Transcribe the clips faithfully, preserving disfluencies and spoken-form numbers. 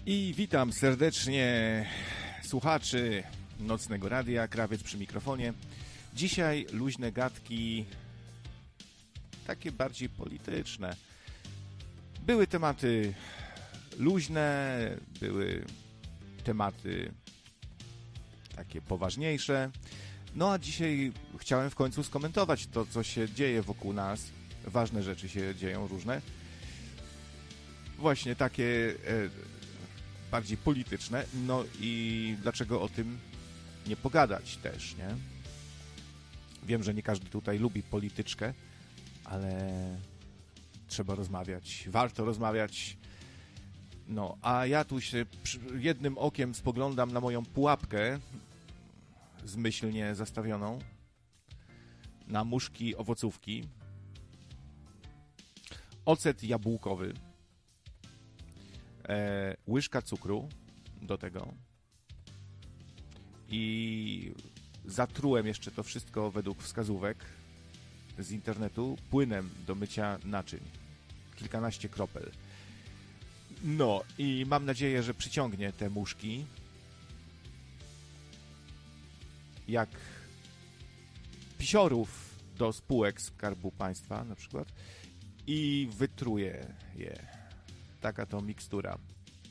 I witam serdecznie słuchaczy Nocnego Radia, Krawiec przy mikrofonie. Dzisiaj luźne gadki, takie bardziej polityczne. Były tematy luźne, były tematy takie poważniejsze. No a dzisiaj chciałem w końcu skomentować to, co się dzieje wokół nas. Ważne rzeczy się dzieją, różne. Właśnie takie e, bardziej polityczne. No i dlaczego o tym nie pogadać też, nie? Wiem, że nie każdy tutaj lubi polityczkę, ale trzeba rozmawiać. Warto rozmawiać. No, a ja tu się jednym okiem spoglądam na moją pułapkę zmyślnie zastawioną na muszki owocówki. Ocet jabłkowy. E, łyżka cukru do tego. I zatrułem jeszcze to wszystko według wskazówek z internetu płynem do mycia naczyń. Kilkanaście kropel. No i mam nadzieję, że przyciągnie te muszki jak pisiorów do spółek Skarbu Państwa na przykład i wytruje je. Taka to mikstura.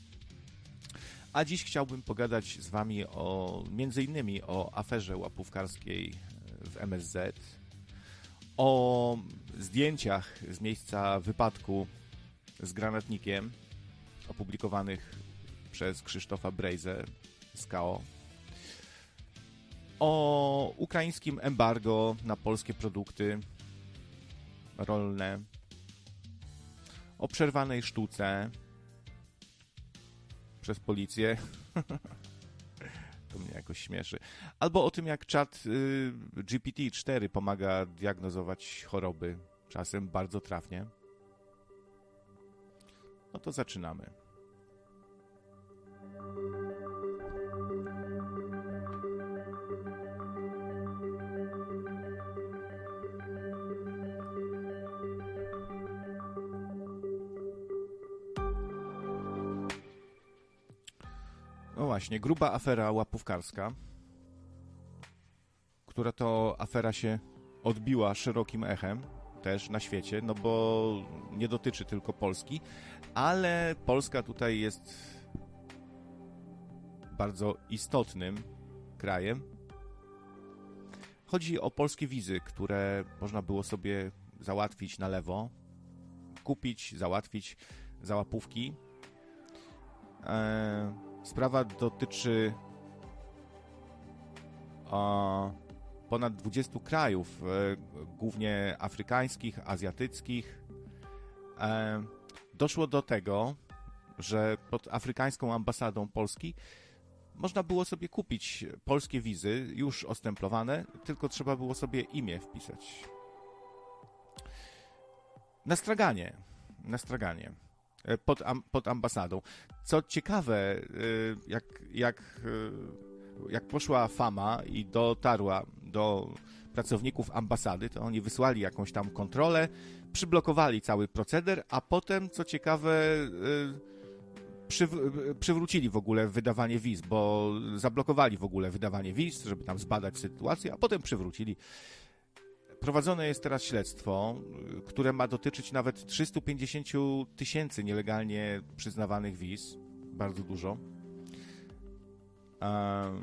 A dziś chciałbym pogadać z wami o między innymi o aferze łapówkarskiej w M S Z, o zdjęciach z miejsca wypadku z granatnikiem opublikowanych przez Krzysztofa Brejzę z K O, o ukraińskim embargo na polskie produkty rolne, o przerwanej sztuce przez policję. To mnie jakoś śmieszy. Albo o tym, jak czat y, G P T cztery pomaga diagnozować choroby, czasem bardzo trafnie. No to zaczynamy. No właśnie, gruba afera łapówkarska, która to afera się odbiła szerokim echem też na świecie, no bo nie dotyczy tylko Polski, ale Polska tutaj jest bardzo istotnym krajem. Chodzi o polskie wizy, które można było sobie załatwić na lewo, kupić, załatwić za łapówki. Eee, sprawa dotyczy o, ponad dwudziestu krajów, e, głównie afrykańskich, azjatyckich. E, doszło do tego, że pod afrykańską ambasadą Polski można było sobie kupić polskie wizy, już ostemplowane, tylko trzeba było sobie imię wpisać. Na straganie. Na straganie. Pod, pod ambasadą. Co ciekawe, jak, jak, jak poszła fama i dotarła do pracowników ambasady, to oni wysłali jakąś tam kontrolę, przyblokowali cały proceder, a potem, co ciekawe, przyw- przywrócili w ogóle wydawanie wiz, bo zablokowali w ogóle wydawanie wiz, żeby tam zbadać sytuację, a potem przywrócili. Prowadzone jest teraz śledztwo, które ma dotyczyć nawet trzystu pięćdziesięciu tysięcy nielegalnie przyznawanych wiz. Bardzo dużo. Um,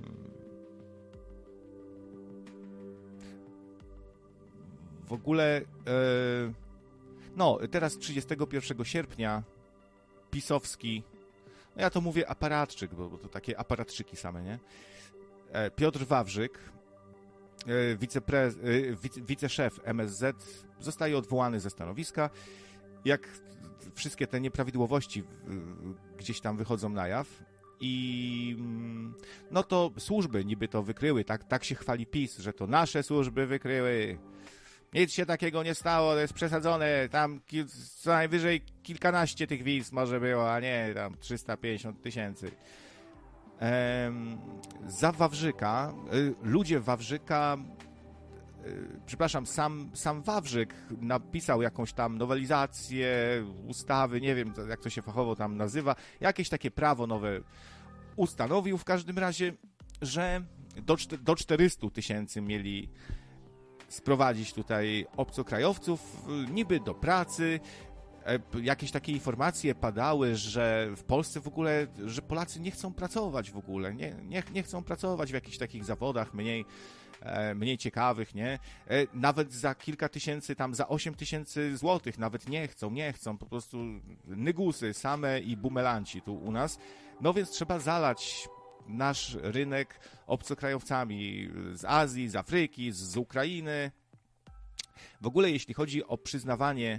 w ogóle e, no, teraz trzydziestego pierwszego sierpnia pisowski, no ja to mówię aparatczyk, bo, bo to takie aparatczyki same, nie? E, Piotr Wawrzyk, Wicepre, wice, wiceszef M S Z zostaje odwołany ze stanowiska. Jak wszystkie te nieprawidłowości gdzieś tam wychodzą na jaw i no to służby niby to wykryły, tak, tak się chwali PiS, że to nasze służby wykryły. Nic się takiego nie stało, to jest przesadzone, tam kil, co najwyżej kilkanaście tych wiz może było, a nie tam trzysta pięćdziesiąt tysięcy. Ehm, za Wawrzyka, y, ludzie Wawrzyka przepraszam, sam, sam Wawrzyk napisał jakąś tam nowelizację ustawy, nie wiem, jak to się fachowo tam nazywa, jakieś takie prawo nowe ustanowił w każdym razie, że do, do czterystu tysięcy mieli sprowadzić tutaj obcokrajowców, niby do pracy. Jakieś takie informacje padały, że w Polsce w ogóle, że Polacy nie chcą pracować w ogóle, nie, nie, nie chcą pracować w jakichś takich zawodach mniej, mniej ciekawych, nie? Nawet za kilka tysięcy, tam za osiem tysięcy złotych nawet nie chcą, nie chcą, po prostu nygusy same i bumelanci tu u nas. No więc trzeba zalać nasz rynek obcokrajowcami z Azji, z Afryki, z Ukrainy. W ogóle jeśli chodzi o przyznawanie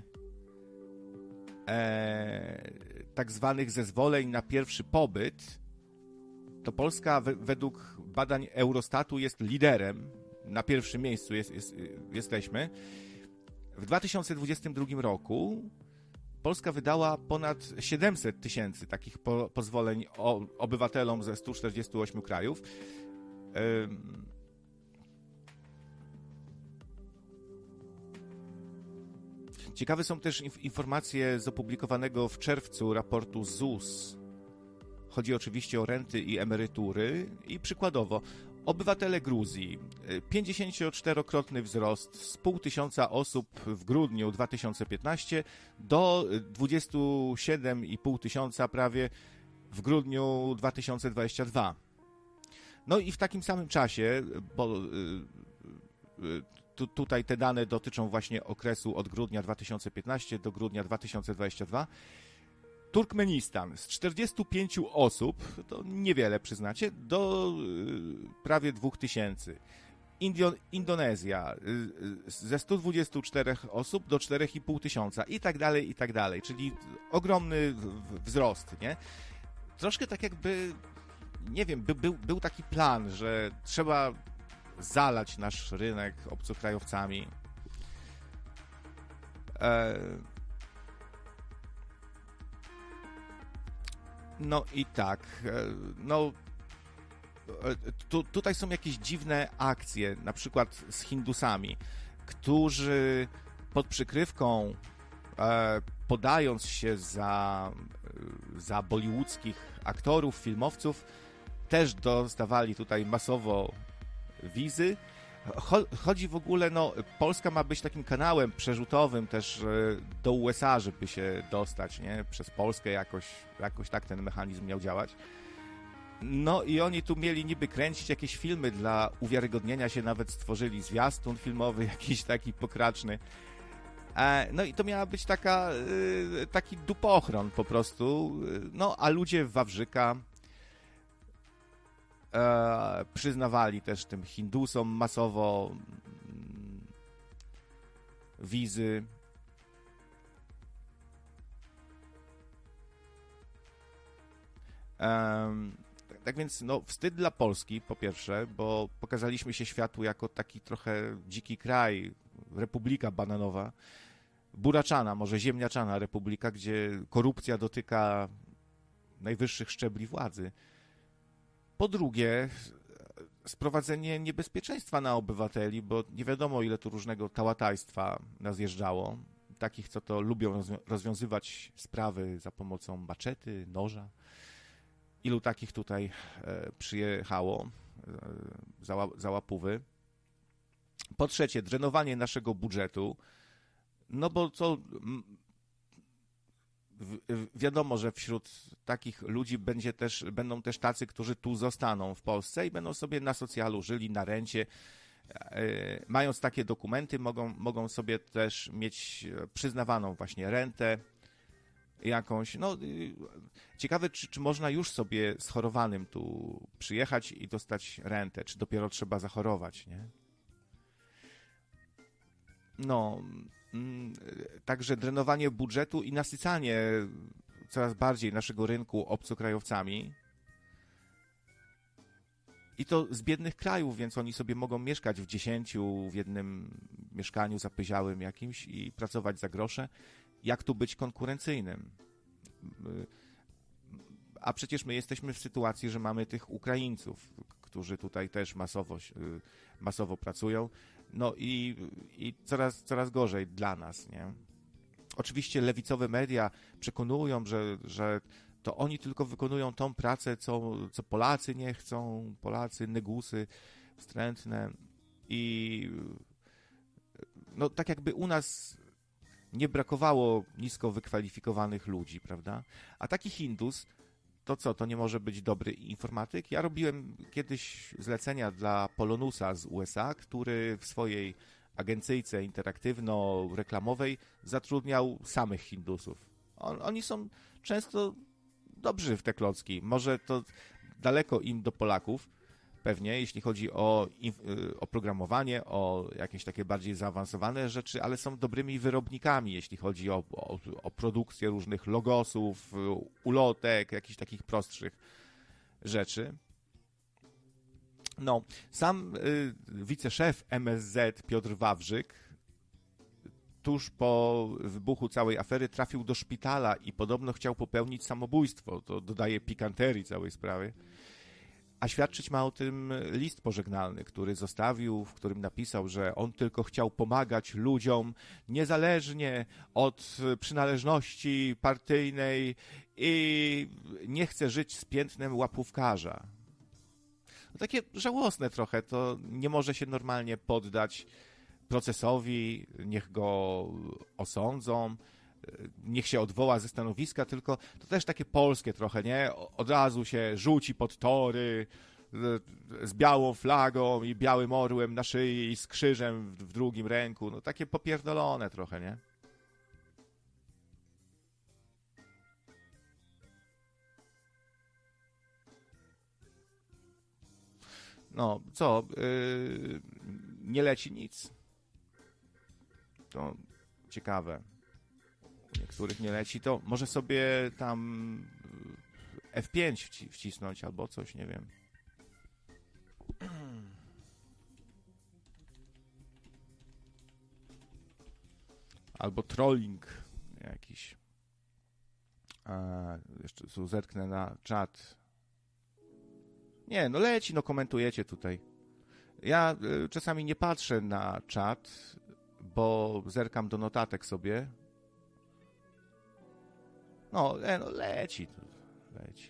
e, tak zwanych zezwoleń na pierwszy pobyt, to Polska we, według badań Eurostatu jest liderem, na pierwszym miejscu jest, jest, jesteśmy. W dwa tysiące dwudziestym drugim roku Polska wydała ponad siedemset tysięcy takich po, pozwoleń o, obywatelom ze stu czterdziestu ośmiu krajów. Ym... Ciekawe są też inf- informacje z opublikowanego w czerwcu raportu Z U S. Chodzi oczywiście o renty i emerytury i przykładowo obywatele Gruzji, pięćdziesięcioczterokrotny wzrost z pół tysiąca osób w grudniu dwa tysiące piętnastego do dwudziestu siedmiu i pół tysiąca prawie w grudniu dwa tysiące dwudziestego drugiego. No i w takim samym czasie, bo tu, tutaj te dane dotyczą właśnie okresu od grudnia dwa tysiące piętnastego do grudnia dwa tysiące dwudziestego drugiego, Turkmenistan z czterdziestu pięciu osób, to niewiele przyznacie, do y, prawie dwóch tysięcy. Indio, Indonezja y, ze stu dwudziestu czterech osób do czterech i pół tysiąca i tak dalej, i tak dalej. Czyli ogromny w, w, wzrost, nie? Troszkę tak jakby, nie wiem, by, był, był taki plan, że trzeba zalać nasz rynek obcokrajowcami. E, No i tak, no tu, tutaj są jakieś dziwne akcje, na przykład z Hindusami, którzy pod przykrywką, e, podając się za, za bollywoodzkich aktorów, filmowców, też dostawali tutaj masowo wizy. Chodzi w ogóle, no, Polska ma być takim kanałem przerzutowym też do U S A, żeby się dostać, nie? Przez Polskę jakoś, jakoś tak ten mechanizm miał działać. No i oni tu mieli niby kręcić jakieś filmy dla uwiarygodnienia się, nawet stworzyli zwiastun filmowy jakiś taki pokraczny. No i to miała być taka, taki dupochron po prostu, no a ludzie w Wawrzyka E, przyznawali też tym Hindusom masowo mm, wizy. E, tak więc no, wstyd dla Polski po pierwsze, bo pokazaliśmy się światu jako taki trochę dziki kraj, republika bananowa, buraczana, może ziemniaczana republika, gdzie korupcja dotyka najwyższych szczebli władzy. Po drugie, sprowadzenie niebezpieczeństwa na obywateli, bo nie wiadomo, ile tu różnego tałatajstwa nazjeżdżało. Takich, co to lubią rozwiązywać sprawy za pomocą maczety, noża. Ilu takich tutaj e, przyjechało e, za, za łapówy. Po trzecie, drenowanie naszego budżetu. No bo co... Wiadomo, że wśród takich ludzi będzie też, będą też tacy, którzy tu zostaną w Polsce i będą sobie na socjalu żyli, na rencie. Mając takie dokumenty, mogą, mogą sobie też mieć przyznawaną właśnie rentę jakąś. No, ciekawe, czy, czy można już sobie schorowanym tu przyjechać i dostać rentę, czy dopiero trzeba zachorować, nie? No... Także drenowanie budżetu i nasycanie coraz bardziej naszego rynku obcokrajowcami. I to z biednych krajów, więc oni sobie mogą mieszkać w dziesięciu w jednym mieszkaniu zapyziałym jakimś i pracować za grosze. Jak tu być konkurencyjnym? A przecież my jesteśmy w sytuacji, że mamy tych Ukraińców, którzy tutaj też masowo, masowo pracują. No i, i coraz, coraz gorzej dla nas, nie? Oczywiście lewicowe media przekonują, że, że to oni tylko wykonują tą pracę, co, co Polacy nie chcą, Polacy, negusy wstrętne i no tak jakby u nas nie brakowało nisko wykwalifikowanych ludzi, prawda? A taki Hindus, to co, to nie może być dobry informatyk? Ja robiłem kiedyś zlecenia dla Polonusa z U S A, który w swojej agencyjce interaktywno-reklamowej zatrudniał samych Hindusów. On, oni są często dobrzy w te klocki. Może to daleko im do Polaków, pewnie, jeśli chodzi o oprogramowanie, o jakieś takie bardziej zaawansowane rzeczy, ale są dobrymi wyrobnikami, jeśli chodzi o, o, o produkcję różnych logosów, ulotek, jakichś takich prostszych rzeczy. No, sam y, wiceszef M S Z Piotr Wawrzyk tuż po wybuchu całej afery trafił do szpitala i podobno chciał popełnić samobójstwo. To dodaje pikanterii całej sprawy. A świadczyć ma o tym list pożegnalny, który zostawił, w którym napisał, że on tylko chciał pomagać ludziom niezależnie od przynależności partyjnej i nie chce żyć z piętnem łapówkarza. No takie żałosne trochę, to nie może się normalnie poddać procesowi, niech go osądzą, niech się odwoła ze stanowiska, tylko to też takie polskie trochę, nie? Od razu się rzuci pod tory z białą flagą i białym orłem na szyi i z krzyżem w drugim ręku. No takie popierdolone trochę, nie? No, co? Yy, nie leci nic. To ciekawe. Niektórych nie leci, to może sobie tam F pięć wci- wcisnąć albo coś, nie wiem. Albo trolling jakiś. A, jeszcze tu zerknę na czat. Nie, no leci, no komentujecie tutaj. Ja y, czasami nie patrzę na czat, bo zerkam do notatek sobie. No, le, no leci, leci.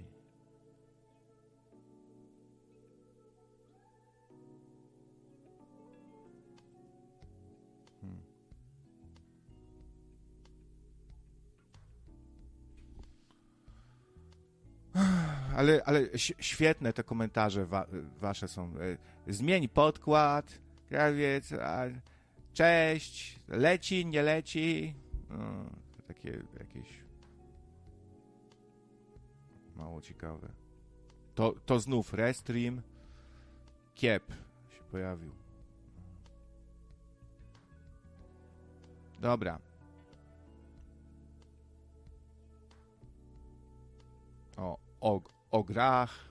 Hmm. Ale, ale świetne te komentarze wa wasze są. Zmień podkład, krawiec, a... cześć, leci, nie leci. No, takie jakieś mało ciekawe. To, to znów Restream. Kiep się pojawił. Dobra. O, o, o grach.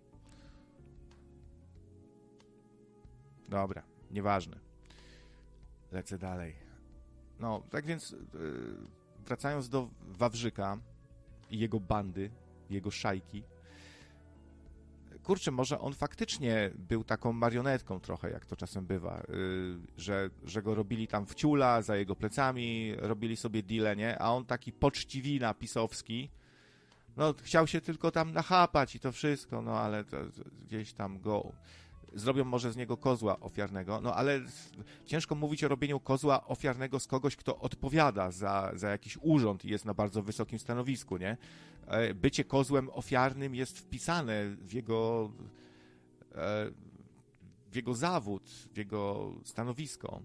Dobra, nieważne. Lecę dalej. No, tak więc yy, wracając do Wawrzyka i jego bandy, jego szajki. Kurczę, może on faktycznie był taką marionetką trochę, jak to czasem bywa, yy, że, że go robili tam w ciula, za jego plecami, robili sobie deale, nie? A on taki poczciwina pisowski, no chciał się tylko tam nachapać i to wszystko, no ale to, to gdzieś tam go... Zrobią może z niego kozła ofiarnego, no ale ciężko mówić o robieniu kozła ofiarnego z kogoś, kto odpowiada za, za jakiś urząd i jest na bardzo wysokim stanowisku, nie? Bycie kozłem ofiarnym jest wpisane w jego, w jego zawód, w jego stanowisko.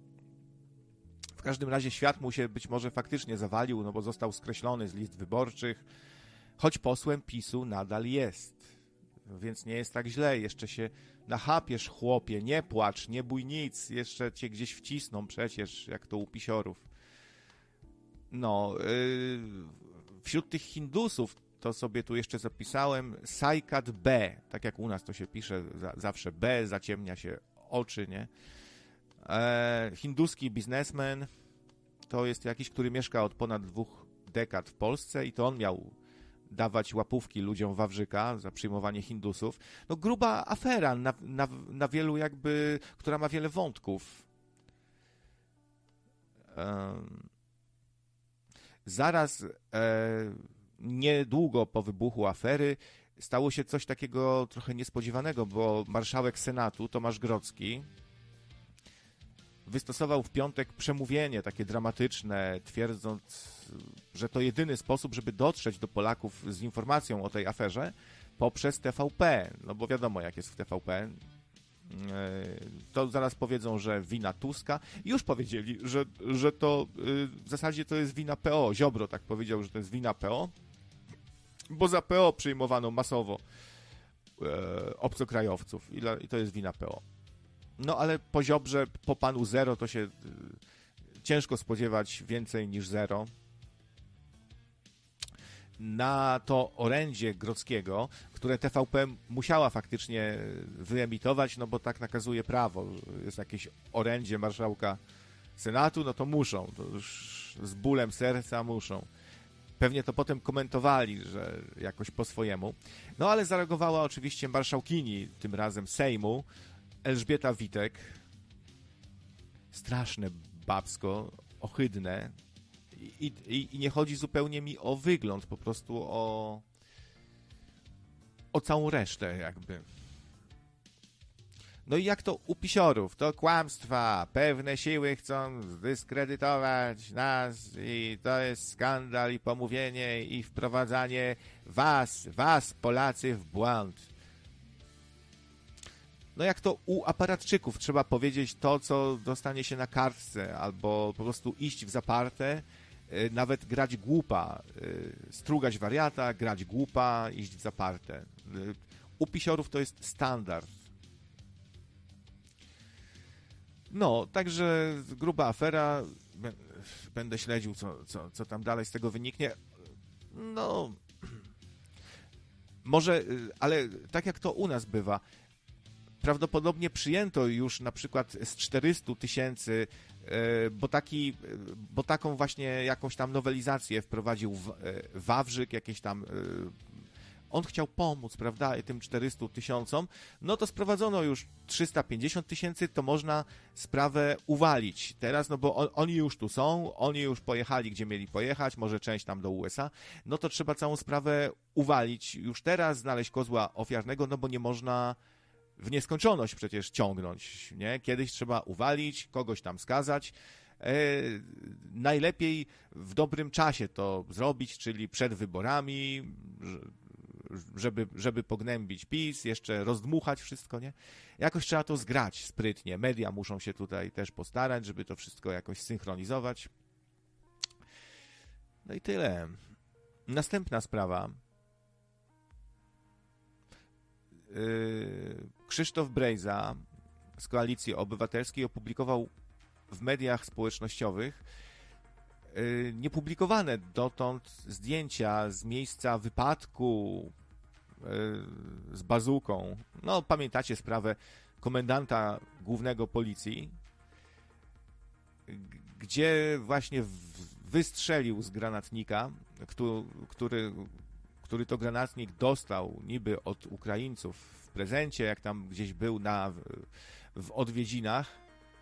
W każdym razie świat mu się być może faktycznie zawalił, no bo został skreślony z list wyborczych, choć posłem PiSu nadal jest. Więc nie jest tak źle, jeszcze się nachapiesz, chłopie, nie płacz, nie bój nic, jeszcze cię gdzieś wcisną przecież, jak to u pisiorów. No, yy, wśród tych Hindusów, to sobie tu jeszcze zapisałem, Saikat B, tak jak u nas to się pisze, za, zawsze B, zaciemnia się oczy, nie? E, hinduski biznesmen, to jest jakiś, który mieszka od ponad dwóch dekad w Polsce i to on miał dawać łapówki ludziom Wawrzyka za przyjmowanie Hindusów. No gruba afera, na, na, na wielu jakby, która ma wiele wątków. Um, zaraz, e, niedługo po wybuchu afery, stało się coś takiego trochę niespodziewanego, bo marszałek Senatu Tomasz Grodzki wystosował w piątek przemówienie takie dramatyczne, twierdząc, że to jedyny sposób, żeby dotrzeć do Polaków z informacją o tej aferze poprzez T V P. No bo wiadomo, jak jest w T V P. To zaraz powiedzą, że wina Tuska. Już powiedzieli, że, że to w zasadzie to jest wina P O. Ziobro tak powiedział, że to jest wina P O, bo za P O przyjmowano masowo e, obcokrajowców i, i to jest wina P O. No ale po Ziobrze, po panu zero, to się y, ciężko spodziewać więcej niż zero. Na to orędzie Grodzkiego, które T V P musiała faktycznie wyemitować, no bo tak nakazuje prawo. Jest jakieś orędzie marszałka Senatu, no to muszą, to już z bólem serca muszą. Pewnie to potem komentowali, że jakoś po swojemu. No ale zareagowała oczywiście marszałkini, tym razem Sejmu, Elżbieta Witek. Straszne babsko, ohydne. I, i, I nie chodzi zupełnie mi o wygląd, po prostu o o całą resztę jakby. No i jak to u pisiorów, to kłamstwa, pewne siły chcą zdyskredytować nas i to jest skandal i pomówienie i wprowadzanie was, was Polacy w błąd. No jak to u aparatczyków trzeba powiedzieć to, co dostanie się na kartce, albo po prostu iść w zaparte, nawet grać głupa, strugać wariata, grać głupa, iść w zaparte. U pisiorów to jest standard. No, także gruba afera, będę śledził, co, co, co tam dalej z tego wyniknie. No, może, ale tak jak to u nas bywa, prawdopodobnie przyjęto już na przykład z czterystu tysięcy, bo, taki, bo taką właśnie jakąś tam nowelizację wprowadził Wawrzyk, jakieś tam, on chciał pomóc, prawda, tym czterystu tysiącom, no to sprowadzono już trzysta pięćdziesiąt tysięcy, to można sprawę uwalić teraz, no bo on, oni już tu są, oni już pojechali, gdzie mieli pojechać, może część tam do U S A, no to trzeba całą sprawę uwalić już teraz, znaleźć kozła ofiarnego, no bo nie można w nieskończoność przecież ciągnąć, nie? Kiedyś trzeba uwalić, kogoś tam skazać. E, najlepiej w dobrym czasie to zrobić, czyli przed wyborami, żeby, żeby pognębić PiS, jeszcze rozdmuchać wszystko, nie? Jakoś trzeba to zgrać sprytnie. Media muszą się tutaj też postarać, żeby to wszystko jakoś synchronizować. No i tyle. Następna sprawa. Krzysztof Brejza z Koalicji Obywatelskiej opublikował w mediach społecznościowych niepublikowane dotąd zdjęcia z miejsca wypadku z bazuką. No, pamiętacie sprawę komendanta głównego policji, gdzie właśnie wystrzelił z granatnika, który który to granatnik dostał niby od Ukraińców w prezencie, jak tam gdzieś był na, w odwiedzinach.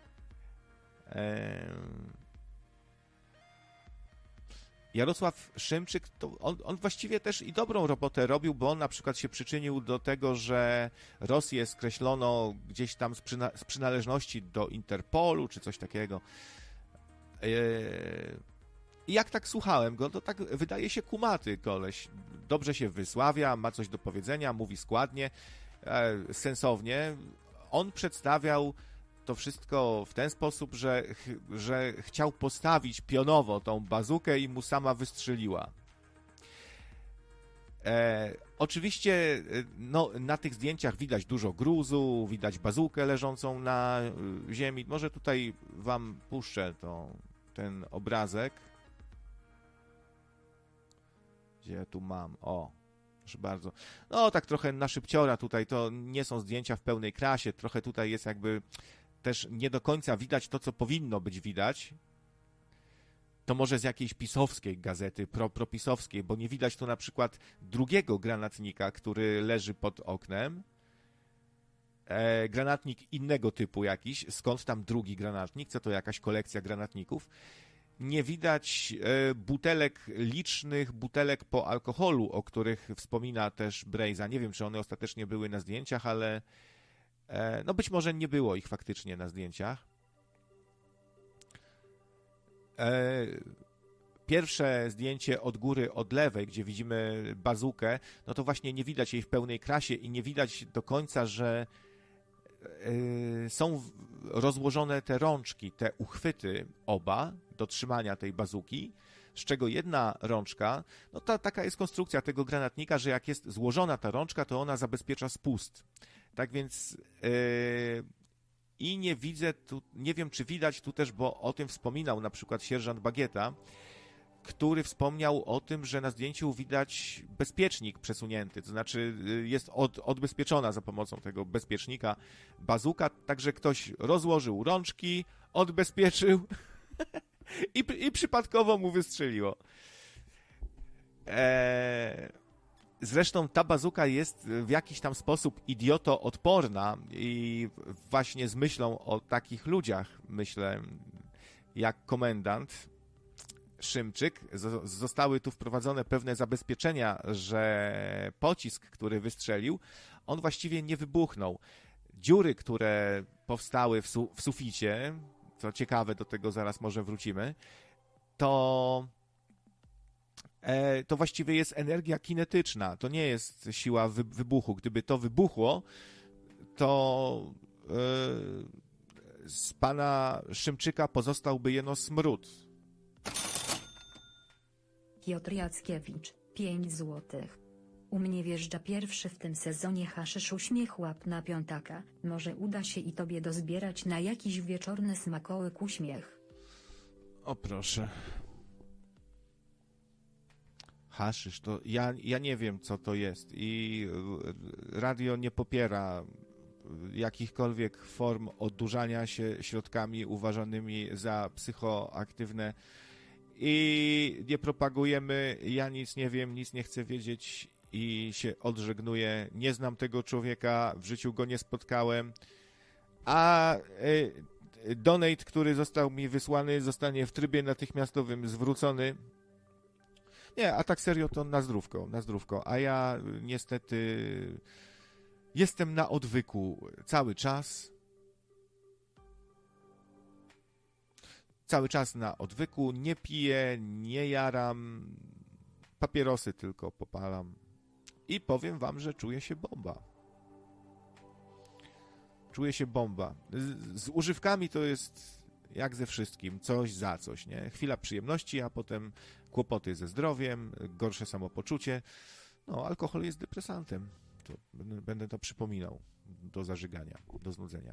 Jarosław Szymczyk, to on, on właściwie też i dobrą robotę robił, bo on na przykład się przyczynił do tego, że Rosję skreślono gdzieś tam z, przyna z przynależności do Interpolu, czy coś takiego. I jak tak słuchałem go, to tak wydaje się kumaty koleś. Dobrze się wysławia, ma coś do powiedzenia, mówi składnie, e, sensownie. On przedstawiał to wszystko w ten sposób, że, że chciał postawić pionowo tą bazukę i mu sama wystrzeliła. E, oczywiście no, na tych zdjęciach widać dużo gruzu, widać bazukę leżącą na ziemi. Może tutaj wam puszczę to, ten obrazek. Gdzie ja tu mam? O, proszę bardzo. No tak trochę na szybciora tutaj, to nie są zdjęcia w pełnej krasie, trochę tutaj jest jakby też nie do końca widać to, co powinno być widać. to może z jakiejś pisowskiej gazety, pro, propisowskiej, bo nie widać tu na przykład drugiego granatnika, który leży pod oknem. E, granatnik innego typu jakiś. Skąd tam drugi granatnik? Co to jakaś kolekcja granatników? Nie widać e, butelek, licznych butelek po alkoholu, o których wspomina też Brejza. Nie wiem, czy one ostatecznie były na zdjęciach, ale e, no być może nie było ich faktycznie na zdjęciach. E, pierwsze zdjęcie od góry, od lewej, gdzie widzimy bazukę, no to właśnie nie widać jej w pełnej krasie i nie widać do końca, że e, są rozłożone te rączki, te uchwyty oba do trzymania tej bazuki, z czego jedna rączka, no to taka jest konstrukcja tego granatnika, że jak jest złożona ta rączka, to ona zabezpiecza spust. Tak więc e, i nie widzę tu, nie wiem czy widać tu też, bo o tym wspominał na przykład sierżant Bagieta, który wspomniał o tym, że na zdjęciu widać bezpiecznik przesunięty, to znaczy jest od, odbezpieczona za pomocą tego bezpiecznika bazuka, także ktoś rozłożył rączki, odbezpieczył i, i przypadkowo mu wystrzeliło. Eee... Zresztą ta bazuka jest w jakiś tam sposób idiotoodporna i właśnie z myślą o takich ludziach, myślę, jak komendant Szymczyk, zostały tu wprowadzone pewne zabezpieczenia, że pocisk, który wystrzelił, on właściwie nie wybuchnął. Dziury, które powstały w, su- w suficie, co ciekawe, do tego zaraz może wrócimy, to... to właściwie jest energia kinetyczna, to nie jest siła wy- wybuchu. Gdyby to wybuchło, to yy, z pana Szymczyka pozostałby jeno smród. Piotr Jackiewicz, pięć złotych. U mnie wjeżdża pierwszy w tym sezonie haszysz uśmiech łap na piątaka. Może uda się i tobie dozbierać na jakiś wieczorny smakołyk uśmiech. O proszę. Haszysz, to ja, ja nie wiem, co to jest i radio nie popiera jakichkolwiek form odurzania się środkami uważanymi za psychoaktywne i nie propagujemy, ja nic nie wiem, nic nie chcę wiedzieć i się odżegnuję. Nie znam tego człowieka, w życiu go nie spotkałem, a y, donate, który został mi wysłany, zostanie w trybie natychmiastowym zwrócony. Nie, a tak serio to na zdrówko, na zdrówko. A ja niestety jestem na odwyku cały czas. Cały czas na odwyku. Nie piję, nie jaram. Papierosy tylko popalam. I powiem wam, że czuję się bomba. Czuję się bomba. Z, z używkami to jest jak ze wszystkim. Coś za coś, nie? Chwila przyjemności, a potem kłopoty ze zdrowiem, gorsze samopoczucie. No, alkohol jest depresantem. To będę, będę to przypominał do zażygania, do znudzenia.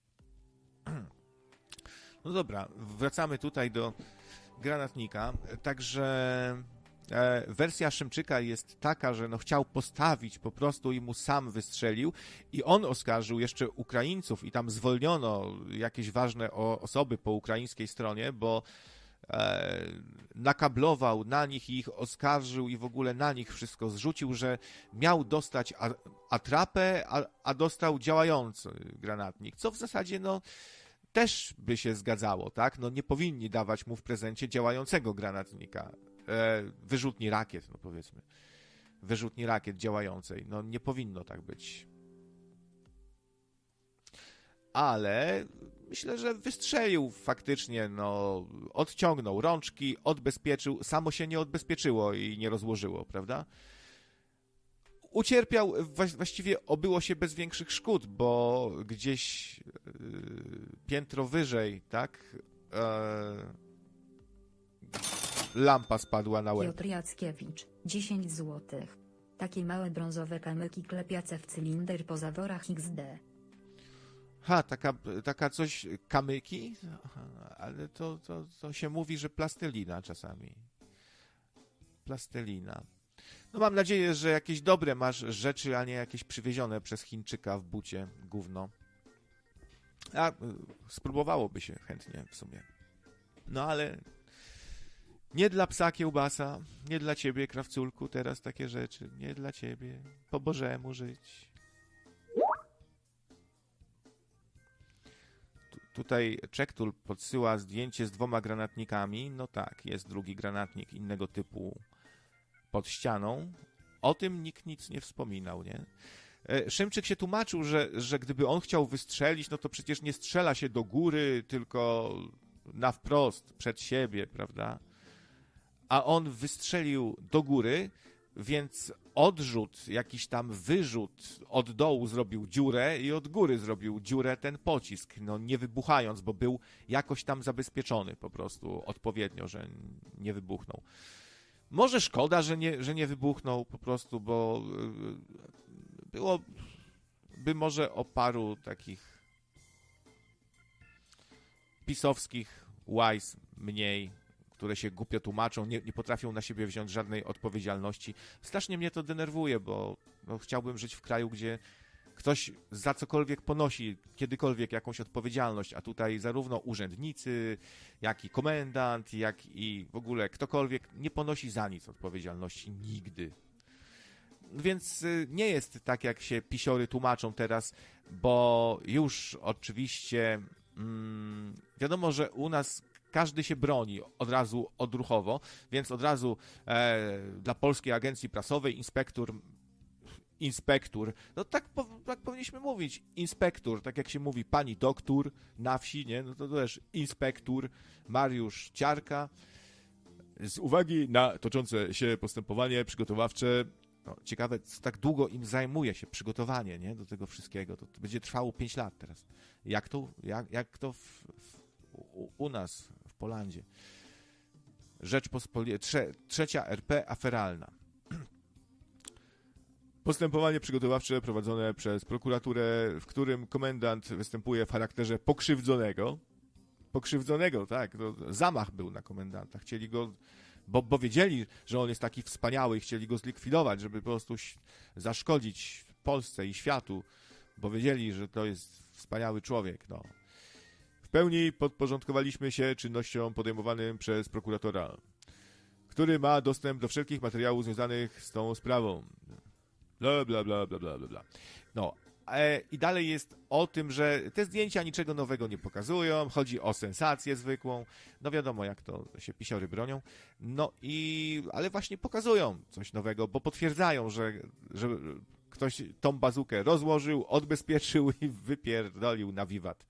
No dobra, wracamy tutaj do granatnika. Także e, wersja Szymczyka jest taka, że no chciał postawić po prostu i mu sam wystrzelił i on oskarżył jeszcze Ukraińców i tam zwolniono jakieś ważne o, osoby po ukraińskiej stronie, bo e, nakablował na nich i ich oskarżył i w ogóle na nich wszystko zrzucił, że miał dostać a, atrapę, a, a dostał działający granatnik, co w zasadzie no też by się zgadzało, tak? No nie powinni dawać mu w prezencie działającego granatnika. E, wyrzutni rakiet, no powiedzmy. Wyrzutni rakiet działającej. No nie powinno tak być. Ale myślę, że wystrzelił faktycznie, no odciągnął rączki, odbezpieczył. Samo się nie odbezpieczyło i nie rozłożyło, prawda? Ucierpiał, właściwie obyło się bez większych szkód, bo gdzieś yy, piętro wyżej, tak, yy, lampa spadła na łeb. Piotr Jackiewicz, dziesięć złotych. Takie małe brązowe kamyki klepiace w cylinder po zaworach iks de. Ha, taka, taka coś, kamyki? Aha, ale to, to, to się mówi, że plastelina czasami. Plastelina. No mam nadzieję, że jakieś dobre masz rzeczy, a nie jakieś przywiezione przez Chińczyka w bucie gówno. A spróbowałoby się chętnie w sumie. No ale Nie dla psa kiełbasa, nie dla ciebie, krawculku, teraz takie rzeczy. Nie dla ciebie, po Bożemu żyć. Tu, tutaj Czektul podsyła zdjęcie z dwoma granatnikami. No tak, jest drugi granatnik innego typu pod ścianą. O tym nikt nic nie wspominał, nie? Szymczyk się tłumaczył, że, że gdyby on chciał wystrzelić, no to przecież nie strzela się do góry, tylko na wprost, przed siebie, prawda? A on wystrzelił do góry, więc odrzut, jakiś tam wyrzut od dołu zrobił dziurę i od góry zrobił dziurę ten pocisk, no nie wybuchając, bo był jakoś tam zabezpieczony po prostu odpowiednio, że nie wybuchnął. Może szkoda, że nie, że nie wybuchnął po prostu, bo byłoby może o paru takich pisowskich łajs mniej, które się głupio tłumaczą, nie, nie potrafią na siebie wziąć żadnej odpowiedzialności. Strasznie mnie to denerwuje, bo no, chciałbym żyć w kraju, gdzie ktoś za cokolwiek ponosi kiedykolwiek jakąś odpowiedzialność, a tutaj zarówno urzędnicy, jak i komendant, jak i w ogóle ktokolwiek nie ponosi za nic odpowiedzialności nigdy. Więc nie jest tak, jak się pisiory tłumaczą teraz, bo już oczywiście mm, wiadomo, że u nas każdy się broni od razu odruchowo, więc od razu e, dla Polskiej Agencji Prasowej inspektor, inspektor, no tak, po, tak powinniśmy mówić, inspektor, tak jak się mówi pani doktor na wsi, nie? No to też inspektor Mariusz Ciarka. Z uwagi na toczące się postępowanie przygotowawcze, no, ciekawe, co tak długo im zajmuje się przygotowanie, nie? Do tego wszystkiego. To, to będzie trwało pięć lat teraz. Jak to, jak, jak to w, w, u, u nas w Polandzie. Rzeczpospolita, trze, trzecia R P aferalna. Postępowanie przygotowawcze prowadzone przez prokuraturę, w którym komendant występuje w charakterze pokrzywdzonego. Pokrzywdzonego, tak. To zamach był na komendanta. Chcieli go, bo, bo wiedzieli, że on jest taki wspaniały i chcieli go zlikwidować, żeby po prostu zaszkodzić Polsce i światu, bo wiedzieli, że to jest wspaniały człowiek, no. W pełni podporządkowaliśmy się czynnościom podejmowanym przez prokuratora, który ma dostęp do wszelkich materiałów związanych z tą sprawą. Bla, bla, bla, bla, bla, bla. No, e, i dalej jest o tym, że te zdjęcia niczego nowego nie pokazują, chodzi o sensację zwykłą, no wiadomo, jak to się pisiory bronią, no i, ale właśnie pokazują coś nowego, bo potwierdzają, że, że ktoś tą bazukę rozłożył, odbezpieczył i wypierdolił na wiwat.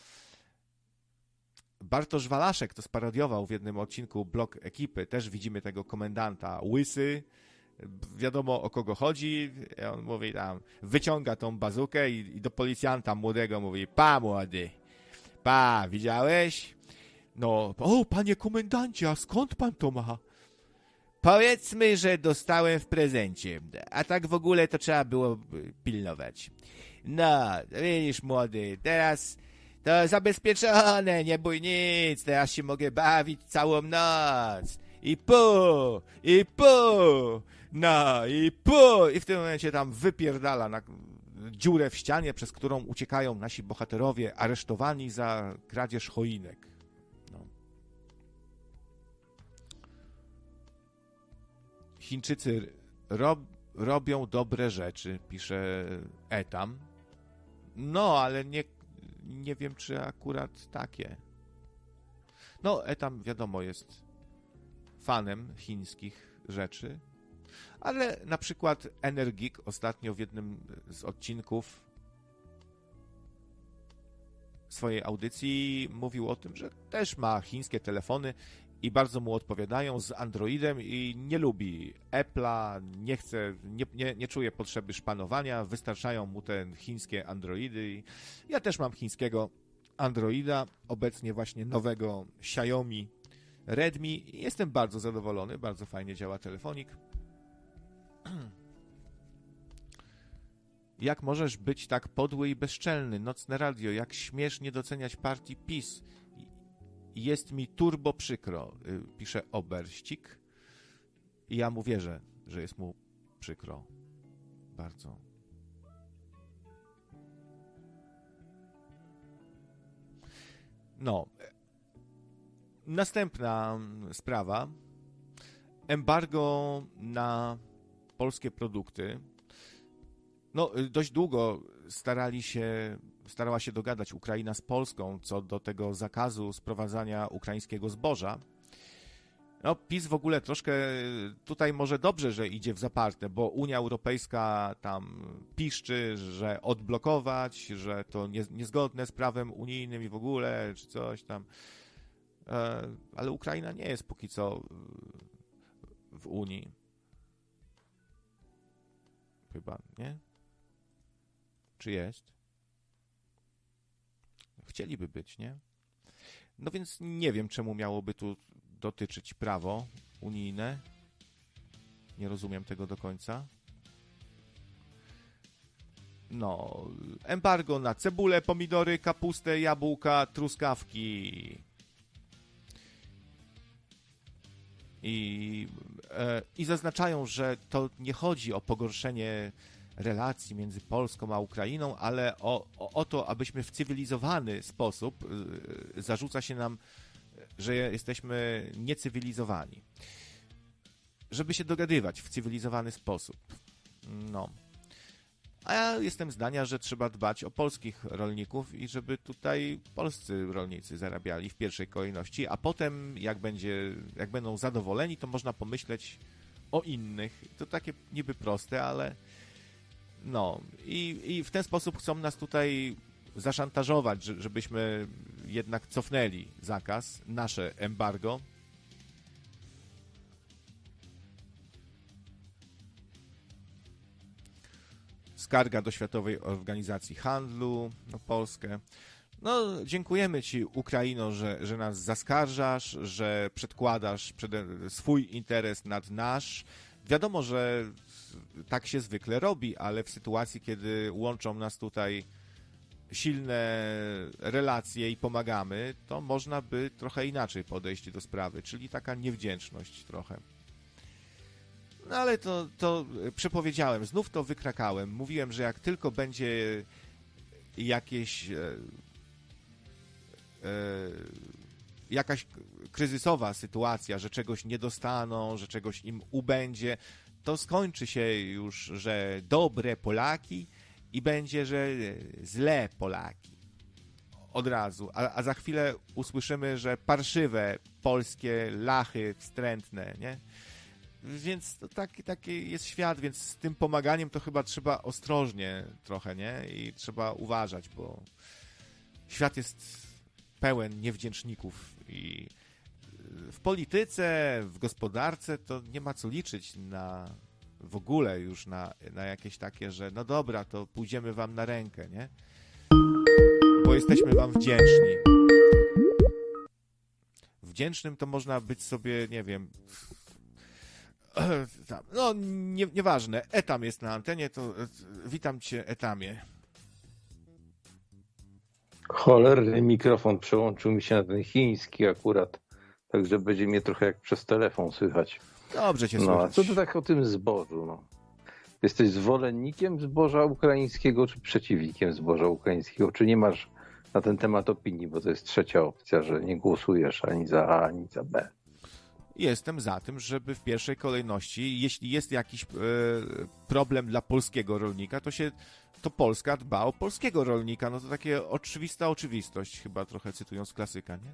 Bartosz Walaszek to sparodiował w jednym odcinku Blok Ekipy, też widzimy tego komendanta łysy, wiadomo o kogo chodzi, on mówi tam, wyciąga tą bazukę i, i do policjanta młodego mówi, pa młody, pa, widziałeś? No, o panie komendancie, a skąd pan to ma? Powiedzmy, że dostałem w prezencie, a tak w ogóle to trzeba było pilnować. No, widzisz młody, teraz to zabezpieczone, nie bój nic, teraz się mogę bawić całą noc. I pu, i pu, no, i pu. I w tym momencie tam wypierdala na dziurę w ścianie, przez którą uciekają nasi bohaterowie aresztowani za kradzież choinek. No. Chińczycy rob, robią dobre rzeczy, pisze Etam. No, ale nie, nie wiem, czy akurat takie. No, Etam, wiadomo, jest fanem chińskich rzeczy, ale na przykład Energik ostatnio w jednym z odcinków swojej audycji mówił o tym, że też ma chińskie telefony i bardzo mu odpowiadają z Androidem i nie lubi Apple'a, nie chce, nie, nie, nie czuje potrzeby szpanowania, wystarczają mu te chińskie Androidy. Ja też mam chińskiego Androida, obecnie właśnie nowego Xiaomi Redmi. Jestem bardzo zadowolony, bardzo fajnie działa telefonik. Jak możesz być tak podły i bezczelny? Nocne radio, jak śmiesz nie doceniać partii PiS? Jest mi turbo przykro, pisze Oberścik. I ja mu wierzę, że jest mu przykro. Bardzo. No. Następna sprawa. embargo na polskie produkty. No, dość długo starali się, starała się dogadać Ukraina z Polską co do tego zakazu sprowadzania ukraińskiego zboża. No, PiS w ogóle troszkę tutaj może dobrze, że idzie w zaparte, bo Unia Europejska tam piszczy, że odblokować, że to nie, niezgodne z prawem unijnym i w ogóle, czy coś tam. Ale Ukraina nie jest póki co w Unii. Chyba, nie? Czy jest? Chcieliby być, nie? No więc nie wiem, czemu miałoby tu dotyczyć prawo unijne. Nie rozumiem tego do końca. No, embargo na cebulę, pomidory, kapustę, jabłka, truskawki. I, e, I zaznaczają, że to nie chodzi o pogorszenie relacji między Polską a Ukrainą, ale o, o, o to, abyśmy w cywilizowany sposób, y, zarzuca się nam, że jesteśmy niecywilizowani. Żeby się dogadywać w cywilizowany sposób. No. A ja jestem zdania, że trzeba dbać o polskich rolników i żeby tutaj polscy rolnicy zarabiali w pierwszej kolejności, a potem jak będzie, jak będą zadowoleni, to można pomyśleć o innych. To takie niby proste, ale no. I, i w ten sposób chcą nas tutaj zaszantażować, żebyśmy jednak cofnęli zakaz, nasze embargo. Skarga do Światowej Organizacji Handlu na Polskę. No, dziękujemy Ci, Ukraino, że, że nas zaskarżasz, że przedkładasz przed swój interes nad nasz. Wiadomo, że tak się zwykle robi, ale w sytuacji, kiedy łączą nas tutaj silne relacje i pomagamy, to można by trochę inaczej podejść do sprawy, czyli taka niewdzięczność trochę. No ale to, to przepowiedziałem, znów to wykrakałem. Mówiłem, że jak tylko będzie jakieś e, e, jakaś kryzysowa sytuacja, że czegoś nie dostaną, że czegoś im ubędzie, to skończy się już, że dobre Polaki i będzie, że złe Polaki. Od razu. A, a za chwilę usłyszymy, że parszywe polskie lachy wstrętne, nie? Więc to taki, taki jest świat, więc z tym pomaganiem to chyba trzeba ostrożnie trochę, nie? I trzeba uważać, bo świat jest pełen niewdzięczników i w polityce, w gospodarce to nie ma co liczyć na w ogóle już na, na jakieś takie, że no dobra, to pójdziemy wam na rękę, nie? Bo jesteśmy wam wdzięczni. Wdzięcznym to można być sobie, nie wiem... No, nie, nieważne. Etam jest na antenie, to witam cię, Etamie. Cholerny mikrofon przełączył mi się na ten chiński akurat, także będzie mnie trochę jak przez telefon słychać. Dobrze cię no, słychać. A co ty tak o tym zbożu? No? Jesteś zwolennikiem zboża ukraińskiego, czy przeciwnikiem zboża ukraińskiego? Czy nie masz na ten temat opinii, bo to jest trzecia opcja, że nie głosujesz ani za A, ani za B. Jestem za tym, żeby w pierwszej kolejności, jeśli jest jakiś e, problem dla polskiego rolnika, to się, to Polska dba o polskiego rolnika. No to takie oczywista oczywistość, chyba trochę cytując klasyka, nie?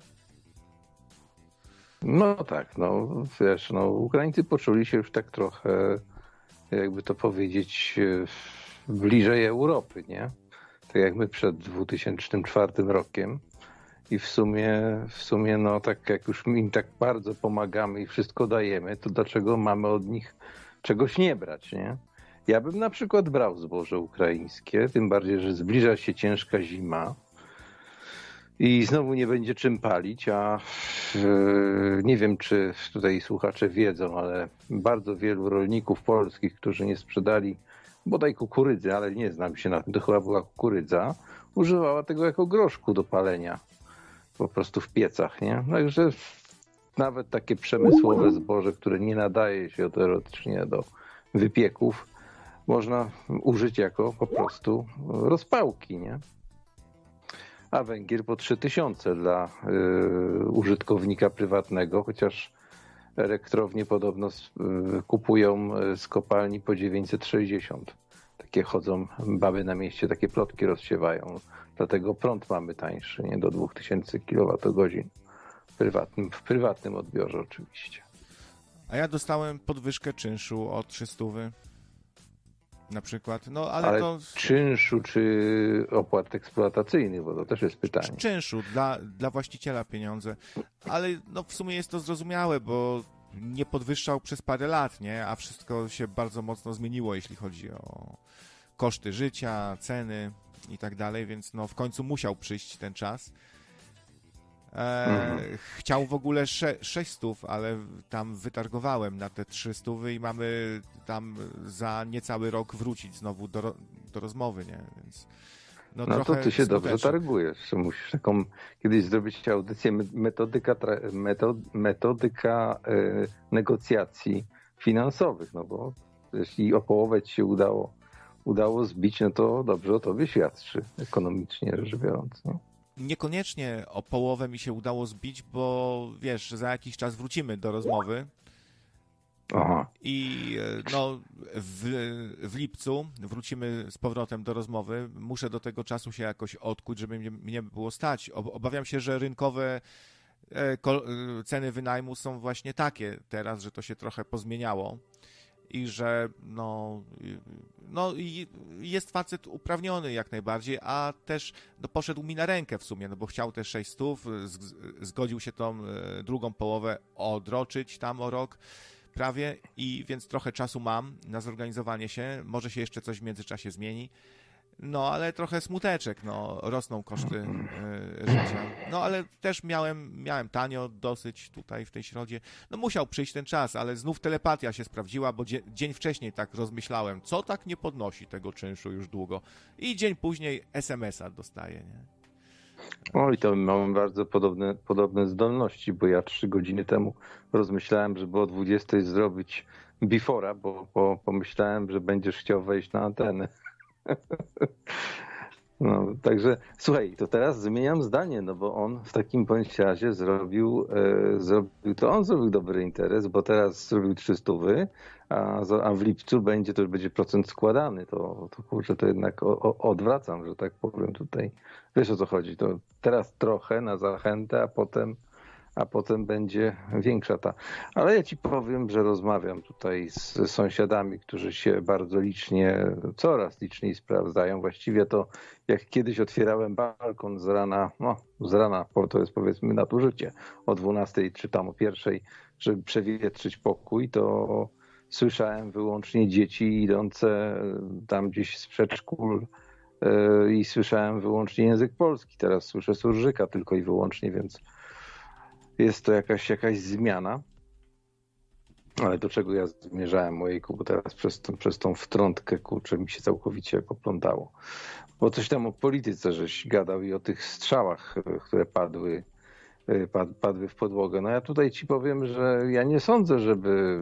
No tak, no wiesz, no Ukraińcy poczuli się już tak trochę, jakby to powiedzieć, bliżej Europy, nie? Tak jak my przed dwutysięcznym czwartym rokiem. I w sumie, w sumie, no tak jak już im tak bardzo pomagamy i wszystko dajemy, to dlaczego mamy od nich czegoś nie brać, nie? Ja bym na przykład brał zboże ukraińskie, tym bardziej, że zbliża się ciężka zima i znowu nie będzie czym palić, a yy, nie wiem, czy tutaj słuchacze wiedzą, ale bardzo wielu rolników polskich, którzy nie sprzedali bodaj kukurydzy, ale nie znam się na tym, to chyba była kukurydza, używała tego jako groszku do palenia. Po prostu w piecach, nie? Także nawet takie przemysłowe zboże, które nie nadaje się teoretycznie do wypieków, można użyć jako po prostu rozpałki, nie? A węgiel po trzy tysiące dla y, użytkownika prywatnego, chociaż elektrownie podobno kupują z kopalni po dziewięćset sześćdziesiąt. Takie chodzą baby na mieście, takie plotki rozsiewają. Dlatego prąd mamy tańszy, nie do dwa tysiące kilowatogodzin. W prywatnym, w prywatnym odbiorze oczywiście. A ja dostałem podwyżkę czynszu o trzysta na przykład. No, ale, ale to... czynszu czy opłat eksploatacyjnych, bo to też jest pytanie. Czynszu dla, dla właściciela pieniądze. Ale no, w sumie jest to zrozumiałe, bo nie podwyższał przez parę lat, nie? A wszystko się bardzo mocno zmieniło, jeśli chodzi o koszty życia, ceny i tak dalej, więc no, w końcu musiał przyjść ten czas. E, mhm. Chciał w ogóle sze, sześćset, ale tam wytargowałem na te trzysta i mamy tam za niecały rok wrócić znowu do, do rozmowy, nie? Więc no, no to ty się skutecznie. dobrze targujesz. Musisz taką kiedyś zrobić audycję metodyka, metod, metodyka y, negocjacji finansowych, no bo jeśli o połowę ci się udało, udało zbić, no to dobrze o tobie świadczy, ekonomicznie rzecz biorąc, nie? Niekoniecznie o połowę mi się udało zbić, bo wiesz, za jakiś czas wrócimy do rozmowy. Aha. I no, w, w lipcu wrócimy z powrotem do rozmowy. Muszę do tego czasu się jakoś odkuć, żeby mnie, mnie było stać. Obawiam się, że rynkowe ceny wynajmu są właśnie takie teraz, że to się trochę pozmieniało. I że no, no jest facet uprawniony jak najbardziej, a też no, poszedł mi na rękę w sumie, no bo chciał te sześćset, zgodził się tą drugą połowę odroczyć tam o rok prawie i więc trochę czasu mam na zorganizowanie się, może się jeszcze coś w międzyczasie zmieni. No, ale trochę smuteczek, no, rosną koszty y, życia. No, ale też miałem, miałem tanio dosyć tutaj w tej środzie. No, musiał przyjść ten czas, ale znów telepatia się sprawdziła, bo dzie- dzień wcześniej tak rozmyślałem, co tak nie podnosi tego czynszu już długo. I dzień później es em es a dostaję, nie? Oj, to mamy bardzo podobne, podobne zdolności, bo ja trzy godziny temu rozmyślałem, żeby o dwudziestej zrobić before'a, bo, bo pomyślałem, że będziesz chciał wejść na antenę. No, także słuchaj, to teraz zmieniam zdanie, no bo on w takim bądź razie zrobił, e, zrobił, to on zrobił dobry interes, bo teraz zrobił trzysta, a, a w lipcu będzie, to już będzie procent składany, to, to kurczę, to jednak o, o, odwracam, że tak powiem tutaj. Wiesz o co chodzi, to teraz trochę na zachętę, a potem a potem będzie większa ta. Ale ja ci powiem, że rozmawiam tutaj z sąsiadami, którzy się bardzo licznie, coraz liczniej sprawdzają. Właściwie to jak kiedyś otwierałem balkon z rana, no z rana, to jest powiedzmy nadużycie, o dwunastej czy tam o pierwszej, żeby przewietrzyć pokój, to słyszałem wyłącznie dzieci idące tam gdzieś z przedszkól i słyszałem wyłącznie język polski. Teraz słyszę surżyka tylko i wyłącznie, więc jest to jakaś, jakaś zmiana, ale do czego ja zmierzałem, ojejku, bo teraz przez, tą, przez tą wtrątkę, kurczę, mi się całkowicie poplątało. Bo coś tam o polityce żeś gadał i o tych strzałach, które padły, pad, padły w podłogę. No ja tutaj ci powiem, że ja nie sądzę, żeby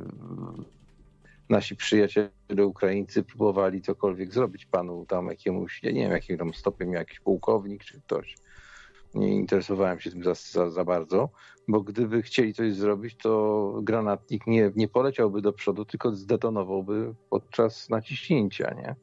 nasi przyjaciele Ukraińcy próbowali cokolwiek zrobić panu tam jakiemuś, ja nie wiem, jakim tam stopniem, jakiś pułkownik czy ktoś. Nie interesowałem się tym za, za, za bardzo, bo gdyby chcieli coś zrobić, to granatnik nie, nie poleciałby do przodu, tylko zdetonowałby podczas naciśnięcia, nie?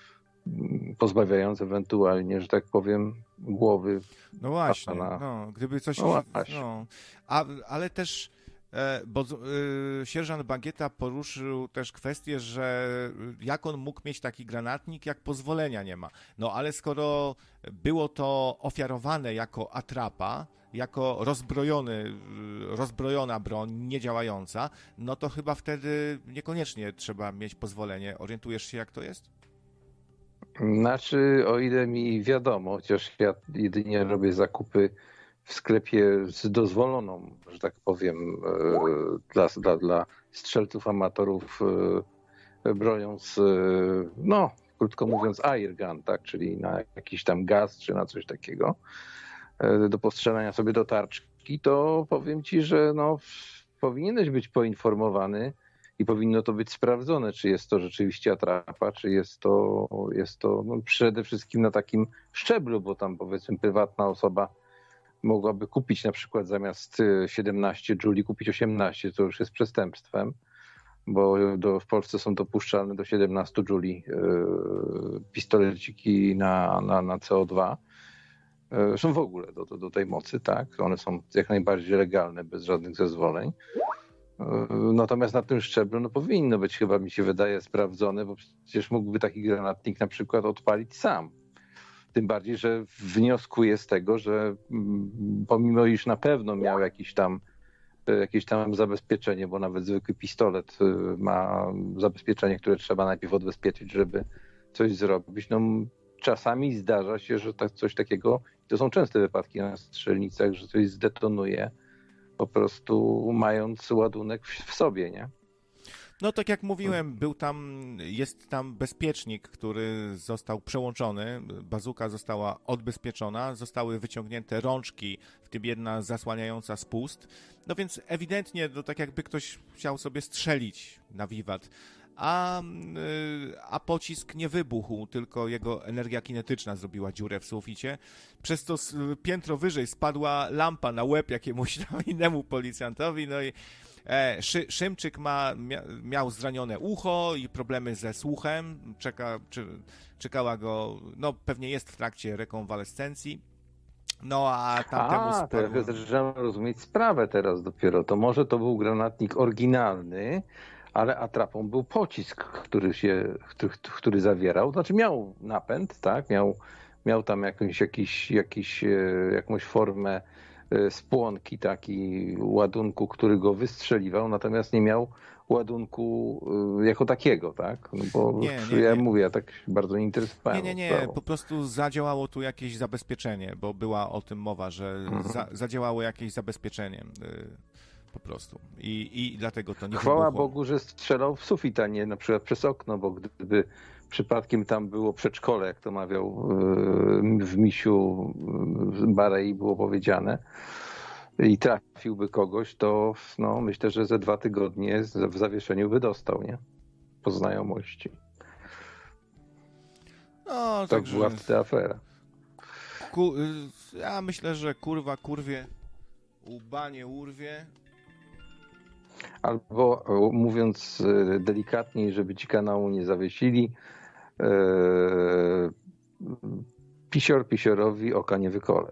Pozbawiając ewentualnie, że tak powiem, głowy. No właśnie, na... no, gdyby coś... No właśnie. No, a, ale też... Bo y, sierżant Bagieta poruszył też kwestię, że jak on mógł mieć taki granatnik, jak pozwolenia nie ma. No ale skoro było to ofiarowane jako atrapa, jako rozbrojony, rozbrojona broń, niedziałająca, no to chyba wtedy niekoniecznie trzeba mieć pozwolenie. Orientujesz się, jak to jest? Znaczy, o ile mi wiadomo, chociaż ja jedynie robię zakupy w sklepie z dozwoloną, że tak powiem, dla, dla, dla strzelców amatorów bronią z, no, krótko mówiąc, airgun, tak, czyli na jakiś tam gaz, czy na coś takiego, do postrzelania sobie do tarczki, to powiem ci, że no, powinieneś być poinformowany i powinno to być sprawdzone, czy jest to rzeczywiście atrapa, czy jest to, jest to no, przede wszystkim na takim szczeblu, bo tam powiedzmy prywatna osoba mogłaby kupić na przykład zamiast siedemnaście dżuli kupić osiemnaście, to już jest przestępstwem, bo do, w Polsce są dopuszczalne do siedemnaście dżuli yy, pistoleciki na, na, na C O dwa. Yy, są w ogóle do, do, do tej mocy, tak? One są jak najbardziej legalne, bez żadnych zezwoleń. Yy, natomiast na tym szczeblu no, powinno być, chyba mi się wydaje, sprawdzone, bo przecież mógłby taki granatnik na przykład odpalić sam. Tym bardziej, że wnioskuję z tego, że pomimo iż na pewno miał jakiś tam, jakieś tam zabezpieczenie, bo nawet zwykły pistolet ma zabezpieczenie, które trzeba najpierw odbezpieczyć, żeby coś zrobić. No, czasami zdarza się, że tak, coś takiego, to są częste wypadki na strzelnicach, że coś zdetonuje po prostu mając ładunek w, w sobie, nie? No tak jak mówiłem, był tam, jest tam bezpiecznik, który został przełączony, bazuka została odbezpieczona, zostały wyciągnięte rączki, w tym jedna zasłaniająca spust, no więc ewidentnie to tak jakby ktoś chciał sobie strzelić na wiwat, a, a pocisk nie wybuchł, tylko jego energia kinetyczna zrobiła dziurę w suficie, przez to piętro wyżej spadła lampa na łeb jakiemuś tam innemu policjantowi, no i E, Szy, Szymczyk ma, mia, miał zranione ucho i problemy ze słuchem, Czeka, czy, czekała go, no pewnie jest w trakcie rekonwalescencji, no a tamtemu A, spadło... to ja zaczynam rozumieć sprawę teraz dopiero, to może to był granatnik oryginalny, ale atrapą był pocisk, który się, który, który zawierał, znaczy miał napęd, tak, miał, miał tam jakąś, jakiś, jakiś, jakąś formę spłonki, taki ładunku, który go wystrzeliwał, natomiast nie miał ładunku jako takiego, tak? No bo nie, nie, ja nie. mówię, ja tak bardzo nie interesowałem. Nie, nie, nie, sprawą. Po prostu zadziałało tu jakieś zabezpieczenie, bo była o tym mowa, że mhm. za, zadziałało jakieś zabezpieczenie po prostu i, i dlatego to nie Chwała wybuchło. Bogu, że strzelał w sufit, a nie na przykład przez okno, bo gdyby przypadkiem tam było przedszkole, jak to mawiał w Misiu Barei było powiedziane, i trafiłby kogoś, to no, myślę, że ze dwa tygodnie w zawieszeniu by dostał, nie? Po znajomości. No, tak także... była wtedy afera. Ku... Ja myślę, że kurwa kurwie, łba nie urwie. Albo mówiąc delikatniej, żeby ci kanału nie zawiesili, e, pisior pisiorowi oka nie wykole.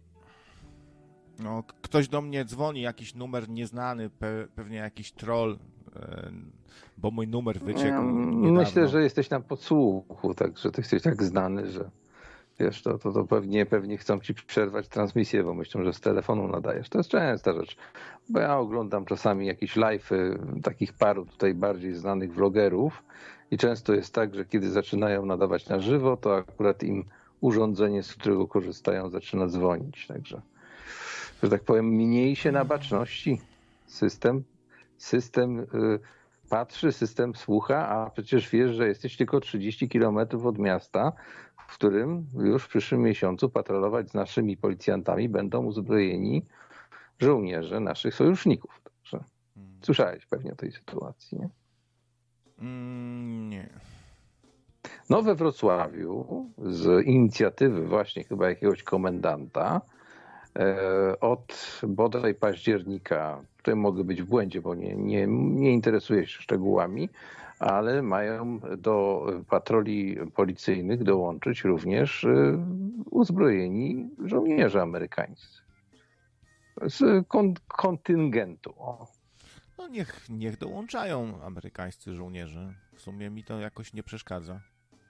No, ktoś do mnie dzwoni, jakiś numer nieznany, pe, pewnie jakiś troll, e, bo mój numer wyciekł niedawno. Myślę, że jesteś na podsłuchu, także ty jesteś tak znany, że wiesz, to, to, to pewnie, pewnie chcą ci przerwać transmisję, bo myślą, że z telefonu nadajesz. To jest częsta rzecz, bo ja oglądam czasami jakieś live'y takich paru tutaj bardziej znanych vlogerów i często jest tak, że kiedy zaczynają nadawać na żywo, to akurat im urządzenie, z którego korzystają, zaczyna dzwonić. Także, że tak powiem, mniejsze na baczności. System, system y, patrzy, system słucha, a przecież wiesz, że jesteś tylko trzydzieści kilometrów od miasta, w którym już w przyszłym miesiącu patrolować z naszymi policjantami będą uzbrojeni żołnierze naszych sojuszników. Także słyszałeś pewnie o tej sytuacji, nie? Mm, nie. No we Wrocławiu z inicjatywy właśnie chyba jakiegoś komendanta e, od bodaj października, tutaj mogę być w błędzie, bo nie, nie, nie interesuję się szczegółami, ale mają do patroli policyjnych dołączyć również uzbrojeni żołnierze amerykańscy z kontyngentu. O. No niech, niech dołączają amerykańscy żołnierze. W sumie mi to jakoś nie przeszkadza.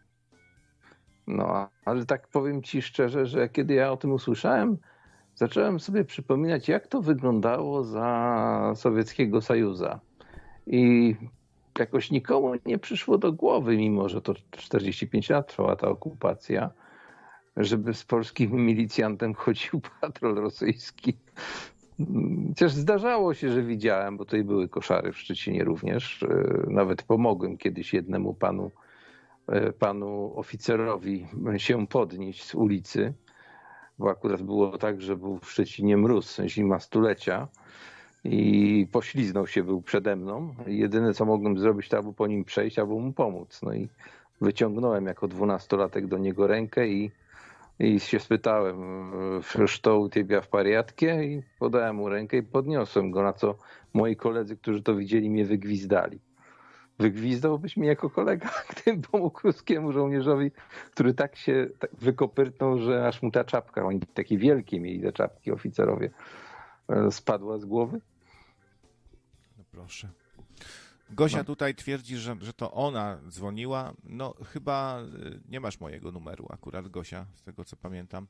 No, ale tak powiem ci szczerze, że kiedy ja o tym usłyszałem, zacząłem sobie przypominać, jak to wyglądało za Sowieckiego Sojuza. I jakoś nikomu nie przyszło do głowy, mimo że to czterdzieści pięć lat trwała ta okupacja, żeby z polskim milicjantem chodził patrol rosyjski. Chociaż zdarzało się, że widziałem, bo tutaj były koszary w Szczecinie również. Nawet pomogłem kiedyś jednemu panu, panu oficerowi się podnieść z ulicy, bo akurat było tak, że był w Szczecinie mróz, zima stulecia. I pośliznął się, był przede mną. Jedyne, co mogłem zrobić, to albo po nim przejść, albo mu pomóc. No i wyciągnąłem jako dwunastolatek do niego rękę i I się spytałem, co u ciebie w pariatkie? I podałem mu rękę i podniosłem go, na co moi koledzy, którzy to widzieli, mnie wygwizdali. Wygwizdałbyś mi jako kolega, gdybym pomógł ruskiemu żołnierzowi, który tak się tak wykopyrtnął, że aż mu ta czapka, oni takie wielkie mieli te czapki oficerowie, spadła z głowy? No proszę. Gosia no. tutaj twierdzi, że, że to ona dzwoniła. No chyba nie masz mojego numeru akurat, Gosia, z tego co pamiętam.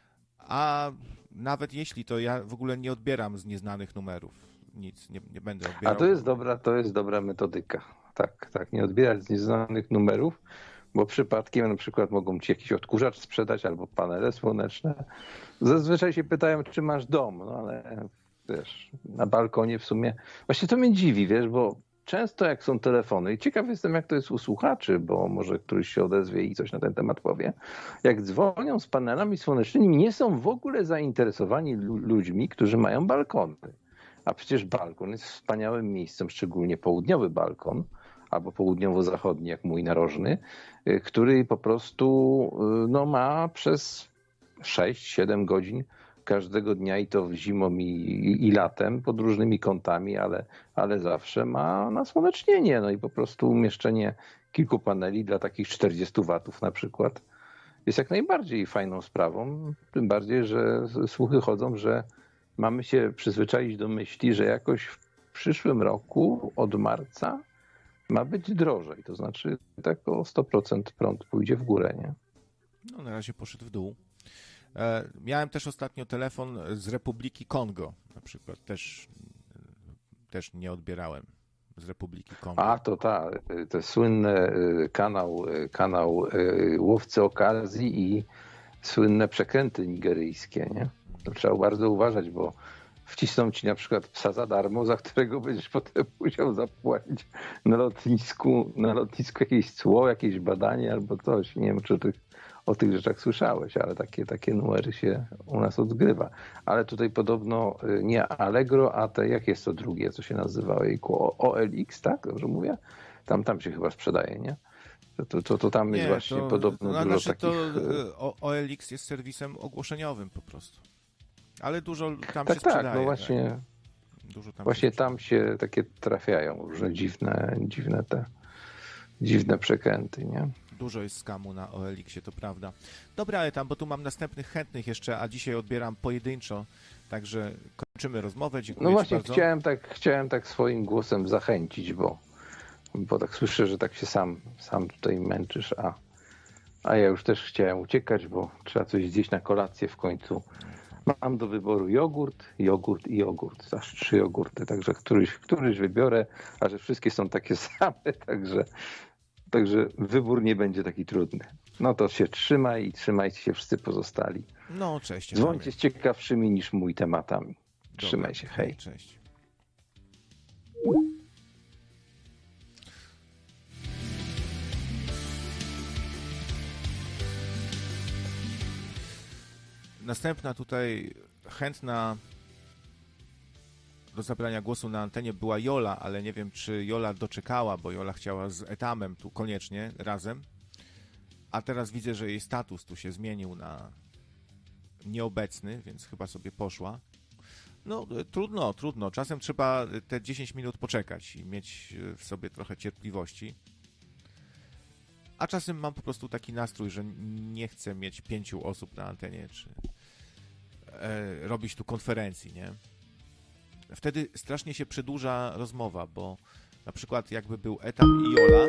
A nawet jeśli, to ja w ogóle nie odbieram z nieznanych numerów. Nic, nie, nie będę odbierał. A to jest dobra, to jest dobra metodyka. Tak, tak, nie odbierać z nieznanych numerów, bo przypadkiem na przykład mogą ci jakiś odkurzacz sprzedać albo panele słoneczne. Zazwyczaj się pytają, czy masz dom, no ale wiesz, na balkonie w sumie. Właśnie to mnie dziwi, wiesz, bo często jak są telefony, i ciekaw jestem, jak to jest u słuchaczy, bo może któryś się odezwie i coś na ten temat powie, jak dzwonią z panelami słonecznymi, nie są w ogóle zainteresowani ludźmi, którzy mają balkony. A przecież balkon jest wspaniałym miejscem, szczególnie południowy balkon, albo południowo-zachodni, jak mój narożny, który po prostu no, ma przez sześć siedem godzin każdego dnia, i to zimą i, i latem, pod różnymi kątami, ale, ale zawsze ma nasłonecznienie. No i po prostu umieszczenie kilku paneli dla takich czterdziestu watów na przykład jest jak najbardziej fajną sprawą. Tym bardziej, że słuchy chodzą, że mamy się przyzwyczaić do myśli, że jakoś w przyszłym roku od marca ma być drożej. To znaczy tak o sto procent prąd pójdzie w górę, nie? No na razie poszedł w dół. E, miałem też ostatnio telefon z Republiki Kongo na przykład. Też, też nie odbierałem z Republiki Kongo. A to ta, to słynny kanał, kanał łowcy okazji i słynne przekręty nigeryjskie, nie? To trzeba bardzo uważać, bo wcisną ci na przykład psa za darmo, za którego będziesz potem musiał zapłacić na lotnisku, na lotnisku jakieś cło, jakieś badanie albo coś. Nie wiem, czy ty o tych rzeczach słyszałeś, ale takie, takie numery się u nas odgrywa. Ale tutaj podobno nie Allegro, a te, jak jest to drugie, co się nazywa O L X, tak? Dobrze mówię? Tam, tam się chyba sprzedaje, nie? To, to, to tam nie, jest właśnie to, podobno to, dużo znaczy takich... To O L X jest serwisem ogłoszeniowym po prostu. Ale dużo tam tak, się sprzedaje. Tak, no właśnie, tak. Dużo tam właśnie się tam się takie trafiają różne dziwne, dziwne te dziwne przekręty, nie? Dużo jest skamu na O L X-ie, to prawda. Dobra, ale tam, bo tu mam następnych chętnych jeszcze, a dzisiaj odbieram pojedynczo, także kończymy rozmowę. Dziękuję No właśnie, bardzo. Chciałem, tak, chciałem tak swoim głosem zachęcić, bo, bo tak słyszę, że tak się sam, sam tutaj męczysz, a, a ja już też chciałem uciekać, bo trzeba coś zjeść na kolację w końcu. Mam do wyboru jogurt, jogurt i jogurt. Aż trzy jogurty, także któryś, któryś wybiorę, a że wszystkie są takie same, także, także wybór nie będzie taki trudny. No to się trzymaj i trzymajcie się wszyscy pozostali. No, cześć. Dzwońcie z ciekawszymi niż mój tematami. Trzymaj Dobra, się, hej. Cześć. Następna tutaj chętna do zabrania głosu na antenie była Jola, ale nie wiem, czy Jola doczekała, bo Jola chciała z Etamem tu koniecznie razem, a teraz widzę, że jej status tu się zmienił na nieobecny, więc chyba sobie poszła. No trudno, trudno. Czasem trzeba te dziesięć minut poczekać i mieć w sobie trochę cierpliwości. A czasem mam po prostu taki nastrój, że nie chcę mieć pięciu osób na antenie, czy e, robić tu konferencji, nie? Wtedy strasznie się przedłuża rozmowa, bo na przykład jakby był Etam i Jola,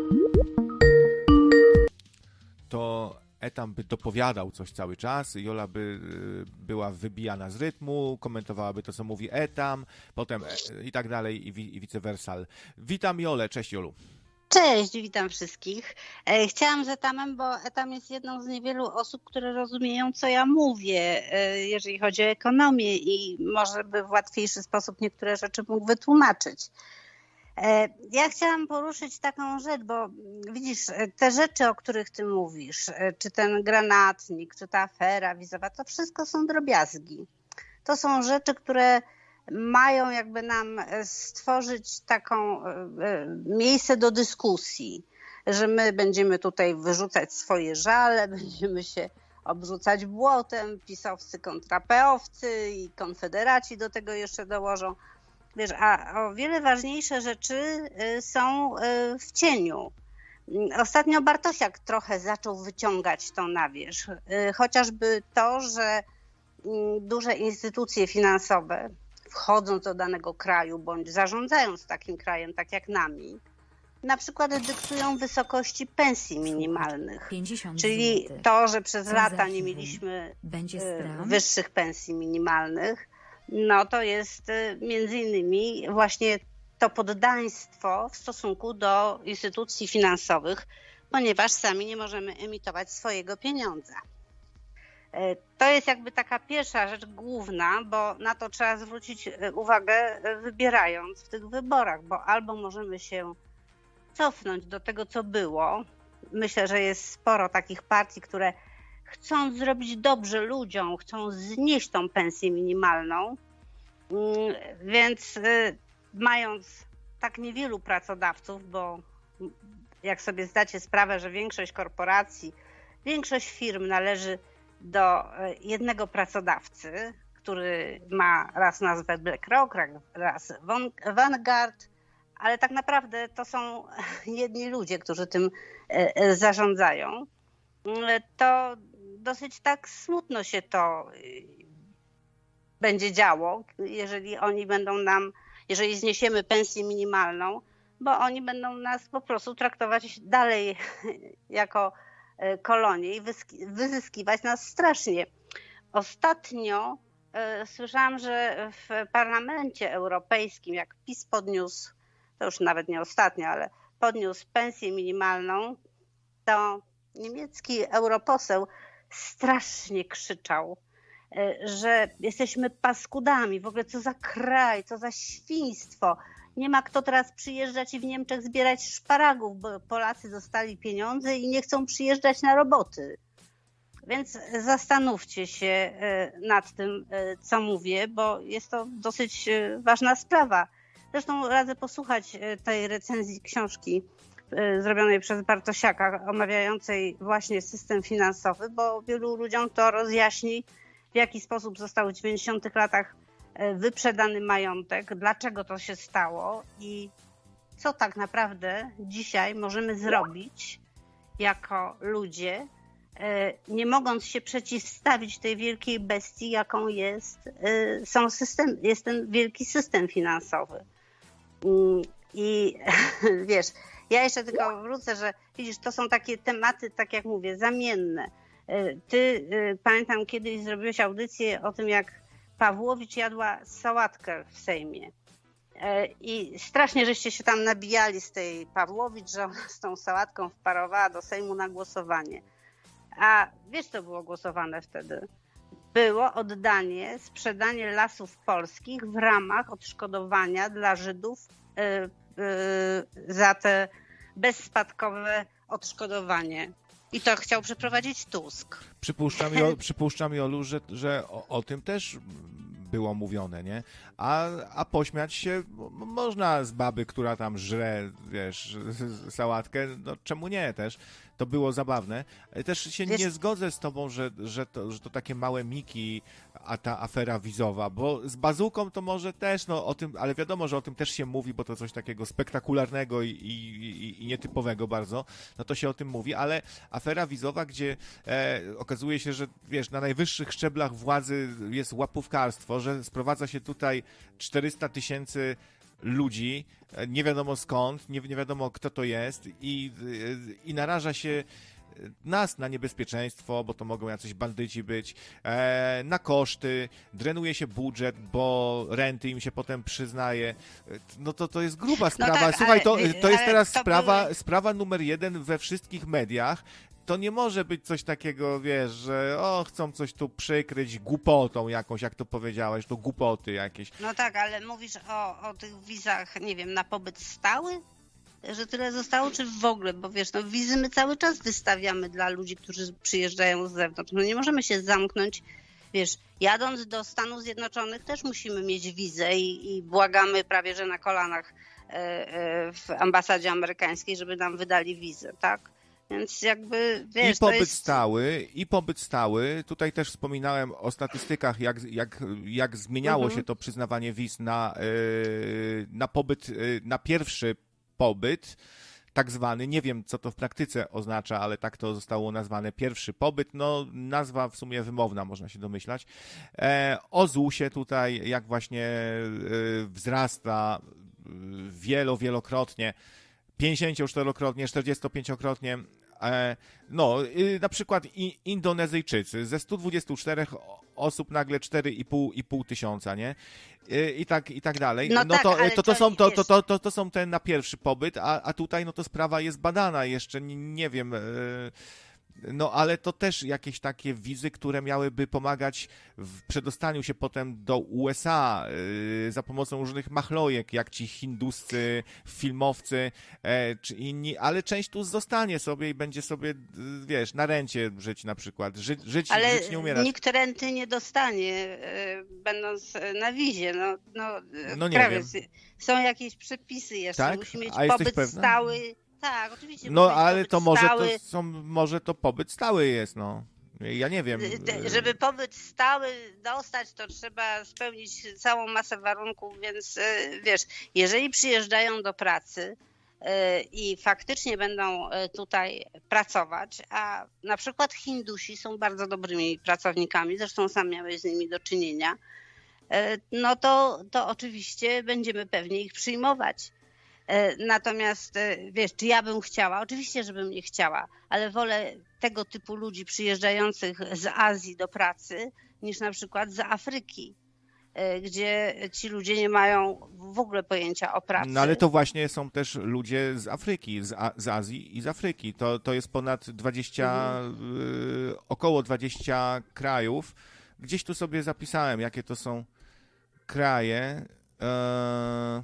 to Etam by dopowiadał coś cały czas, Jola by była wybijana z rytmu, komentowałaby to, co mówi Etam, potem i tak dalej, i, i vice versa. Witam Jolę, cześć Jolu. Cześć, witam wszystkich. Chciałam z Etamem, bo Etam jest jedną z niewielu osób, które rozumieją, co ja mówię, jeżeli chodzi o ekonomię i może by w łatwiejszy sposób niektóre rzeczy mógł wytłumaczyć. Ja chciałam poruszyć taką rzecz, bo widzisz, te rzeczy, o których ty mówisz, czy ten granatnik, czy ta afera wizowa, to wszystko są drobiazgi. To są rzeczy, które mają jakby nam stworzyć taką miejsce do dyskusji, że my będziemy tutaj wyrzucać swoje żale, będziemy się obrzucać błotem, pisowcy kontra peowcy i konfederaci do tego jeszcze dołożą. Wiesz, a o wiele ważniejsze rzeczy są w cieniu. Ostatnio Bartosiak trochę zaczął wyciągać to na wierzch. Chociażby to, że duże instytucje finansowe, wchodząc do danego kraju bądź zarządzając takim krajem, tak jak nami, na przykład dyktują wysokości pensji minimalnych. Czyli to, że przez lata nie mieliśmy wyższych pensji minimalnych, no to jest między innymi właśnie to poddaństwo w stosunku do instytucji finansowych, ponieważ sami nie możemy emitować swojego pieniądza. To jest jakby taka pierwsza rzecz główna, bo na to trzeba zwrócić uwagę wybierając w tych wyborach, bo albo możemy się cofnąć do tego, co było. Myślę, że jest sporo takich partii, które chcą zrobić dobrze ludziom, chcą znieść tą pensję minimalną, więc mając tak niewielu pracodawców, bo jak sobie zdacie sprawę, że większość korporacji, większość firm należy do jednego pracodawcy, który ma raz nazwę BlackRock, raz Vanguard, ale tak naprawdę to są jedni ludzie, którzy tym zarządzają, to dosyć tak smutno się to będzie działo, jeżeli oni będą nam, jeżeli zniesiemy pensję minimalną, bo oni będą nas po prostu traktować dalej jako kolonię i wyzyskiwać nas strasznie. Ostatnio słyszałam, że w Parlamencie Europejskim, jak PiS podniósł, to już nawet nie ostatnio, ale podniósł pensję minimalną, to niemiecki europoseł strasznie krzyczał, że jesteśmy paskudami, w ogóle co za kraj, co za świństwo. Nie ma kto teraz przyjeżdżać i w Niemczech zbierać szparagów, bo Polacy dostali pieniądze i nie chcą przyjeżdżać na roboty. Więc zastanówcie się nad tym, co mówię, bo jest to dosyć ważna sprawa. Zresztą radzę posłuchać tej recenzji książki zrobionej przez Bartosiaka, omawiającej właśnie system finansowy, bo wielu ludziom to rozjaśni, w jaki sposób został w dziewięćdziesiątych latach wyprzedany majątek, dlaczego to się stało i co tak naprawdę dzisiaj możemy zrobić jako ludzie, nie mogąc się przeciwstawić tej wielkiej bestii, jaką jest, są system, jest ten wielki system finansowy. I wiesz, ja jeszcze tylko wrócę, że widzisz, to są takie tematy, tak jak mówię, zamienne. Ty, pamiętam, kiedyś zrobiłeś audycję o tym, jak Pawłowicz jadła sałatkę w Sejmie. I strasznie żeście się tam nabijali z tej Pawłowicz, że ona z tą sałatką wparowała do Sejmu na głosowanie. A wiesz, co było głosowane wtedy? Było oddanie, sprzedanie Lasów Polskich w ramach odszkodowania dla Żydów yy, yy, za te bezspadkowe odszkodowanie. I to chciał przeprowadzić Tusk. Przypuszczam, jo, przypuszczam Jolu, że, że o, o tym też było mówione, nie? A, a pośmiać się można z baby, która tam żre, wiesz, sałatkę, no czemu nie też? To było zabawne. Też się Wiesz... nie zgodzę z tobą, że, że, to, że to takie małe miki, a ta afera wizowa, bo z bazuką to może też, no o tym, ale wiadomo, że o tym też się mówi, bo to coś takiego spektakularnego i, i, i nietypowego bardzo, no to się o tym mówi, ale afera wizowa, gdzie e, okazuje się, że wiesz, na najwyższych szczeblach władzy jest łapówkarstwo, że sprowadza się tutaj czterysta tysięcy ludzi, nie wiadomo skąd, nie, nie wiadomo kto to jest i, i naraża się nas na niebezpieczeństwo, bo to mogą jacyś bandyci być, e, na koszty, drenuje się budżet, bo renty im się potem przyznaje. No to to jest gruba sprawa. No tak, Słuchaj, to, to jest teraz to sprawa, były... sprawa numer jeden we wszystkich mediach. To nie może być coś takiego, wiesz, że o, chcą coś tu przykryć głupotą jakąś, jak to powiedziałeś, to głupoty jakieś. No tak, ale mówisz o, o tych wizach, nie wiem, na pobyt stały? Że tyle zostało, czy w ogóle? Bo wiesz, no wizy my cały czas wystawiamy dla ludzi, którzy przyjeżdżają z zewnątrz. No nie możemy się zamknąć. Wiesz, jadąc do Stanów Zjednoczonych też musimy mieć wizę i, i błagamy prawie, że na kolanach e, e, w ambasadzie amerykańskiej, żeby nam wydali wizę, tak? Więc jakby, wiesz, I pobyt to jest... stały, i pobyt stały. Tutaj też wspominałem o statystykach, jak, jak, jak zmieniało Mhm. się to przyznawanie wiz na, yy, na pobyt, yy, na pierwszy pobyt, tak zwany. Nie wiem, co to w praktyce oznacza, ale tak to zostało nazwane. Pierwszy pobyt, no nazwa w sumie wymowna, można się domyślać. E, o zusie tutaj, jak właśnie yy, wzrasta yy, wielo, wielokrotnie, pięćdziesięcioczterokrotnie, czterdziestopięciokrotnie. No, na przykład Indonezyjczycy, ze stu dwudziestu czterech osób nagle cztery i pół i pół tysiąca, nie? I tak, i tak dalej. No, no tak, to, ale to, to, to są, to, jest- to, to, to, to są te na pierwszy pobyt, a, a tutaj no to sprawa jest badana jeszcze, nie, nie wiem... No, ale to też jakieś takie wizy, które miałyby pomagać w przedostaniu się potem do U S A yy, za pomocą różnych machlojek, jak ci hinduscy filmowcy e, czy inni, ale część tu zostanie sobie i będzie sobie, yy, wiesz, na rencie żyć na przykład, Ży, żyć, Ale żyć nie umierać. nikt renty nie dostanie, y, będąc na wizie. No, no, y, No nie krawiec. wiem. Są jakieś przepisy jeszcze, Tak? musi mieć A jesteś pobyt pewna? stały. Tak, oczywiście. No, musi mieć ale pobyt to może stały. to są, może to pobyt stały jest, no. Ja nie wiem. Te- Żeby pobyt stały dostać, to trzeba spełnić całą masę warunków, więc y, wiesz, jeżeli przyjeżdżają do pracy y, i faktycznie będą y, tutaj pracować, a na przykład Hindusi są bardzo dobrymi pracownikami, zresztą sam miałeś z nimi do czynienia, y, no to, to oczywiście będziemy pewnie ich przyjmować. Natomiast wiesz, czy ja bym chciała? Oczywiście, żebym nie chciała, ale wolę tego typu ludzi przyjeżdżających z Azji do pracy niż na przykład z Afryki, gdzie ci ludzie nie mają w ogóle pojęcia o pracy. No ale to właśnie są też ludzie z Afryki, z, A- z Azji i z Afryki. To, to jest ponad dwadzieścia, Mhm. y, około dwadzieścia krajów. Gdzieś tu sobie zapisałem, jakie to są kraje. E,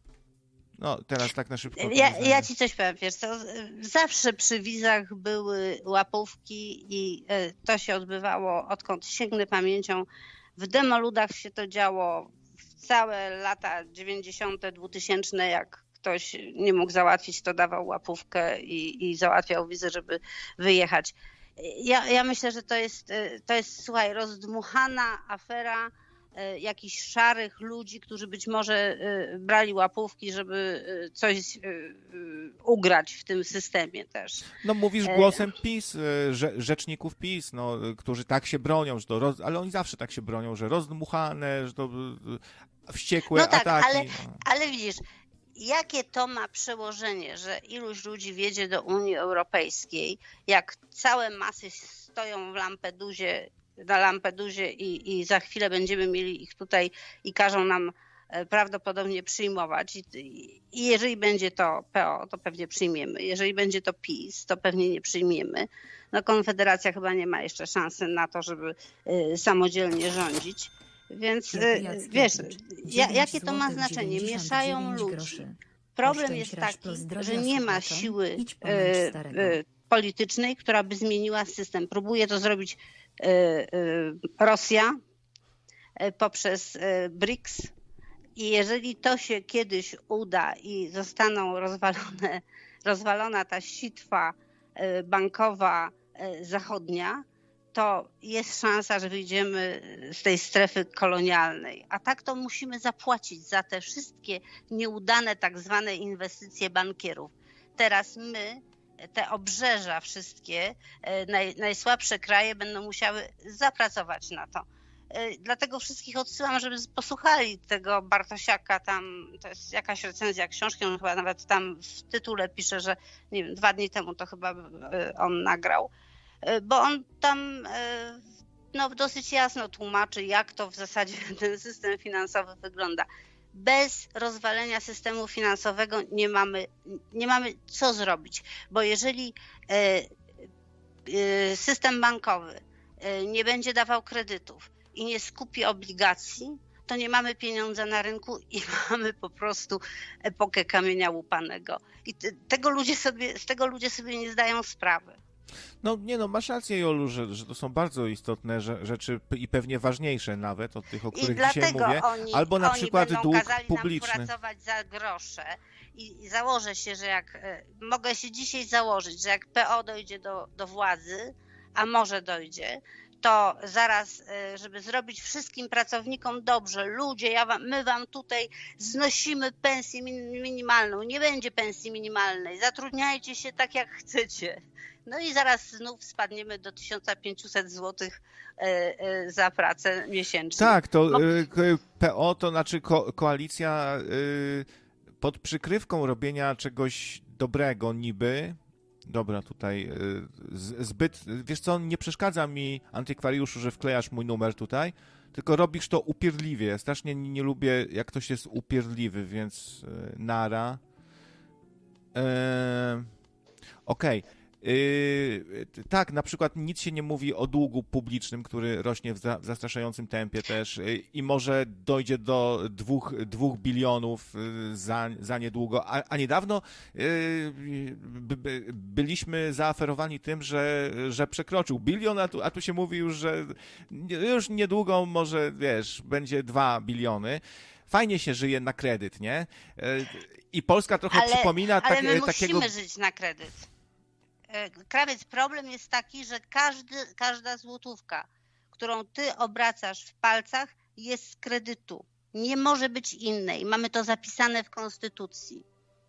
no, teraz tak na szybko. to nie Ja, znajdę. ja ci coś powiem, wiesz co, zawsze przy wizach były łapówki i e, to się odbywało, odkąd sięgnę pamięcią. W demoludach się to działo w całe lata dziewięćdziesiąte, dwutysięczne, jak ktoś nie mógł załatwić, to dawał łapówkę i, i załatwiał wizę, żeby wyjechać. Ja, ja myślę, że to jest, e, to jest, słuchaj, rozdmuchana afera e, jakichś szarych ludzi, którzy być może e, brali łapówki, żeby e, coś e, e, ugrać w tym systemie też. No mówisz E, głosem PiS, y, rze, rzeczników PiS, no, y, którzy tak się bronią, że to roz, ale oni zawsze tak się bronią, że rozdmuchane, że to y, wściekłe No tak, ataki. ale, no. ale widzisz, jakie to ma przełożenie, że iluś ludzi wjedzie do Unii Europejskiej, jak całe masy stoją w Lampedusie, na Lampedusie i, i za chwilę będziemy mieli ich tutaj i każą nam e, prawdopodobnie przyjmować. I, I jeżeli będzie to P O, to pewnie przyjmiemy. Jeżeli będzie to PiS, to pewnie nie przyjmiemy. No Konfederacja chyba nie ma jeszcze szansy na to, żeby e, samodzielnie rządzić. Więc e, Jackiewicz, wiesz, ja, dziewięć jakie to ma złotych znaczenie? dziewięćdziesiąt Mieszają dziewięć ludzi. groszy. Problem Oszczędź jest raż taki, pozdrowia że nie ma słuchaczom. siły Idź pomęcz e, starego. e, politycznej, która by zmieniła system. Próbuje to zrobić e, e, Rosja e, poprzez e, BRICS i jeżeli to się kiedyś uda i zostaną rozwalone, rozwalona ta sitwa e, bankowa e, zachodnia, to jest szansa, że wyjdziemy z tej strefy kolonialnej. A tak to musimy zapłacić za te wszystkie nieudane tak zwane inwestycje bankierów. Teraz my, te obrzeża wszystkie, naj, najsłabsze kraje będą musiały zapracować na to. Dlatego wszystkich odsyłam, żeby posłuchali tego Bartosiaka, tam to jest jakaś recenzja książki, on chyba nawet tam w tytule pisze, że nie wiem, dwa dni temu to chyba on nagrał, bo on tam no, dosyć jasno tłumaczy, jak to w zasadzie ten system finansowy wygląda. Bez rozwalenia systemu finansowego nie mamy, nie mamy co zrobić, bo jeżeli system bankowy nie będzie dawał kredytów i nie skupi obligacji, to nie mamy pieniądza na rynku i mamy po prostu epokę kamienia łupanego. I tego ludzie sobie, z tego ludzie sobie nie zdają sprawy. No nie no, masz rację, Jolu, że, że to są bardzo istotne rzeczy i pewnie ważniejsze nawet od tych, o których I dzisiaj mówię. Oni, Albo na oni przykład będą dług kazali publiczny. Nam pracować za grosze i, i założę się, że jak mogę się dzisiaj założyć, że jak P O dojdzie do, do władzy, a może dojdzie, to zaraz, żeby zrobić wszystkim pracownikom dobrze, ludzie, ja wam, my wam tutaj znosimy pensję minimalną, nie będzie pensji minimalnej, zatrudniajcie się tak jak chcecie. No i zaraz znów spadniemy do tysiąc pięćset złotych za pracę miesięcznie. Tak, to P O to znaczy ko- koalicja pod przykrywką robienia czegoś dobrego niby. Dobra, tutaj zbyt, wiesz co, nie przeszkadza mi, antykwariuszu, że wklejasz mój numer tutaj, tylko robisz to upierdliwie. Strasznie nie lubię, jak ktoś jest upierdliwy, więc nara. Eee, Okej. Okay. Yy, tak, na przykład nic się nie mówi o długu publicznym, który rośnie w, za, w zastraszającym tempie też yy, i może dojdzie do dwóch, dwóch bilionów yy, za, za niedługo, a, a niedawno yy, by, by, byliśmy zaaferowani tym, że, że przekroczył bilion, a tu, a tu się mówi już, że już niedługo może, wiesz, będzie dwa biliony. Fajnie się żyje na kredyt, nie? Yy, I Polska trochę ale, przypomina ale tak, my takiego... musimy żyć na kredyt. Krawiec, problem jest taki, że każdy, każda złotówka, którą ty obracasz w palcach, jest z kredytu. Nie może być innej. Mamy to zapisane w Konstytucji.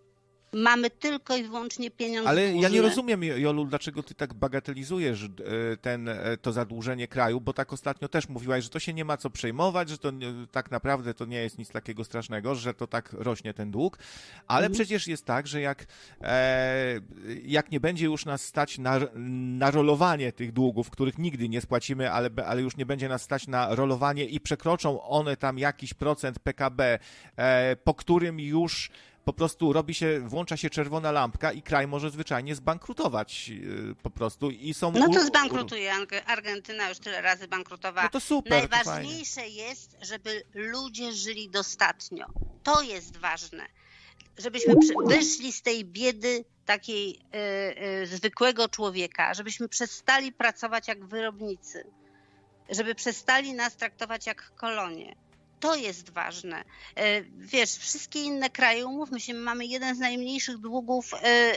Mamy tylko i wyłącznie pieniądze Ale dłużne. Ja nie rozumiem, Jolu, dlaczego ty tak bagatelizujesz ten, to zadłużenie kraju, bo tak ostatnio też mówiłaś, że to się nie ma co przejmować, że to nie, tak naprawdę to nie jest nic takiego strasznego, że to tak rośnie ten dług, ale mm. przecież jest tak, że jak, e, jak nie będzie już nas stać na, na rolowanie tych długów, których nigdy nie spłacimy, ale, ale już nie będzie nas stać na rolowanie i przekroczą one tam jakiś procent P K B, e, po którym już po prostu robi się, włącza się czerwona lampka i kraj może zwyczajnie zbankrutować yy, po prostu i są... No to zbankrutuje. Argentyna już tyle razy bankrutowała. No to super. Najważniejsze to jest, żeby ludzie żyli dostatnio. To jest ważne. Żebyśmy wyszli z tej biedy takiej yy, yy, zwykłego człowieka, żebyśmy przestali pracować jak wyrobnicy, żeby przestali nas traktować jak kolonie. To jest ważne. Wiesz, wszystkie inne kraje, umówmy się, my mamy jeden z najmniejszych długów,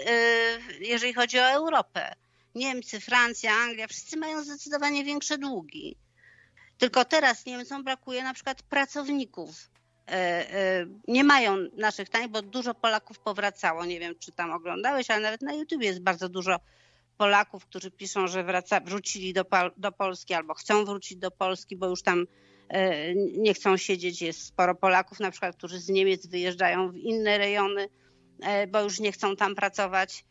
jeżeli chodzi o Europę. Niemcy, Francja, Anglia, wszyscy mają zdecydowanie większe długi. Tylko teraz Niemcom brakuje na przykład pracowników. Nie mają naszych tańych, bo dużo Polaków powracało. Nie wiem, czy tam oglądałeś, ale nawet na YouTube jest bardzo dużo Polaków, którzy piszą, że wraca, wrócili do, do Polski albo chcą wrócić do Polski, bo już tam nie chcą siedzieć. Jest sporo Polaków na przykład, którzy z Niemiec wyjeżdżają w inne rejony, bo już nie chcą tam pracować.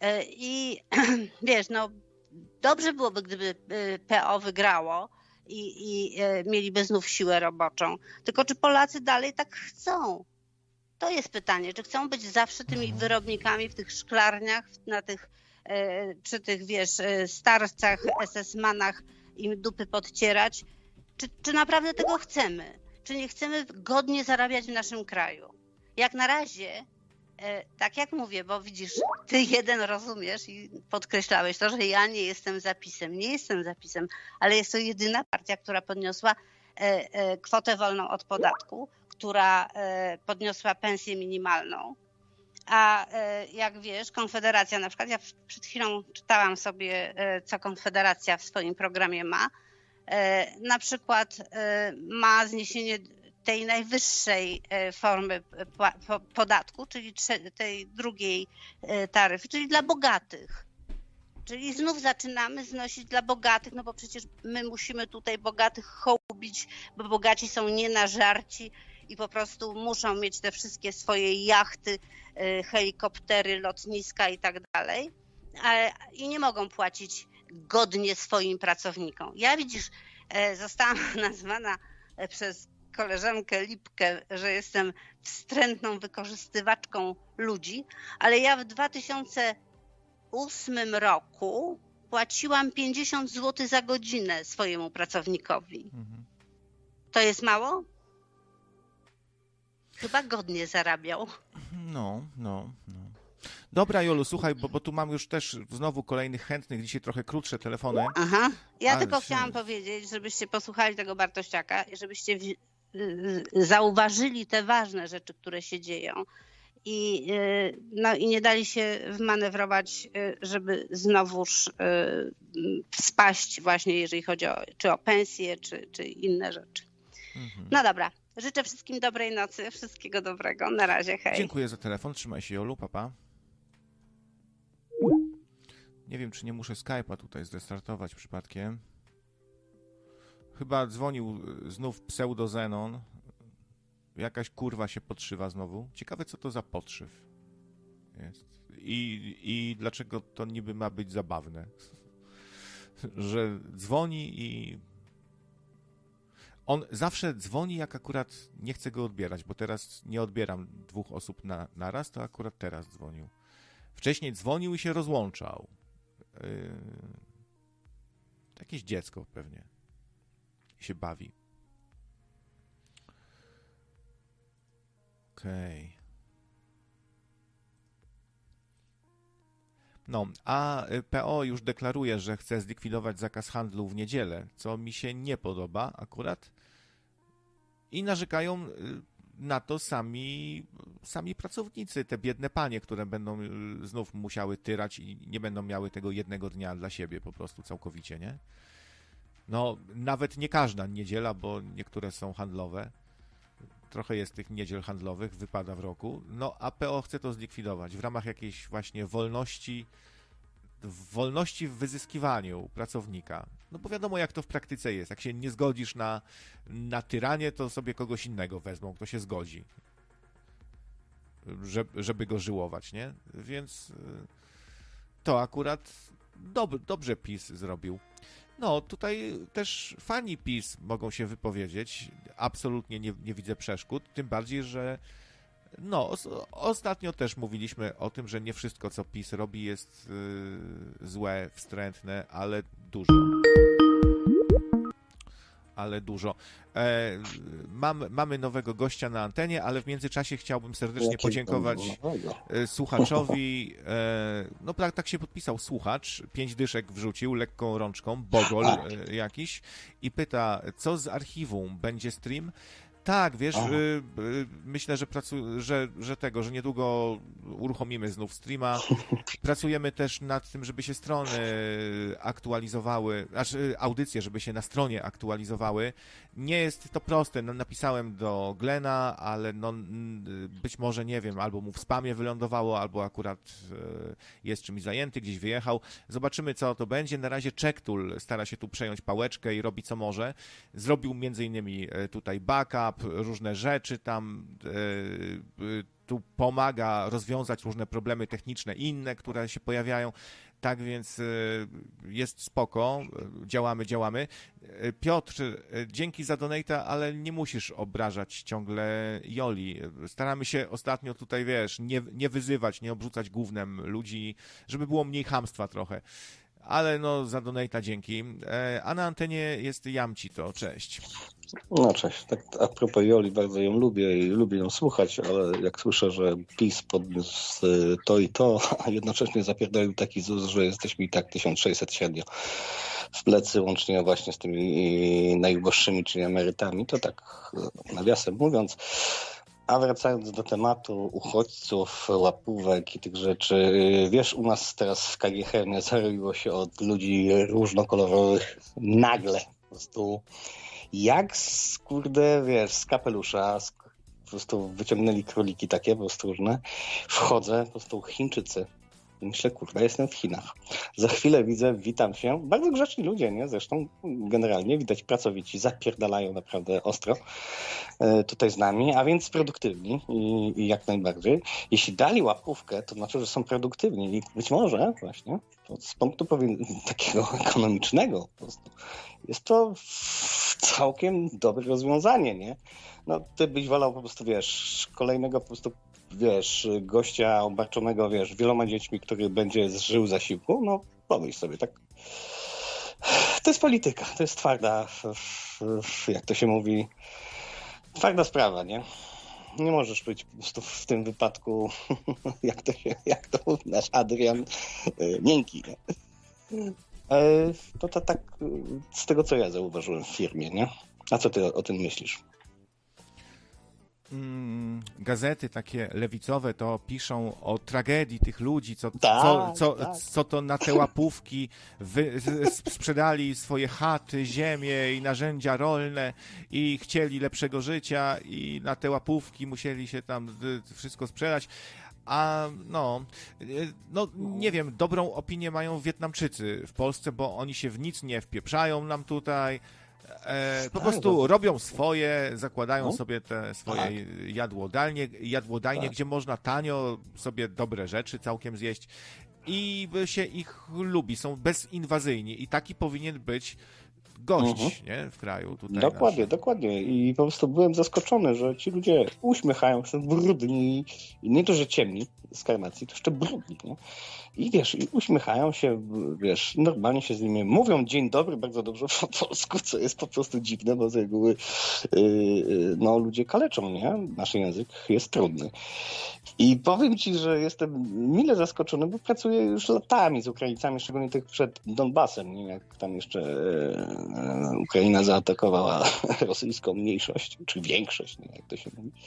I wiesz, no dobrze byłoby, gdyby P O wygrało i, i mieliby znów siłę roboczą. Tylko czy Polacy dalej tak chcą? To jest pytanie. Czy chcą być zawsze tymi wyrobnikami w tych szklarniach, na tych, przy tych, wiesz, starcach, es es manach im dupy podcierać? Czy, czy naprawdę tego chcemy? Czy nie chcemy godnie zarabiać w naszym kraju? Jak na razie, e, tak jak mówię, bo widzisz, ty jeden rozumiesz i podkreślałeś to, że ja nie jestem zapisem. Nie jestem zapisem, ale jest to jedyna partia, która podniosła e, e, kwotę wolną od podatku, która e, podniosła pensję minimalną. A e, jak wiesz, Konfederacja na przykład, ja przed chwilą czytałam sobie, e, co Konfederacja w swoim programie ma, na przykład ma zniesienie tej najwyższej formy podatku, czyli tej drugiej taryfy, czyli dla bogatych. Czyli znów zaczynamy znosić dla bogatych, no bo przecież my musimy tutaj bogatych hołubić, bo bogaci są nienażarci i po prostu muszą mieć te wszystkie swoje jachty, helikoptery, lotniska i tak dalej. I nie mogą płacić godnie swoim pracownikom. Ja widzisz, zostałam nazwana przez koleżankę Lipkę, że jestem wstrętną wykorzystywaczką ludzi, ale ja w dwa tysiące ósmym roku płaciłam pięćdziesiąt złotych za godzinę swojemu pracownikowi. Mhm. To jest mało? Chyba godnie zarabiał. No, no, no. Dobra, Jolu, słuchaj, bo, bo tu mam już też znowu kolejnych chętnych, dzisiaj trochę krótsze telefony. Aha. Ja Ale tylko się... chciałam powiedzieć, żebyście posłuchali tego Bartościaka i żebyście w... zauważyli te ważne rzeczy, które się dzieją. I, no, i nie dali się wmanewrować, żeby znowuż spaść właśnie, jeżeli chodzi o, czy o pensje, czy, czy inne rzeczy. Mhm. No dobra, życzę wszystkim dobrej nocy, wszystkiego dobrego. Na razie, hej. Dziękuję za telefon, trzymaj się, Jolu, papa. Nie wiem, czy nie muszę Skype'a tutaj zrestartować przypadkiem. Chyba dzwonił znów pseudozenon. Jakaś kurwa się podszywa znowu. Ciekawe, co to za podszyw jest. I, i dlaczego to niby ma być zabawne. Że dzwoni i... On zawsze dzwoni, jak akurat nie chce go odbierać, bo teraz nie odbieram dwóch osób na, na raz, to akurat teraz dzwonił. Wcześniej dzwonił i się rozłączał. Yy... Jakieś dziecko pewnie. I się bawi. Okej. Okay. No, a P O już deklaruje, że chce zlikwidować zakaz handlu w niedzielę, co mi się nie podoba akurat. I narzekają na to sami, sami pracownicy, te biedne panie, które będą znów musiały tyrać i nie będą miały tego jednego dnia dla siebie po prostu całkowicie, nie? No, nawet nie każda niedziela, bo niektóre są handlowe. Trochę jest tych niedziel handlowych, wypada w roku. No, a P O chce to zlikwidować w ramach jakiejś właśnie wolności, wolności w wyzyskiwaniu pracownika. No bo wiadomo, jak to w praktyce jest. Jak się nie zgodzisz na, na tyranie, to sobie kogoś innego wezmą, kto się zgodzi, żeby, żeby go żyłować, nie? Więc to akurat dob, dobrze PiS zrobił. No, tutaj też fani PiS mogą się wypowiedzieć. Absolutnie nie, nie widzę przeszkód. Tym bardziej, że no, os, ostatnio też mówiliśmy o tym, że nie wszystko, co PiS robi, jest yy, złe, wstrętne, ale dużo. Ale dużo. E, mam, mamy nowego gościa na antenie, ale w międzyczasie chciałbym serdecznie Jaki podziękować słuchaczowi. E, no tak, tak się podpisał słuchacz. Pięć dyszek wrzucił lekką rączką, Bogol e, jakiś i pyta, co z archiwum? Będzie stream? Tak, wiesz, y, y, myślę, że, pracu- że, że tego, że niedługo uruchomimy znów streama. Pracujemy też nad tym, żeby się strony aktualizowały, znaczy audycje, żeby się na stronie aktualizowały. Nie jest to proste. No, napisałem do Glena, ale no, być może, nie wiem, albo mu w spamie wylądowało, albo akurat y, jest czymś zajęty, gdzieś wyjechał. Zobaczymy, co to będzie. Na razie Czektul stara się tu przejąć pałeczkę i robi co może. Zrobił między innymi tutaj backup, różne rzeczy tam, y, tu pomaga rozwiązać różne problemy techniczne inne, które się pojawiają. Tak więc jest spoko, działamy, działamy. Piotr, dzięki za donate'a, ale nie musisz obrażać ciągle Joli. Staramy się ostatnio tutaj, wiesz, nie, nie wyzywać, nie obrzucać gównem ludzi, żeby było mniej chamstwa trochę. Ale no, za donate'a dzięki. A na antenie jest Jamcito, cześć. No cześć, tak a propos Joli, bardzo ją lubię i lubię ją słuchać, ale jak słyszę, że PiS podniósł to i to, a jednocześnie zapierdolił taki Z U S, że jesteśmy i tak tysiąc sześćset średnio w plecy, łącznie właśnie z tymi najuboższymi, czyli emerytami, to tak nawiasem mówiąc. A wracając do tematu uchodźców, łapówek i tych rzeczy, wiesz, u nas teraz w K G H M zarobiło się od ludzi różnokolorowych nagle, po prostu jak z, kurde, wiesz, z kapelusza, z, po prostu wyciągnęli króliki takie, po prostu różne. Wchodzę, po prostu Chińczycy. Myślę, kurde, jestem w Chinach. Za chwilę widzę, witam się. Bardzo grzeczni ludzie, nie? Zresztą generalnie widać pracowici, zapierdalają naprawdę ostro e, tutaj z nami, a więc produktywni i, i jak najbardziej. Jeśli dali łapówkę, to znaczy, że są produktywni i być może właśnie z punktu takiego ekonomicznego po prostu jest to całkiem dobre rozwiązanie, nie? No, ty byś wolał po prostu, wiesz, kolejnego po prostu, wiesz, gościa obarczonego, wiesz, wieloma dziećmi, który będzie zżył zasiłku, no pomyśl sobie, tak. To jest polityka, to jest twarda, jak to się mówi, twarda sprawa, nie? nie możesz być po prostu w tym wypadku, jak to się, jak to mówi nasz Adrian, miękki. Nie? To, to tak z tego, co ja zauważyłem w firmie, nie? A co ty o, o tym myślisz? Gazety takie lewicowe to piszą o tragedii tych ludzi, co, tak, co, co, tak. co to na te łapówki wy, sprzedali swoje chaty, ziemię i narzędzia rolne i chcieli lepszego życia i na te łapówki musieli się tam wszystko sprzedać. A no, no nie wiem, dobrą opinię mają Wietnamczycy w Polsce, bo oni się w nic nie wpieprzają nam tutaj. E, po prostu robią swoje, zakładają no. sobie te swoje tak. jadłodalnie, jadłodajnie, tak. gdzie można tanio sobie dobre rzeczy całkiem zjeść i się ich lubi, są bezinwazyjni i taki powinien być gość, mhm. nie? W kraju tutaj. Dokładnie, naszym. dokładnie. I po prostu byłem zaskoczony, że ci ludzie uśmiechają się, są brudni i nie to, że ciemni z karnacji, to jeszcze brudni, nie? I wiesz, i uśmiechają się, wiesz, normalnie się z nimi mówią dzień dobry bardzo dobrze po polsku, co jest po prostu dziwne, bo z reguły yy, no, ludzie kaleczą, nie? Nasz język jest trudny. I powiem ci, że jestem mile zaskoczony, bo pracuję już latami z Ukraińcami, szczególnie tych przed Donbasem, nie? Jak tam jeszcze yy, Ukraina zaatakowała rosyjską mniejszość, czy większość, nie? Jak to się mówi.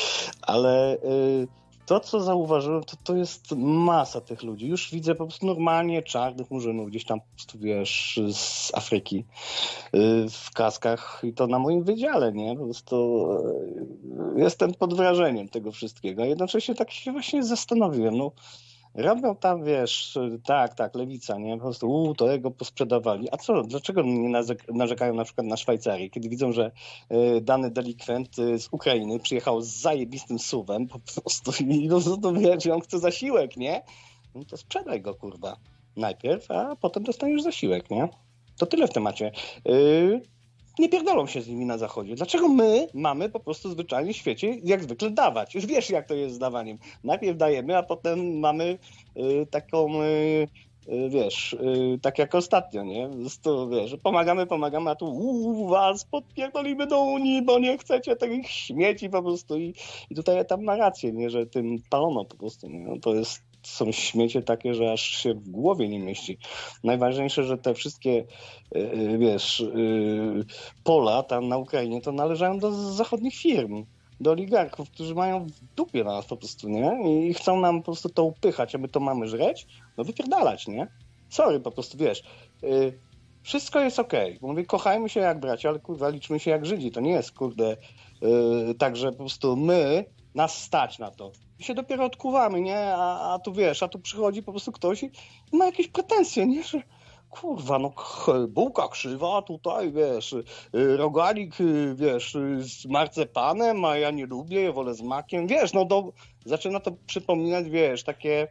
Ale yy, to, co zauważyłem, to, to jest masa tych ludzi. Już widzę po prostu normalnie czarnych murzynów gdzieś tam po prostu, wiesz, z Afryki yy, w kaskach i to na moim wydziale, nie? Po prostu yy, jestem pod wrażeniem tego wszystkiego. A jednocześnie tak się właśnie zastanowiłem, no robią tam, wiesz, tak, tak, lewica, nie? Po prostu, u, to jego posprzedawali. A co, dlaczego nie narzekają na przykład na Szwajcarię, kiedy widzą, że y, dany delikwent y, z Ukrainy przyjechał z zajebistym suwem po prostu i no, to wiesz, on chce zasiłek, nie? No to sprzedaj go, kurwa, najpierw, a potem dostaniesz zasiłek, nie? To tyle w temacie. Y, nie pierdolą się z nimi na zachodzie. Dlaczego my mamy po prostu zwyczajnie w świecie jak zwykle dawać? Już wiesz, jak to jest z dawaniem. Najpierw dajemy, a potem mamy y, taką, y, y, wiesz, y, tak jak ostatnio, nie? To, wiesz, pomagamy, pomagamy, a tu u was podpierdolimy do Unii, bo nie chcecie takich śmieci po prostu. I, i tutaj tam ma rację, nie? Że tym palono po prostu. Nie? No, to jest są śmiecie takie, że aż się w głowie nie mieści. Najważniejsze, że te wszystkie, yy, wiesz, yy, pola tam na Ukrainie to należają do zachodnich firm, do oligarchów, którzy mają w dupie na nas po prostu, nie? I chcą nam po prostu to upychać, a my to mamy żreć, no wypierdalać, nie? Sorry, po prostu, wiesz, yy, wszystko jest okej. Okay. Mówię, kochajmy się jak bracia, ale kurwa, liczmy się jak Żydzi. To nie jest, kurde, yy, tak, że po prostu my, nas stać na to. I się dopiero odkuwamy, nie? A, a tu wiesz, a tu przychodzi po prostu ktoś i ma jakieś pretensje, nie? Że kurwa, no bułka krzywa tutaj, wiesz, rogalik, wiesz, z marcepanem, a ja nie lubię, ja wolę z makiem, wiesz, no do, zaczyna to przypominać, wiesz, takie,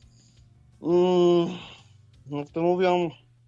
mm, jak to mówią,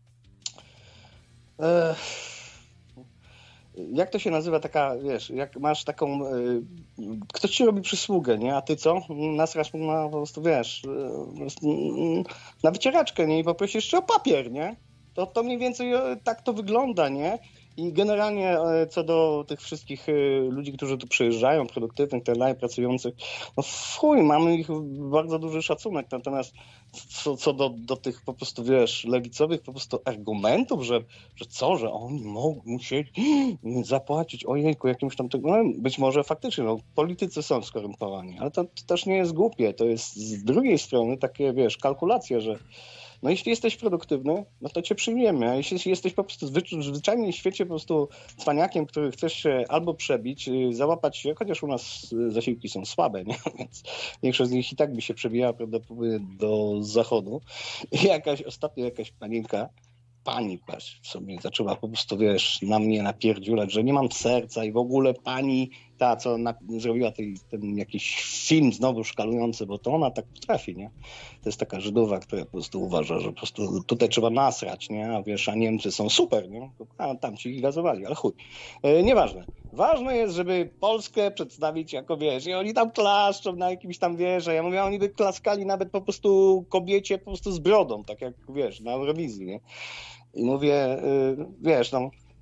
e, jak to się nazywa taka, wiesz, jak masz taką, y, ktoś ci robi przysługę, nie? A ty co? Nasrasz mu na po prostu, wiesz, y, na wycieraczkę, nie? I poprosisz jeszcze o papier, nie? To, to mniej więcej tak to wygląda, nie? I generalnie co do tych wszystkich ludzi, którzy tu przyjeżdżają, produktywnych, tak dalej, pracujących, no fuj, mamy ich bardzo duży szacunek, natomiast co, co do, do tych po prostu, wiesz, lewicowych po prostu argumentów, że, że co, że oni mogą musieli zapłacić, ojejku, jakimś tam tego, no być może faktycznie, no politycy są skorumpowani, ale to, to też nie jest głupie, to jest z drugiej strony takie, wiesz, kalkulacja, że no jeśli jesteś produktywny, no to cię przyjmiemy, a jeśli jesteś po prostu w zwyczajnym świecie po prostu cwaniakiem, który chcesz się albo przebić, załapać się, chociaż u nas zasiłki są słabe, nie? Więc większość z nich i tak by się przebijała prawdopodobnie do zachodu. I jakaś, ostatnio jakaś panienka, pani w sobie zaczęła po prostu, wiesz, na mnie napierdziulać, że nie mam serca i w ogóle pani ta, co na, zrobiła tej, ten jakiś film znowu szkalujący, bo to ona tak potrafi, nie? To jest taka Żydowa, która po prostu uważa, że po prostu tutaj trzeba nasrać, nie? A wiesz, a Niemcy są super, nie? A tam ci ich gazowali, ale chuj. E, nieważne. Ważne jest, żeby Polskę przedstawić jako, wiesz, i oni tam klaszczą na jakimś tam, wiesz, a ja mówię, oni by klaskali nawet po prostu kobiecie po prostu z brodą, tak jak, wiesz, na Eurowizji, nie? I mówię, y, wiesz, no,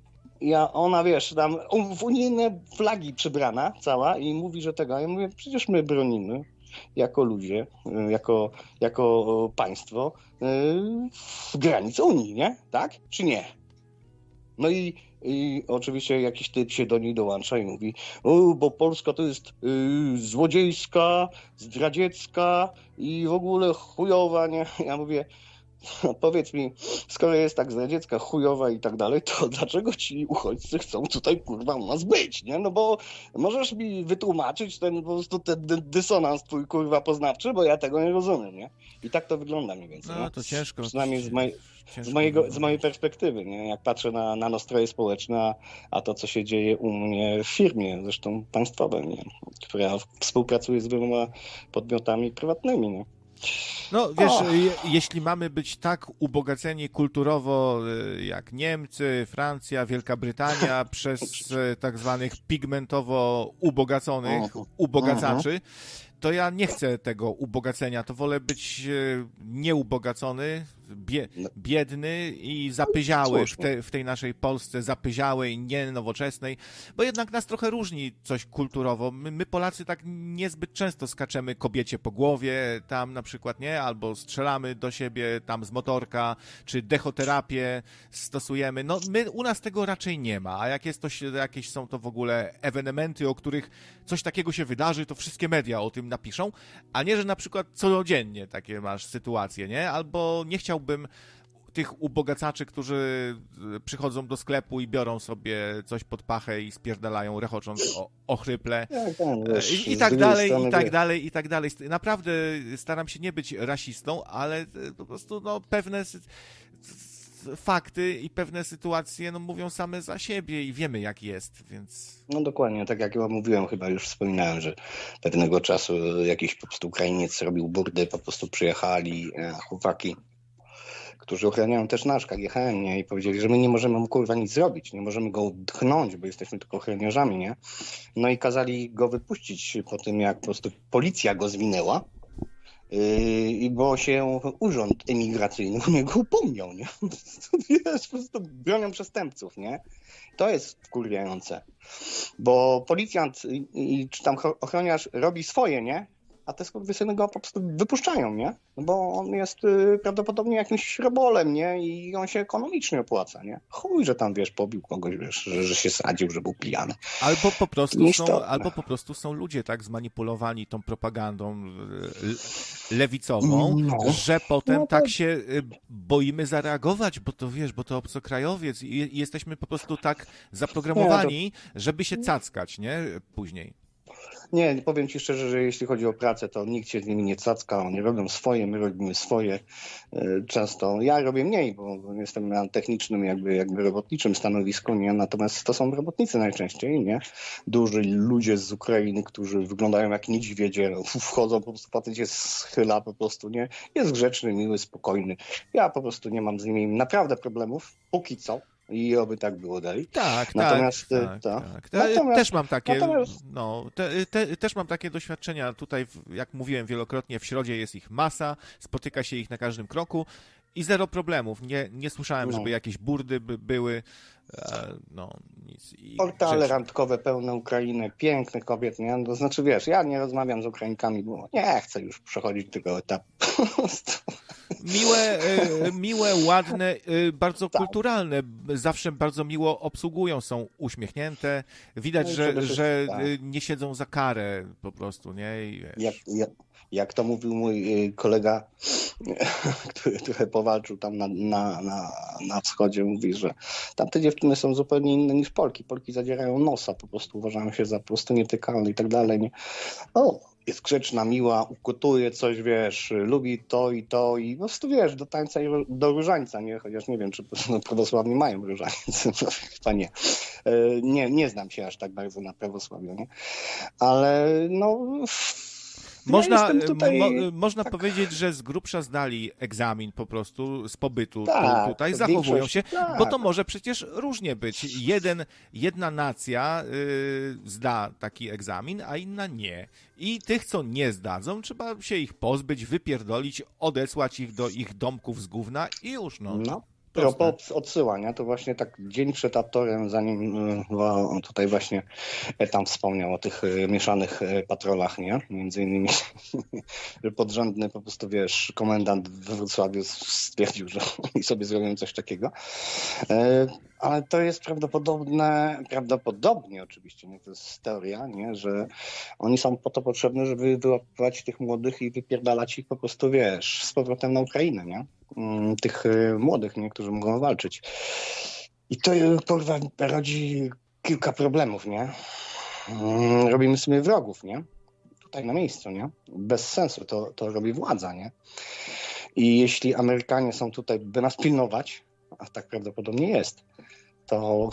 ja, ona, wiesz, tam w unijne flagi przybrana cała i mówi, że tego. A ja mówię, przecież my bronimy jako ludzie, jako, jako państwo yy, granic Unii, nie? Tak? Czy nie? No i, i oczywiście jakiś typ się do niej dołącza i mówi, o, bo Polska to jest yy, złodziejska, zdradziecka i w ogóle chujowa, nie? Ja mówię, no powiedz mi, skoro jest tak zdradziecka, chujowa i tak dalej, to dlaczego ci uchodźcy chcą tutaj, kurwa, u nas być, nie? No bo możesz mi wytłumaczyć ten po prostu ten dysonans twój, kurwa, poznawczy, bo ja tego nie rozumiem, nie? I tak to wygląda mniej więcej. No to ciężko. Przynajmniej z, moj, z, mojego, z mojej perspektywy, nie? Jak patrzę na, na nastroje społeczne, a, a to, co się dzieje u mnie w firmie, zresztą państwowej, nie? Która współpracuje z wieloma podmiotami prywatnymi, nie? No wiesz, je, jeśli mamy być tak ubogaceni kulturowo jak Niemcy, Francja, Wielka Brytania przez tak zwanych pigmentowo ubogaconych ubogacaczy, to ja nie chcę tego ubogacenia, to wolę być nieubogacony, bie, biedny i zapyziały w, te, w tej naszej Polsce, zapyziałej, nienowoczesnej, bo jednak nas trochę różni coś kulturowo. My, my Polacy tak niezbyt często skaczemy kobiecie po głowie, tam na przykład, nie? Albo strzelamy do siebie tam z motorka, czy dechoterapię stosujemy. No my, u nas tego raczej nie ma, a jak jest to, jakieś są to w ogóle ewenementy, o których coś takiego się wydarzy, to wszystkie media o tym napiszą, a nie, że na przykład codziennie takie masz sytuacje, nie? Albo nie chciałbym tych ubogacaczy, którzy przychodzą do sklepu i biorą sobie coś pod pachę i spierdalają, rechocząc o, ochryple. I, i tak dalej, i tak dalej, i tak dalej. Naprawdę staram się nie być rasistą, ale po prostu no, pewne fakty i pewne sytuacje no, mówią same za siebie i wiemy, jak jest, więc... No dokładnie, tak jak ja mówiłem, chyba już wspominałem, że pewnego czasu jakiś po prostu Ukrainiec robił burdy, po prostu przyjechali chłopaki, którzy ochraniają też nasz K G H M, nie? I powiedzieli, że my nie możemy mu kurwa nic zrobić, nie możemy go tchnąć, bo jesteśmy tylko ochroniarzami, nie? No i kazali go wypuścić po tym, jak po prostu policja go zwinęła. I bo się urząd emigracyjny o niego upomniał, nie? Jest po prostu bronią przestępców, nie? To jest wkurwiające, bo policjant i czy tam ochroniarz robi swoje, nie? A te skurwysyny go po prostu wypuszczają, nie? No bo on jest y, prawdopodobnie jakimś robolem, nie? I on się ekonomicznie opłaca, nie? Chuj, że tam, wiesz, pobił kogoś, wiesz, że, że się sadził, że był pijany. Albo po prostu są, albo po prostu są ludzie tak zmanipulowani tą propagandą lewicową, no. że potem no to... tak się boimy zareagować, bo to, wiesz, bo to obcokrajowiec i, i jesteśmy po prostu tak zaprogramowani, nie, to... żeby się cackać, nie? Później. Nie, powiem ci szczerze, że jeśli chodzi o pracę, to nikt się z nimi nie cacka, oni robią swoje, my robimy swoje. Często ja robię mniej, bo jestem na technicznym, jakby, jakby robotniczym stanowisku, nie? Natomiast to są robotnicy najczęściej, nie? Duży ludzie z Ukrainy, którzy wyglądają jak niedźwiedzie, wchodzą, po prostu facet się schyla po prostu, nie? Jest grzeczny, miły, spokojny. Ja po prostu nie mam z nimi naprawdę problemów, póki co. I oby tak było dalej. Tak, natomiast, tak, ta, tak. Natomiast, też mam takie, natomiast... no, te, te, też mam takie doświadczenia tutaj, jak mówiłem wielokrotnie, w Środzie jest ich masa, spotyka się ich na każdym kroku i zero problemów. Nie, nie słyszałem, no. żeby jakieś burdy by, były, no nic. I portale rzeczy. randkowe pełne Ukrainy, piękne kobiet, nie? To znaczy, wiesz, ja nie rozmawiam z Ukrainkami, bo nie chcę już przechodzić tego etapu. Miłe, miłe, ładne, bardzo tak. kulturalne, zawsze bardzo miło obsługują, są uśmiechnięte, widać, no że, że tak. nie siedzą za karę po prostu, nie? I wiesz. Jak, jak, jak to mówił mój kolega, który trochę powalczył tam na, na, na, na wschodzie, mówi, że tamte dziewczyny są zupełnie inne niż Polki. Polki zadzierają nosa, po prostu uważają się za po prostu nietykalne i tak dalej. Nie? O, jest grzeczna, miła, ukotuje coś, wiesz, lubi to i to i po prostu, wiesz, do tańca i do różańca, nie? Chociaż nie wiem, czy no, prawosławni mają różańce, chyba nie. nie. Nie znam się aż tak bardzo na prawosławiu, nie? Ale no... Można, ja tutaj, mo, można tak. powiedzieć, że z grubsza zdali egzamin po prostu z pobytu tak, tu, tutaj, zachowują się, tak. bo to może przecież różnie być. Jeden, jedna nacja y, zda taki egzamin, a inna nie. I tych, co nie zdadzą, trzeba się ich pozbyć, wypierdolić, odesłać ich do ich domków z gówna i już, no. no. propos odsyłania, to właśnie tak dzień przed Aptorem, zanim y, tutaj właśnie tam wspomniał o tych y, mieszanych y, patrolach, nie? Między innymi podrzędny po prostu, wiesz, komendant we Wrocławiu stwierdził, że oni sobie zrobią coś takiego. Y, ale to jest prawdopodobne, prawdopodobnie oczywiście, nie? To jest teoria, nie? Że oni są po to potrzebne, żeby wyłapywać tych młodych i wypierdalać ich po prostu, wiesz, z powrotem na Ukrainę, nie? Tych młodych, nie? Którzy mogą walczyć. I to kurwa rodzi kilka problemów, nie? Robimy sobie wrogów, nie? Tutaj na miejscu, nie? Bez sensu to, to robi władza, nie? I jeśli Amerykanie są tutaj, by nas pilnować, a tak prawdopodobnie jest, to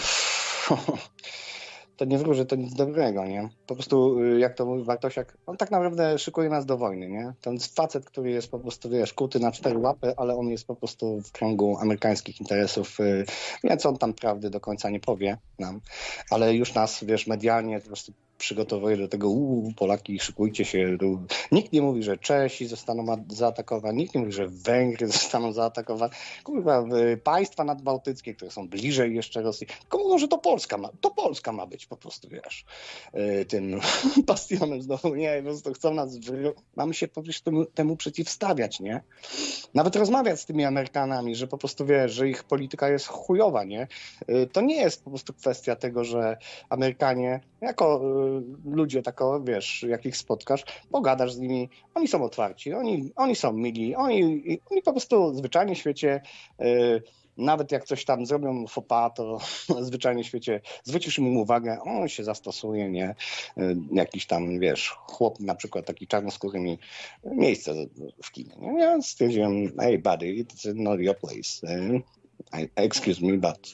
to nie wróży to nic dobrego, nie? Po prostu, jak to mówi Bartosiak, on tak naprawdę szykuje nas do wojny, nie? Ten facet, który jest po prostu, wiesz, kuty na cztery łapy, ale on jest po prostu w kręgu amerykańskich interesów, więc on tam prawdy do końca nie powie nam, ale już nas, wiesz, medialnie po prostu przygotowuje do tego, uuu, Polaki, szykujcie się. Nikt nie mówi, że Czesi zostaną zaatakowani, nikt nie mówi, że Węgry zostaną zaatakowane. Kurwa, państwa nadbałtyckie, które są bliżej jeszcze Rosji. Komu może to Polska ma? To Polska ma być po prostu, wiesz, tym bastionem znowu. Nie, po prostu chcą nas, mamy się po prostu temu, temu przeciwstawiać, nie? Nawet rozmawiać z tymi Amerykanami, że po prostu, wiesz, że ich polityka jest chujowa, nie? To nie jest po prostu kwestia tego, że Amerykanie jako ludzie, tako, wiesz, jak ich spotkasz, pogadasz z nimi, oni są otwarci, oni, oni są mili, oni, oni po prostu zwyczajnie w świecie, yy, nawet jak coś tam zrobią faux pas, to zwyczajnie w świecie zwrócisz im uwagę, on się zastosuje, nie? Yy, jakiś tam, wiesz, chłop na przykład taki czarnoskóry mi miejsce w kinie, nie? Ja stwierdziłem, hey buddy, it's not your place. Yy, I, excuse me, but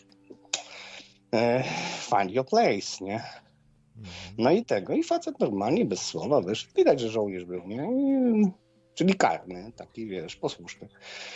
yy, find your place, nie? No i tego. I facet normalnie, bez słowa, wiesz, widać, że żołnierz był, nie? I, czyli karny, taki, wiesz, posłuszny.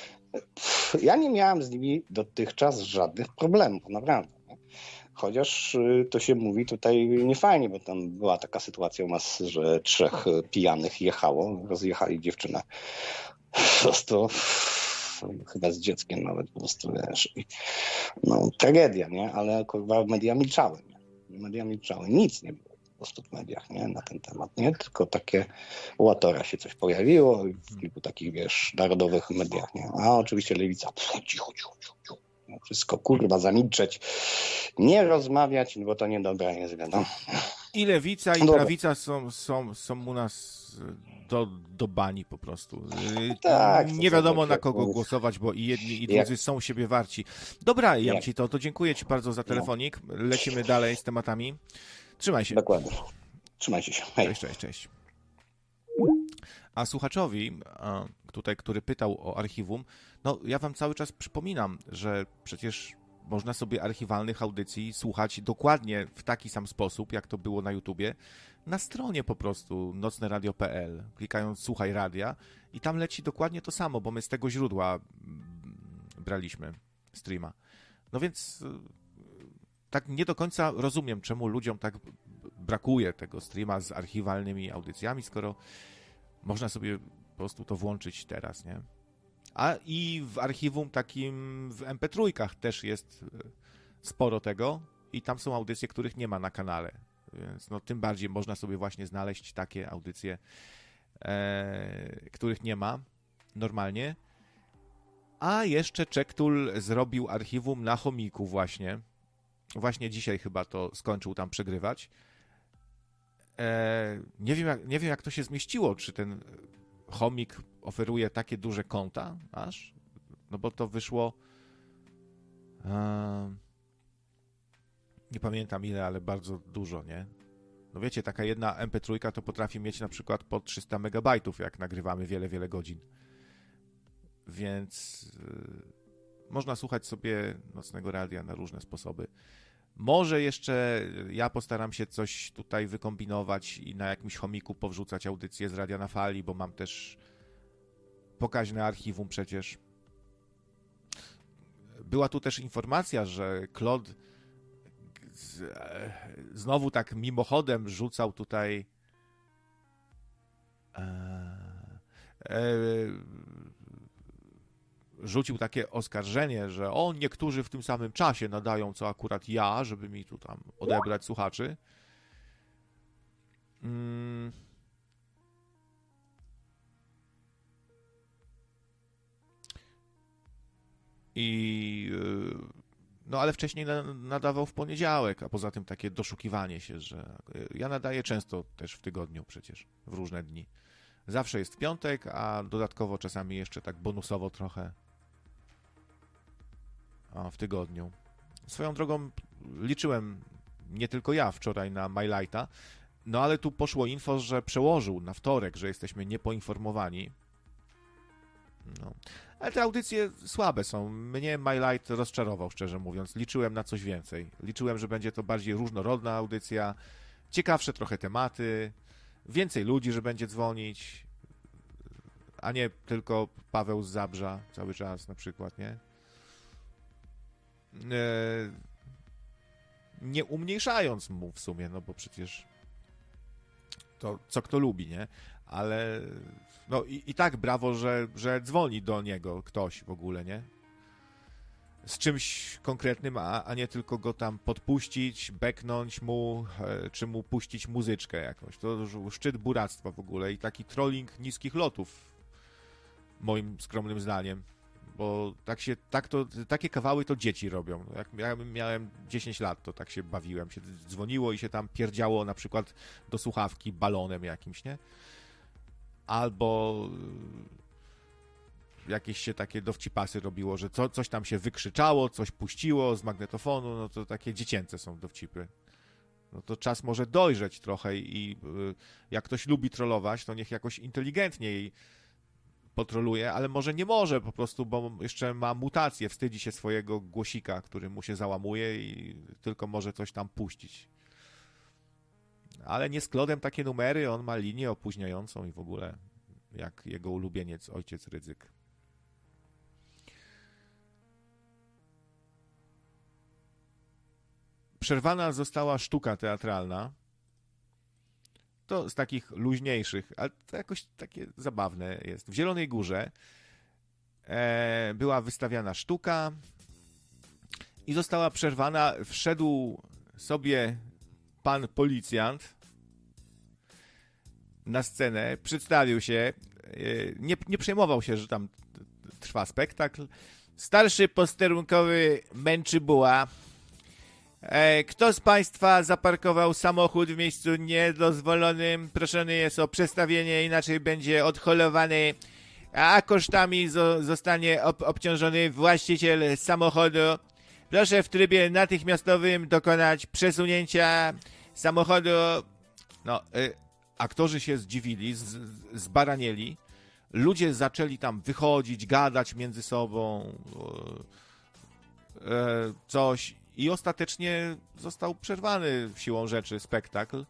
Ja nie miałem z nimi dotychczas żadnych problemów, naprawdę. Nie? Chociaż to się mówi tutaj niefajnie, bo tam była taka sytuacja u nas, że trzech pijanych jechało, rozjechali dziewczynę. Po prostu chyba z dzieckiem nawet, po prostu, wiesz. I, no, tragedia, nie? Ale kurwa media milczały, nie? Media milczały. Nic nie było po prostu w mediach, nie? Na ten temat, nie? Tylko takie u Atora się coś pojawiło w kilku takich, wiesz, narodowych mediach, nie? A oczywiście lewica, pff, cicho, cicho, cicho. Wszystko, kurwa, zamilczeć. Nie rozmawiać, bo to niedobre jest, wiadomo. I lewica, i Dobra. prawica są, są, są u nas do, do bani po prostu. No tak, nie wiadomo na kogo głosować, bo i jedni, i drudzy są siebie warci. Dobra, Jamci, to, to dziękuję Ci bardzo za telefonik. Lecimy dalej z tematami. Trzymaj się. Dokładnie. Trzymajcie się. Hej. Cześć, cześć, cześć. A słuchaczowi, tutaj, który pytał o archiwum, no ja wam cały czas przypominam, że przecież można sobie archiwalnych audycji słuchać dokładnie w taki sam sposób, jak to było na YouTubie, na stronie po prostu nocne radio kropka pe el, klikając słuchaj radia i tam leci dokładnie to samo, bo my z tego źródła braliśmy streama. No więc tak nie do końca rozumiem, czemu ludziom tak brakuje tego streama z archiwalnymi audycjami, skoro można sobie po prostu to włączyć teraz, nie? A i w archiwum takim w em pe trzy też jest sporo tego i tam są audycje, których nie ma na kanale, więc no tym bardziej można sobie właśnie znaleźć takie audycje, e, których nie ma normalnie. A jeszcze Czektul zrobił archiwum na chomiku właśnie. Właśnie dzisiaj chyba to skończył tam przegrywać. E, nie wiem, jak, nie wiem, jak to się zmieściło, czy ten chomik oferuje takie duże konta, aż? No bo to wyszło e, nie pamiętam ile, ale bardzo dużo, nie? No wiecie, taka jedna em pe trzy to potrafi mieć na przykład po trzysta megabajtów, jak nagrywamy wiele, wiele godzin. Więc e, można słuchać sobie nocnego radia na różne sposoby. Może jeszcze ja postaram się coś tutaj wykombinować i na jakimś chomiku powrzucać audycję z Radia na Fali, bo mam też pokaźne archiwum przecież. Była tu też informacja, że Claude z, e, znowu tak mimochodem rzucał tutaj e, e, rzucił takie oskarżenie, że o, niektórzy w tym samym czasie nadają, co akurat ja, żeby mi tu tam odebrać słuchaczy. Mm. I no ale wcześniej nadawał w poniedziałek, a poza tym takie doszukiwanie się, że ja nadaję często też w tygodniu przecież, w różne dni. Zawsze jest piątek, a dodatkowo czasami jeszcze tak bonusowo trochę w tygodniu. Swoją drogą liczyłem nie tylko ja wczoraj na My Lighta, no ale tu poszło info, że przełożył na wtorek, że jesteśmy niepoinformowani. No. Ale te audycje słabe są. Mnie My Light rozczarował, szczerze mówiąc. Liczyłem na coś więcej. Liczyłem, że będzie to bardziej różnorodna audycja, ciekawsze trochę tematy, więcej ludzi, że będzie dzwonić, a nie tylko Paweł z Zabrza cały czas na przykład, nie? Nie umniejszając mu w sumie, no bo przecież to co kto lubi, nie? Ale no i, i tak brawo, że, że dzwoni do niego ktoś w ogóle, nie? Z czymś konkretnym, a, a nie tylko go tam podpuścić, beknąć mu, czy mu puścić muzyczkę jakąś. To szczyt buractwa w ogóle i taki trolling niskich lotów, moim skromnym zdaniem. Bo tak się, tak to, takie kawały to dzieci robią. Jak ja miałem dziesięć lat, to tak się bawiłem. Się dzwoniło i się tam pierdziało na przykład do słuchawki balonem jakimś, nie? Albo jakieś się takie dowcipasy robiło, że co, coś tam się wykrzyczało, coś puściło z magnetofonu, no to takie dziecięce są dowcipy. No to czas może dojrzeć trochę i jak ktoś lubi trollować, to niech jakoś inteligentniej potroluje, ale może nie może po prostu, bo jeszcze ma mutację, wstydzi się swojego głosika, który mu się załamuje i tylko może coś tam puścić. Ale nie z Klodem takie numery, on ma linię opóźniającą i w ogóle jak jego ulubieniec, ojciec Rydzyk. Przerwana została sztuka teatralna. To z takich luźniejszych, ale to jakoś takie zabawne jest. W Zielonej Górze e, była wystawiana sztuka i została przerwana. Wszedł sobie pan policjant na scenę, przedstawił się, e, nie, nie przejmował się, że tam trwa spektakl. Starszy posterunkowy Męczybuła. Kto z Państwa zaparkował samochód w miejscu niedozwolonym? Proszony jest o przestawienie, inaczej będzie odholowany, a kosztami zo- zostanie ob- obciążony właściciel samochodu. Proszę w trybie natychmiastowym dokonać przesunięcia samochodu. No, y, aktorzy się zdziwili, z- zbaranieli. Ludzie zaczęli tam wychodzić, gadać między sobą, y, y, coś. I ostatecznie został przerwany siłą rzeczy spektakl.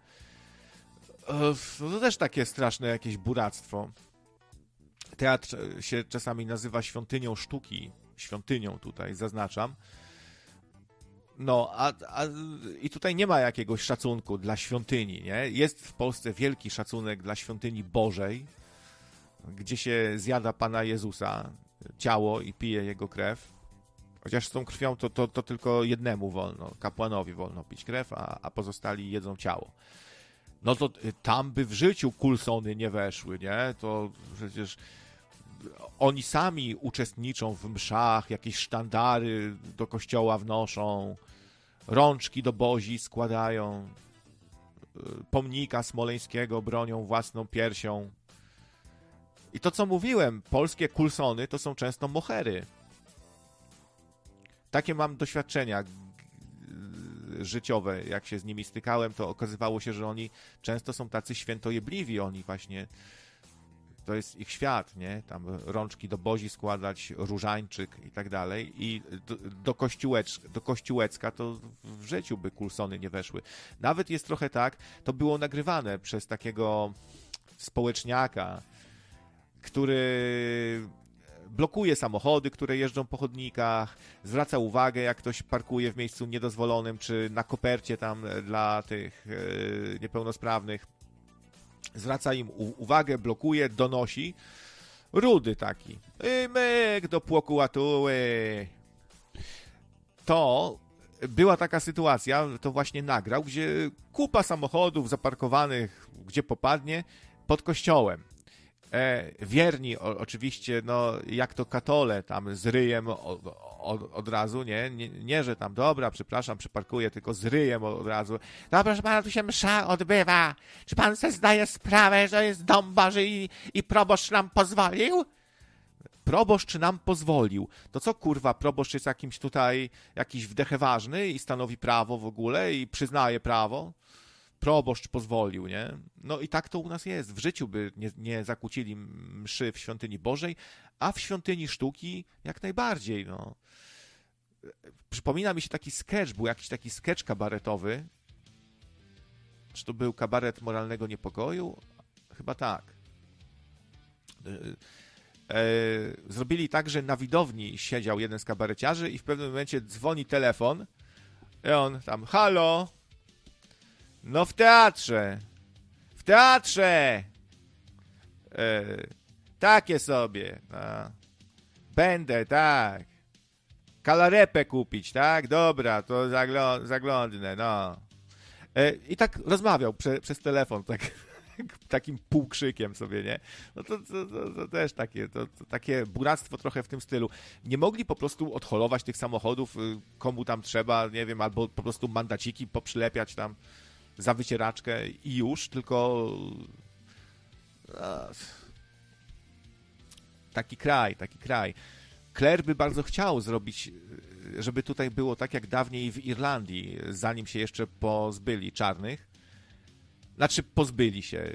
To też takie straszne jakieś buractwo. Teatr się czasami nazywa świątynią sztuki. Świątynią tutaj zaznaczam. No, a, a i tutaj nie ma jakiegoś szacunku dla świątyni, nie? Jest w Polsce wielki szacunek dla świątyni Bożej, gdzie się zjada Pana Jezusa, ciało i pije Jego krew. Chociaż z tą krwią to, to, to tylko jednemu wolno, kapłanowi wolno pić krew, a, a pozostali jedzą ciało. No to tam by w życiu Coulsony nie weszły, nie? To przecież oni sami uczestniczą w mszach, jakieś sztandary do kościoła wnoszą, rączki do bozi składają, pomnika smoleńskiego bronią własną piersią. I to, co mówiłem, polskie Coulsony to są często mohery. Takie mam doświadczenia życiowe, jak się z nimi stykałem, to okazywało się, że oni często są tacy świętojebliwi, oni właśnie, to jest ich świat, nie? Tam rączki do bozi składać, różańczyk i tak dalej i do, do, kościółecz, do kościółecka to w życiu by Coulsony nie weszły. Nawet jest trochę tak, to było nagrywane przez takiego społeczniaka, który blokuje samochody, które jeżdżą po chodnikach, zwraca uwagę, jak ktoś parkuje w miejscu niedozwolonym, czy na kopercie tam dla tych e, niepełnosprawnych. Zwraca im u- uwagę, blokuje, donosi. Rudy taki. I myk do płokułatuły. To była taka sytuacja, to właśnie nagrał, gdzie kupa samochodów zaparkowanych, gdzie popadnie, pod kościołem. E, wierni o, oczywiście, no jak to katole, tam z ryjem od, od, od razu, nie? nie? Nie, że tam, dobra, przepraszam, przyparkuję, tylko z ryjem od razu. Dobra, proszę pana, tu się msza odbywa. Czy pan sobie zdaje sprawę, że jest dom Boży i, i proboszcz nam pozwolił? Proboszcz nam pozwolił. To co, kurwa, proboszcz jest jakimś tutaj, jakiś wdecheważny i stanowi prawo w ogóle i przyznaje prawo? Proboszcz pozwolił, nie? No i tak to u nas jest. W życiu by nie, nie zakłócili mszy w świątyni Bożej, a w świątyni sztuki jak najbardziej, no. Przypomina mi się taki sketch, był jakiś taki sketch kabaretowy. Czy to był kabaret moralnego niepokoju? Chyba tak. Zrobili tak, że na widowni siedział jeden z kabareciarzy i w pewnym momencie dzwoni telefon i on tam, halo, no w teatrze, w teatrze, e, takie sobie, no. Będę, tak, kalarepę kupić, tak, dobra, to zaglo- zaglądnę, no. E, I tak rozmawiał prze- przez telefon, tak. Takim półkrzykiem sobie, nie? No to, to, to, to też takie, to, to takie buractwo trochę w tym stylu. Nie mogli po prostu odholować tych samochodów, komu tam trzeba, nie wiem, albo po prostu mandaciki poprzylepiać tam za wycieraczkę i już, tylko taki kraj, taki kraj. Claire by bardzo chciał zrobić, żeby tutaj było tak jak dawniej w Irlandii, zanim się jeszcze pozbyli czarnych. Znaczy pozbyli się,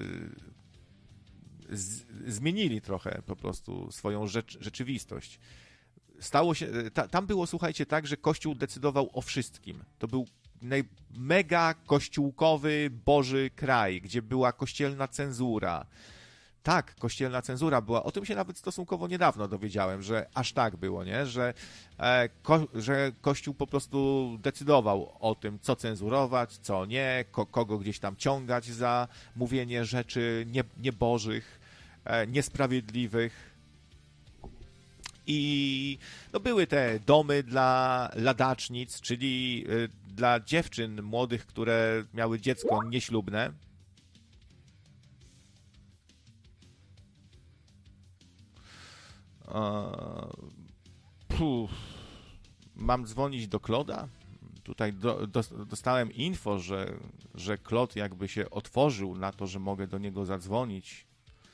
z, zmienili trochę po prostu swoją rzecz, rzeczywistość. Stało się, ta, tam było, słuchajcie, tak, że Kościół decydował o wszystkim. To był naj, mega kościółkowy, boży kraj, gdzie była kościelna cenzura. Tak, kościelna cenzura była. O tym się nawet stosunkowo niedawno dowiedziałem, że aż tak było, nie? Że, e, ko, że Kościół po prostu decydował o tym, co cenzurować, co nie, ko, kogo gdzieś tam ciągać za mówienie rzeczy nie, niebożych, e, niesprawiedliwych. I no, były te domy dla ladacznic, czyli y, dla dziewczyn młodych, które miały dziecko nieślubne. Puh. Mam dzwonić do Kloda? Tutaj do, do, dostałem info, że, że Klod jakby się otworzył na to, że mogę do niego zadzwonić.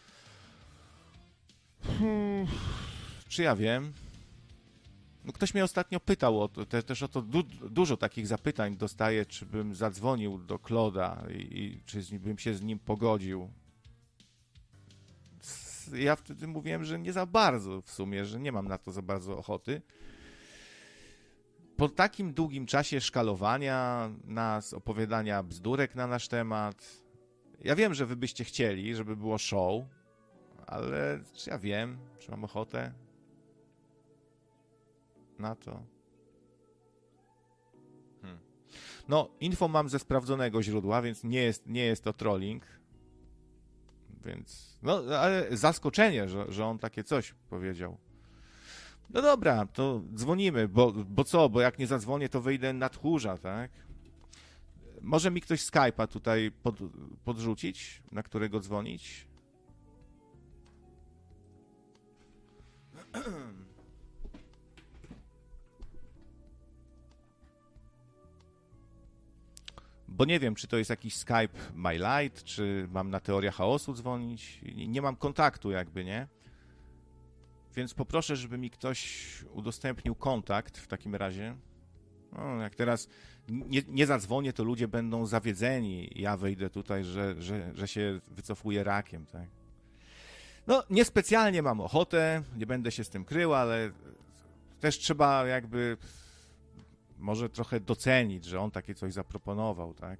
Hmm. Czy ja wiem? No, ktoś mnie ostatnio pytał o to, te, też o to du, dużo takich zapytań dostaję, czy bym zadzwonił do Kloda i, i czy z, bym się z nim pogodził. Ja wtedy mówiłem, że nie za bardzo w sumie, że nie mam na to za bardzo ochoty. Po takim długim czasie szkalowania nas, opowiadania bzdurek na nasz temat, ja wiem, że wy byście chcieli, żeby było show, ale czy ja wiem, czy mam ochotę na to? Hmm. No, info mam ze sprawdzonego źródła, więc nie jest, nie jest to trolling. Więc, no, ale zaskoczenie, że, że on takie coś powiedział. No dobra, to dzwonimy, bo, bo co, bo jak nie zadzwonię, to wyjdę na tchórza, tak? Może mi ktoś Skype'a tutaj pod, podrzucić, na którego dzwonić? Bo nie wiem, czy to jest jakiś Skype My Light, czy mam na Teoria Chaosu dzwonić. Nie mam kontaktu jakby, nie? Więc poproszę, żeby mi ktoś udostępnił kontakt w takim razie. No, jak teraz nie, nie zadzwonię, to ludzie będą zawiedzeni. Ja wejdę tutaj, że, że, że się wycofuję rakiem, tak? No, niespecjalnie mam ochotę, nie będę się z tym krył, ale też trzeba jakby może trochę docenić, że on takie coś zaproponował, tak?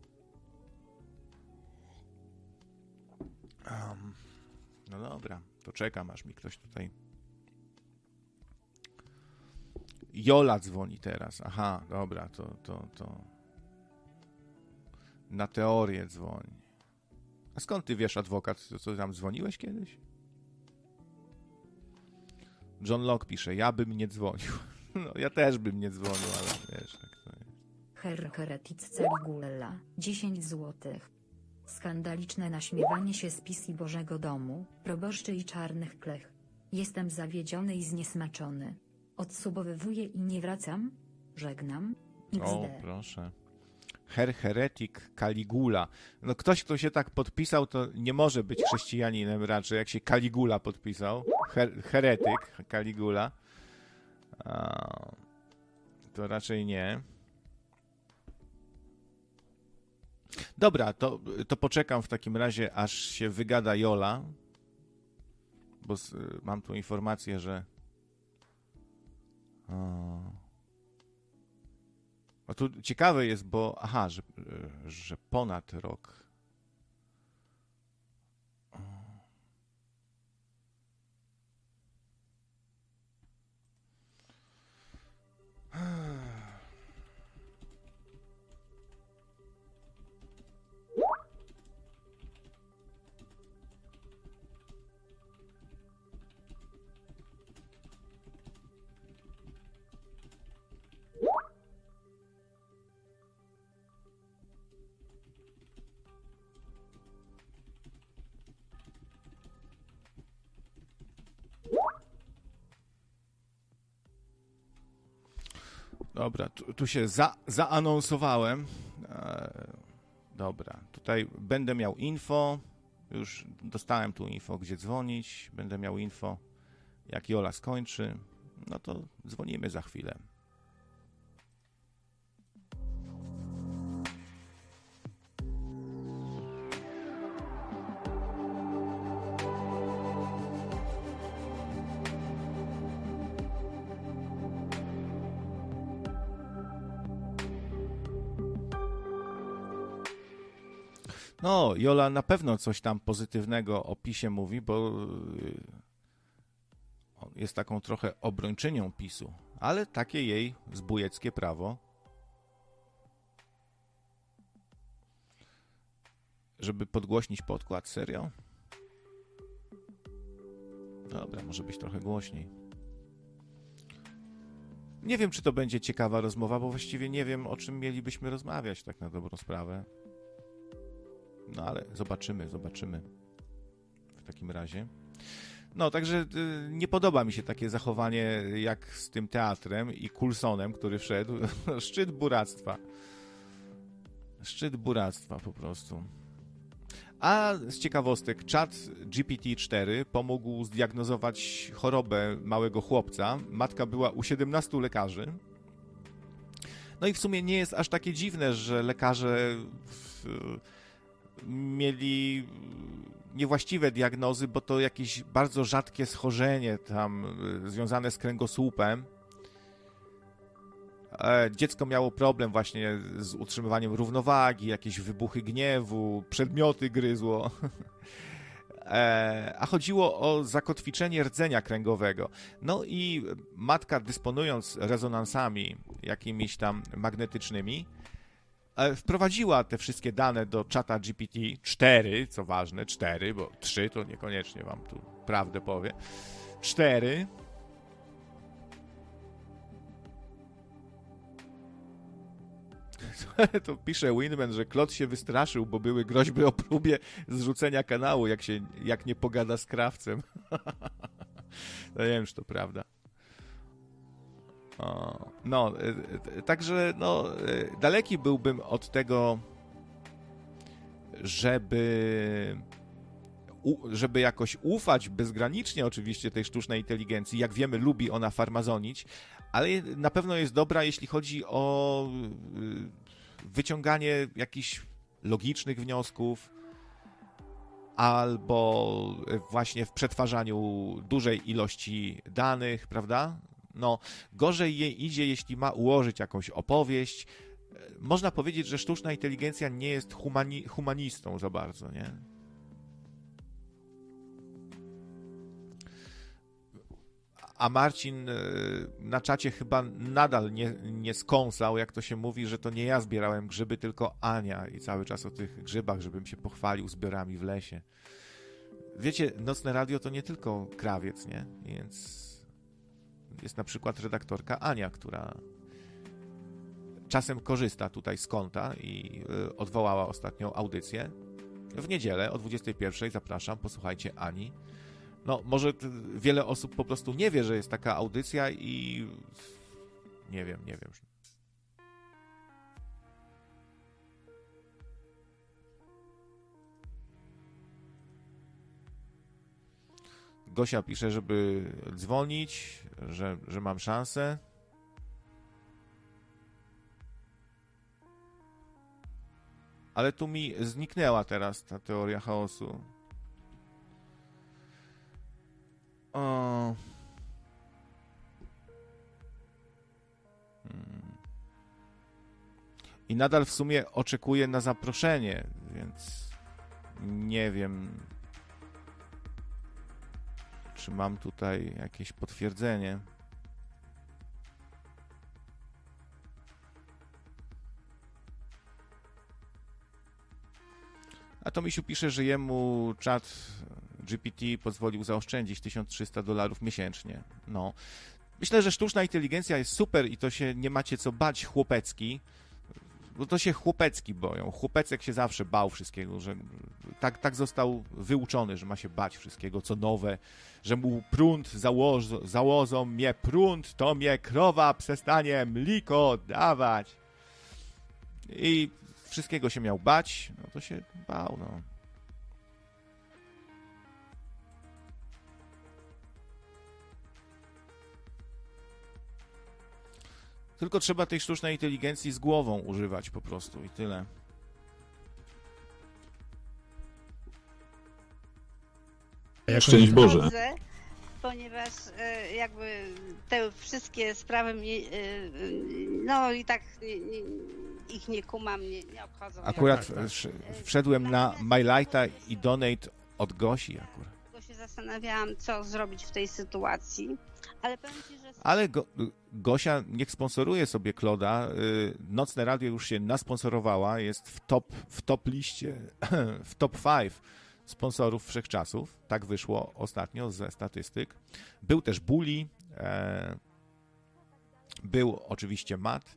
Um, no dobra, to czekam, aż mi ktoś tutaj... Jola dzwoni teraz. Aha, dobra, to, to, to... Na Teorię dzwoni. A skąd ty wiesz, adwokat, co tam dzwoniłeś kiedyś? John Locke pisze, ja bym nie dzwonił. No, ja też bym nie dzwonił, ale wiesz, jak to jest. Her Heretic Caligula, dziesięć złotych. Skandaliczne naśmiewanie się z pisji Bożego Domu, proboszczy i czarnych klech. Jestem zawiedziony i zniesmaczony. Odsubowywuję i nie wracam. Żegnam. O, X D. proszę. Her Heretic Caligula. No ktoś, kto się tak podpisał, to nie może być chrześcijaninem raczej, jak się Caligula podpisał. Her heretyk Caligula. A, to raczej nie. Dobra, to, to poczekam w takim razie, aż się wygada Jola, bo z, mam tu informację, że o, a tu ciekawe jest, bo aha, że, że ponad rok. Dobra, tu, tu się za, zaanonsowałem. E, dobra, tutaj będę miał info. Już dostałem tu info, gdzie dzwonić. Będę miał info, jak Jola skończy. No to dzwonimy za chwilę. No, Jola na pewno coś tam pozytywnego o PiSie mówi, bo jest taką trochę obrończynią PiSu, ale takie jej zbójeckie prawo, żeby podgłośnić podkład, serio? Dobra, może być trochę głośniej. Nie wiem, czy to będzie ciekawa rozmowa, bo właściwie nie wiem, o czym mielibyśmy rozmawiać, tak na dobrą sprawę. No ale zobaczymy, zobaczymy w takim razie. No, także y, nie podoba mi się takie zachowanie jak z tym teatrem i Coulsonem, który wszedł. Szczyt buractwa. Szczyt buractwa po prostu. A z ciekawostek, czat G P T cztery pomógł zdiagnozować chorobę małego chłopca. Matka była u siedemnastu lekarzy. No i w sumie nie jest aż takie dziwne, że lekarze w, mieli niewłaściwe diagnozy, bo to jakieś bardzo rzadkie schorzenie tam związane z kręgosłupem. Dziecko miało problem właśnie z utrzymywaniem równowagi, jakieś wybuchy gniewu, przedmioty gryzło. A chodziło o zakotwiczenie rdzenia kręgowego. No i matka, dysponując rezonansami jakimiś tam magnetycznymi, wprowadziła te wszystkie dane do czata G P T cztery, co ważne, cztery, bo trzy to niekoniecznie wam tu prawdę powie. cztery. To pisze Winman, że Klot się wystraszył, bo były groźby o próbie zrzucenia kanału, jak się jak nie pogada z krawcem. No nie wiem, czy to prawda. O, no, także no, daleki byłbym od tego, żeby żeby jakoś ufać bezgranicznie oczywiście tej sztucznej inteligencji. Jak wiemy, lubi ona farmazonić, ale na pewno jest dobra, jeśli chodzi o wyciąganie jakichś logicznych wniosków albo właśnie w przetwarzaniu dużej ilości danych, prawda? No, gorzej jej idzie, jeśli ma ułożyć jakąś opowieść. Można powiedzieć, że sztuczna inteligencja nie jest humani- humanistą za bardzo, nie? A Marcin na czacie chyba nadal nie, nie skąsał, jak to się mówi, że to nie ja zbierałem grzyby, tylko Ania i cały czas o tych grzybach, żebym się pochwalił zbiorami w lesie. Wiecie, Nocne Radio to nie tylko krawiec, nie? Więc jest na przykład redaktorka Ania, która czasem korzysta tutaj z konta i odwołała ostatnią audycję. W niedzielę o dwudziestej pierwszej zapraszam, posłuchajcie Ani. No, może wiele osób po prostu nie wie, że jest taka audycja i nie wiem, nie wiem. Gosia pisze, żeby dzwonić, że, że mam szansę. Ale tu mi zniknęła teraz ta teoria chaosu. O. Hmm. I nadal w sumie oczekuję na zaproszenie, więc nie wiem, czy mam tutaj jakieś potwierdzenie. A to Misiu pisze, że jemu czat G P T pozwolił zaoszczędzić tysiąc trzysta dolarów miesięcznie. No. Myślę, że sztuczna inteligencja jest super i to się nie macie co bać, chłopecki, bo to się chłopecki boją. Chłopecek się zawsze bał wszystkiego, że tak, tak został wyuczony, że ma się bać wszystkiego, co nowe, że mu prąd założą, założą mnie prąd, to mnie krowa przestanie mliko dawać. I wszystkiego się miał bać, no to się bał, no. Tylko trzeba tej sztucznej inteligencji z głową używać po prostu i tyle. Szczęść Boże. Chodzę, ponieważ e, jakby te wszystkie sprawy mnie, e, no i tak nie, nie, ich nie kumam, nie, nie obchodzą. Akurat tak, tak. wszedłem na My Lighta i donate od Gosi akurat. Tylko się zastanawiałam, co zrobić w tej sytuacji, ale powiem ci, że... Ale Go, Gosia niech sponsoruje sobie Kloda. Nocne Radio już się nasponsorowała, jest w top, w top liście, w top pięć sponsorów wszechczasów. Tak wyszło ostatnio ze statystyk. Był też Bully, e, był oczywiście Matt.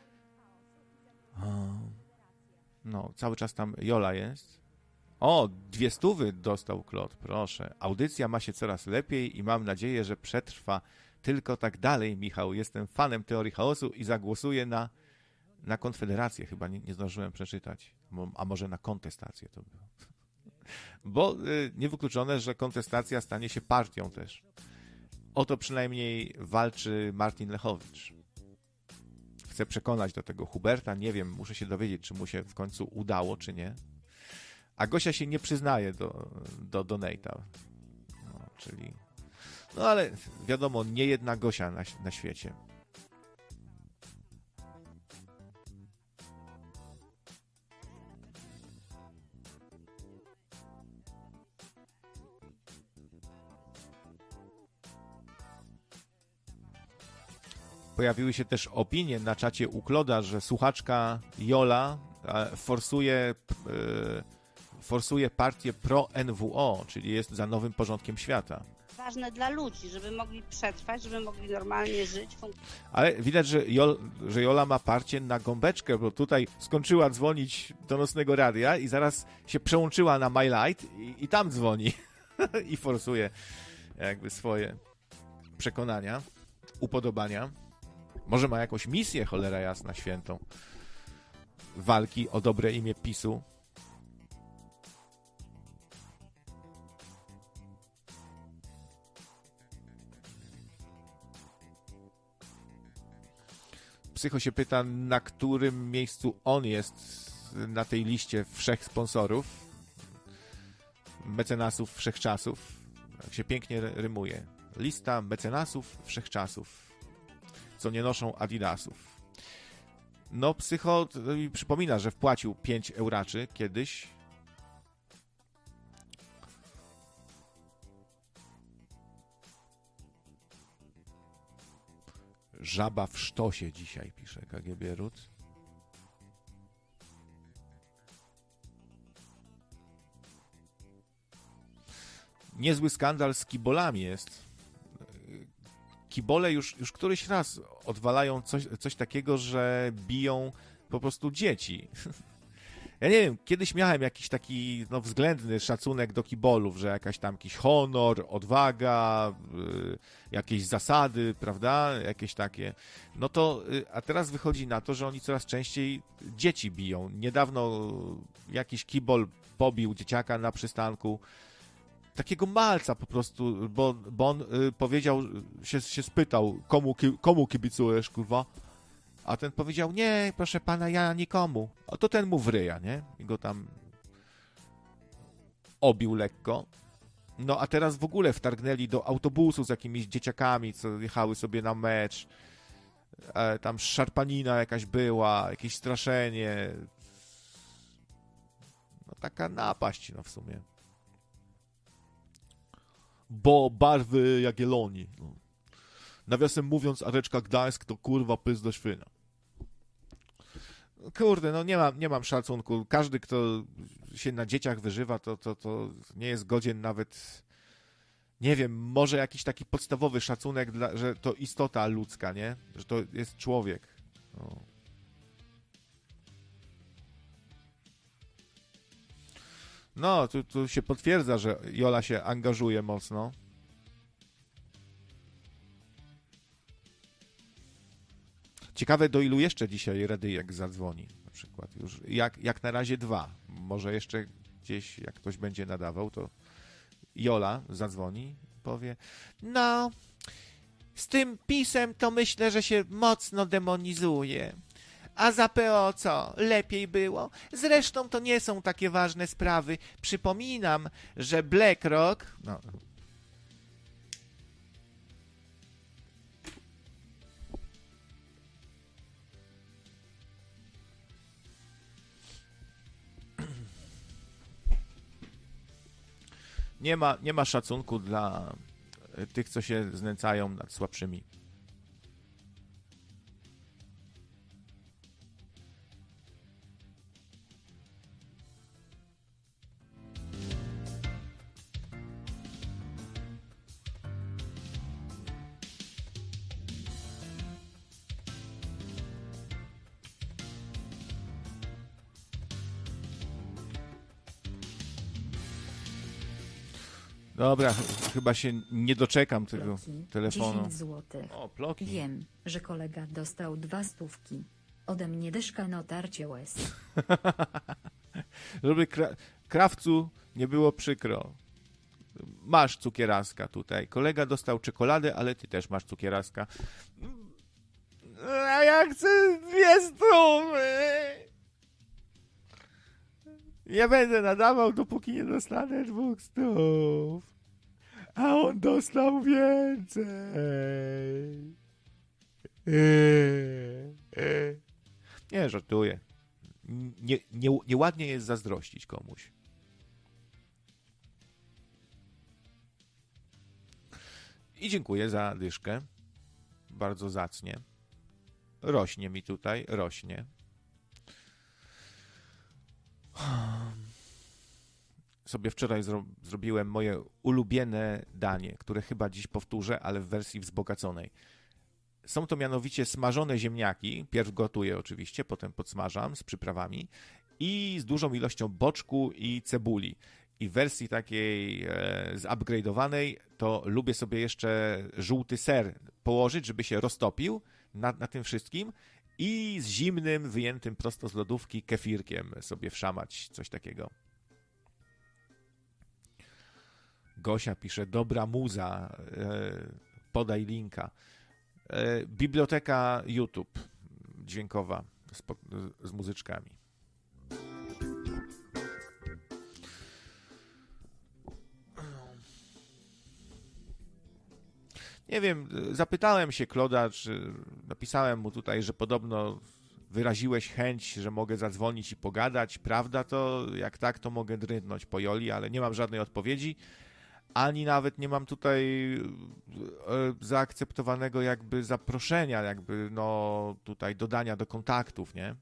No, cały czas tam Jola jest. O, dwie stówy dostał Klod, proszę. Audycja ma się coraz lepiej i mam nadzieję, że przetrwa tylko tak dalej, Michał. Jestem fanem teorii chaosu i zagłosuję na, na Konfederację. Chyba nie, nie zdążyłem przeczytać. A może na kontestację to było. Bo y, niewykluczone, że kontestacja stanie się partią też. O to przynajmniej walczy Martin Lechowicz. Chcę przekonać do tego Huberta. Nie wiem, muszę się dowiedzieć, czy mu się w końcu udało, czy nie. A Gosia się nie przyznaje do, do donate'a. No, czyli... No ale wiadomo, nie jedna Gosia na, na świecie. Pojawiły się też opinie na czacie u Kloda, że słuchaczka Jola forsuje, forsuje partię pro-N W O, czyli jest za nowym porządkiem świata. Ważne dla ludzi, żeby mogli przetrwać, żeby mogli normalnie żyć. Ale widać, że, Jol, że Jola ma parcie na gąbeczkę, bo tutaj skończyła dzwonić do Nocnego Radia i zaraz się przełączyła na My Light i, i tam dzwoni i forsuje jakby swoje przekonania, upodobania. Może ma jakąś misję, cholera jasna, świętą. Walki o dobre imię PiSu. Psycho się pyta, na którym miejscu on jest na tej liście wszech sponsorów, mecenasów wszechczasów. Tak się pięknie rymuje. Lista mecenasów wszechczasów, co nie noszą adidasów. No, Psycho mi przypomina, że wpłacił pięć euraczy kiedyś. Żaba w sztosie dzisiaj, pisze K G B Ród. Niezły skandal z kibolami jest. kibole już, już któryś raz odwalają coś, coś takiego, że biją po prostu dzieci. Ja nie wiem, kiedyś miałem jakiś taki no, względny szacunek do kibolów, że jakaś tam jakiś honor, odwaga, yy, jakieś zasady, prawda, jakieś takie. No to, yy, a teraz wychodzi na to, że oni coraz częściej dzieci biją. Niedawno jakiś kibol pobił dzieciaka na przystanku, takiego malca po prostu, bo, bo on yy, powiedział, się, się spytał, komu, ki, komu kibicujesz, kurwa? A ten powiedział, nie, proszę pana, ja nikomu. A to ten mu wryja, nie? I go tam obił lekko. No a teraz w ogóle wtargnęli do autobusu z jakimiś dzieciakami, co jechały sobie na mecz. E, tam szarpanina jakaś była, jakieś straszenie. No taka napaść, no w sumie. Bo barwy Jagiellonii. No. Nawiasem mówiąc, Areczka Gdańsk to kurwa pys do Świnia. Kurde, no nie mam, nie mam szacunku. Każdy, kto się na dzieciach wyżywa, to, to, to nie jest godzien nawet, nie wiem, może jakiś taki podstawowy szacunek, dla, że to istota ludzka, nie? Że to jest człowiek. No. No, tu, tu się potwierdza, że Jola się angażuje mocno. Ciekawe, do ilu jeszcze dzisiaj radyjek zadzwoni, na przykład. Już jak, jak na razie dwa. Może jeszcze gdzieś, jak ktoś będzie nadawał, to Jola zadzwoni, powie, no, z tym PiS-em to myślę, że się mocno demonizuje. A za P O co? Lepiej było? Zresztą to nie są takie ważne sprawy. Przypominam, że BlackRock... No, Nie ma, nie ma szacunku dla tych, co się znęcają nad słabszymi. Dobra, ch- chyba się nie doczekam tego Ploki, telefonu. dziesięć złotych. O, ploki. Wiem, że kolega dostał dwa stówki. Ode mnie dyszka na tarcie łez. Żeby kra- krawcu nie było przykro. Masz cukieraska tutaj. Kolega dostał czekoladę, ale ty też masz cukieraska. A ja chcę dwie stówy. Nie będę nadawał, dopóki nie dostanę dwóch stów. A on dostał więcej. Nie, żartuję. Nie, nie, nieładnie jest zazdrościć komuś. I dziękuję za dyszkę. Bardzo zacnie. Rośnie mi tutaj, rośnie. Sobie wczoraj zro- zrobiłem moje ulubione danie, które chyba dziś powtórzę, ale w wersji wzbogaconej. Są to mianowicie smażone ziemniaki, pierw gotuję oczywiście, potem podsmażam z przyprawami i z dużą ilością boczku i cebuli. I w wersji takiej e, zupgrade'owanej to lubię sobie jeszcze żółty ser położyć, żeby się roztopił na, na tym wszystkim i z zimnym, wyjętym prosto z lodówki kefirkiem sobie wszamać, coś takiego. Gosia pisze, dobra muza, e, podaj linka. E, biblioteka YouTube dźwiękowa z, z muzyczkami. Nie wiem, zapytałem się Kloda, czy napisałem mu tutaj, że podobno wyraziłeś chęć, że mogę zadzwonić i pogadać. Prawda to? Jak tak, to mogę drynąć po Joli, ale nie mam żadnej odpowiedzi. Ani nawet nie mam tutaj e, zaakceptowanego jakby zaproszenia, jakby no tutaj dodania do kontaktów, nie?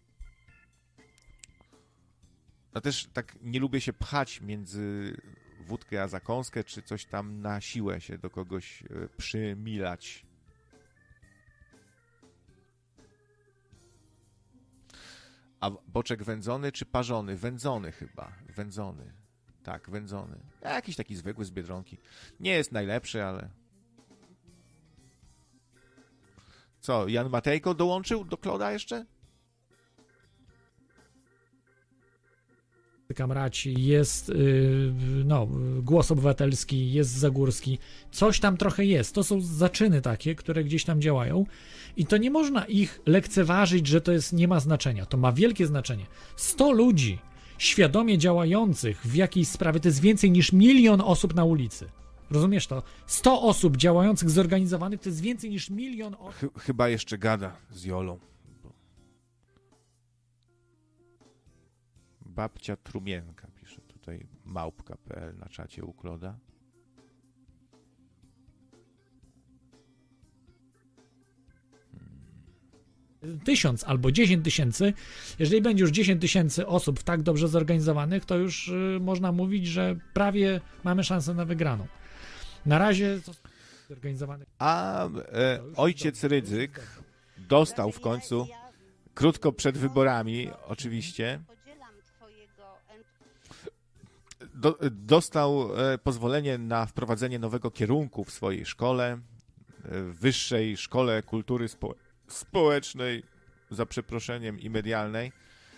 No też tak nie lubię się pchać między wódkę, a zakąskę, czy coś tam na siłę się do kogoś y, przymilać. A boczek wędzony czy parzony? Wędzony chyba. Wędzony. Tak, wędzony. Jakiś taki zwykły z Biedronki. Nie jest najlepszy, ale... Co, Jan Matejko dołączył do Kloda jeszcze? Kamraci, jest yy, no, Głos Obywatelski, jest Zagórski, coś tam trochę jest, to są zaczyny takie, które gdzieś tam działają i to nie można ich lekceważyć, że to jest, nie ma znaczenia, to ma wielkie znaczenie. sto ludzi świadomie działających w jakiejś sprawie to jest więcej niż milion osób na ulicy. Rozumiesz to? sto osób działających, zorganizowanych to jest więcej niż milion osób. Ch- chyba jeszcze gada z Jolą. Babcia Trumienka, pisze tutaj małpka kropka pe el na czacie u Kloda. Tysiąc albo dziesięć tysięcy, jeżeli będzie już dziesięć tysięcy osób tak dobrze zorganizowanych, to już y, można mówić, że prawie mamy szansę na wygraną. Na razie zorganizowany. A e, ojciec Rydzyk dostał w końcu, krótko przed wyborami oczywiście, do, dostał e, pozwolenie na wprowadzenie nowego kierunku w swojej szkole, e, wyższej szkole kultury spo, społecznej, za przeproszeniem, i medialnej.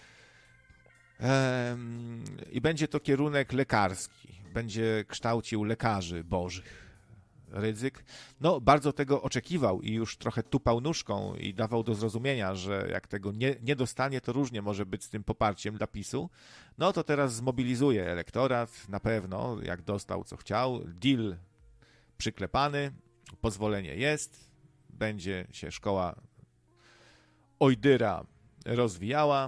E, I będzie to kierunek lekarski. Będzie kształcił lekarzy bożych. Rydzyk, no bardzo tego oczekiwał i już trochę tupał nóżką i dawał do zrozumienia, że jak tego nie, nie dostanie, to różnie może być z tym poparciem dla PiSu. No to teraz zmobilizuje elektorat, na pewno, jak dostał co chciał, deal przyklepany, pozwolenie jest, będzie się szkoła Ojdyra rozwijała.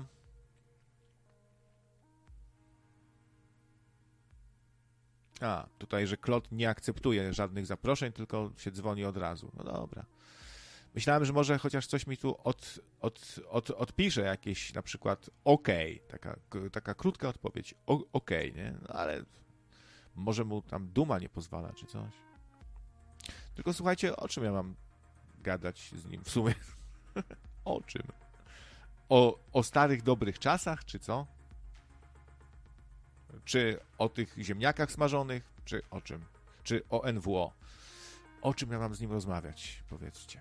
A, tutaj, że Klot nie akceptuje żadnych zaproszeń, tylko się dzwoni od razu. No dobra. Myślałem, że może chociaż coś mi tu od, od, od, odpisze, jakieś na przykład OK, taka, taka krótka odpowiedź, o, OK, nie? No ale może mu tam duma nie pozwala, czy coś. Tylko słuchajcie, o czym ja mam gadać z nim w sumie? O czym? O, o starych, dobrych czasach, czy co? Czy o tych ziemniakach smażonych, czy o czym? Czy o en wu o? O czym ja mam z nim rozmawiać? Powiedzcie.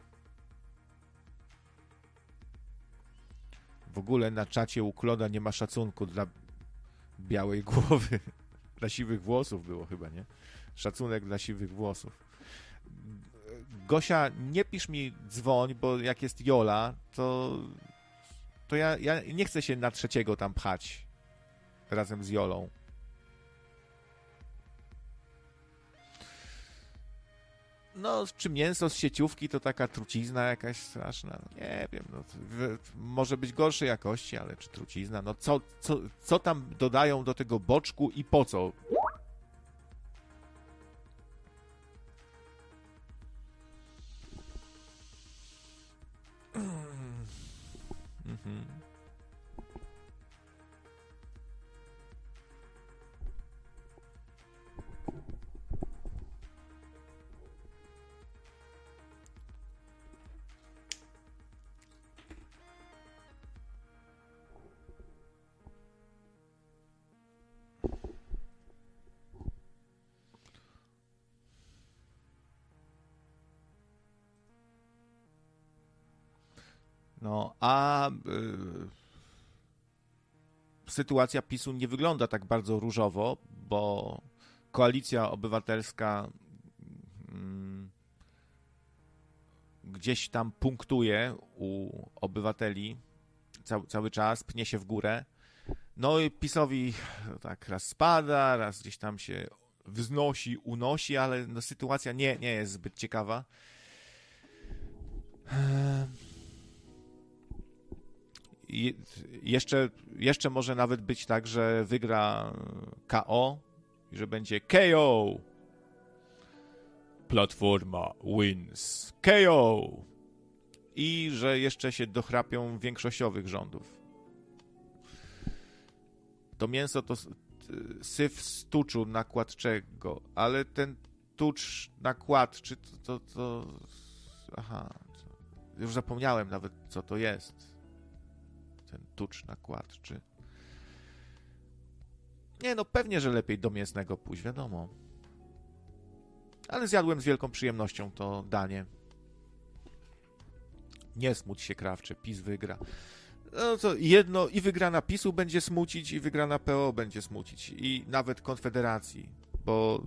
W ogóle na czacie u Kloda nie ma szacunku dla białej głowy. Dla siwych włosów było chyba, nie? Szacunek dla siwych włosów. Gosia, nie pisz mi dzwoń, bo jak jest Jola, to, to ja, ja nie chcę się na trzeciego tam pchać razem z Jolą. No, czy mięso z sieciówki to taka trucizna jakaś straszna? No, nie wiem, no, w, może być gorszej jakości, ale czy trucizna? No, co, co, co tam dodają do tego boczku i po co? Mhm. No, a y, sytuacja PiSu nie wygląda tak bardzo różowo, bo Koalicja Obywatelska y, gdzieś tam punktuje u obywateli cał, cały czas, pnie się w górę. No i PiSowi tak raz spada, raz gdzieś tam się wznosi, unosi, ale no, sytuacja nie, nie jest zbyt ciekawa. I jeszcze, jeszcze może nawet być tak, że wygra K O i że będzie K O. Platforma wins. K O. I że jeszcze się dochrapią większościowych rządów. To mięso to, syf z tuczu nakładczego, ale ten tucz nakładczy to, to, to... Aha, to... już zapomniałem nawet, co to jest. Ten tucz nakładczy. Nie, no pewnie, że lepiej do mięsnego pójść, wiadomo. Ale zjadłem z wielką przyjemnością to danie. Nie smuć się, Krawcze, PiS wygra. No to jedno, i wygrana PiSu będzie smucić, i wygrana P O będzie smucić. I nawet Konfederacji, bo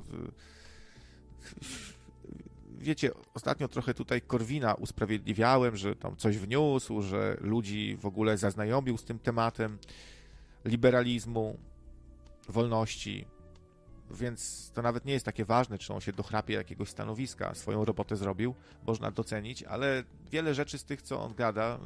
wiecie, ostatnio trochę tutaj Korwina usprawiedliwiałem, że tam coś wniósł, że ludzi w ogóle zaznajomił z tym tematem liberalizmu, wolności, więc to nawet nie jest takie ważne, czy on się dochrapie jakiegoś stanowiska, swoją robotę zrobił, można docenić, ale wiele rzeczy z tych, co on gada,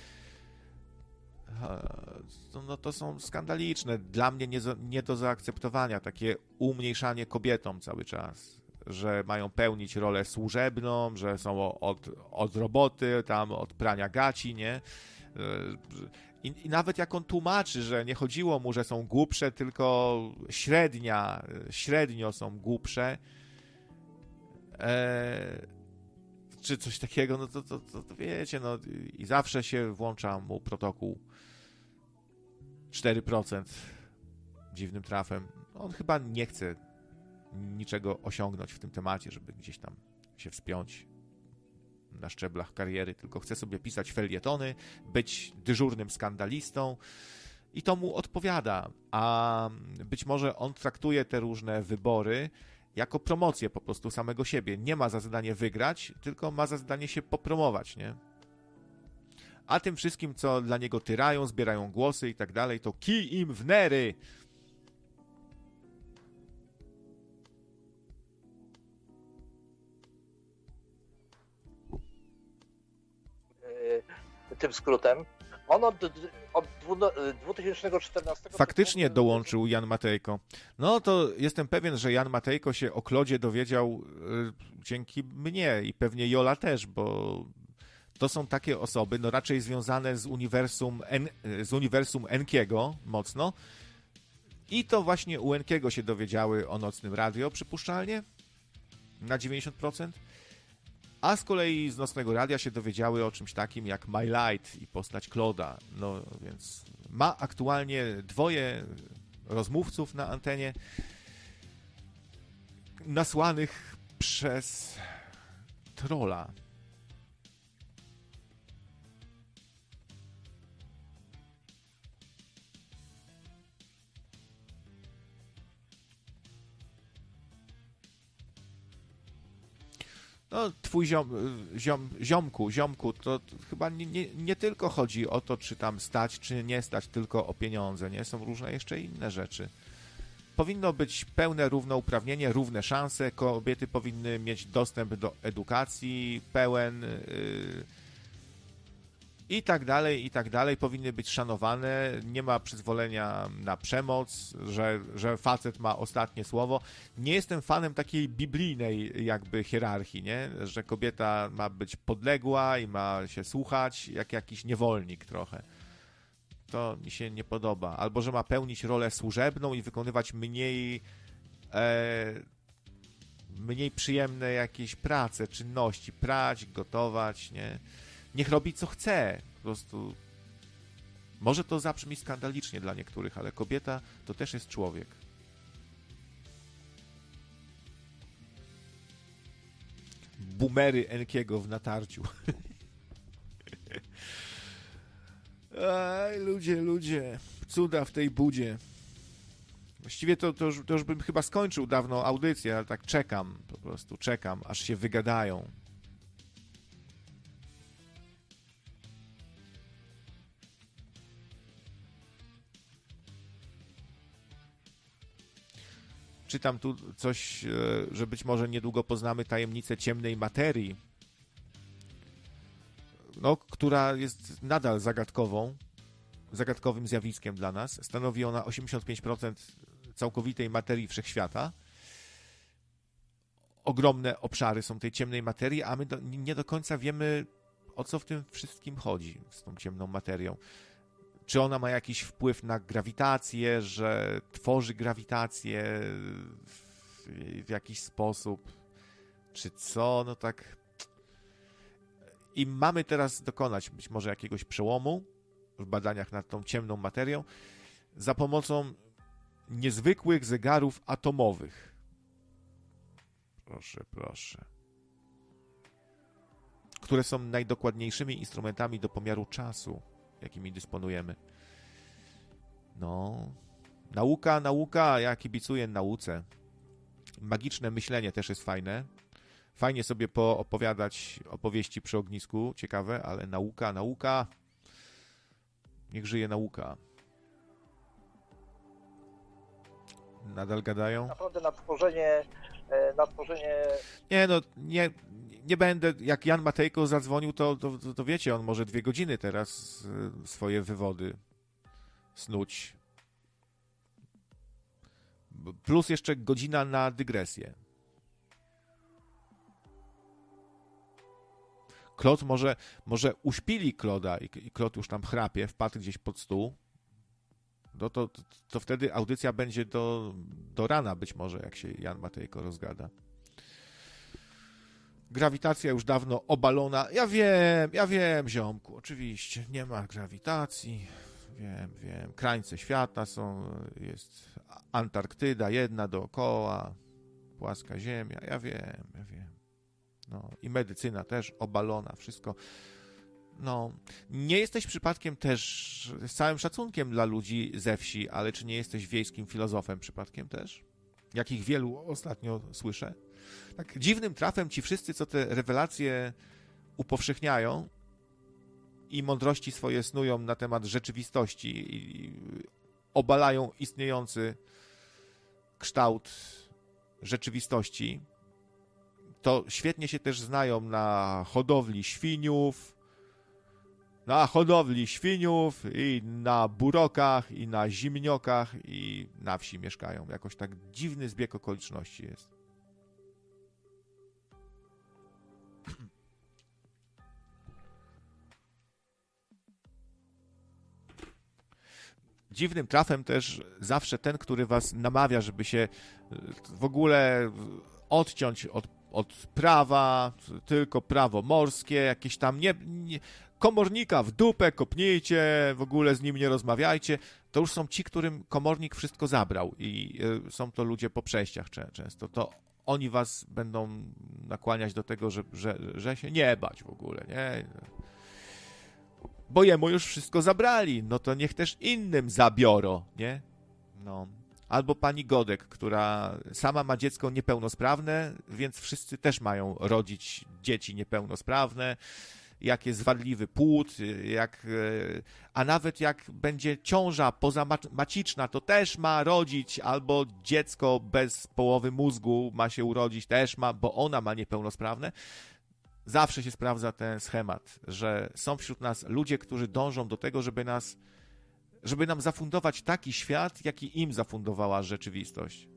no to są skandaliczne. Dla mnie nie, nie do zaakceptowania takie umniejszanie kobietom cały czas, że mają pełnić rolę służebną, że są od, od roboty, tam od prania gaci, nie? I, I nawet jak on tłumaczy, że nie chodziło mu, że są głupsze, tylko średnia, średnio są głupsze, e, czy coś takiego, no to, to, to, to wiecie, no i zawsze się włącza mu protokół cztery procent dziwnym trafem. On chyba nie chce niczego osiągnąć w tym temacie, żeby gdzieś tam się wspiąć na szczeblach kariery, tylko chce sobie pisać felietony, być dyżurnym skandalistą i to mu odpowiada, a być może on traktuje te różne wybory jako promocję po prostu samego siebie. Nie ma za zadanie wygrać, tylko ma za zadanie się popromować, nie? A tym wszystkim, co dla niego tyrają, zbierają głosy i tak dalej, to kij im w nery! Tym skrótem. On od, od dwa tysiące czternastego... Faktycznie dołączył Jan Matejko. No to jestem pewien, że Jan Matejko się o Klodzie dowiedział y, dzięki mnie i pewnie Jola też, bo to są takie osoby, no raczej związane z uniwersum, en, z uniwersum Enkiego mocno i to właśnie u Enkiego się dowiedziały o Nocnym Radio, przypuszczalnie, na dziewięćdziesiąt procent. A z kolei z Nocnego Radia się dowiedziały o czymś takim jak My Light i postać Kloda. No więc ma aktualnie dwoje rozmówców na antenie nasłanych przez trolla. No, twój ziom, ziom, ziomku, ziomku, to chyba nie, nie, nie tylko chodzi o to, czy tam stać, czy nie stać, tylko o pieniądze, nie? Są różne jeszcze inne rzeczy. Powinno być pełne równouprawnienie, równe szanse, kobiety powinny mieć dostęp do edukacji pełen yy, i tak dalej, i tak dalej, powinny być szanowane, nie ma przyzwolenia na przemoc, że, że facet ma ostatnie słowo. Nie jestem fanem takiej biblijnej jakby hierarchii, nie? Że kobieta ma być podległa i ma się słuchać jak jakiś niewolnik trochę. To mi się nie podoba. Albo, że ma pełnić rolę służebną i wykonywać mniej e, mniej przyjemne jakieś prace, czynności, prać, gotować, nie? Niech robi co chce, po prostu. Może to zabrzmi skandalicznie dla niektórych, ale kobieta to też jest człowiek. Boomery Enkiego w natarciu. Aj, ludzie, ludzie, cuda w tej budzie. Właściwie to, to, już, to już bym chyba skończył dawno audycję, ale tak czekam, po prostu czekam, aż się wygadają. Czytam tu coś, że być może niedługo poznamy tajemnicę ciemnej materii, no, która jest nadal zagadkową, zagadkowym zjawiskiem dla nas. Stanowi ona osiemdziesiąt pięć procent całkowitej materii wszechświata. Ogromne obszary są tej ciemnej materii, a my do, nie do końca wiemy, o co w tym wszystkim chodzi z tą ciemną materią. czy ona ma jakiś wpływ na grawitację, że tworzy grawitację w, w jakiś sposób, czy co, no tak. I mamy teraz dokonać być może jakiegoś przełomu w badaniach nad tą ciemną materią za pomocą niezwykłych zegarów atomowych. Proszę, proszę. Które są najdokładniejszymi instrumentami do pomiaru czasu, jakimi dysponujemy. No, nauka, nauka, ja kibicuję nauce. Magiczne myślenie też jest fajne. Fajnie sobie poopowiadać opowieści przy ognisku, ciekawe, ale nauka, nauka. Niech żyje nauka. Nadal gadają? Naprawdę na tworzenie, na tworzenie... Nie, no, nie, nie będę, jak Jan Matejko zadzwonił, to, to, to, to wiecie, on może dwie godziny teraz swoje wywody snuć. Plus jeszcze godzina na dygresję. Klot może, może uśpili Kloda i, i Klot już tam chrapie, wpadł gdzieś pod stół. No to, to, to wtedy audycja będzie do, do rana być może, jak się Jan Matejko rozgada. Grawitacja już dawno obalona. Ja wiem, ja wiem, ziomku, oczywiście. Nie ma grawitacji. Wiem, wiem. Krańce świata są, jest Antarktyda jedna dookoła, płaska ziemia. Ja wiem, ja wiem. No i medycyna też obalona, wszystko. No, nie jesteś przypadkiem też, z całym szacunkiem dla ludzi ze wsi, ale czy nie jesteś wiejskim filozofem przypadkiem też? Jakich wielu ostatnio słyszę? Tak dziwnym trafem ci wszyscy, co te rewelacje upowszechniają i mądrości swoje snują na temat rzeczywistości i obalają istniejący kształt rzeczywistości, to świetnie się też znają na hodowli świniów, na hodowli świniów i na burokach, i na zimniokach, i na wsi mieszkają. Jakoś tak dziwny zbieg okoliczności jest. Dziwnym trafem też zawsze ten, który was namawia, żeby się w ogóle odciąć od, od prawa, tylko prawo morskie, jakieś tam nie, nie, komornika w dupę kopnijcie, w ogóle z nim nie rozmawiajcie, to już są ci, którym komornik wszystko zabrał i y, są to ludzie po przejściach często. To oni was będą nakłaniać do tego, że, że, że się nie bać w ogóle, nie? Bo jemu już wszystko zabrali, no to niech też innym zabiorą, nie? No. Albo pani Godek, która sama ma dziecko niepełnosprawne, więc wszyscy też mają rodzić dzieci niepełnosprawne, jak jest wadliwy płód, jak, a nawet jak będzie ciąża pozamaciczna, to też ma rodzić, albo dziecko bez połowy mózgu ma się urodzić, też ma, bo ona ma niepełnosprawne. Zawsze się sprawdza ten schemat, że są wśród nas ludzie, którzy dążą do tego, żeby nas, żeby nam zafundować taki świat, jaki im zafundowała rzeczywistość.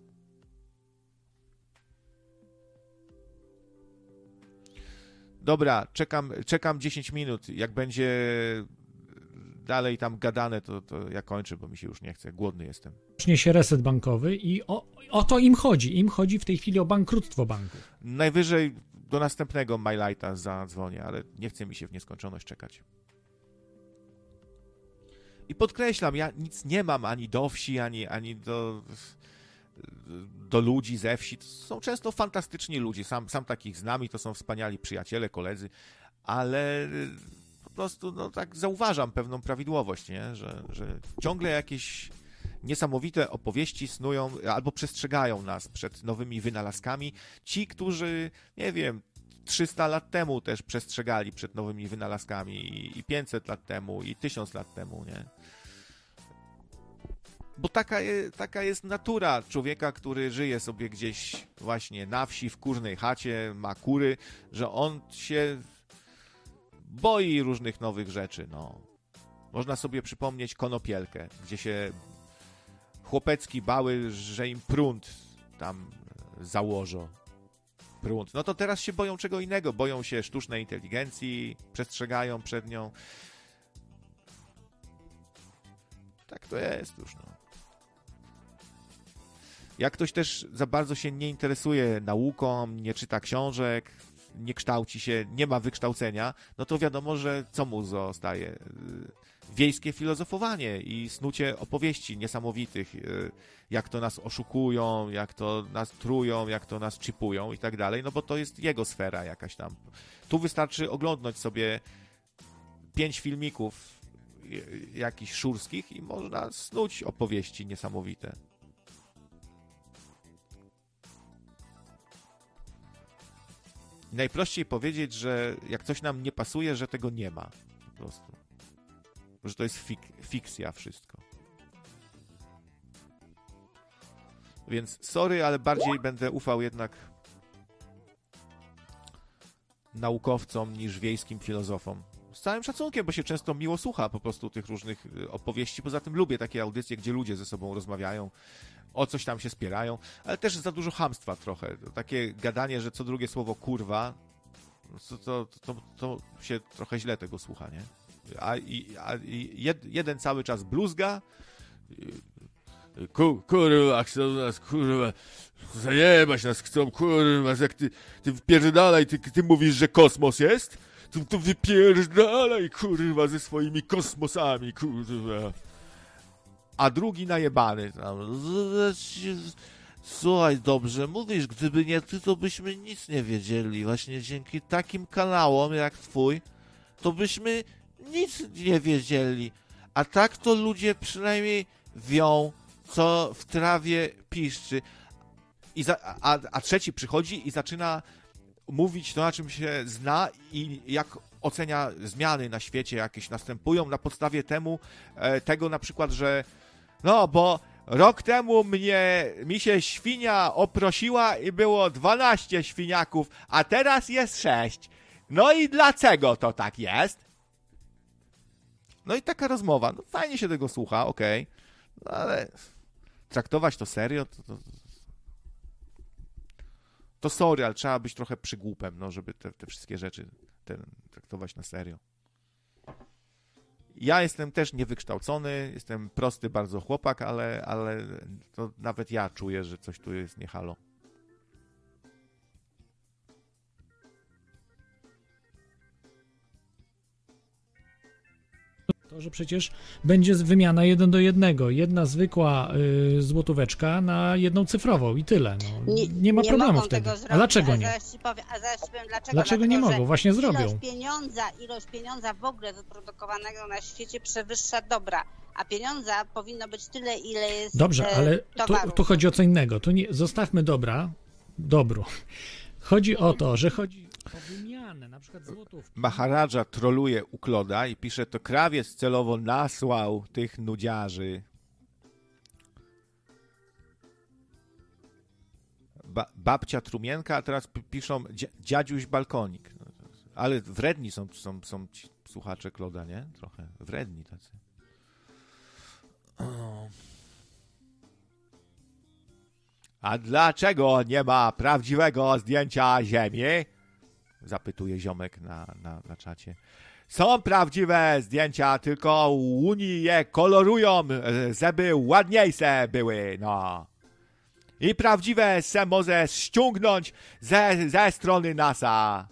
Dobra, czekam, czekam dziesięć minut. Jak będzie dalej tam gadane, to, to ja kończę, bo mi się już nie chce. Głodny jestem. Zacznie się reset bankowy i o, o to im chodzi. Im chodzi w tej chwili o bankructwo banku. Najwyżej do następnego MyLighta zadzwonię, ale nie chce mi się w nieskończoność czekać. I podkreślam, ja nic nie mam ani do wsi, ani, ani do, do ludzi ze wsi. To są często fantastyczni ludzie. Sam, sam takich znam i to są wspaniali przyjaciele, koledzy, ale po prostu no, tak zauważam pewną prawidłowość, nie? Że, że ciągle jakieś niesamowite opowieści snują albo przestrzegają nas przed nowymi wynalazkami. Ci, którzy, nie wiem, trzysta lat temu też przestrzegali przed nowymi wynalazkami i pięćset lat temu i tysiąc lat temu, nie? Bo taka, je, taka jest natura człowieka, który żyje sobie gdzieś właśnie na wsi, w kurnej chacie, ma kury, że on się boi różnych nowych rzeczy, no. Można sobie przypomnieć Konopielkę, gdzie się chłopecki bały, że im prąd tam założą. Prąd. No to teraz się boją czego innego. Boją się sztucznej inteligencji, przestrzegają przed nią. tak to jest już, no. Jak ktoś też za bardzo się nie interesuje nauką, nie czyta książek, nie kształci się, nie ma wykształcenia, no to wiadomo, że co mu zostaje? Wiejskie filozofowanie i snucie opowieści niesamowitych, jak to nas oszukują, jak to nas trują, jak to nas chipują i tak dalej, no bo to jest jego sfera jakaś tam. Tu wystarczy oglądnąć sobie pięć filmików jakichś szurskich i można snuć opowieści niesamowite. Najprościej powiedzieć, że jak coś nam nie pasuje, że tego nie ma. Po prostu. Że to jest fik- fikcja wszystko. Więc sorry, ale bardziej będę ufał jednak naukowcom niż wiejskim filozofom. Z całym szacunkiem, bo się często miło słucha po prostu tych różnych opowieści. Poza tym lubię takie audycje, gdzie ludzie ze sobą rozmawiają, o coś tam się spierają, ale też za dużo chamstwa trochę. Takie gadanie, że co drugie słowo kurwa, to, to, to, to się trochę źle tego słucha, nie? A, i, a jed, jeden cały czas bluzga, Ku, kurwa, chcą nas, kurwa, zajebać nas chcą, kurwa, jak ty, ty wypierdalaj, ty, ty mówisz, że kosmos jest? To, to wypierdalaj, kurwa, ze swoimi kosmosami, kurwa. A drugi najebany tam. Słuchaj, dobrze mówisz, gdyby nie ty, to byśmy nic nie wiedzieli. Właśnie dzięki takim kanałom jak twój, to byśmy nic nie wiedzieli. A tak to ludzie przynajmniej wią, co w trawie piszczy. I za, a, a trzeci przychodzi i zaczyna mówić to, na czym się zna i jak ocenia zmiany na świecie jakieś następują na podstawie temu, e, tego na przykład, że no, bo rok temu mnie, mi się świnia oprosiła i było dwanaście świniaków, a teraz jest sześć. No i dlaczego to tak jest? No i taka rozmowa. No fajnie się tego słucha, okej. Okay. No ale traktować to serio, to, to, to sorry, ale trzeba być trochę przygłupem, no, żeby te, te wszystkie rzeczy ten, traktować na serio. Ja jestem też niewykształcony, jestem prosty bardzo chłopak, ale, ale to nawet ja czuję, że coś tu jest nie halo. To, że przecież będzie wymiana jeden do jednego. Jedna zwykła y, złotóweczka na jedną cyfrową i tyle. No, nie, nie ma nie problemu mogą wtedy. Tego zrobić, a dlaczego nie? A zaraz ci powiem, a zaraz ci powiem dlaczego. Dlaczego dlatego, nie mogą? Właśnie zrobią. Ilość pieniądza, ilość pieniądza w ogóle wyprodukowanego na świecie przewyższa dobra. A pieniądza powinno być tyle, ile jest Dobrze, e, ale towarów. tu, tu chodzi o co innego. Tu nie, zostawmy dobra, dobru. Chodzi o to, że chodzi o wymianę, na przykład złotówki. Maharadża troluje u Kloda i pisze, to krawiec celowo nasłał tych nudziarzy. Ba- babcia Trumienka, a teraz p- piszą dzia- dziadziuś Balkonik. No, ale wredni są, są, są ci słuchacze Kloda, nie? Trochę wredni tacy. O. A dlaczego nie ma prawdziwego zdjęcia Ziemi? Zapytuje ziomek na, na, na czacie. Są prawdziwe zdjęcia, tylko Unii je kolorują, żeby ładniejsze były, no. I prawdziwe se może ściągnąć ze, ze strony NASA.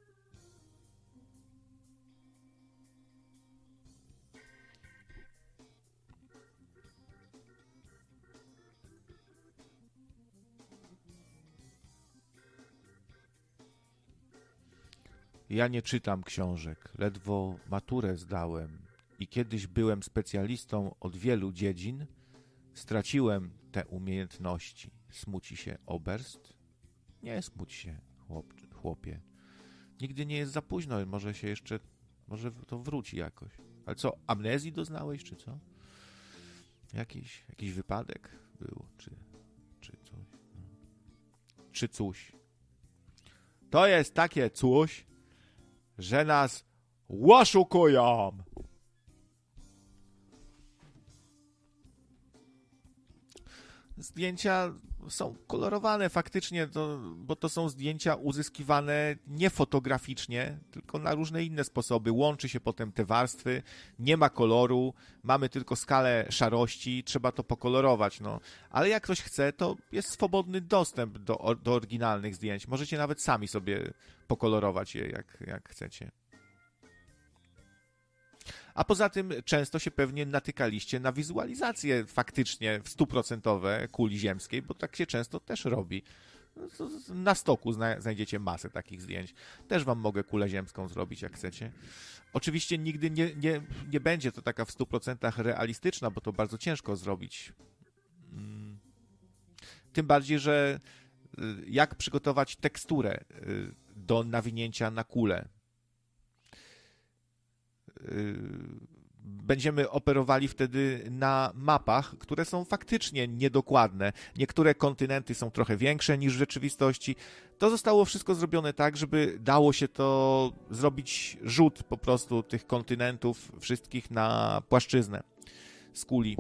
Ja nie czytam książek, ledwo maturę zdałem i kiedyś byłem specjalistą od wielu dziedzin, straciłem te umiejętności. Smuci się Oberst? Nie smuć się, chłop, chłopie. Nigdy nie jest za późno, może się jeszcze, może to wróci jakoś. Ale co, amnezji doznałeś, czy co? Jakiś, jakiś wypadek był, czy, czy coś. No. Czy coś. To jest takie coś, że nas oszukują. Zdjęcia są kolorowane faktycznie, to, bo to są zdjęcia uzyskiwane nie fotograficznie, tylko na różne inne sposoby. Łączy się potem te warstwy, nie ma koloru, mamy tylko skalę szarości, trzeba to pokolorować. No. Ale jak ktoś chce, to jest swobodny dostęp do, do oryginalnych zdjęć. Możecie nawet sami sobie pokolorować je, jak, jak chcecie. A poza tym często się pewnie natykaliście na wizualizacje faktycznie w stuprocentowe kuli ziemskiej, bo tak się często też robi. Na stoku znajdziecie masę takich zdjęć. Też wam mogę kulę ziemską zrobić, jak chcecie. Oczywiście nigdy nie, nie, nie będzie to taka w stu procentach realistyczna, bo to bardzo ciężko zrobić. Tym bardziej, że jak przygotować teksturę do nawinięcia na kulę. Będziemy operowali wtedy na mapach, które są faktycznie niedokładne. Niektóre kontynenty są trochę większe niż w rzeczywistości. To zostało wszystko zrobione tak, żeby dało się to zrobić rzut po prostu tych kontynentów wszystkich na płaszczyznę z kuli.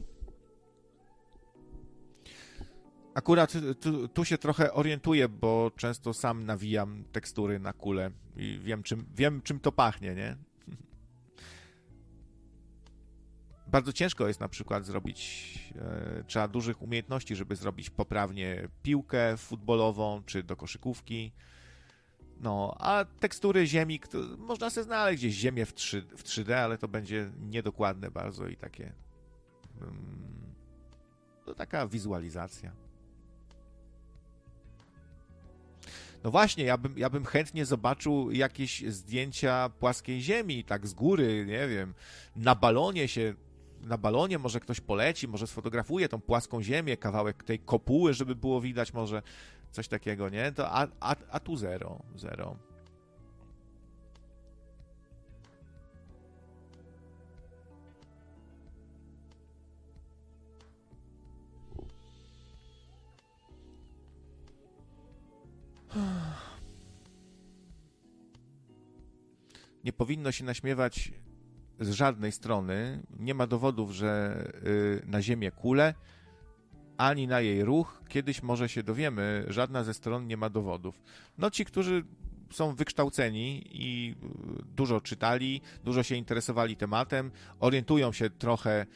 Akurat tu, tu się trochę orientuję, bo często sam nawijam tekstury na kulę i wiem, czym, wiem, czym to pachnie, nie? Bardzo ciężko jest na przykład zrobić, e, trzeba dużych umiejętności, żeby zrobić poprawnie piłkę futbolową czy do koszykówki. No, a tekstury ziemi, to, można sobie znaleźć gdzieś ziemię w, trzy, w trzy D, ale to będzie niedokładne bardzo i takie... Um, to taka wizualizacja. No właśnie, ja bym, ja bym chętnie zobaczył jakieś zdjęcia płaskiej ziemi, tak z góry, nie wiem, na balonie się, na balonie może ktoś poleci, może sfotografuje tą płaską ziemię, kawałek tej kopuły, żeby było widać może coś takiego, nie? To a, a, a tu zero, zero. Nie powinno się naśmiewać z żadnej strony. Nie ma dowodów, że na Ziemię kulę, ani na jej ruch. Kiedyś może się dowiemy, żadna ze stron nie ma dowodów. No ci, którzy są wykształceni i dużo czytali, dużo się interesowali tematem, orientują się trochę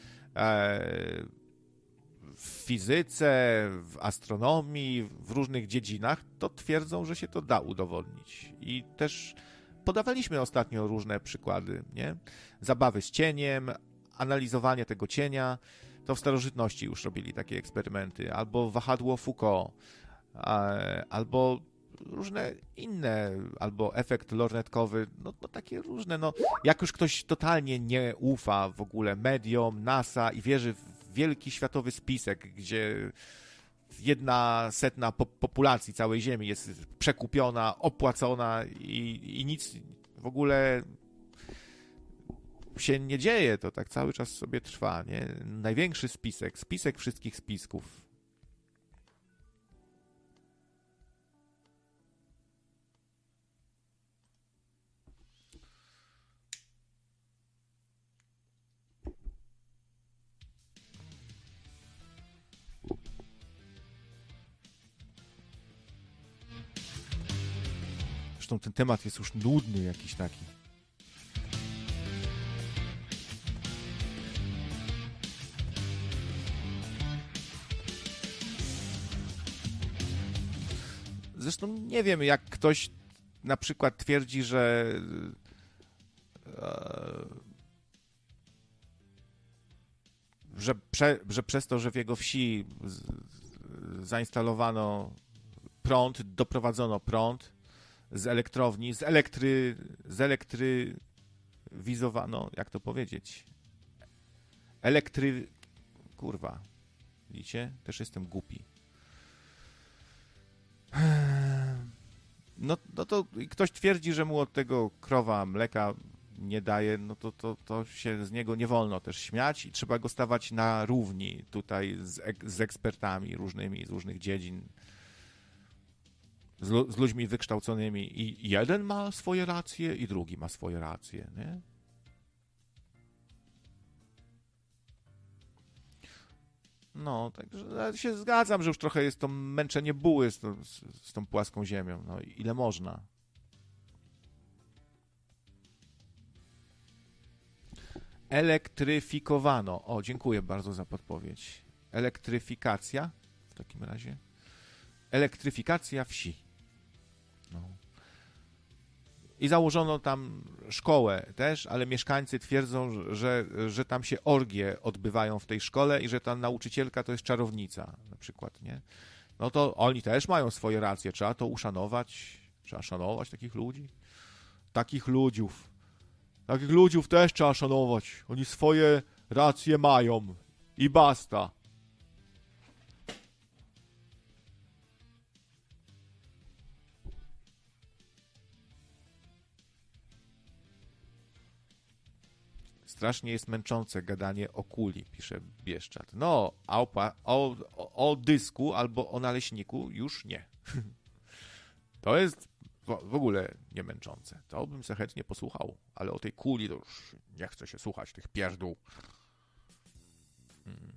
w fizyce, w astronomii, w różnych dziedzinach, to twierdzą, że się to da udowodnić. I też podawaliśmy ostatnio różne przykłady, nie? Zabawy z cieniem, analizowanie tego cienia, to w starożytności już robili takie eksperymenty, albo wahadło Foucault, albo różne inne, albo efekt lornetkowy, no, no takie różne, no jak już ktoś totalnie nie ufa w ogóle mediom, NASA i wierzy w wielki światowy spisek, gdzie jedna setna po- populacji całej Ziemi jest przekupiona, opłacona i, i nic w ogóle się nie dzieje, to tak cały czas sobie trwa, nie? Największy spisek, spisek wszystkich spisków. Zresztą ten temat jest już nudny jakiś taki. Zresztą nie wiem, jak ktoś na przykład twierdzi, że że, prze, że przez to, że w jego wsi z, zainstalowano prąd, doprowadzono prąd z elektrowni, z elektry, z elektrywizowano, jak to powiedzieć? Elektry... Kurwa. Widzicie? Też jestem głupi. No, no to ktoś twierdzi, że mu od tego krowa mleka nie daje, no to, to, to się z niego nie wolno też śmiać i trzeba go stawać na równi tutaj z, ek- z ekspertami różnymi z różnych dziedzin, z, lu- z ludźmi wykształconymi i jeden ma swoje racje i drugi ma swoje racje, nie? No, także ja się zgadzam, że już trochę jest to męczenie buły z, z, z tą płaską ziemią. No, ile można. Elektryfikowano. O, dziękuję bardzo za podpowiedź. Elektryfikacja w takim razie. Elektryfikacja wsi. No. I założono tam szkołę też, ale mieszkańcy twierdzą, że, że tam się orgie odbywają w tej szkole i że ta nauczycielka to jest czarownica na przykład, nie? No to oni też mają swoje racje. Trzeba to uszanować. Trzeba szanować takich ludzi. Takich ludziów. Takich ludziów też trzeba szanować. Oni swoje racje mają. I basta. Strasznie jest męczące gadanie o kuli, pisze Bieszczad. No, a o, o, o dysku albo o naleśniku już nie. To jest w ogóle nie męczące. To bym se chętnie posłuchał, ale o tej kuli to już nie chce się słuchać, tych pierdół. Hmm.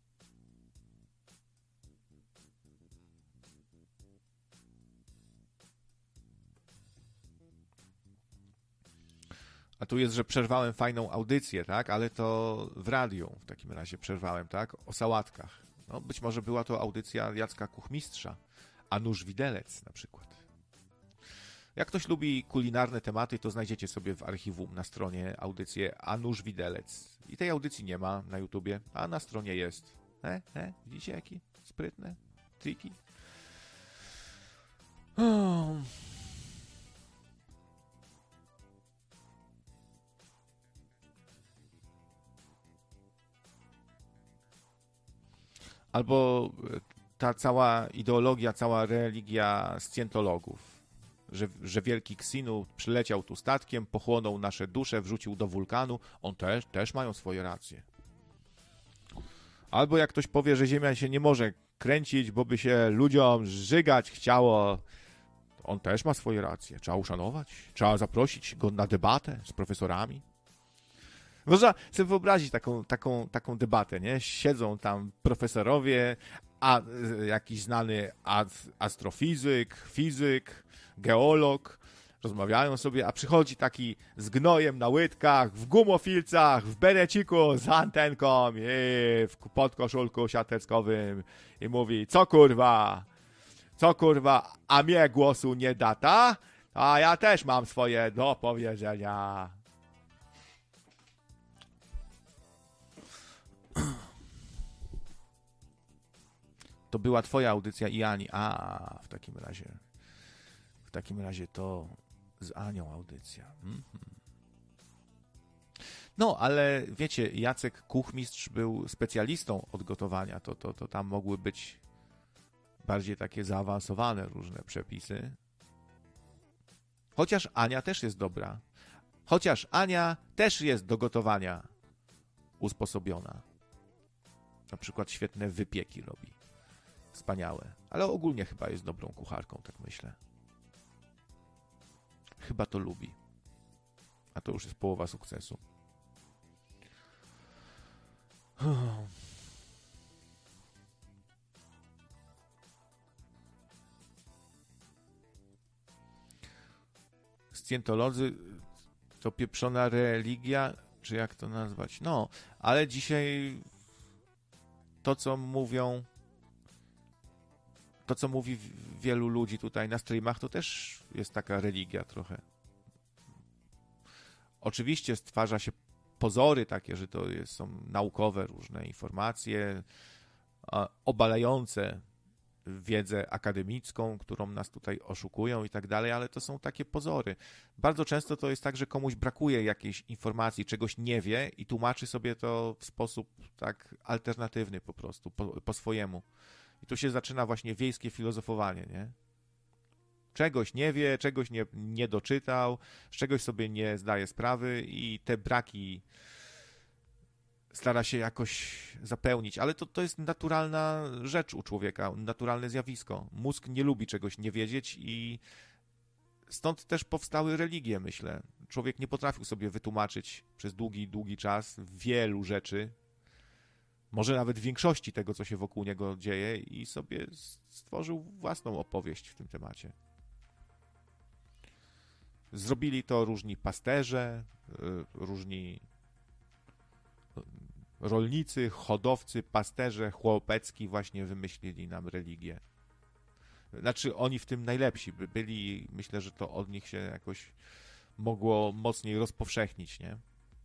A tu jest, że przerwałem fajną audycję, tak? Ale to w radiu w takim razie przerwałem, tak? O sałatkach. No, być może była to audycja Jacka Kuchmistrza, a nóż widelec na przykład. Jak ktoś lubi kulinarne tematy, to znajdziecie sobie w archiwum na stronie audycję A nóż widelec. I tej audycji nie ma na YouTubie, a na stronie jest. E, e, widzicie jakie sprytne triki? Oh. Albo ta cała ideologia, cała religia scjentologów, że, że wielki Ksinu przyleciał tu statkiem, pochłonął nasze dusze, wrzucił do wulkanu. On też, też mają swoje racje. Albo jak ktoś powie, że Ziemia się nie może kręcić, bo by się ludziom żygać chciało, on też ma swoje racje. Trzeba uszanować, trzeba zaprosić go na debatę z profesorami. Można sobie wyobrazić taką, taką, taką debatę, nie? Siedzą tam profesorowie, a, jakiś znany astrofizyk, fizyk, geolog, rozmawiają sobie, a przychodzi taki z gnojem na łydkach, w gumofilcach, w bereciku z antenką i w podkoszulku siateckowym i mówi: co kurwa, co kurwa, a mnie głosu nie data? A ja też mam swoje do powiedzenia. To była twoja audycja i Ani. A, w takim razie. W takim razie to z Anią audycja. Mm-hmm. No, ale wiecie, Jacek Kuchmistrz był specjalistą od gotowania. To, to, to tam mogły być bardziej takie zaawansowane różne przepisy. Chociaż Ania też jest dobra. Chociaż Ania też jest do gotowania usposobiona. Na przykład świetne wypieki robi. Wspaniałe. Ale ogólnie chyba jest dobrą kucharką, tak myślę. Chyba to lubi. A to już jest połowa sukcesu. Scjentolodzy to pieprzona religia, czy jak to nazwać? No, ale dzisiaj to, co mówią to, co mówi wielu ludzi tutaj na streamach, to też jest taka religia trochę. Oczywiście stwarza się pozory takie, że to jest, są naukowe różne informacje obalające wiedzę akademicką, którą nas tutaj oszukują i tak dalej, ale to są takie pozory. Bardzo często to jest tak, że komuś brakuje jakiejś informacji, czegoś nie wie i tłumaczy sobie to w sposób tak alternatywny po prostu, po, po swojemu. I tu się zaczyna właśnie wiejskie filozofowanie, nie? Czegoś nie wie, czegoś nie, nie doczytał, z czegoś sobie nie zdaje sprawy i te braki stara się jakoś zapełnić, ale to, to jest naturalna rzecz u człowieka, naturalne zjawisko. Mózg nie lubi czegoś nie wiedzieć i stąd też powstały religie, myślę. Człowiek nie potrafił sobie wytłumaczyć przez długi, długi czas wielu rzeczy. może nawet większości tego, co się wokół niego dzieje i sobie stworzył własną opowieść w tym temacie. Zrobili to różni pasterze, różni rolnicy, hodowcy, pasterze, chłopecki właśnie wymyślili nam religię. Znaczy oni w tym najlepsi byli, myślę, że to od nich się jakoś mogło mocniej rozpowszechnić, nie?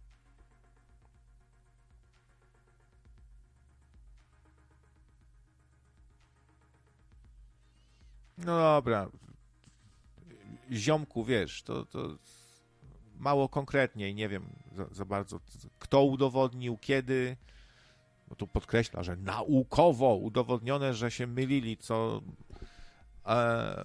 No dobra. Ziomku, wiesz, to, to mało konkretniej, nie wiem za, za bardzo, kto udowodnił, kiedy. No tu podkreśla, że naukowo udowodnione, że się mylili, co e,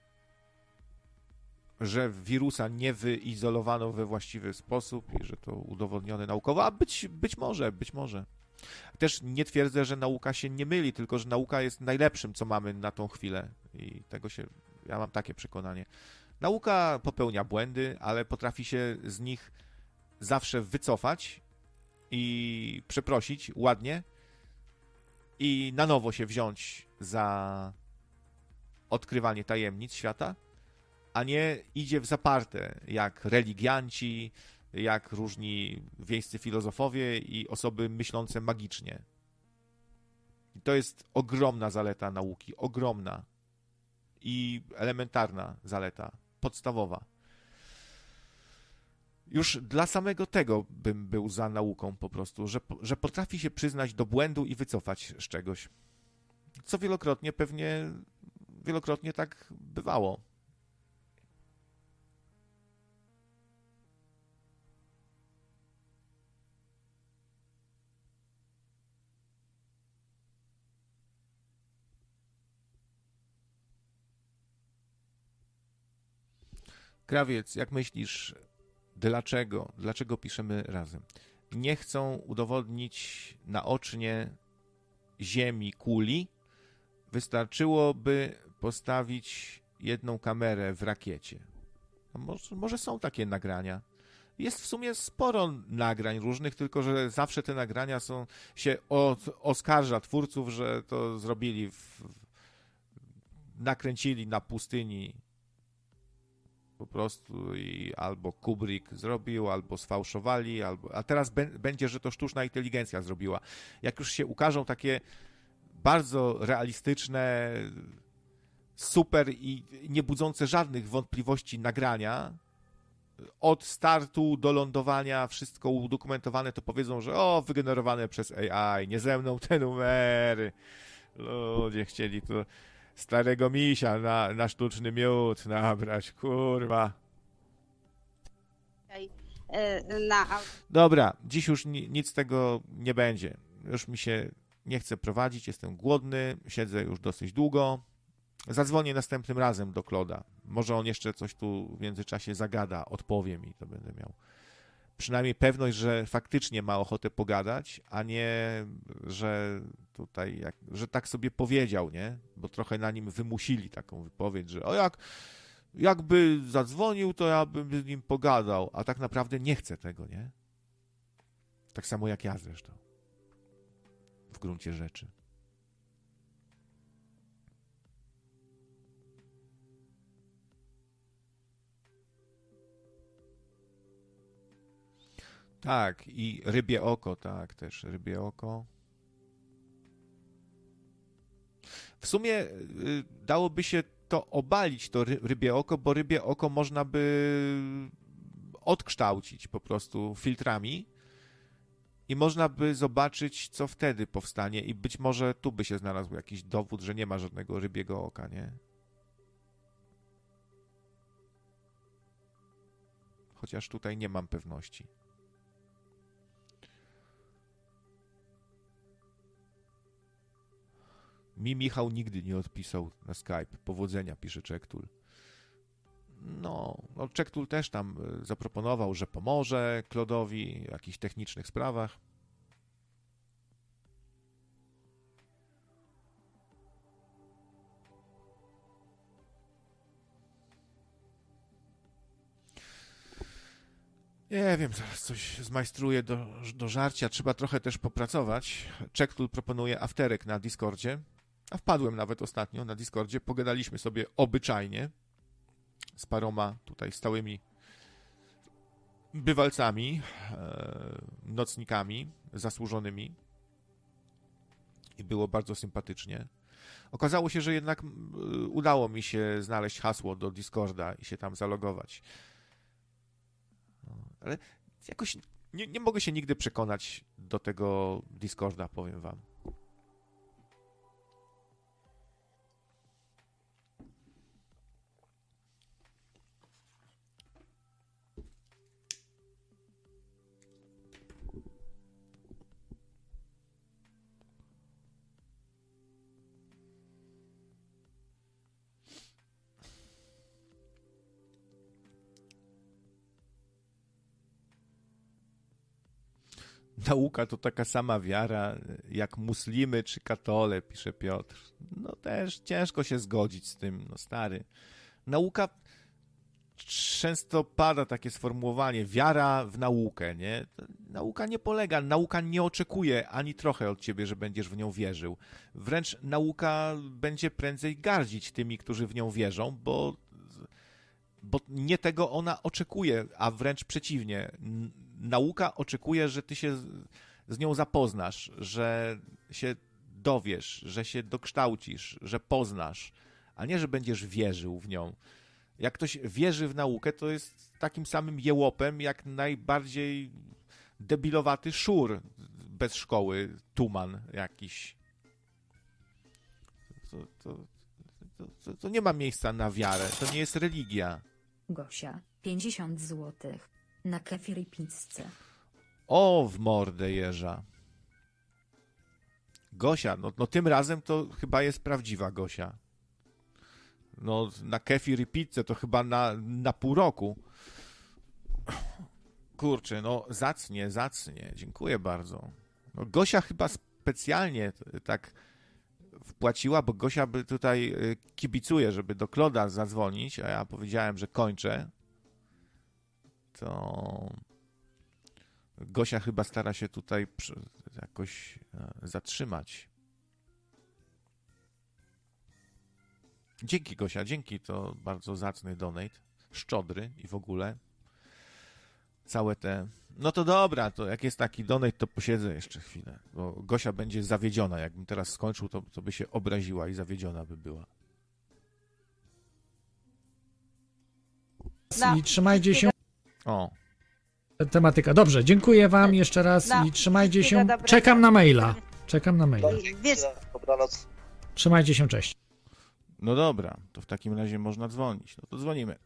że wirusa nie wyizolowano we właściwy sposób i że to udowodnione naukowo, a być, być może, być może. Też nie twierdzę, że nauka się nie myli, tylko że nauka jest najlepszym, co mamy na tą chwilę i tego się, ja mam takie przekonanie. Nauka popełnia błędy, ale potrafi się z nich zawsze wycofać i przeprosić ładnie i na nowo się wziąć za odkrywanie tajemnic świata, a nie idzie w zaparte jak religianci, jak różni wiejscy filozofowie i osoby myślące magicznie. I to jest ogromna zaleta nauki, ogromna i elementarna zaleta, podstawowa. Już dla samego tego bym był za nauką po prostu, że, że potrafi się przyznać do błędu i wycofać z czegoś. Co wielokrotnie pewnie, wielokrotnie tak bywało. Krawiec, jak myślisz, dlaczego, dlaczego piszemy razem? Nie chcą udowodnić naocznie Ziemi kuli. Wystarczyłoby postawić jedną kamerę w rakiecie. No może, może są takie nagrania. Jest w sumie sporo nagrań różnych, tylko że zawsze te nagrania są, się od, oskarża twórców, że to zrobili, w, nakręcili na pustyni po prostu i albo Kubrick zrobił, albo sfałszowali, albo, a teraz będzie, że to sztuczna inteligencja zrobiła. Jak już się ukażą takie bardzo realistyczne, super i nie budzące żadnych wątpliwości nagrania, od startu do lądowania wszystko udokumentowane, to powiedzą, że o, wygenerowane przez A I, nie ze mną te numery. Ludzie chcieli to starego misia na, na sztuczny miód nabrać, kurwa. Na... Dobra, dziś już ni, nic z tego nie będzie. Już mi się nie chce prowadzić, jestem głodny, siedzę już dosyć długo. Zadzwonię następnym razem do Kloda. Może on jeszcze coś tu w międzyczasie zagada, odpowie mi, to będę miał przynajmniej pewność, że faktycznie ma ochotę pogadać, a nie, że tutaj, jak, że tak sobie powiedział, nie? Bo trochę na nim wymusili taką wypowiedź, że o jak, jakby zadzwonił, to ja bym z nim pogadał, a tak naprawdę nie chce tego, nie? Tak samo jak ja zresztą. W gruncie rzeczy. Tak, i rybie oko, tak, też rybie oko. W sumie y, dałoby się to obalić, to ry, rybie oko, bo rybie oko można by odkształcić po prostu filtrami i można by zobaczyć, co wtedy powstanie i być może tu by się znalazł jakiś dowód, że nie ma żadnego rybiego oka, nie? Chociaż tutaj nie mam pewności. Mi Michał nigdy nie odpisał na Skype. Powodzenia, pisze Czektul. No, no Czektul też tam zaproponował, że pomoże Klodowi w jakichś technicznych sprawach. Nie wiem, zaraz coś zmajstruję do, do żarcia. Trzeba trochę też popracować. Czektul proponuje afterek na Discordzie. A wpadłem nawet ostatnio na Discordzie. Pogadaliśmy sobie obyczajnie z paroma tutaj stałymi bywalcami, e, nocnikami zasłużonymi. I było bardzo sympatycznie. Okazało się, że jednak udało mi się znaleźć hasło do Discorda i się tam zalogować. Ale jakoś nie, nie mogę się nigdy przekonać do tego Discorda, powiem wam. Nauka to taka sama wiara jak muslimy czy katole, pisze Piotr. No też ciężko się zgodzić z tym, no stary. Nauka, często pada takie sformułowanie, wiara w naukę, nie? Nauka nie polega, nauka nie oczekuje ani trochę od ciebie, że będziesz w nią wierzył. Wręcz nauka będzie prędzej gardzić tymi, którzy w nią wierzą, bo, bo nie tego ona oczekuje, a wręcz przeciwnie. Nauka oczekuje, że ty się z nią zapoznasz, że się dowiesz, że się dokształcisz, że poznasz, a nie, że będziesz wierzył w nią. Jak ktoś wierzy w naukę, to jest takim samym jełopem, jak najbardziej debilowaty szur bez szkoły, tuman jakiś. To, to, to, to, to nie ma miejsca na wiarę, to nie jest religia. Gosia, pięćdziesiąt złotych. Na kefir i pizzę. O, w mordę jeża. Gosia, no, no tym razem to chyba jest prawdziwa Gosia. No na kefir i pizzę to chyba na, na pół roku. Kurczę, no zacnie, zacnie. Dziękuję bardzo. No, Gosia chyba specjalnie tak wpłaciła, bo Gosia by tutaj kibicuje, żeby do Kloda zadzwonić, a ja powiedziałem, że kończę. To Gosia chyba stara się tutaj jakoś zatrzymać. Dzięki, Gosia, dzięki, to bardzo zacny donate, szczodry i w ogóle całe te... No to dobra, to jak jest taki donate, to posiedzę jeszcze chwilę, bo Gosia będzie zawiedziona. Jakbym teraz skończył, to, to by się obraziła i zawiedziona by była. I trzymajcie się. O. Tematyka. Dobrze, dziękuję wam jeszcze raz No, i trzymajcie się. dobrego. Czekam na maila. Czekam na maila. Wiesz, Dobranoc. Trzymajcie się, cześć. No dobra, to w takim razie można dzwonić. No to dzwonimy.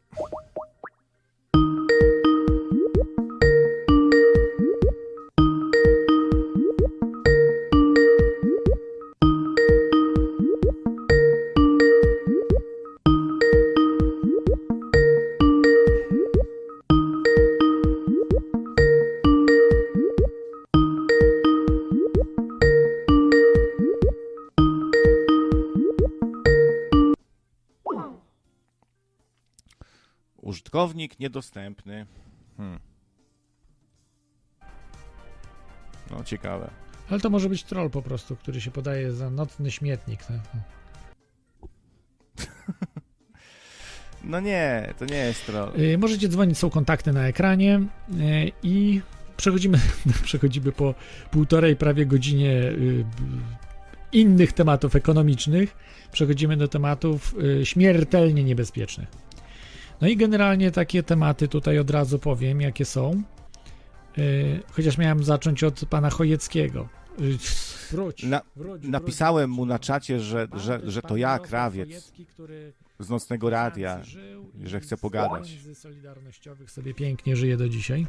Użytkownik niedostępny. Hmm. No, ciekawe. Ale to może być troll po prostu, który się podaje za nocny śmietnik. Tak? No nie, to nie jest troll. Yy, możecie dzwonić, są kontakty na ekranie yy, i przechodzimy, przechodzimy po półtorej prawie godzinie yy, innych tematów ekonomicznych. Przechodzimy do tematów yy, śmiertelnie niebezpiecznych. No i generalnie takie tematy tutaj od razu powiem, jakie są. Yy, chociaż miałem zacząć od pana Chojeckiego. Yy, wróć, Na, wróć, napisałem wróć, mu na czacie, że, pan, że, to że pan to ja, Jarosław krawiec, Chojecki, który z Nocnego Radia, żył że i chce z pogadać. pieniędzy solidarnościowych sobie pięknie żyje do dzisiaj.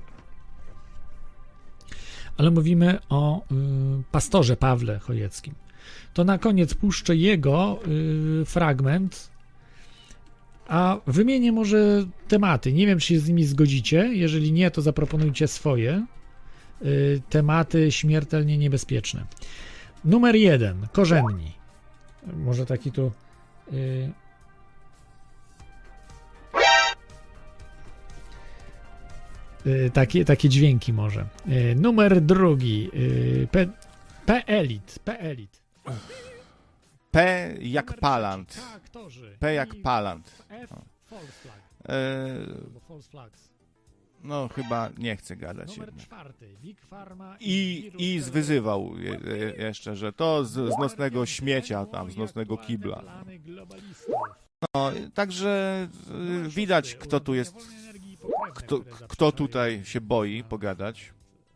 Ale mówimy o y, pastorze Pawle Chojeckim. To na koniec puszczę jego y, fragment, a wymienię może tematy. Nie wiem, czy się z nimi zgodzicie. Jeżeli nie, to zaproponujcie swoje y, tematy śmiertelnie niebezpieczne. Numer jeden. Korzenni. Może taki tu... Y, Takie, takie dźwięki może. Numer drugi. P, P-Elit. P-Elit. P jak Palant. P jak Palant. F, false flag. E, False flags. no chyba nie chcę gadać. Numer jednak. czwarty. Big Pharma I, i zwyzywał je, je, jeszcze, że to z, z nocnego śmiecia tam, z nocnego kibla. No, także y, widać, kto tu jest, kto, kto tutaj się boi pogadać.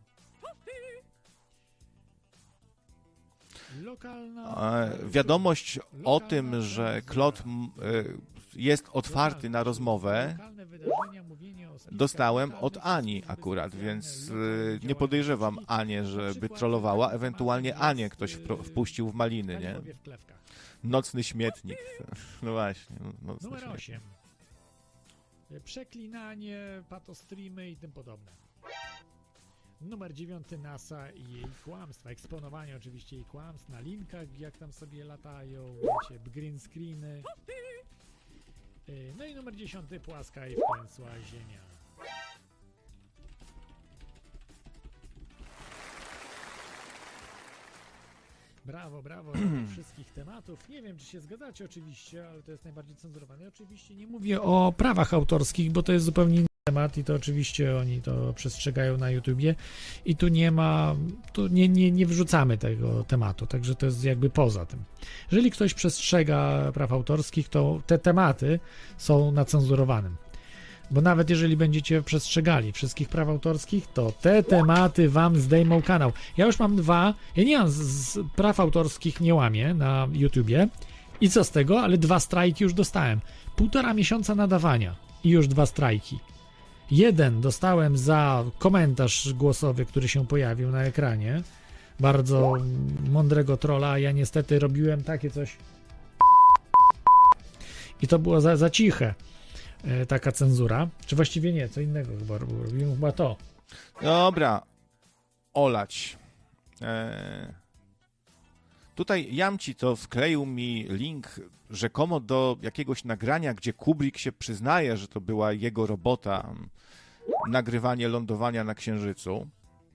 E, wiadomość o tym, że Klot m, y, jest otwarty na rozmowę, dostałem od Ani akurat, więc y, nie podejrzewam Anię, żeby trollowała. Ewentualnie Anię ktoś wpro- wpuścił w maliny, nie? Nocny śmietnik. No właśnie. Nocny Numer śmietnik. osiem. Przeklinanie, patostreamy i tym podobne. Numer dziewiąty. NASA i jej kłamstwa. Eksponowanie oczywiście jej kłamstw na linkach, jak tam sobie latają, wiecie, green screeny. No i numer dziesiąty. Płaska i wklęsła Ziemia. Brawo, brawo, do wszystkich tematów. Nie wiem, czy się zgadzacie oczywiście, ale to jest najbardziej cenzurowane. Oczywiście nie mówię o prawach autorskich, bo to jest zupełnie inny temat i to oczywiście oni to przestrzegają na YouTubie i tu nie ma, tu nie, nie, nie wrzucamy tego tematu, także to jest jakby poza tym. Jeżeli ktoś przestrzega praw autorskich, to te tematy są na cenzurowanym. Bo nawet jeżeli będziecie przestrzegali wszystkich praw autorskich, to te tematy wam zdejmą kanał. Ja już mam dwa, ja nie mam z, z praw autorskich, nie łamię na YouTubie. I co z tego? Ale dwa strajki już dostałem. Półtora miesiąca nadawania i już dwa strajki. Jeden dostałem za komentarz głosowy, który się pojawił na ekranie. Bardzo mądrego trolla. Ja niestety robiłem takie coś. I to było za, za ciche. Taka cenzura, czy właściwie nie, co innego chyba robiłem, chyba to. Dobra, olać. Eee, tutaj Jamci to wkleił mi link rzekomo do jakiegoś nagrania, gdzie Kubrick się przyznaje, że to była jego robota, nagrywanie lądowania na Księżycu.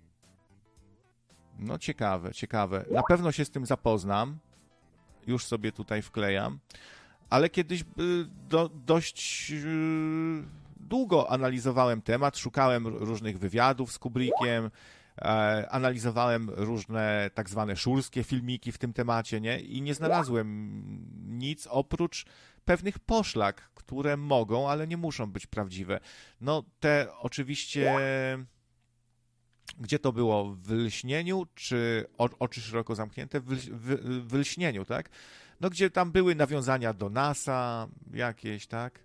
No ciekawe, ciekawe. Na pewno się z tym zapoznam. Już sobie tutaj wklejam. Ale kiedyś do, dość yy, długo analizowałem temat, szukałem różnych wywiadów z Kubrickiem, e, analizowałem różne tak zwane szurskie filmiki w tym temacie, nie? I nie znalazłem nic oprócz pewnych poszlak, które mogą, ale nie muszą być prawdziwe. No te oczywiście... Gdzie to było? W Lśnieniu, czy o, oczy szeroko zamknięte? W, w, w Lśnieniu, tak? No, gdzie tam były nawiązania do NASA, jakieś, tak?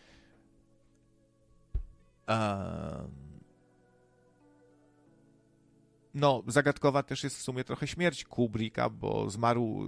Um, no, zagadkowa też jest w sumie trochę śmierć Kubricka, bo zmarł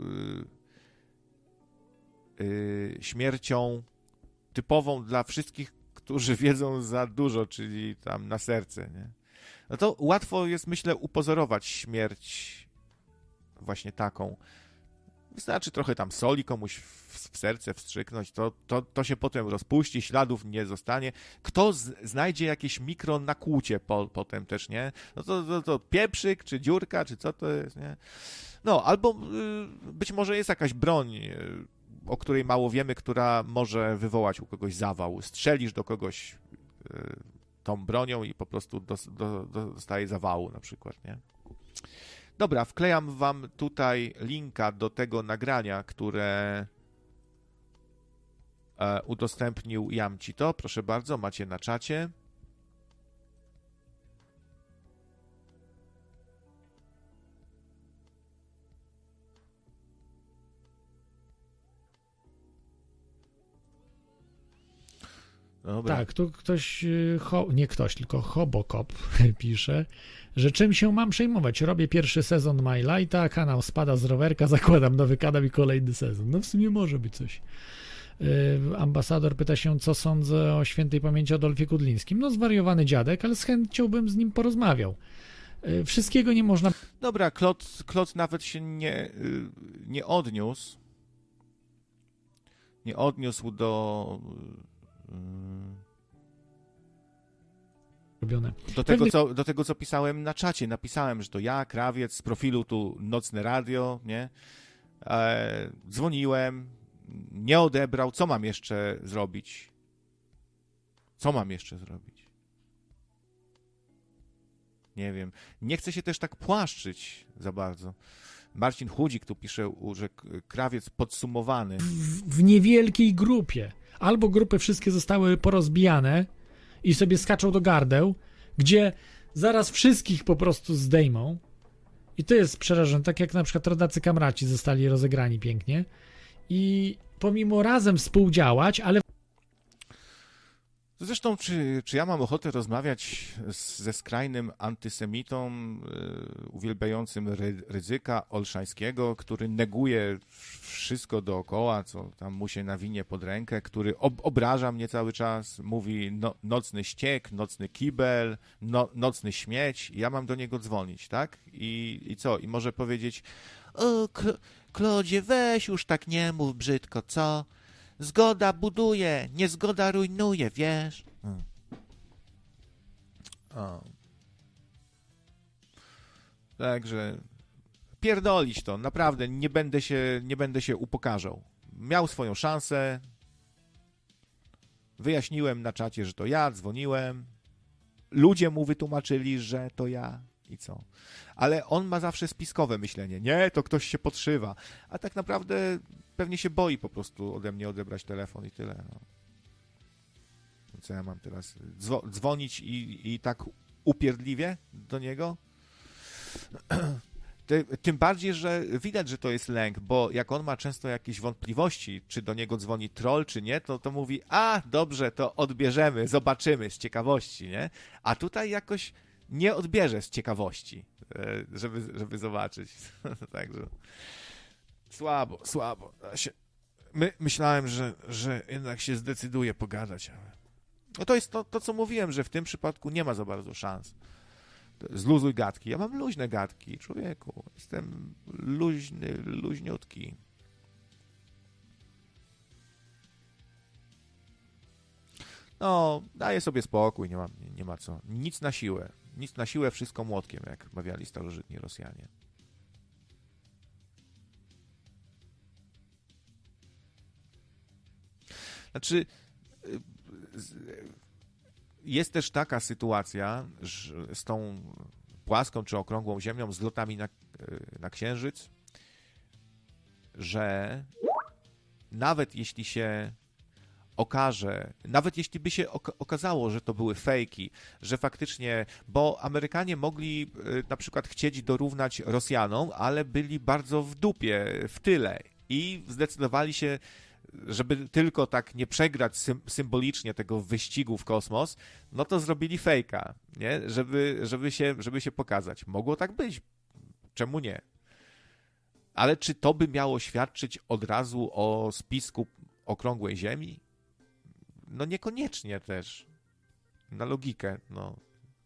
yy, yy, śmiercią typową dla wszystkich, którzy wiedzą za dużo, czyli tam na serce, nie? No to łatwo jest, myślę, upozorować śmierć właśnie taką. Wystarczy trochę tam soli komuś w, w serce wstrzyknąć, to, to, to się potem rozpuści, śladów nie zostanie. Kto z, znajdzie jakieś mikro nakłucie po, potem też, nie? No to, to, to pieprzyk, czy dziurka, czy co to jest, nie? No, albo y, być może jest jakaś broń, y, o której mało wiemy, która może wywołać u kogoś zawał. Strzelisz do kogoś y, tą bronią i po prostu dos, do, dostaje zawału na przykład, nie? Dobra, wklejam wam tutaj linka do tego nagrania, które e, udostępnił Jamci to. Proszę bardzo, macie na czacie. Dobra. Tak, tu ktoś, ho, nie ktoś, tylko Hobokop pisze, że czym się mam przejmować? Robię pierwszy sezon My Lighta, kanał spada z rowerka, zakładam nowy kanał i kolejny sezon. No w sumie może być coś. Yy, ambasador pyta się, co sądzę o świętej pamięci Adolfie Kudlińskim. No zwariowany dziadek, ale z chęcią bym z nim porozmawiał. Yy, wszystkiego nie można... Dobra, Klot, Klot nawet się nie, yy, nie odniósł. Nie odniósł do... robione. Do tego, co, do tego, co pisałem na czacie, napisałem, że to ja, Krawiec, z profilu tu Nocne Radio, nie? E, dzwoniłem, nie odebrał. Co mam jeszcze zrobić? Co mam jeszcze zrobić? Nie wiem. Nie chcę się też tak płaszczyć za bardzo. Marcin Chudzik tu pisze, że Krawiec podsumowany. W, w niewielkiej grupie. Albo grupy wszystkie zostały porozbijane i sobie skaczą do gardeł, gdzie zaraz wszystkich po prostu zdejmą. I to jest przerażające. Tak jak na przykład rodacy Kamraci zostali rozegrani pięknie. I pomimo razem współdziałać, ale Zresztą, czy, czy ja mam ochotę rozmawiać z, ze skrajnym antysemitą yy, uwielbiającym ry, Rydzyka Olszańskiego, który neguje wszystko dookoła, co tam mu się nawinie pod rękę, który ob, obraża mnie cały czas, mówi no, nocny ściek, nocny kibel, no, nocny śmieć. Ja mam do niego dzwonić, tak? I, i co? I może powiedzieć, o, Klodzie, weź już tak nie mów brzydko, co? Zgoda buduje, niezgoda rujnuje, wiesz? Hmm. O. Także pierdolić to, naprawdę nie będę się, nie będę się upokarzał. Miał swoją szansę. Wyjaśniłem na czacie, że to ja, dzwoniłem. Ludzie mu wytłumaczyli, że to ja. I co? Ale on ma zawsze spiskowe myślenie. Nie, to ktoś się podszywa. A tak naprawdę pewnie się boi po prostu ode mnie odebrać telefon i tyle. No. Co ja mam teraz? Dzwo- dzwonić i, i tak upierdliwie do niego? Ty, tym bardziej, że widać, że to jest lęk, bo jak on ma często jakieś wątpliwości, czy do niego dzwoni troll, czy nie, to, to mówi, a dobrze, to odbierzemy, zobaczymy z ciekawości, nie? A tutaj jakoś nie odbierze z ciekawości, żeby, żeby zobaczyć. Także słabo, słabo. My, myślałem, że, że jednak się zdecyduje pogadać, ale no to jest to, to, co mówiłem, że w tym przypadku nie ma za bardzo szans. Zluzuj gadki. Ja mam luźne gadki, człowieku. Jestem luźny, luźniutki. No, daję sobie spokój, nie ma, nie, nie ma co. Nic na siłę. Nic na siłę, wszystko młotkiem, jak mawiali starożytni Rosjanie. Znaczy, jest też taka sytuacja że z tą płaską czy okrągłą ziemią, z lotami na, na Księżyc, że nawet jeśli się okaże, nawet jeśli by się okazało, że to były fejki, że faktycznie, bo Amerykanie mogli na przykład chcieć dorównać Rosjanom, ale byli bardzo w dupie, w tyle i zdecydowali się, żeby tylko tak nie przegrać sym, symbolicznie tego wyścigu w kosmos, no to zrobili fejka, nie? Żeby, żeby, się, żeby się pokazać. Mogło tak być. Czemu nie? Ale czy to by miało świadczyć od razu o spisku okrągłej Ziemi? No niekoniecznie też. Na logikę, no.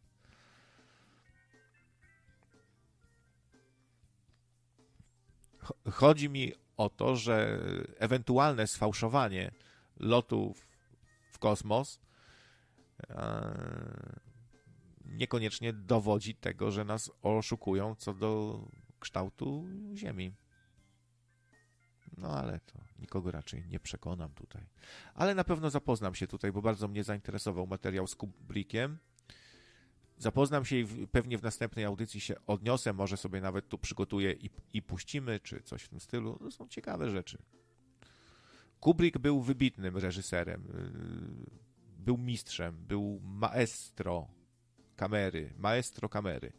Chodzi mi o to, że ewentualne sfałszowanie lotów w kosmos niekoniecznie dowodzi tego, że nas oszukują co do kształtu Ziemi. No ale to nikogo raczej nie przekonam tutaj. Ale na pewno zapoznam się tutaj, bo bardzo mnie zainteresował materiał z Kubrickiem. Zapoznam się i pewnie w następnej audycji się odniosę, może sobie nawet tu przygotuję i, i puścimy, czy coś w tym stylu. To są ciekawe rzeczy. Kubrick był wybitnym reżyserem, był mistrzem, był maestro kamery, maestro kamery.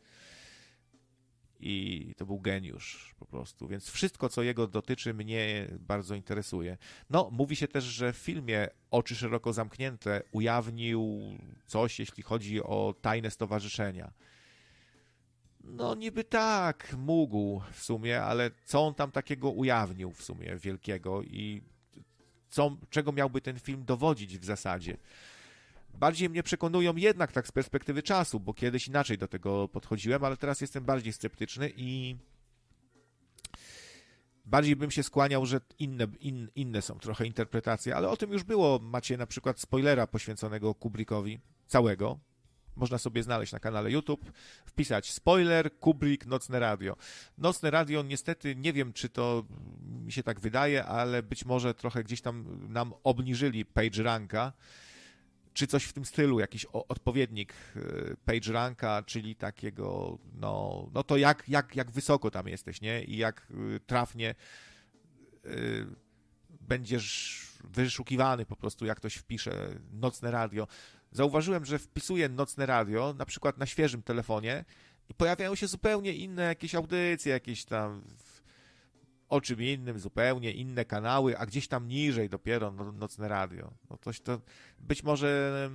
I to był geniusz po prostu, więc wszystko, co jego dotyczy, mnie bardzo interesuje. No, mówi się też, że w filmie Oczy szeroko zamknięte ujawnił coś, jeśli chodzi o tajne stowarzyszenia. No, niby tak, mógł w sumie, ale co on tam takiego ujawnił w sumie wielkiego i co, czego miałby ten film dowodzić w zasadzie? Bardziej mnie przekonują jednak tak z perspektywy czasu, bo kiedyś inaczej do tego podchodziłem, ale teraz jestem bardziej sceptyczny i bardziej bym się skłaniał, że inne, in, inne są trochę interpretacje, ale o tym już było. Macie na przykład spoilera poświęconego Kubrickowi, całego, można sobie znaleźć na kanale YouTube, wpisać spoiler, Kubrick, Nocne Radio. Nocne Radio niestety, nie wiem, czy to mi się tak wydaje, ale być może trochę gdzieś tam nam obniżyli PageRanka, czy coś w tym stylu, jakiś odpowiednik PageRanka, czyli takiego, no, no to jak, jak, jak wysoko tam jesteś, nie? I jak trafnie y, będziesz wyszukiwany po prostu, jak ktoś wpisze Nocne Radio. Zauważyłem, że wpisuję Nocne Radio, na przykład na świeżym telefonie i pojawiają się zupełnie inne jakieś audycje, jakieś tam o czym innym, zupełnie inne kanały, a gdzieś tam niżej dopiero no, Nocne Radio. No coś to być może,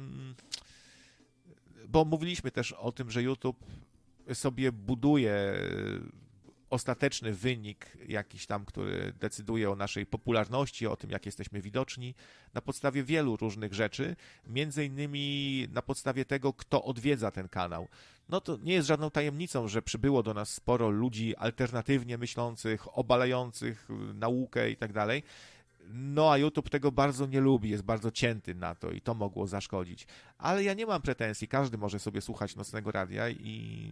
bo mówiliśmy też o tym, że YouTube sobie buduje ostateczny wynik jakiś tam, który decyduje o naszej popularności, o tym, jak jesteśmy widoczni, na podstawie wielu różnych rzeczy, między innymi na podstawie tego, kto odwiedza ten kanał. No to nie jest żadną tajemnicą, że przybyło do nas sporo ludzi alternatywnie myślących, obalających naukę i tak dalej. No a YouTube tego bardzo nie lubi, jest bardzo cięty na to i to mogło zaszkodzić. Ale ja nie mam pretensji, każdy może sobie słuchać Nocnego Radia i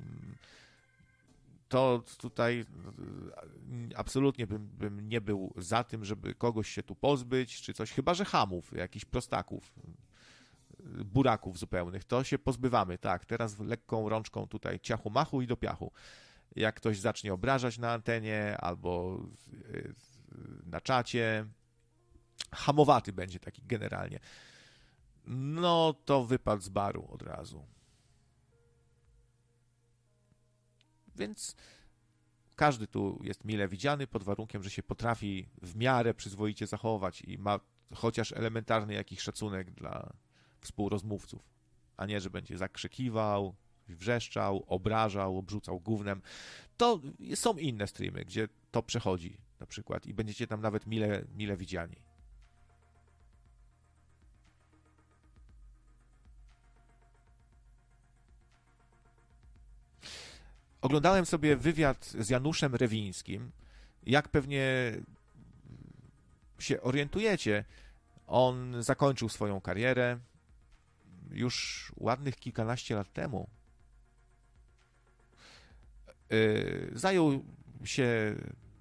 to tutaj absolutnie bym, bym nie był za tym, żeby kogoś się tu pozbyć, czy coś, chyba że chamów, jakichś prostaków, buraków zupełnych, to się pozbywamy, tak, teraz lekką rączką tutaj ciachu machu i do piachu. Jak ktoś zacznie obrażać na antenie albo na czacie, hamowaty będzie taki generalnie, no to wypad z baru od razu. Więc każdy tu jest mile widziany pod warunkiem, że się potrafi w miarę przyzwoicie zachować i ma chociaż elementarny jakiś szacunek dla współrozmówców, a nie, że będzie zakrzykiwał, wrzeszczał, obrażał, obrzucał gównem. To są inne streamy, gdzie to przechodzi na przykład i będziecie tam nawet mile, mile widziani. Oglądałem sobie wywiad z Januszem Rewińskim. Jak pewnie się orientujecie, on zakończył swoją karierę już ładnych kilkanaście lat temu. Zajął się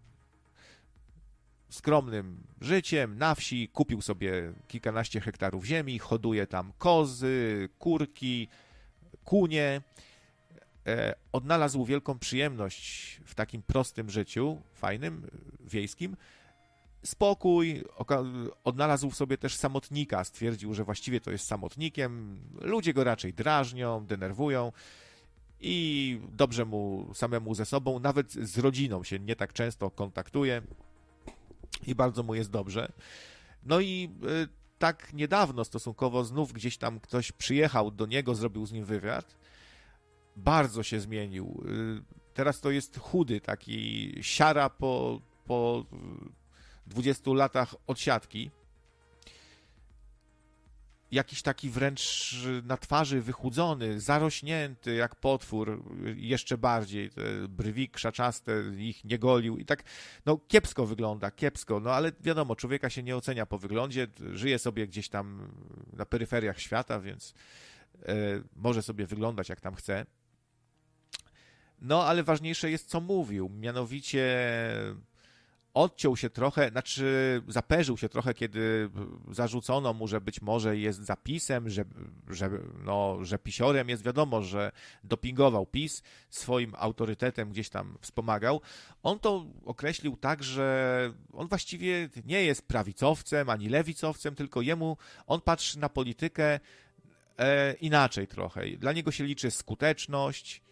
skromnym życiem na wsi, kupił sobie kilkanaście hektarów ziemi, hoduje tam kozy, kurki, kunie. Odnalazł wielką przyjemność w takim prostym życiu, fajnym, wiejskim. Spokój, odnalazł w sobie też samotnika, stwierdził, że właściwie to jest samotnikiem, ludzie go raczej drażnią, denerwują i dobrze mu samemu ze sobą, nawet z rodziną się nie tak często kontaktuje i bardzo mu jest dobrze. No i tak niedawno stosunkowo znów gdzieś tam ktoś przyjechał do niego, zrobił z nim wywiad. Bardzo się zmienił. Teraz to jest chudy, taki siara po, po dwudziestu latach odsiadki. Jakiś taki wręcz na twarzy wychudzony, zarośnięty jak potwór, jeszcze bardziej. Te brwi krzaczaste, ich nie golił i tak, no kiepsko wygląda, kiepsko, no ale wiadomo, człowieka się nie ocenia po wyglądzie, żyje sobie gdzieś tam na peryferiach świata, więc e, może sobie wyglądać jak tam chce. No, ale ważniejsze jest, co mówił. Mianowicie odciął się trochę, znaczy zaperzył się trochę, kiedy zarzucono mu, że być może jest zapisem, że, że, no, że pisiorem jest. Wiadomo, że dopingował PiS, swoim autorytetem gdzieś tam wspomagał. On to określił tak, że on właściwie nie jest prawicowcem ani lewicowcem, tylko jemu, on patrzy na politykę e, inaczej trochę. Dla niego się liczy skuteczność,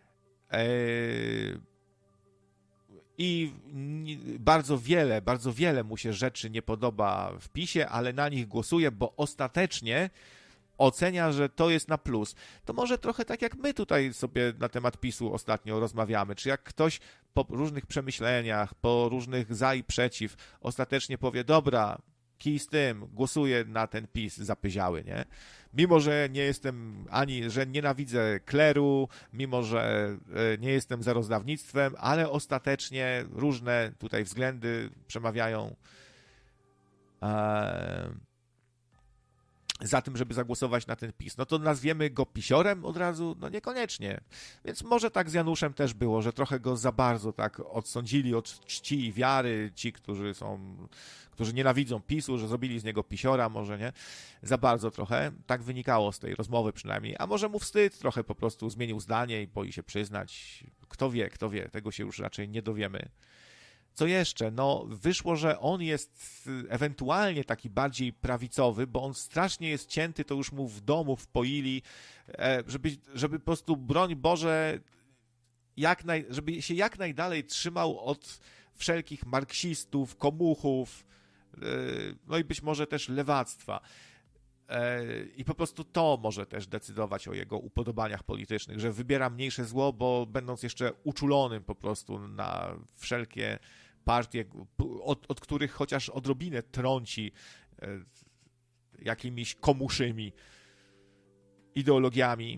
i bardzo wiele, bardzo wiele mu się rzeczy nie podoba w PiSie, ale na nich głosuje, bo ostatecznie ocenia, że to jest na plus. To może trochę tak jak my tutaj sobie na temat PiSu ostatnio rozmawiamy, czy jak ktoś po różnych przemyśleniach, po różnych za i przeciw ostatecznie powie, dobra, kij z tym, głosuję na ten PiS zapyziały, nie? Mimo, że nie jestem ani, że nienawidzę kleru, mimo, że nie jestem za rozdawnictwem, ale ostatecznie różne tutaj względy przemawiają. za tym, żeby zagłosować na ten PiS. No to nazwiemy go pisiorem od razu? No niekoniecznie. Więc może tak z Januszem też było, że trochę go za bardzo tak odsądzili od czci i wiary ci, którzy są, którzy nienawidzą PiSu, że zrobili z niego pisiora, może nie? Za bardzo trochę. Tak wynikało z tej rozmowy przynajmniej. A może mu wstyd trochę po prostu zmienił zdanie i boi się przyznać. Kto wie, kto wie. Tego się już raczej nie dowiemy. Co jeszcze? No, wyszło, że on jest ewentualnie taki bardziej prawicowy, bo on strasznie jest cięty, to już mu w domu wpoili, żeby, żeby po prostu, broń Boże, jak naj, żeby się jak najdalej trzymał od wszelkich marksistów, komuchów, no i być może też lewactwa. I po prostu to może też decydować o jego upodobaniach politycznych, że wybiera mniejsze zło, bo będąc jeszcze uczulonym po prostu na wszelkie partie, od, od których chociaż odrobinę trąci jakimiś komuszymi ideologiami.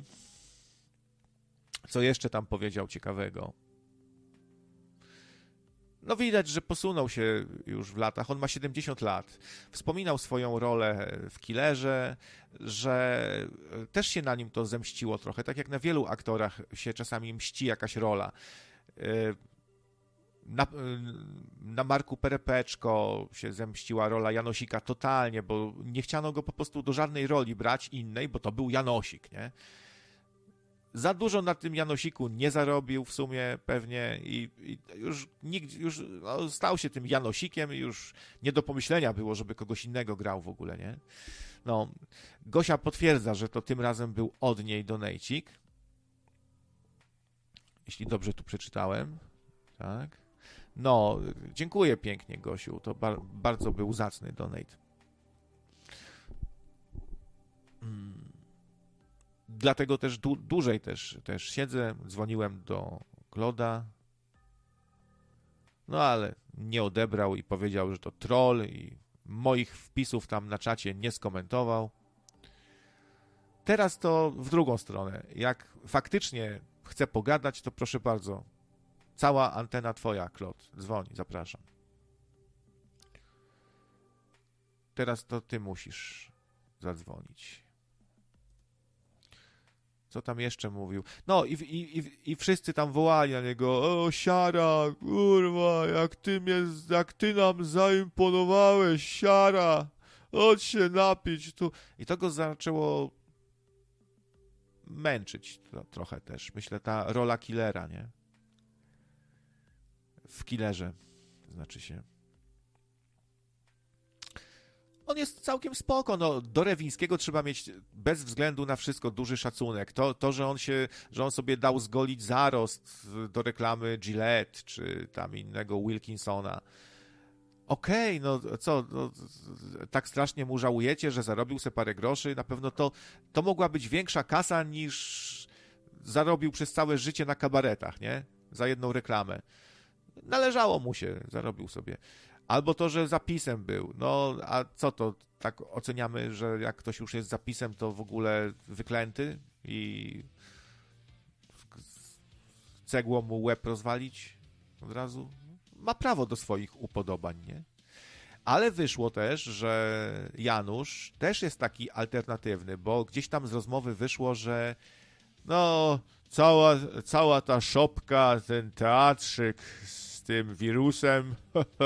Co jeszcze tam powiedział ciekawego? No widać, że posunął się już w latach. On ma siedemdziesiąt lat. Wspominał swoją rolę w Killerze, że też się na nim to zemściło trochę. Tak jak na wielu aktorach się czasami mści jakaś rola. Na, na Marku Perepeczko się zemściła rola Janosika totalnie, bo nie chciano go po prostu do żadnej roli brać innej, bo to był Janosik, nie? Za dużo na tym Janosiku nie zarobił w sumie pewnie i, i już nikt już no, stał się tym Janosikiem i już nie do pomyślenia było, żeby kogoś innego grał w ogóle, nie? No, Gosia potwierdza, że to tym razem był od niej donejcik. Jeśli dobrze tu przeczytałem. Tak. No, dziękuję pięknie, Gosiu. To bar- bardzo był zacny donate. Hmm. Dlatego też du- dłużej też, też siedzę, dzwoniłem do Kloda, no ale nie odebrał i powiedział, że to troll i moich wpisów tam na czacie nie skomentował. Teraz to w drugą stronę. Jak faktycznie chce pogadać, to proszę bardzo, cała antena twoja, Klod. Dzwoń, zapraszam. Teraz to ty musisz zadzwonić. Co tam jeszcze mówił? No i, i, i, i wszyscy tam wołali na niego: o, siara, kurwa, jak ty mnie, jak ty nam zaimponowałeś, siara, chodź się napić tu. I to go zaczęło męczyć to, trochę też. Myślę, ta rola killera, nie? W Killerze, znaczy się. On jest całkiem spoko, no, do Rewińskiego trzeba mieć bez względu na wszystko duży szacunek. To, to że on się, że on sobie dał zgolić zarost do reklamy Gillette, czy tam innego Wilkinsona. Okej, okay, no co, no, tak strasznie mu żałujecie, że zarobił sobie parę groszy? Na pewno to, to mogła być większa kasa niż zarobił przez całe życie na kabaretach, nie? Za jedną reklamę. Należało mu się, zarobił sobie. Albo to, że zapisem był. No, a co to? Tak oceniamy, że jak ktoś już jest zapisem, to w ogóle wyklęty i cegłą mu łeb rozwalić od razu? Ma prawo do swoich upodobań, nie? Ale wyszło też, że Janusz też jest taki alternatywny, bo gdzieś tam z rozmowy wyszło, że no, cała, cała ta szopka, ten teatrzyk z tym wirusem,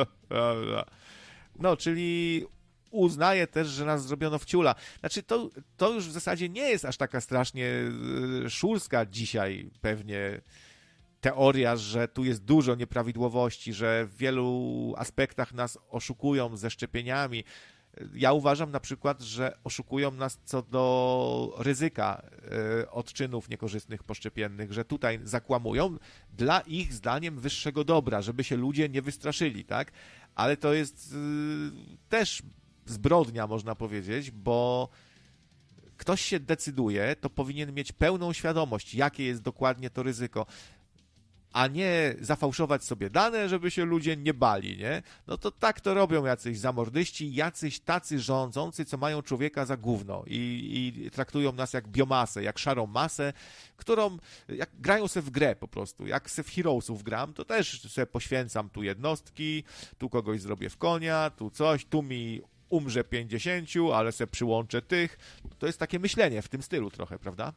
no, czyli uznaje też, że nas zrobiono w ciula. Znaczy, to, to już w zasadzie nie jest aż taka strasznie szurska dzisiaj pewnie teoria, że tu jest dużo nieprawidłowości, że w wielu aspektach nas oszukują ze szczepieniami. Ja uważam na przykład, że oszukują nas co do ryzyka y, odczynów niekorzystnych poszczepiennych, że tutaj zakłamują dla ich zdaniem wyższego dobra, żeby się ludzie nie wystraszyli, tak? Ale to jest y, też zbrodnia, można powiedzieć, bo ktoś się decyduje, to powinien mieć pełną świadomość, jakie jest dokładnie to ryzyko, a nie zafałszować sobie dane, żeby się ludzie nie bali, nie? No to tak to robią jacyś zamordyści, jacyś tacy rządzący, co mają człowieka za gówno i, i traktują nas jak biomasę, jak szarą masę, którą, jak grają se w grę po prostu, jak se w Heroesów gram, to też se poświęcam tu jednostki, tu kogoś zrobię w konia, tu coś, tu mi umrze pięćdziesięciu, ale se przyłączę tych. To jest takie myślenie w tym stylu trochę, prawda?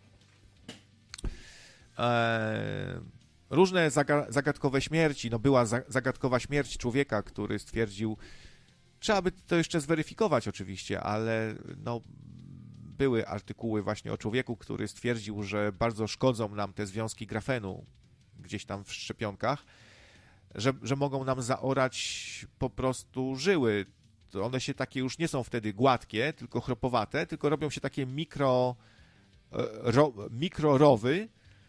Eee, różne zaga- zagadkowe śmierci. No była za- zagadkowa śmierć człowieka, który stwierdził, trzeba by to jeszcze zweryfikować oczywiście, ale no były artykuły właśnie o człowieku, który stwierdził, że bardzo szkodzą nam te związki grafenu gdzieś tam w szczepionkach, że, że mogą nam zaorać po prostu żyły. To one się takie już nie są wtedy gładkie, tylko chropowate, tylko robią się takie mikro ro, mikrorowy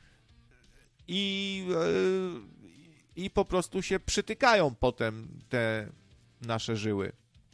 i, i po prostu się przytykają potem te nasze żyły.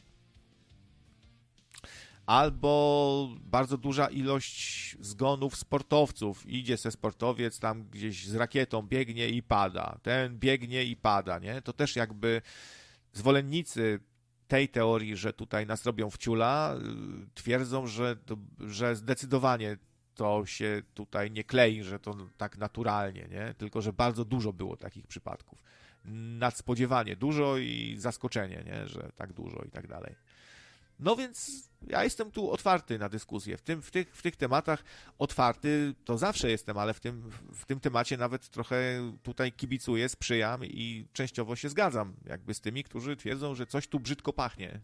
Albo bardzo duża ilość zgonów sportowców. Idzie se sportowiec tam gdzieś z rakietą, biegnie i pada. Ten biegnie i pada, nie? To też jakby zwolennicy tej teorii, że tutaj nas robią w ciula, twierdzą, że, to, że zdecydowanie to się tutaj nie klei, że to tak naturalnie, nie? Tylko że bardzo dużo było takich przypadków. Nadspodziewanie dużo i zaskoczenie, nie? Że tak dużo i tak dalej. No więc ja jestem tu otwarty na dyskusję. W, tym, w, tych, w tych tematach otwarty to zawsze jestem, ale w tym, w tym temacie nawet trochę tutaj kibicuję, sprzyjam i częściowo się zgadzam jakby z tymi, którzy twierdzą, że coś tu brzydko pachnie.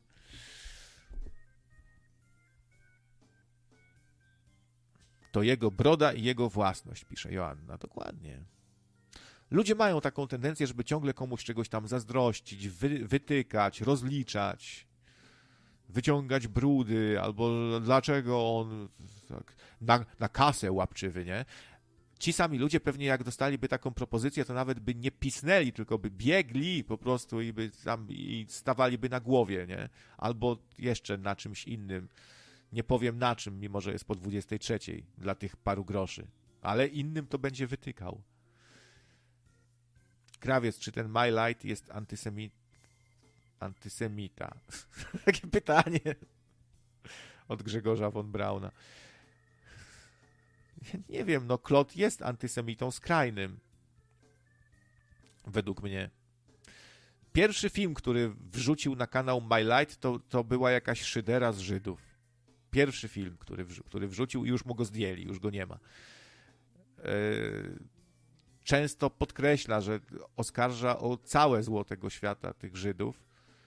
To jego broda i jego własność, pisze Joanna. Dokładnie. Ludzie mają taką tendencję, żeby ciągle komuś czegoś tam zazdrościć, wy, wytykać, rozliczać, wyciągać brudy, albo dlaczego on tak, na, na kasę łapczywy, nie? Ci sami ludzie pewnie jak dostaliby taką propozycję, to nawet by nie pisnęli, tylko by biegli po prostu i by tam i stawaliby na głowie, nie? Albo jeszcze na czymś innym. Nie powiem na czym, mimo że jest po dwudziestej trzeciej dla tych paru groszy. Ale innym to będzie wytykał. Krawiec, czy ten My Light jest antysemi... antysemita? Takie pytanie od Grzegorza von Brauna. Nie wiem, no Klot jest antysemitą skrajnym. Według mnie. Pierwszy film, który wrzucił na kanał My Light, to, to była jakaś szydera z Żydów. Pierwszy film, który, wrzu- który wrzucił i już mu go zdjęli, już go nie ma. Yy, często podkreśla, że oskarża o całe zło tego świata, tych Żydów.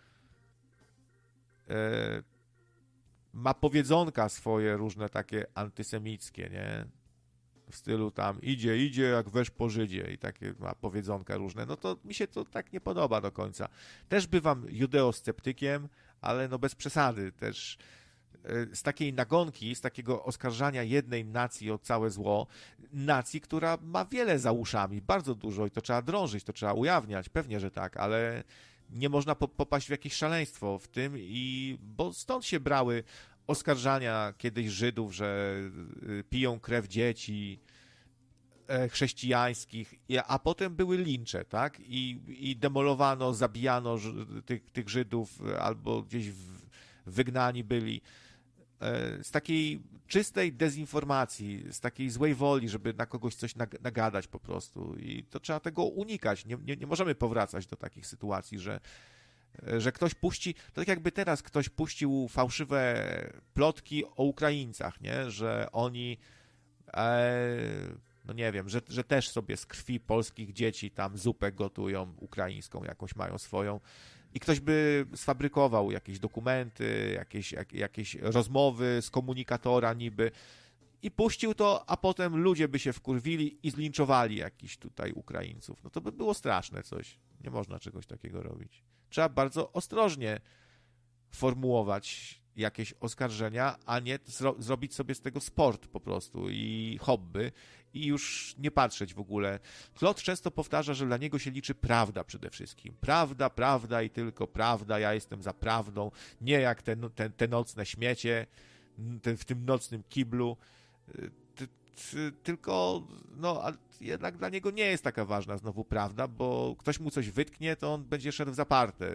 Yy, ma powiedzonka swoje różne takie antysemickie, nie? W stylu tam idzie, idzie jak wesz po Żydzie i takie ma powiedzonka różne. No to mi się to tak nie podoba do końca. Też bywam judeosceptykiem, ale no bez przesady też. Z takiej nagonki, z takiego oskarżania jednej nacji o całe zło, nacji, która ma wiele za uszami, bardzo dużo i to trzeba drążyć, to trzeba ujawniać, pewnie, że tak, ale nie można po- popaść w jakieś szaleństwo w tym, i bo stąd się brały oskarżania kiedyś Żydów, że piją krew dzieci chrześcijańskich, a potem były lincze, tak? I, i demolowano, zabijano tych, tych Żydów albo gdzieś w, wygnani byli. Z takiej czystej dezinformacji, z takiej złej woli, żeby na kogoś coś nagadać po prostu. I to trzeba tego unikać. Nie, nie, nie możemy powracać do takich sytuacji, że, że ktoś puści, to tak jakby teraz ktoś puścił fałszywe plotki o Ukraińcach, nie? Że oni e, no nie wiem, że, że też sobie z krwi polskich dzieci tam zupę gotują ukraińską, jakąś mają swoją. I ktoś by sfabrykował jakieś dokumenty, jakieś, jak, jakieś rozmowy z komunikatora niby i puścił to, a potem ludzie by się wkurwili i zlinczowali jakichś tutaj Ukraińców. No to by było straszne coś. Nie można czegoś takiego robić. Trzeba bardzo ostrożnie formułować jakieś oskarżenia, a nie zro- zrobić sobie z tego sport po prostu i hobby i już nie patrzeć w ogóle. Klot często powtarza, że dla niego się liczy prawda przede wszystkim. Prawda, prawda i tylko prawda, ja jestem za prawdą, nie jak te, te, te nocne śmiecie te, w tym nocnym kiblu. Ty, ty, tylko, no, a jednak dla niego nie jest taka ważna znowu prawda, bo ktoś mu coś wytknie, to on będzie szedł w zaparte.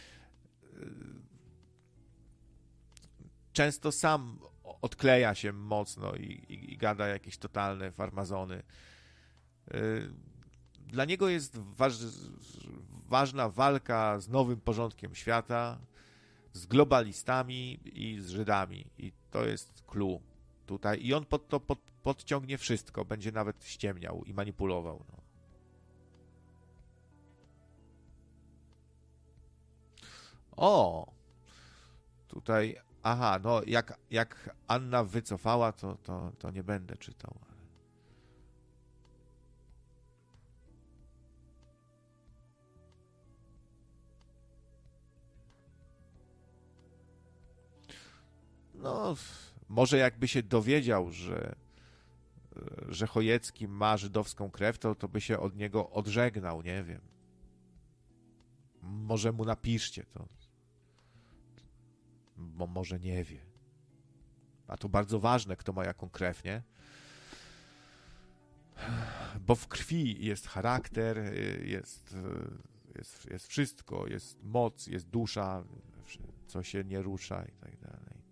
Często sam odkleja się mocno i, i, i gada jakieś totalne farmazony. Dla niego jest waż, ważna walka z nowym porządkiem świata, z globalistami i z Żydami. I to jest clue tutaj. I on pod to pod, podciągnie wszystko. Będzie nawet ściemniał i manipulował. No. O! Tutaj, aha, no jak, jak Anna wycofała, to, to, to nie będę czytał. No, może jakby się dowiedział, że, że Chojecki ma żydowską krew, to, to by się od niego odżegnał, nie wiem. Może mu napiszcie to. Bo może nie wie. A to bardzo ważne, kto ma jaką krew, nie? Bo w krwi jest charakter, jest, jest, jest wszystko, jest moc, jest dusza, co się nie rusza i tak dalej.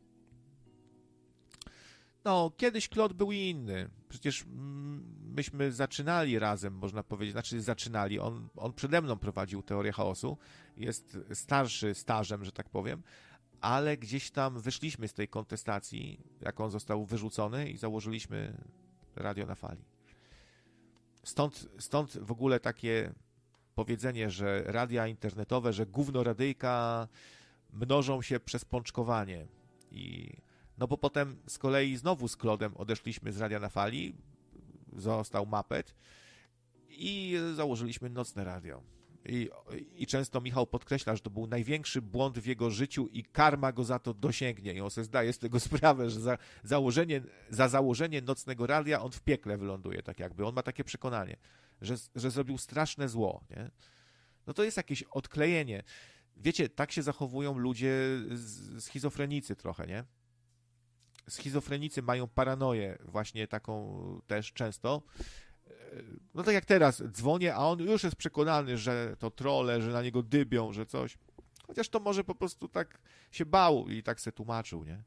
No, kiedyś Klot był inny. Przecież myśmy zaczynali razem, można powiedzieć. Znaczy zaczynali. On, on przede mną prowadził teorię chaosu. Jest starszy stażem, że tak powiem. Ale gdzieś tam wyszliśmy z tej kontestacji, jak on został wyrzucony i założyliśmy Radio na Fali. Stąd, stąd w ogóle takie powiedzenie, że radia internetowe, że gówno radyjka mnożą się przez pączkowanie. I no bo potem z kolei znowu z Klodem odeszliśmy z Radia na Fali, został Mapet i założyliśmy Nocne Radio. I, I często Michał podkreśla, że to był największy błąd w jego życiu i karma go za to dosięgnie. I on sobie zdaje z tego sprawę, że za założenie, za założenie Nocnego Radia on w piekle wyląduje, tak jakby. On ma takie przekonanie, że, że zrobił straszne zło, nie? No to jest jakieś odklejenie. Wiecie, tak się zachowują ludzie schizofrenicy trochę, nie? Schizofrenicy mają paranoję właśnie taką też często. No tak jak teraz, dzwonię, a on już jest przekonany, że to trolle, że na niego dybią, że coś. Chociaż to może po prostu tak się bał i tak se tłumaczył, nie?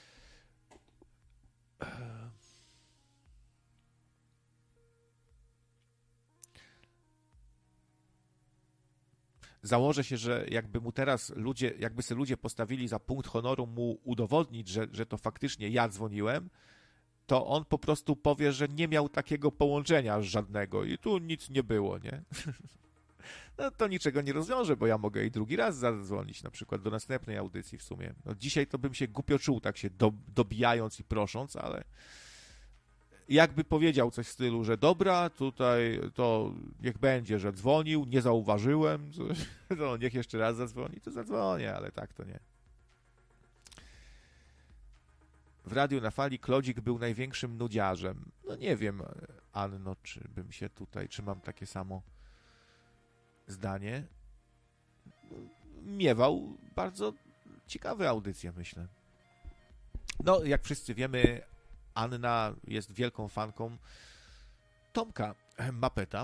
Założę się, że jakby mu teraz ludzie, jakby sobie ludzie postawili za punkt honoru mu udowodnić, że, że to faktycznie ja dzwoniłem, to on po prostu powie, że nie miał takiego połączenia żadnego i tu nic nie było, nie? No to niczego nie rozwiąże, bo ja mogę i drugi raz zadzwonić, na przykład do następnej audycji w sumie. No dzisiaj to bym się głupio czuł, tak się do, dobijając i prosząc, ale jakby powiedział coś w stylu, że dobra, tutaj to niech będzie, że dzwonił, nie zauważyłem, to niech jeszcze raz zadzwoni, to zadzwonię, ale tak to nie. W Radiu na Fali Klodzik był największym nudziarzem. No nie wiem, Anno, czy bym się tutaj, czy mam takie samo zdanie. Miewał bardzo ciekawe audycje, myślę. No, jak wszyscy wiemy, Anna jest wielką fanką Tomka Mapeta.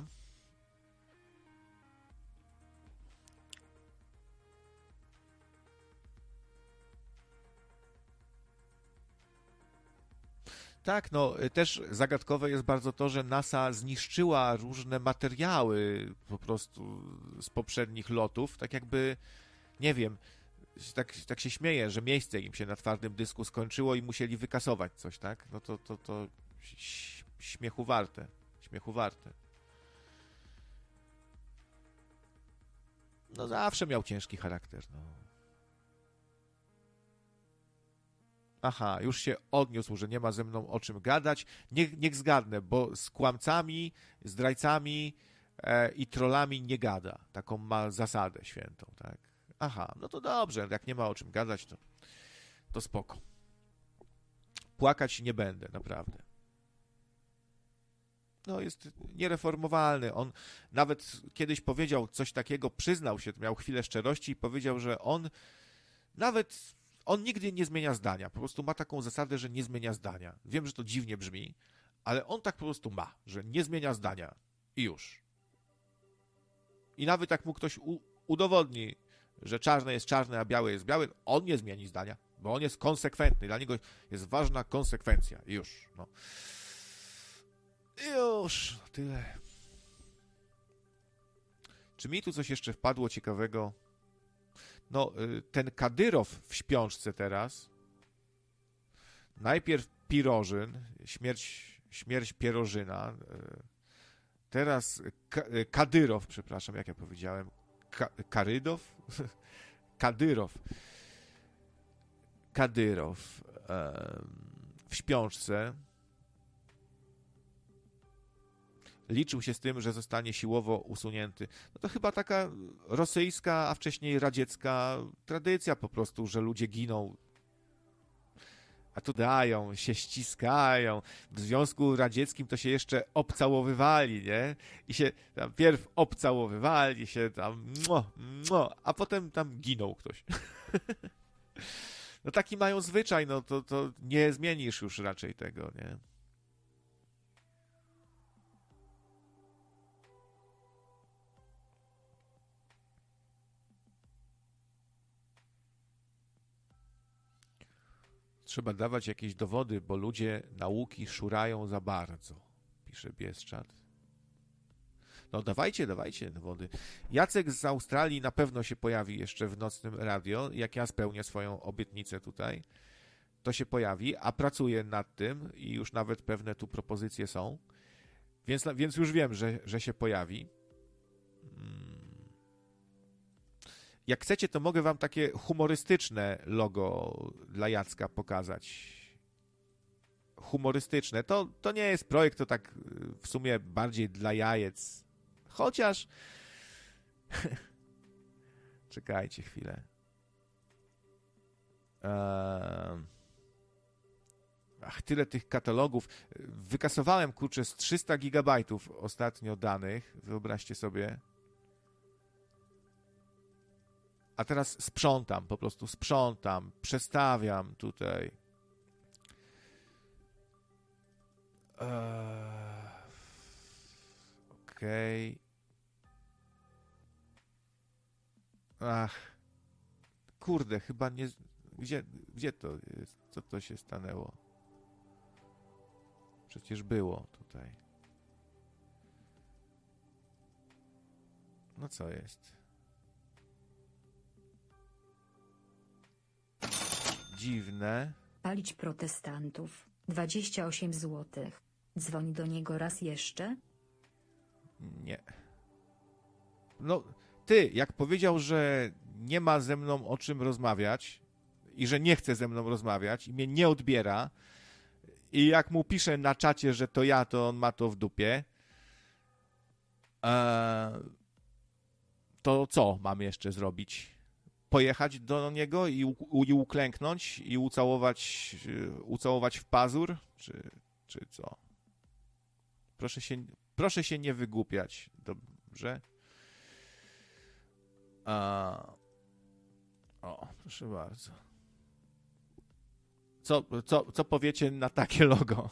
Tak, no też zagadkowe jest bardzo to, że NASA zniszczyła różne materiały po prostu z poprzednich lotów, tak jakby, nie wiem, tak, tak się śmieję, że miejsce im się na twardym dysku skończyło i musieli wykasować coś, tak? No to, to, to śmiechu warte, śmiechu warte. No zawsze miał ciężki charakter, no. Aha, już się odniósł, że nie ma ze mną o czym gadać. Niech, niech zgadnę, bo z kłamcami, zdrajcami e, i trollami nie gada. Taką ma zasadę świętą, tak? Aha, no to dobrze, jak nie ma o czym gadać, to, to spoko. Płakać nie będę, naprawdę. No, jest niereformowalny. On nawet kiedyś powiedział coś takiego, przyznał się, miał chwilę szczerości i powiedział, że on nawet... On nigdy nie zmienia zdania. Po prostu ma taką zasadę, że nie zmienia zdania. Wiem, że to dziwnie brzmi, ale on tak po prostu ma, że nie zmienia zdania. I już. I nawet jak mu ktoś u- udowodni, że czarne jest czarne, a białe jest białe, on nie zmieni zdania, bo on jest konsekwentny. Dla niego jest ważna konsekwencja. I już. No. I już. Tyle. Czy mi tu coś jeszcze wpadło ciekawego? No, ten Kadyrow w Śpiączce teraz, najpierw Pirożyn, śmierć, śmierć Pierożyna, teraz Ka Kadyrow, przepraszam, jak ja powiedziałem, Ka Karydow? Kadyrow. Kadyrow w Śpiączce liczył się z tym, że zostanie siłowo usunięty. No to chyba taka rosyjska, a wcześniej radziecka tradycja po prostu, że ludzie giną, a tu dają, się ściskają. W Związku Radzieckim to się jeszcze obcałowywali, nie? I się tam pierw obcałowywali się tam, mo, mo, a potem tam ginął ktoś. No taki mają zwyczaj, no to, to nie zmienisz już raczej tego, nie? Trzeba dawać jakieś dowody, bo ludzie nauki szurają za bardzo, pisze Bieszczad. No dawajcie, dawajcie dowody. Jacek z Australii na pewno się pojawi jeszcze w Nocnym Radio, jak ja spełnię swoją obietnicę tutaj, to się pojawi, a pracuję nad tym i już nawet pewne tu propozycje są, więc, więc już wiem, że, że się pojawi. Jak chcecie, to mogę wam takie humorystyczne logo dla Jacka pokazać. Humorystyczne. To, to nie jest projekt, to tak w sumie bardziej dla jajec. Chociaż... Czekajcie chwilę. Eee... Ach, tyle tych katalogów. Wykasowałem, kurczę, z trzysta gigabajtów ostatnio danych. Wyobraźcie sobie. A teraz sprzątam, po prostu sprzątam, przestawiam tutaj. Eee, Okej. Okay. Ach. Kurde, chyba nie... Gdzie, gdzie to jest? Co to się stanęło? Przecież było tutaj. No co jest? Dziwne. Palić protestantów. dwadzieścia osiem złotych. Dzwoń do niego raz jeszcze? Nie. No, ty, jak powiedział, że nie ma ze mną o czym rozmawiać i że nie chce ze mną rozmawiać i mnie nie odbiera i jak mu piszę na czacie, że to ja, to on ma to w dupie, eee, to co mam jeszcze zrobić? Pojechać do niego i, u, i uklęknąć i ucałować, ucałować w pazur? Czy, czy co? Proszę się, proszę się nie wygłupiać, dobrze? A... O, proszę bardzo. Co, co, co powiecie na takie logo?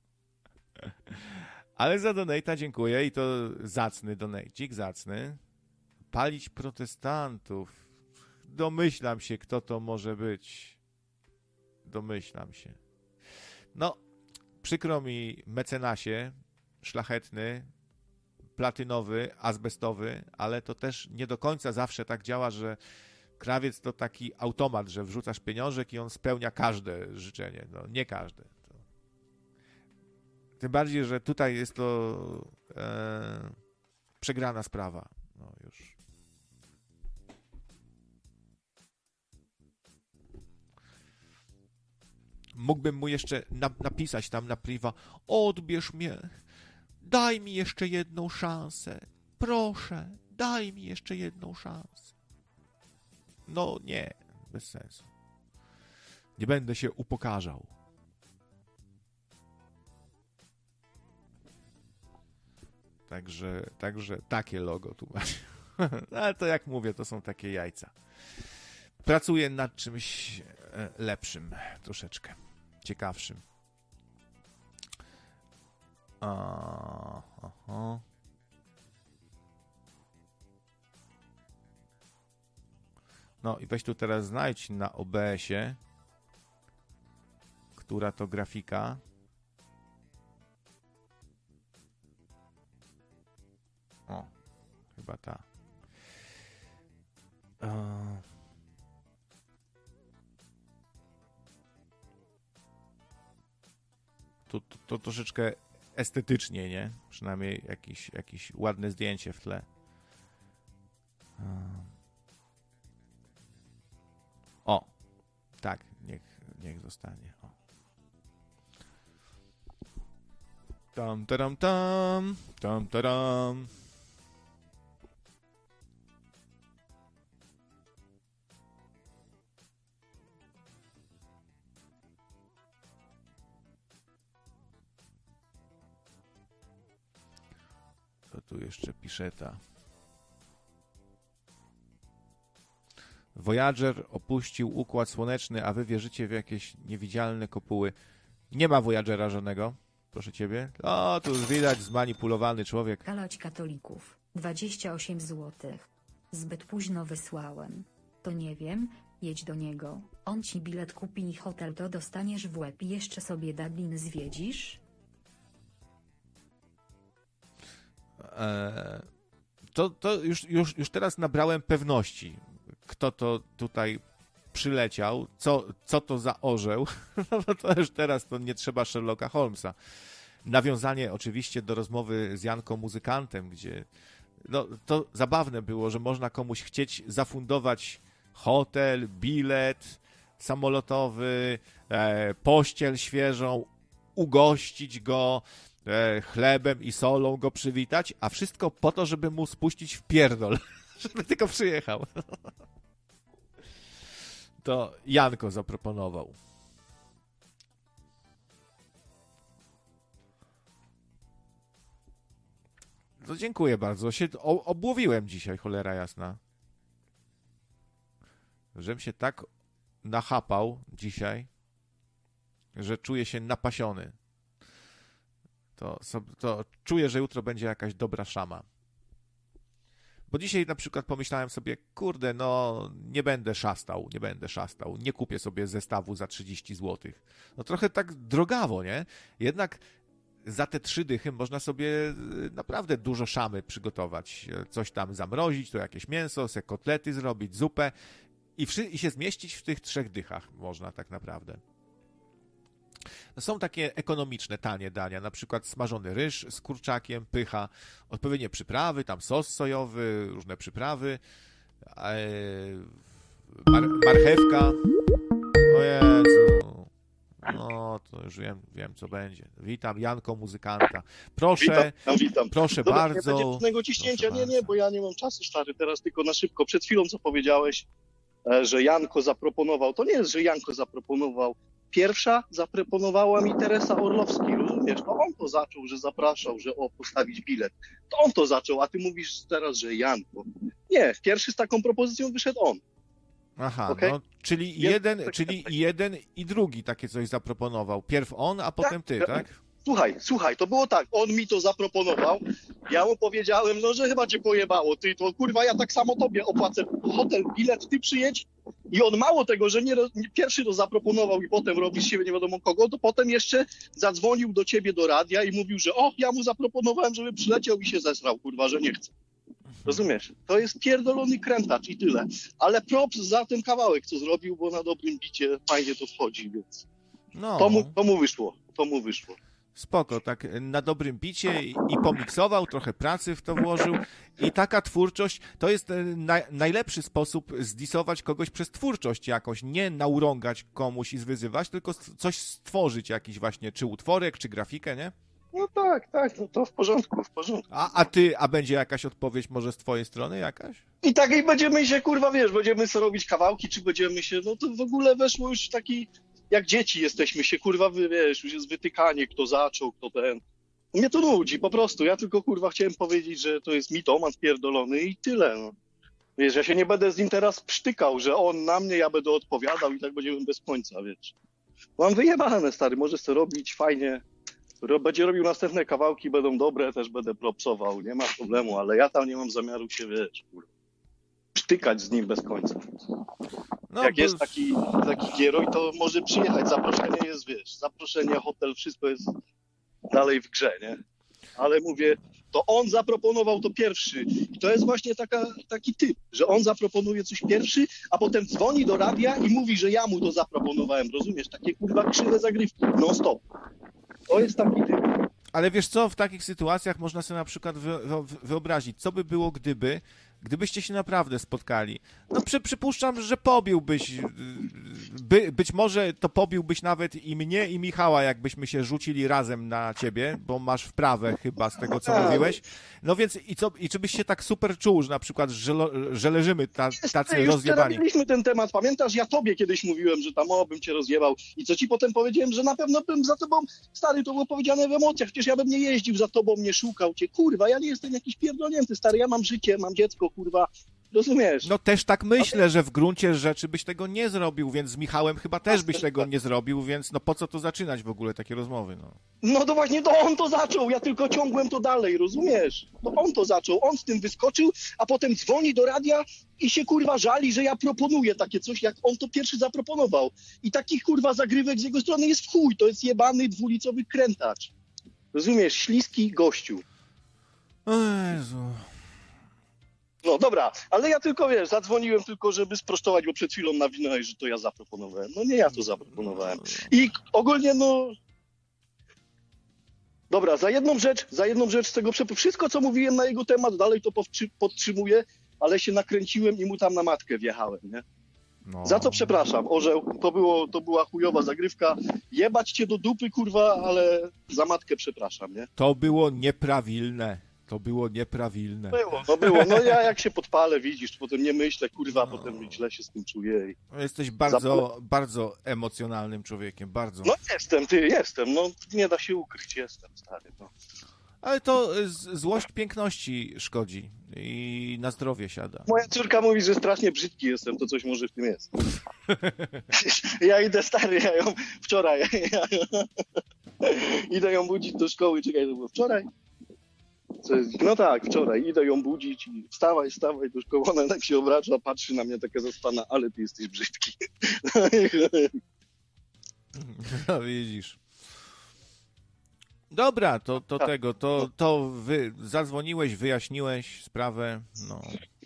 Ale za donata dziękuję i to zacny donajcik, zacny. Palić protestantów. Domyślam się, kto to może być. Domyślam się. No, przykro mi, mecenasie, szlachetny, platynowy, azbestowy, ale to też nie do końca zawsze tak działa, że krawiec to taki automat, że wrzucasz pieniążek i on spełnia każde życzenie. No, nie każde. To... Tym bardziej, że tutaj jest to e, przegrana sprawa. No już. Mógłbym mu jeszcze na, napisać tam na priwa: odbierz mnie, daj mi jeszcze jedną szansę, proszę, daj mi jeszcze jedną szansę. No nie, bez sensu. Nie będę się upokarzał. Także, także takie logo tu macie. Ale to jak mówię, to są takie jajca. Pracuję nad czymś lepszym, troszeczkę ciekawszym. Aha. No i weź tu teraz znajdź na O B S-ie, która to grafika. O, chyba ta. to, to, to troszeczkę estetycznie, nie? Przynajmniej jakieś, jakieś ładne zdjęcie w tle. O, tak, niech, niech zostanie. O. Tam, taram, tam, tam, taram. Co tu jeszcze pisze ta? Voyager opuścił Układ Słoneczny, a wy wierzycie w jakieś niewidzialne kopuły. Nie ma Voyagera żadnego, proszę ciebie. O, tu już widać zmanipulowany człowiek. Kaloć katolików, dwadzieścia osiem złotych. Zbyt późno wysłałem. To nie wiem, jedź do niego. On ci bilet kupi i hotel to dostaniesz w łeb i jeszcze sobie Dublin zwiedzisz? Eee, to to już, już, już teraz nabrałem pewności, kto to tutaj przyleciał, co, co to za orzeł, no bo to już teraz to nie trzeba Sherlocka Holmesa. Nawiązanie oczywiście do rozmowy z Janką Muzykantem, gdzie no, to zabawne było, że można komuś chcieć zafundować hotel, bilet samolotowy, e, pościel świeżą, ugościć go e, chlebem i solą, go przywitać, a wszystko po to, żeby mu spuścić w pierdol, żeby tylko przyjechał. To Janko zaproponował. To dziękuję bardzo. Się obłowiłem dzisiaj, cholera jasna. Żem się tak nachapał dzisiaj, że czuję się napasiony. To, to czuję, że jutro będzie jakaś dobra szama. Bo dzisiaj na przykład pomyślałem sobie, kurde, no nie będę szastał, nie będę szastał, nie kupię sobie zestawu za trzydzieści złotych. No trochę tak drogawo, nie? Jednak za te trzy dychy można sobie naprawdę dużo szamy przygotować. Coś tam zamrozić, to jakieś mięso, se kotlety zrobić, zupę i, wszy- i się zmieścić w tych trzech dychach można tak naprawdę. Są takie ekonomiczne, tanie dania, na przykład smażony ryż z kurczakiem, pycha, odpowiednie przyprawy, tam sos sojowy, różne przyprawy, mar- marchewka. O Jezu, no to już wiem, wiem co będzie. Witam, Janko Muzykanta. Proszę, witam, witam. proszę Dobra, bardzo. Nie będzie żadnego ciśnięcia, proszę nie, nie, bo ja nie mam czasu, stary, teraz tylko na szybko. Przed chwilą co powiedziałeś, że Janko zaproponował, to nie jest, że Janko zaproponował. Pierwsza zaproponowała mi Teresa Orlowski, rozumiesz? To on to zaczął, że zapraszał, że o, postawić bilet. To on to zaczął, a ty mówisz teraz, że Janko. Nie, pierwszy z taką propozycją wyszedł on. Aha, okay? No, czyli Więc jeden, tak, czyli tak. jeden i drugi takie coś zaproponował. Pierw on, a potem ty, tak? Słuchaj, słuchaj, to było tak, on mi to zaproponował, ja mu powiedziałem, no że chyba cię pojebało, ty to kurwa, ja tak samo tobie opłacę hotel, bilet, ty przyjedź i on mało tego, że nie, nie pierwszy to zaproponował i potem robi z siebie nie wiadomo kogo, to potem jeszcze zadzwonił do ciebie do radia i mówił, że o, ja mu zaproponowałem, żeby przyleciał i się zesrał, kurwa, że nie chce. Rozumiesz? To jest pierdolony krętacz i tyle. Ale props za ten kawałek, co zrobił, bo na dobrym bicie fajnie to wchodzi, więc No. to, mu, to mu wyszło, to mu wyszło. Spoko, tak na dobrym bicie i, i pomiksował, trochę pracy w to włożył i taka twórczość, to jest na, najlepszy sposób zdisować kogoś przez twórczość jakoś, nie naurągać komuś i zwyzywać, tylko coś stworzyć, jakiś właśnie, czy utworek, czy grafikę, nie? No tak, tak, no to w porządku, w porządku. A, a ty, a będzie jakaś odpowiedź może z twojej strony jakaś? I tak i będziemy się, kurwa, wiesz, będziemy sobie robić kawałki, czy będziemy się, no to w ogóle weszło już taki, jak dzieci jesteśmy się, kurwa, wiesz, już jest wytykanie, kto zaczął, kto ten. Mnie to nudzi, po prostu, ja tylko, kurwa, chciałem powiedzieć, że to jest mitoman pierdolony i tyle, no. Wiesz, ja się nie będę z nim teraz psztykał, że on na mnie, ja będę odpowiadał i tak będziemy bez końca, wiesz. Mam wyjebane, stary, możesz to robić fajnie. Będzie robił następne kawałki, będą dobre, też będę propsował, nie ma problemu, ale ja tam nie mam zamiaru się, wiesz, kurwa, psztykać z nim bez końca. No, Jak bo... jest taki, taki gieroj, to może przyjechać, zaproszenie jest, wiesz, zaproszenie, hotel, wszystko jest dalej w grze, nie? Ale mówię, to on zaproponował to pierwszy i to jest właśnie taka, taki typ, że on zaproponuje coś pierwszy, a potem dzwoni do radia i mówi, że ja mu to zaproponowałem, rozumiesz? Takie kurwa krzywe zagrywki, non stop. To jest taki typ. Ale wiesz co, w takich sytuacjach można sobie na przykład wy, wy, wyobrazić, co by było, gdyby, gdybyście się naprawdę spotkali. No przy, przypuszczam, że pobiłbyś, by, być może to pobiłbyś nawet i mnie, i Michała, jakbyśmy się rzucili razem na ciebie, bo masz wprawę chyba z tego, co mówiłeś. No więc i co, i czy byś się tak super czuł, że na przykład, że, że leżymy ta, tacy już rozjebani? Już ten temat, pamiętasz? Ja tobie kiedyś mówiłem, że tam o, bym cię rozjebał i co ci potem powiedziałem, że na pewno bym za tobą, stary, to było powiedziane w emocjach, przecież ja bym nie jeździł za tobą, nie szukał cię, kurwa, ja nie jestem jakiś pierdolnięty, stary, ja mam życie, mam dziecko, kurwa, rozumiesz? No też tak myślę, że w gruncie rzeczy byś tego nie zrobił, więc z Michałem chyba też byś tego nie zrobił, więc no po co to zaczynać w ogóle takie rozmowy, no. No to właśnie to on to zaczął, ja tylko ciągłem to dalej, rozumiesz? To on to zaczął, on z tym wyskoczył, a potem dzwoni do radia i się kurwa żali, że ja proponuję takie coś, jak on to pierwszy zaproponował. I takich kurwa zagrywek z jego strony jest w chuj, to jest jebany dwulicowy krętacz. Rozumiesz? Śliski gościu. O Jezu. No dobra, ale ja tylko, wiesz, zadzwoniłem tylko, żeby sprostować, bo przed chwilą nawinąłeś, że to ja zaproponowałem. No nie ja to zaproponowałem. I ogólnie, no... Dobra, za jedną rzecz, za jedną rzecz z tego przepływu. Wszystko, co mówiłem na jego temat, dalej to powtrzy- podtrzymuję, ale się nakręciłem i mu tam na matkę wjechałem, nie? No. Za co przepraszam, orzeł, to, było, to była chujowa zagrywka. Jebać cię do dupy, kurwa, ale za matkę przepraszam, nie? To było nieprawilne. To było nieprawilne. Było, no było. No ja jak się podpalę, widzisz, potem nie myślę, kurwa, no. Potem źle się z tym czuję. I... Jesteś bardzo, bardzo emocjonalnym człowiekiem, bardzo. No jestem, ty, jestem, no nie da się ukryć, jestem, stary, no. Ale to z- złość piękności szkodzi i na zdrowie siada. Moja córka mówi, że strasznie brzydki jestem, to coś może w tym jest. Ja idę, stary, ja ją wczoraj, ja, idę ją budzić do szkoły, czekaj, to było wczoraj? No tak, wczoraj, idę ją budzić i wstawaj, wstawaj do szkoły, ona tak się obraca, patrzy na mnie taka zaspana, ale ty jesteś brzydki. No widzisz. Dobra, to, to tego, to, to wy zadzwoniłeś, wyjaśniłeś sprawę, no.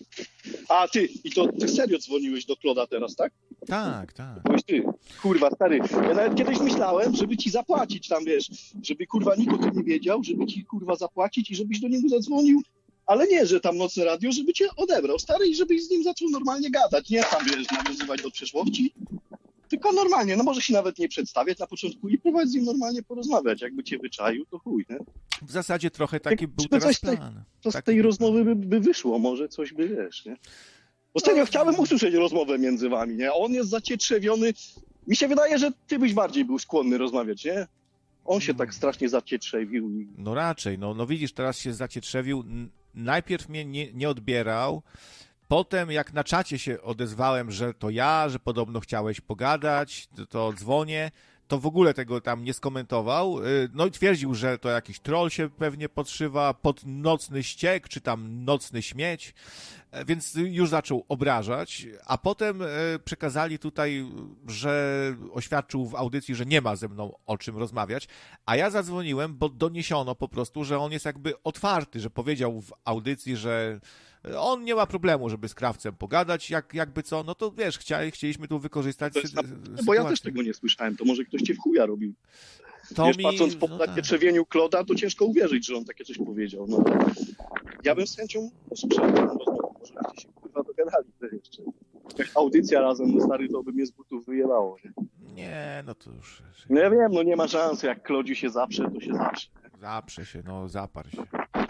A ty, i to ty serio dzwoniłeś do Kloda teraz, tak? Tak, tak. Byłeś ty, kurwa, stary, ja nawet kiedyś myślałem, żeby ci zapłacić tam, wiesz, żeby kurwa nikt o tym nie wiedział, żeby ci kurwa zapłacić i żebyś do niego zadzwonił, ale nie, że tam Nocne Radio, żeby cię odebrał, stary, i żebyś z nim zaczął normalnie gadać, nie tam, wiesz, nawiązywać do przeszłości, tylko normalnie, no może się nawet nie przedstawiać na początku i próbować z nim normalnie porozmawiać, jakby cię wyczaił, to chuj, nie? W zasadzie trochę taki był Żeby teraz coś tej- plan. To z Taki tej był rozmowy by, by wyszło, może coś by, wiesz, nie? Ostatnio No. chciałem usłyszeć rozmowę między wami, nie? On jest zacietrzewiony. Mi się wydaje, że ty byś bardziej był skłonny rozmawiać, nie? On się tak strasznie zacietrzewił. I... No raczej, no, no widzisz, teraz się zacietrzewił. N- Najpierw mnie nie, nie odbierał, potem jak na czacie się odezwałem, że to ja, że podobno chciałeś pogadać, to, to dzwonię, to w ogóle tego tam nie skomentował. Y, No i twierdził, że to jakiś troll się pewnie podszywa pod nocny ściek, czy tam nocny śmieć, E, więc już zaczął obrażać, a potem e, przekazali tutaj, że oświadczył w audycji, że nie ma ze mną o czym rozmawiać, a ja zadzwoniłem, bo doniesiono po prostu, że on jest jakby otwarty, że powiedział w audycji, że on nie ma problemu, żeby z Krawcem pogadać, jak, jakby co, no to wiesz, chcieli, chcieliśmy tu wykorzystać To jest na... sy- Bo ja sytuację. też tego nie słyszałem, to może ktoś cię w chuja robił. To Wiesz, mi- patrząc po no zacietrzewieniu Kloda, to ciężko uwierzyć, że on takie coś powiedział. No. Ja bym z chęcią usłyszał tę rozmowę, może byście się kurwa dogadali to jeszcze. Jak audycja razem, no stary, to by mnie z butów wyjelało, nie? Nie, no to już No ja wiem, no nie ma szans, jak Klodziu się zaprze, to się zaprze. zaprze się, no zaparł się.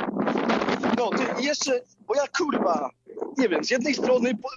No, ty jeszcze, bo ja kurwa, nie wiem, z jednej strony, bo,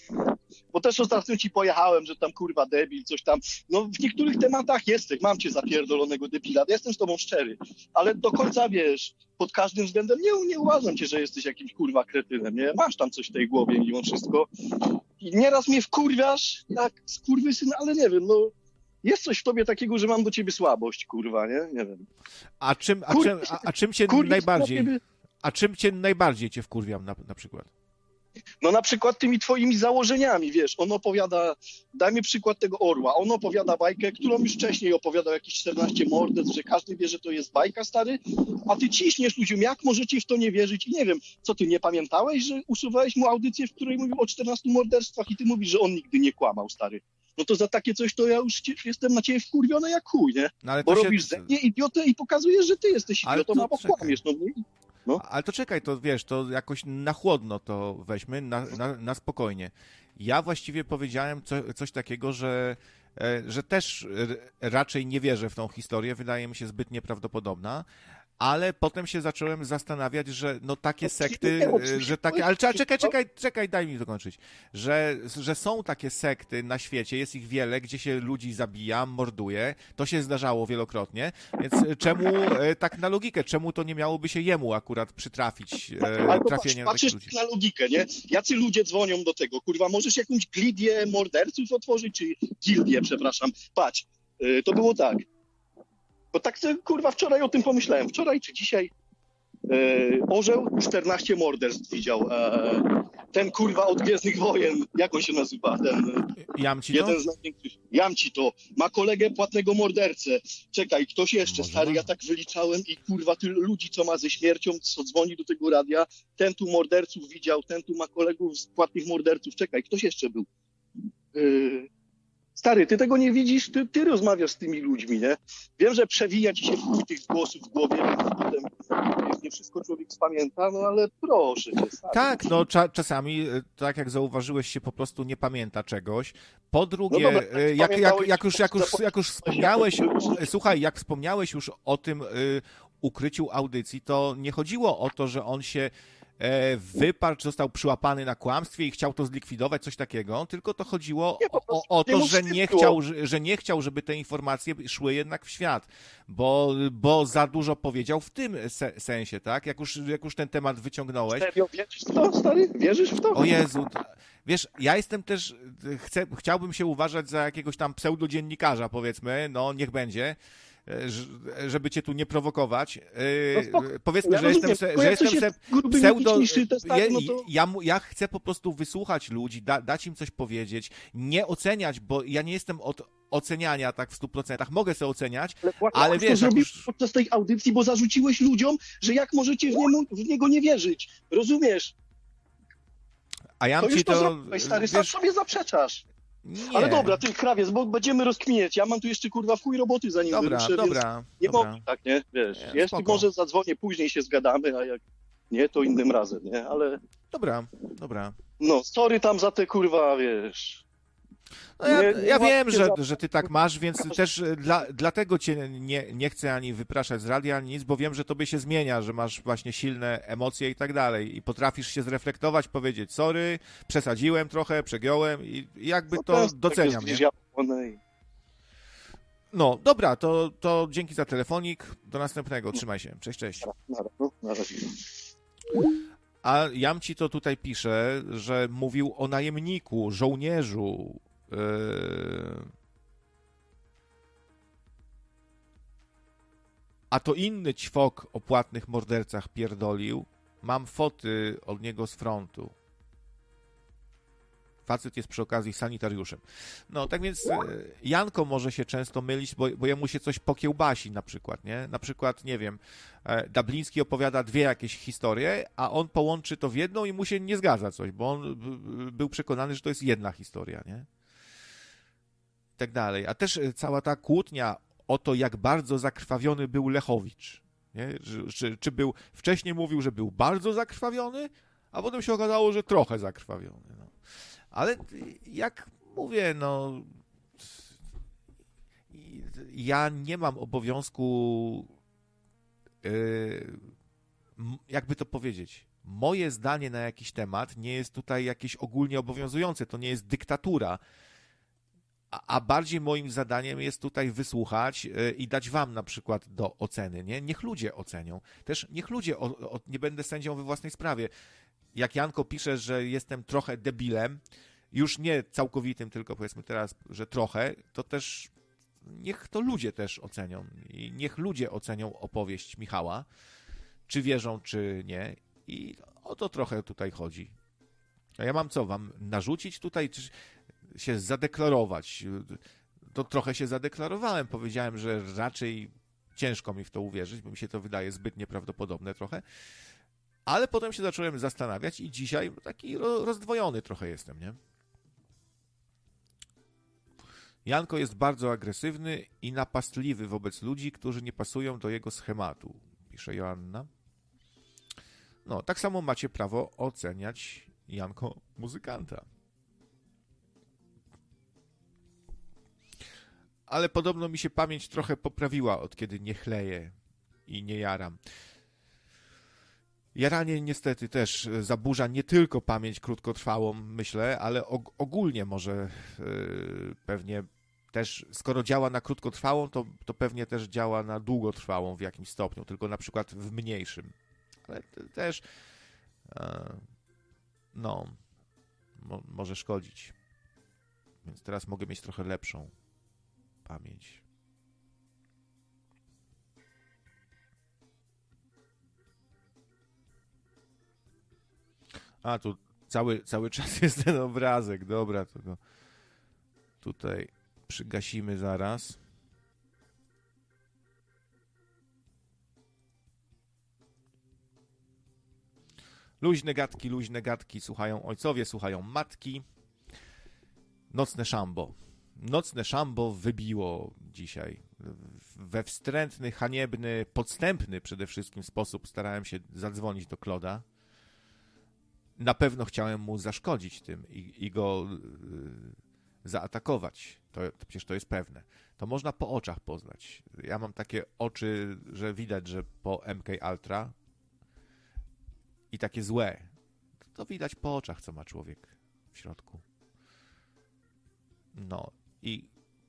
bo też ostatnio ci pojechałem, że tam kurwa debil, coś tam, no w niektórych tematach jesteś, mam cię zapierdolonego debila, ja jestem z tobą szczery, ale do końca, wiesz, pod każdym względem nie, nie uważam cię, że jesteś jakimś kurwa kretynem, nie? Masz tam coś w tej głowie mimo wszystko i nieraz mnie wkurwiasz, jak skurwysyn, ale nie wiem, no jest coś w tobie takiego, że mam do ciebie słabość, kurwa, nie? Nie wiem. A czym, a Kur- czym, a, a czym cię Kurwa, najbardziej, ciebie- a czym cię najbardziej cię wkurwiam na, na przykład? No na przykład tymi twoimi założeniami, wiesz, on opowiada, dajmy przykład tego orła, on opowiada bajkę, którą już wcześniej opowiadał jakieś czternaście morderstw, że każdy wie, że to jest bajka, stary, a ty ciśniesz ludziom, jak możecie w to nie wierzyć i nie wiem, co ty nie pamiętałeś, że usuwałeś mu audycję, w której mówił o czternastu morderstwach i ty mówisz, że on nigdy nie kłamał, stary. no to za takie coś to ja już cie, jestem na ciebie wkurwiony jak chuj, nie? No, ale Bo to robisz się... ze mnie idiotę i pokazujesz, że ty jesteś Ale idiotą, to albo czekaj. kłamiesz, no, no. Ale to czekaj, to wiesz, to jakoś na chłodno to weźmy, na, na, na spokojnie. Ja właściwie powiedziałem co, coś takiego, że, że też raczej nie wierzę w tą historię, wydaje mi się zbyt nieprawdopodobna, ale potem się zacząłem zastanawiać, że no takie sekty, że takie, ale czekaj, czekaj, czekaj, czekaj, daj mi dokończyć, że, że są takie sekty na świecie, jest ich wiele, gdzie się ludzi zabija, morduje, to się zdarzało wielokrotnie, więc czemu tak na logikę, czemu to nie miałoby się jemu akurat przytrafić, ale trafienie na takich ludzi? Patrzysz na logikę, nie? Jacy ludzie dzwonią do tego, kurwa, możesz jakąś glidię morderców otworzyć, czy gildię, przepraszam, patrz, yy, to było tak. Bo tak, kurwa, wczoraj o tym pomyślałem. Wczoraj czy dzisiaj e, Orzeł czternaście morderstw widział. E, ten, kurwa, od Gwiezdnych Wojen, jak on się nazywa? Ten, Jamci to? jeden z największych. Jamci to. Ma kolegę płatnego mordercę. Czekaj, ktoś jeszcze, Może stary, ma. ja tak wyliczałem i, kurwa, tylu ludzi, co ma ze śmiercią, co dzwoni do tego radia. Ten tu morderców widział, ten tu ma kolegów z płatnych morderców. Czekaj, ktoś jeszcze był. E, Stary, ty tego nie widzisz, ty, ty rozmawiasz z tymi ludźmi, nie? Wiem, że przewija ci się w tych głosów w głowie, więc potem nie wszystko człowiek spamięta, no ale proszę cię, stary. Tak, no cza, czasami, tak jak zauważyłeś, się po prostu nie pamięta czegoś. Po drugie, No dobra, jak, jak, jak, jak, już, jak, już, jak już wspomniałeś, słuchaj, jak wspomniałeś już o tym y, ukryciu audycji, to nie chodziło o to, że on się wyparł, czy został przyłapany na kłamstwie i chciał to zlikwidować, coś takiego, tylko to chodziło Nie, o, o, o to, że nie, chciał, że, że nie chciał, żeby te informacje szły jednak w świat, bo, bo za dużo powiedział w tym se, sensie, tak? Jak już, jak już ten temat wyciągnąłeś. Serio, wierzysz w to, stary? Wierzysz w to? O Jezu, wiesz, ja jestem też, chcę, chciałbym się uważać za jakiegoś tam pseudodziennikarza, powiedzmy, no niech będzie, żeby cię tu nie prowokować. No powiedzmy, ja że rozumiem, jestem, se, że jestem se, pseudo... Stary, ja, no to... ja, ja chcę po prostu wysłuchać ludzi, da, dać im coś powiedzieć, nie oceniać, bo ja nie jestem od oceniania tak w stu procentach. Mogę sobie oceniać, ale, ale wiesz... To zrobiłeś już... podczas tej audycji, bo zarzuciłeś ludziom, że jak możecie w, niemu, w niego nie wierzyć. Rozumiesz? A ja to już to... to zrobiłeś, stary, sam wiesz... sobie zaprzeczasz. Nie. Ale dobra, ty krawiec, bo będziemy rozkminiać. Ja mam tu jeszcze, kurwa, w chuj roboty, zanim dobra, wyruszę, dobra, nie dobra. mogę tak, nie? Wiesz, nie, jest, może zadzwonię, później się zgadamy, a jak nie, to innym razem, nie? Ale... Dobra, dobra. No, sorry tam za te, kurwa, wiesz... No ja, nie, nie ja wiem, że, za... że ty tak masz, więc też dla, dlatego cię nie, nie chcę ani wypraszać z radia, ani nic, bo wiem, że tobie się zmienia, że masz właśnie silne emocje i tak dalej i potrafisz się zreflektować, powiedzieć sorry, przesadziłem trochę, przegiąłem i, i jakby no to, to doceniam, nie? No, dobra, to, to dzięki za telefonik, do następnego, trzymaj się, cześć, cześć. Na, na, na razie. A Jamci to tutaj pisze, że mówił o najemniku, żołnierzu. Yy... A to inny ćwok o płatnych mordercach pierdolił. Mam foty od niego z frontu. Facet jest przy okazji sanitariuszem. No, tak więc Janko może się często mylić, bo, bo jemu się coś pokiełbasi na przykład, nie? Na przykład, nie wiem, Dabliński opowiada dwie jakieś historie, a on połączy to w jedną i mu się nie zgadza coś, bo on był przekonany, że to jest jedna historia, nie? I tak dalej. A też cała ta kłótnia o to, jak bardzo zakrwawiony był Lechowicz, nie? Czy, czy był, wcześniej mówił, że był bardzo zakrwawiony, a potem się okazało, że trochę zakrwawiony, no. Ale jak mówię, no ja nie mam obowiązku, jakby to powiedzieć, moje zdanie na jakiś temat nie jest tutaj jakieś ogólnie obowiązujące, to nie jest dyktatura, a bardziej moim zadaniem jest tutaj wysłuchać i dać wam na przykład do oceny, nie? Niech ludzie ocenią. Też niech ludzie, o, o, nie będę sędzią we własnej sprawie. Jak Janko pisze, że jestem trochę debilem, już nie całkowitym, tylko powiedzmy teraz, że trochę, to też niech to ludzie też ocenią. I niech ludzie ocenią opowieść Michała, czy wierzą, czy nie. I o to trochę tutaj chodzi. A ja mam co, wam narzucić tutaj, czy się zadeklarować? To trochę się zadeklarowałem. Powiedziałem, że raczej ciężko mi w to uwierzyć, bo mi się to wydaje zbyt nieprawdopodobne trochę. Ale potem się zacząłem zastanawiać i dzisiaj taki rozdwojony trochę jestem, nie? Janko jest bardzo agresywny i napastliwy wobec ludzi, którzy nie pasują do jego schematu, pisze Joanna. No, tak samo macie prawo oceniać Janko muzykanta. Ale podobno mi się pamięć trochę poprawiła, od kiedy nie chleję i nie jaram. Jaranie niestety też zaburza nie tylko pamięć krótkotrwałą, myślę, ale og- ogólnie może yy, pewnie też, skoro działa na krótkotrwałą, to, to pewnie też działa na długotrwałą w jakimś stopniu, tylko na przykład w mniejszym. Ale też yy, no, mo- może szkodzić. Więc teraz mogę mieć trochę lepszą pamięć. A, tu cały, cały czas jest ten obrazek. Dobra, to go tutaj przygasimy zaraz. Luźne gadki, luźne gadki słuchają ojcowie, słuchają matki. Nocne szambo. Nocne szambo wybiło dzisiaj. We wstrętny, haniebny, podstępny przede wszystkim sposób starałem się zadzwonić do Kloda. Na pewno chciałem mu zaszkodzić tym i, i go y, zaatakować. To, to przecież to jest pewne. To można po oczach poznać. Ja mam takie oczy, że widać, że po M K Ultra i takie złe. To widać po oczach, co ma człowiek w środku. No i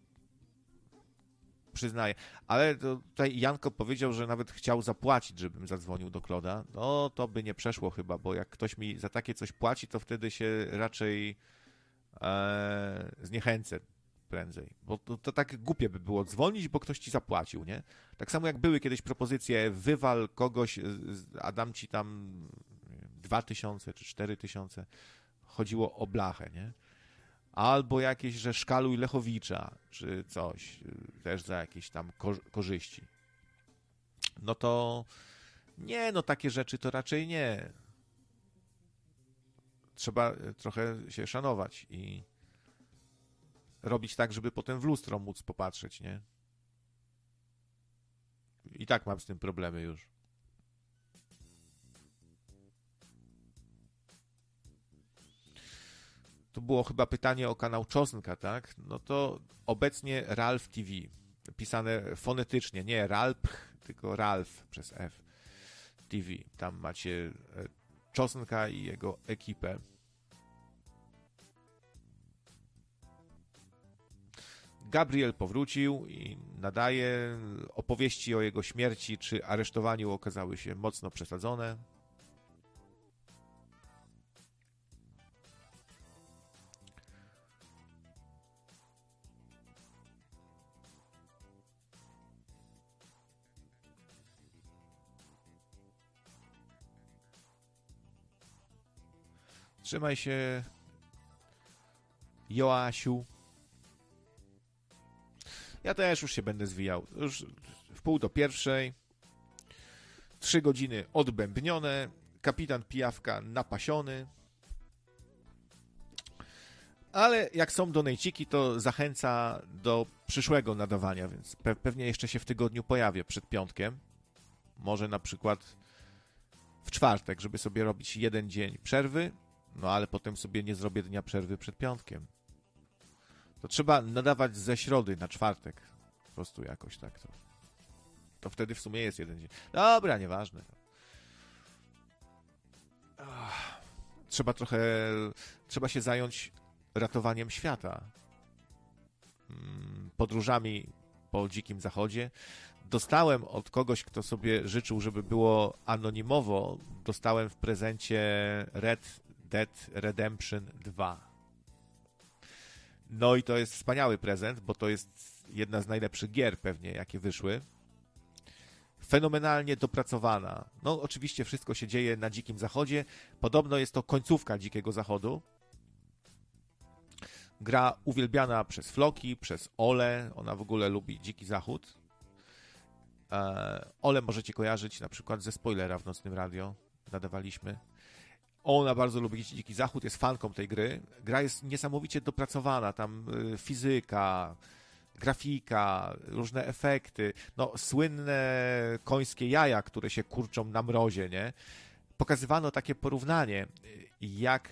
przyznaję. Ale to tutaj Janko powiedział, że nawet chciał zapłacić, żebym zadzwonił do Kloda. No to by nie przeszło chyba, bo jak ktoś mi za takie coś płaci, to wtedy się raczej e, zniechęcę prędzej. Bo to, to tak głupie by było dzwonić, bo ktoś ci zapłacił, nie? Tak samo jak były kiedyś propozycje, wywal kogoś, a dam ci tam dwa tysiące czy cztery tysiące. Chodziło o blachę, nie? Albo jakieś, że szkaluj Lechowicza, czy coś, też za jakieś tam korzyści. No to nie, no takie rzeczy to raczej nie. Trzeba trochę się szanować i robić tak, żeby potem w lustro móc popatrzeć, nie? I tak mam z tym problemy już. To było chyba pytanie o kanał Czosnka, tak? No to obecnie Ralf T V. Pisane fonetycznie, nie Ralph, tylko Ralf przez F. T V. Tam macie Czosnka i jego ekipę. Gabriel powrócił i nadaje. Opowieści o jego śmierci czy aresztowaniu okazały się mocno przesadzone. Trzymaj się, Joasiu. Ja też już się będę zwijał. Już w pół do pierwszej. Trzy godziny odbębnione. Kapitan Pijawka napasiony. Ale jak są donejciki, to zachęca do przyszłego nadawania, więc pe- pewnie jeszcze się w tygodniu pojawię przed piątkiem. Może na przykład w czwartek, żeby sobie robić jeden dzień przerwy. No ale potem sobie nie zrobię dnia przerwy przed piątkiem. To trzeba nadawać ze środy na czwartek. Po prostu jakoś tak to. To wtedy w sumie jest jeden dzień. Dobra, nieważne. Ach, trzeba trochę... Trzeba się zająć ratowaniem świata. Podróżami po dzikim zachodzie. Dostałem od kogoś, kto sobie życzył, żeby było anonimowo, dostałem w prezencie Red Dead Redemption dwa. No i to jest wspaniały prezent, bo to jest jedna z najlepszych gier pewnie, jakie wyszły. Fenomenalnie dopracowana. No oczywiście wszystko się dzieje na Dzikim Zachodzie. Podobno jest to końcówka Dzikiego Zachodu. Gra uwielbiana przez Floki, przez Ole. Ona w ogóle lubi Dziki Zachód. Ole możecie kojarzyć na przykład ze spoilera w Nocnym Radio. Nadawaliśmy. Ona bardzo lubi Dziki Zachód, jest fanką tej gry. Gra jest niesamowicie dopracowana, tam y, fizyka, grafika, różne efekty, no słynne końskie jaja, które się kurczą na mrozie, nie? Pokazywano takie porównanie, jak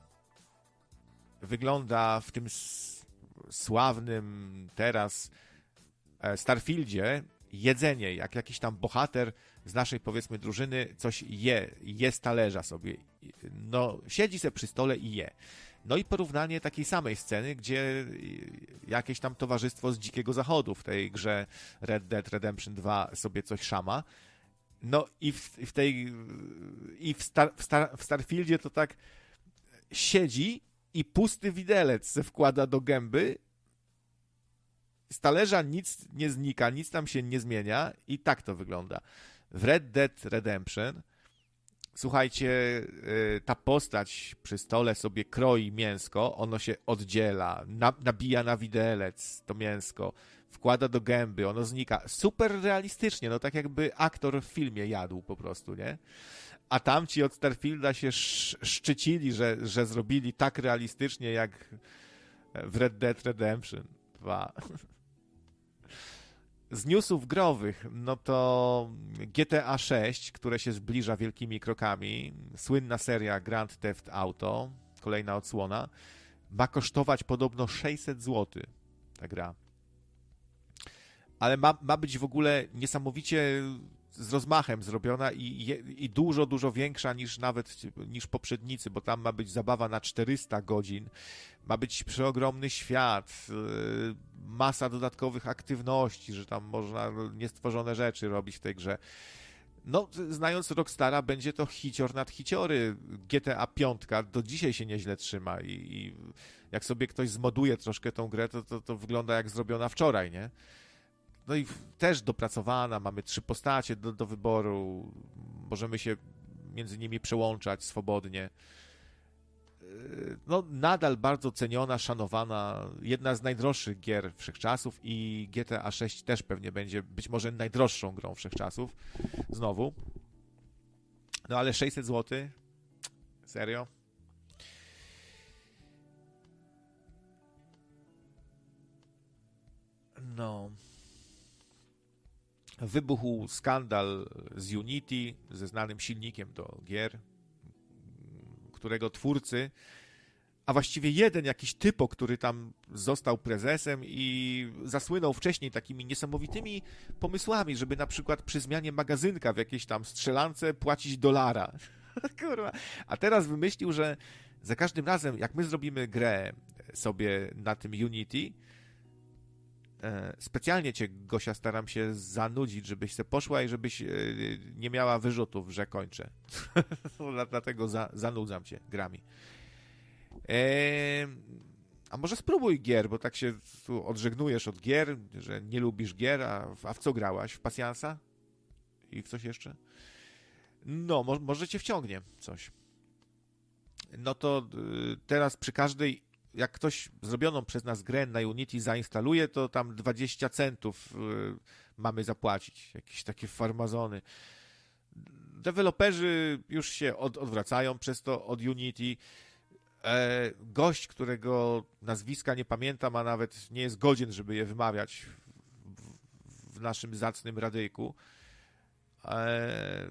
wygląda w tym sławnym teraz Starfieldzie jedzenie, jak jakiś tam bohater z naszej, powiedzmy, drużyny coś je, je z talerza sobie. No, siedzi sobie przy stole i je. No i porównanie takiej samej sceny, gdzie jakieś tam towarzystwo z Dzikiego Zachodu w tej grze Red Dead Redemption dwa sobie coś szama. No i w, w tej i w, Star, w, Star, w Starfieldzie to tak siedzi i pusty widelec se wkłada do gęby. Z talerza nic nie znika, nic tam się nie zmienia i tak to wygląda. W Red Dead Redemption, słuchajcie, ta postać przy stole sobie kroi mięsko, ono się oddziela, nabija na widelec to mięsko, wkłada do gęby, ono znika. Super realistycznie, no tak jakby aktor w filmie jadł po prostu, nie? A tamci od Starfielda się szczycili, że, że zrobili tak realistycznie jak w Red Dead Redemption dwa. Z newsów growych, no to G T A sześć, które się zbliża wielkimi krokami, słynna seria Grand Theft Auto, kolejna odsłona, ma kosztować podobno sześćset złotych ta gra. Ale ma, ma być w ogóle niesamowicie z rozmachem zrobiona i, i dużo, dużo większa niż nawet niż poprzednicy, bo tam ma być zabawa na czterysta godzin, ma być przeogromny świat, masa dodatkowych aktywności, że tam można niestworzone rzeczy robić w tej grze. No, znając Rockstara, będzie to hicior nad hiciory. G T A pięć do dzisiaj się nieźle trzyma i, i jak sobie ktoś zmoduje troszkę tą grę, to, to, to wygląda jak zrobiona wczoraj, nie? No i też dopracowana, mamy trzy postacie do, do wyboru, możemy się między nimi przełączać swobodnie. No, nadal bardzo ceniona, szanowana, jedna z najdroższych gier wszechczasów i G T A sześć też pewnie będzie być może najdroższą grą wszechczasów. Znowu. No ale sześćset złotych? Serio? No. Wybuchł skandal z Unity, ze znanym silnikiem do gier, którego twórcy, a właściwie jeden jakiś typo, który tam został prezesem i zasłynął wcześniej takimi niesamowitymi pomysłami, żeby na przykład przy zmianie magazynka w jakiejś tam strzelance płacić dolara. Kurwa. A teraz wymyślił, że za każdym razem, jak my zrobimy grę sobie na tym Unity, specjalnie cię, Gosia, staram się zanudzić, żebyś se poszła i żebyś nie miała wyrzutów, że kończę. Dlatego za, zanudzam cię grami. Eee, a może spróbuj gier, bo tak się tu odżegnujesz od gier, że nie lubisz gier, a, a w co grałaś? W pasjansa? I w coś jeszcze? No, mo, może cię wciągnie coś. No to y, teraz przy każdej, jak ktoś zrobioną przez nas grę na Unity zainstaluje, to tam dwadzieścia centów y, mamy zapłacić. Jakieś takie farmazony. Deweloperzy już się od, odwracają przez to od Unity. E, gość, którego nazwiska nie pamiętam, a nawet nie jest godzien, żeby je wymawiać w, w naszym zacnym radyjku, e,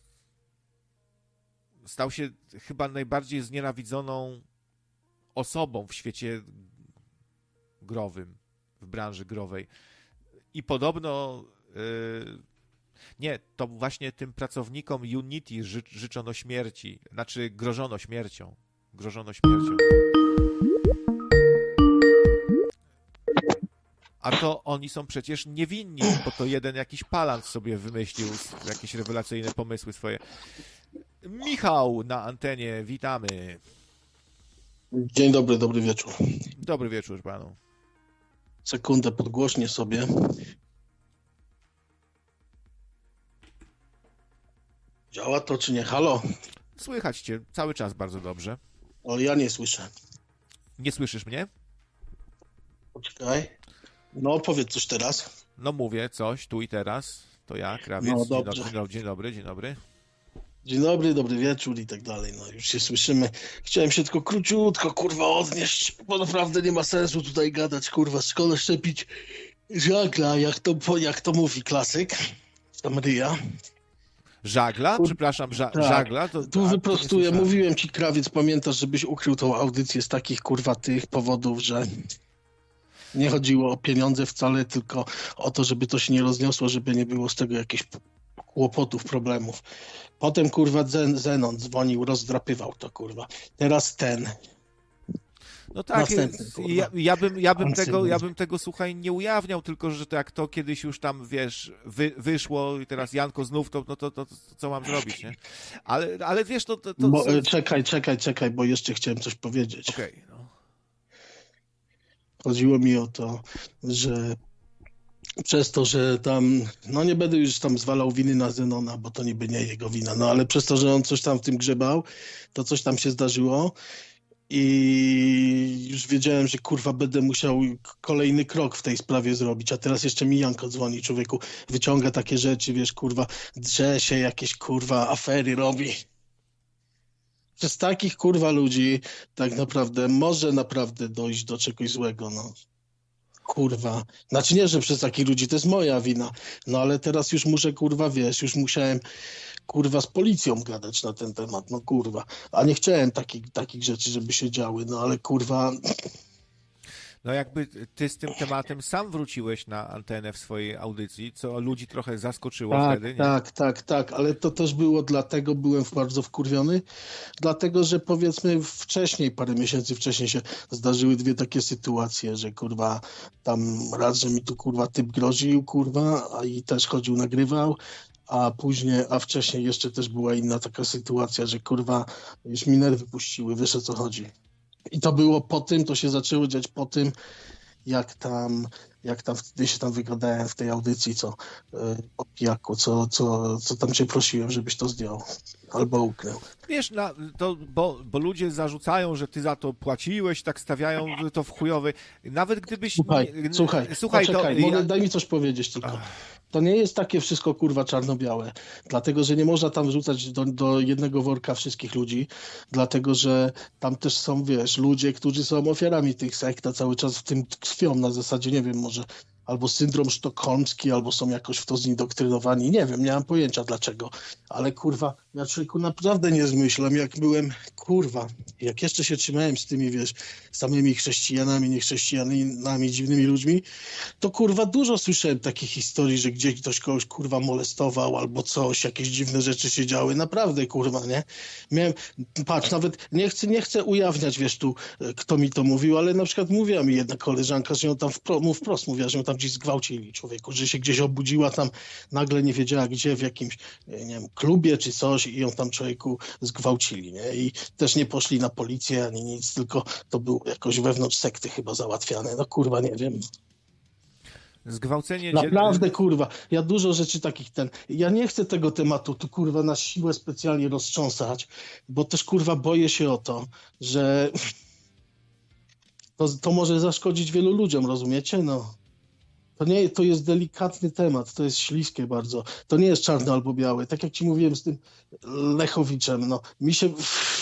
stał się chyba najbardziej znienawidzoną osobą w świecie growym, w branży growej. I podobno yy, nie, to właśnie tym pracownikom Unity ży, życzono śmierci, znaczy grożono śmiercią. Grożono śmiercią. A to oni są przecież niewinni, bo to jeden jakiś palant sobie wymyślił jakieś rewelacyjne pomysły swoje. Michał na antenie, witamy. Dzień dobry, dobry wieczór. Dobry wieczór panu. Sekundę podgłośnię sobie. Działa to czy nie? Halo? Słychać cię cały czas bardzo dobrze. Ale ja nie słyszę. Nie słyszysz mnie? Poczekaj. No powiedz coś teraz. No mówię coś tu i teraz. To ja, Krawiec. No, dzień, dobrze. dobry, dzień dobry, dzień dobry. Dzień dobry, dobry wieczór i tak dalej. No już się słyszymy. Chciałem się tylko króciutko, kurwa, odnieść, bo naprawdę nie ma sensu tutaj gadać, kurwa, szkole szczepić żagla, jak to, jak to mówi klasyk. Tam ryja. Żagla? Kur... Przepraszam, ża tak. żagla? To, tu wyprostuję, mówiłem ci, Krawiec, pamiętasz, żebyś ukrył tą audycję z takich, kurwa, tych powodów, że nie chodziło o pieniądze wcale, tylko o to, żeby to się nie rozniosło, żeby nie było z tego jakichś kłopotów, problemów. Potem, kurwa, Zen Zenon dzwonił, rozdrapywał to, kurwa. Teraz ten. No tak, ja, ja, bym, ja, bym tego, ja bym tego, słuchaj, nie ujawniał, tylko że to jak to kiedyś już tam, wiesz, wy, wyszło i teraz Janko znów, to, no to, to, to co mam zrobić, nie? Ale, ale wiesz, to... to, to bo, co... Czekaj, czekaj, czekaj, bo jeszcze chciałem coś powiedzieć. Okej, okay, no. Chodziło mi o to, że przez to, że tam, no nie będę już tam zwalał winy na Zenona, bo to niby nie jego wina, no ale przez to, że on coś tam w tym grzebał, to coś tam się zdarzyło i już wiedziałem, że kurwa będę musiał kolejny krok w tej sprawie zrobić, a teraz jeszcze mi Janko dzwoni, człowieku, wyciąga takie rzeczy, wiesz, kurwa, drze się, jakieś kurwa afery robi. Przez takich kurwa ludzi tak naprawdę może naprawdę dojść do czegoś złego, no. Kurwa. Znaczy nie, że przez takich ludzi to jest moja wina, no ale teraz już muszę, kurwa, wiesz, już musiałem, kurwa, z policją gadać na ten temat, no kurwa. A nie chciałem takich, takich rzeczy, żeby się działy, no ale kurwa... No jakby ty z tym tematem sam wróciłeś na antenę w swojej audycji, co ludzi trochę zaskoczyło tak, wtedy, nie? Tak, tak, tak, ale to też było dlatego, byłem bardzo wkurwiony, dlatego, że powiedzmy wcześniej, parę miesięcy wcześniej się zdarzyły dwie takie sytuacje, że kurwa tam raz, że mi tu kurwa typ groził, kurwa, a i też chodził, nagrywał, a później, a wcześniej jeszcze też była inna taka sytuacja, że kurwa już mi nerwy puściły, wiesz o co chodzi. I to było po tym, to się zaczęło dziać po tym, jak tam, jak tam wtedy się tam wygadałem w tej audycji, co yy, o pijaku, co, co, co tam cię prosiłem, żebyś to zdjął albo ukrył. Wiesz, na, to, bo, bo ludzie zarzucają, że ty za to płaciłeś, tak stawiają to w chujowy. Nawet gdybyś... Słuchaj, nie, słuchaj, słuchaj poczekaj, to, mogę, ja... daj mi coś powiedzieć tylko. To nie jest takie wszystko, kurwa, czarno-białe, dlatego, że nie można tam wrzucać do, do jednego worka wszystkich ludzi, dlatego, że tam też są, wiesz, ludzie, którzy są ofiarami tych sekt, a cały czas w tym tkwią na zasadzie, nie wiem, może albo syndrom sztokholmski, albo są jakoś w to zindoktrynowani, nie wiem, nie mam pojęcia dlaczego, ale kurwa, ja człowieku naprawdę nie zmyślam, jak byłem, kurwa, jak jeszcze się trzymałem z tymi, wiesz, samymi chrześcijanami, niechrześcijanami, dziwnymi ludźmi, to kurwa dużo słyszałem takich historii, że gdzieś ktoś kogoś kurwa molestował albo coś, jakieś dziwne rzeczy się działy, naprawdę kurwa, nie? Miałem, patrz, nawet nie chcę, nie chcę ujawniać, wiesz, tu, kto mi to mówił, ale na przykład mówiła mi jedna koleżanka, że ją tam wpro, mu wprost mówiła, że ją tam gdzieś zgwałcili, człowieku, że się gdzieś obudziła tam, nagle nie wiedziała gdzie, w jakimś, nie wiem, klubie czy coś i ją tam, człowieku, zgwałcili, nie? I też nie poszli na policję ani nic, tylko to było jakoś wewnątrz sekty chyba załatwiane, no kurwa, nie wiem. Zgwałcenie... Naprawdę, kurwa, ja dużo rzeczy takich ten... Ja nie chcę tego tematu tu, kurwa, na siłę specjalnie roztrząsać, bo też, kurwa, boję się o to, że to, to może zaszkodzić wielu ludziom, rozumiecie? No. To nie, to jest delikatny temat, to jest śliskie bardzo. To nie jest czarny albo biały. Tak jak ci mówiłem z tym Lechowiczem, no, mi się...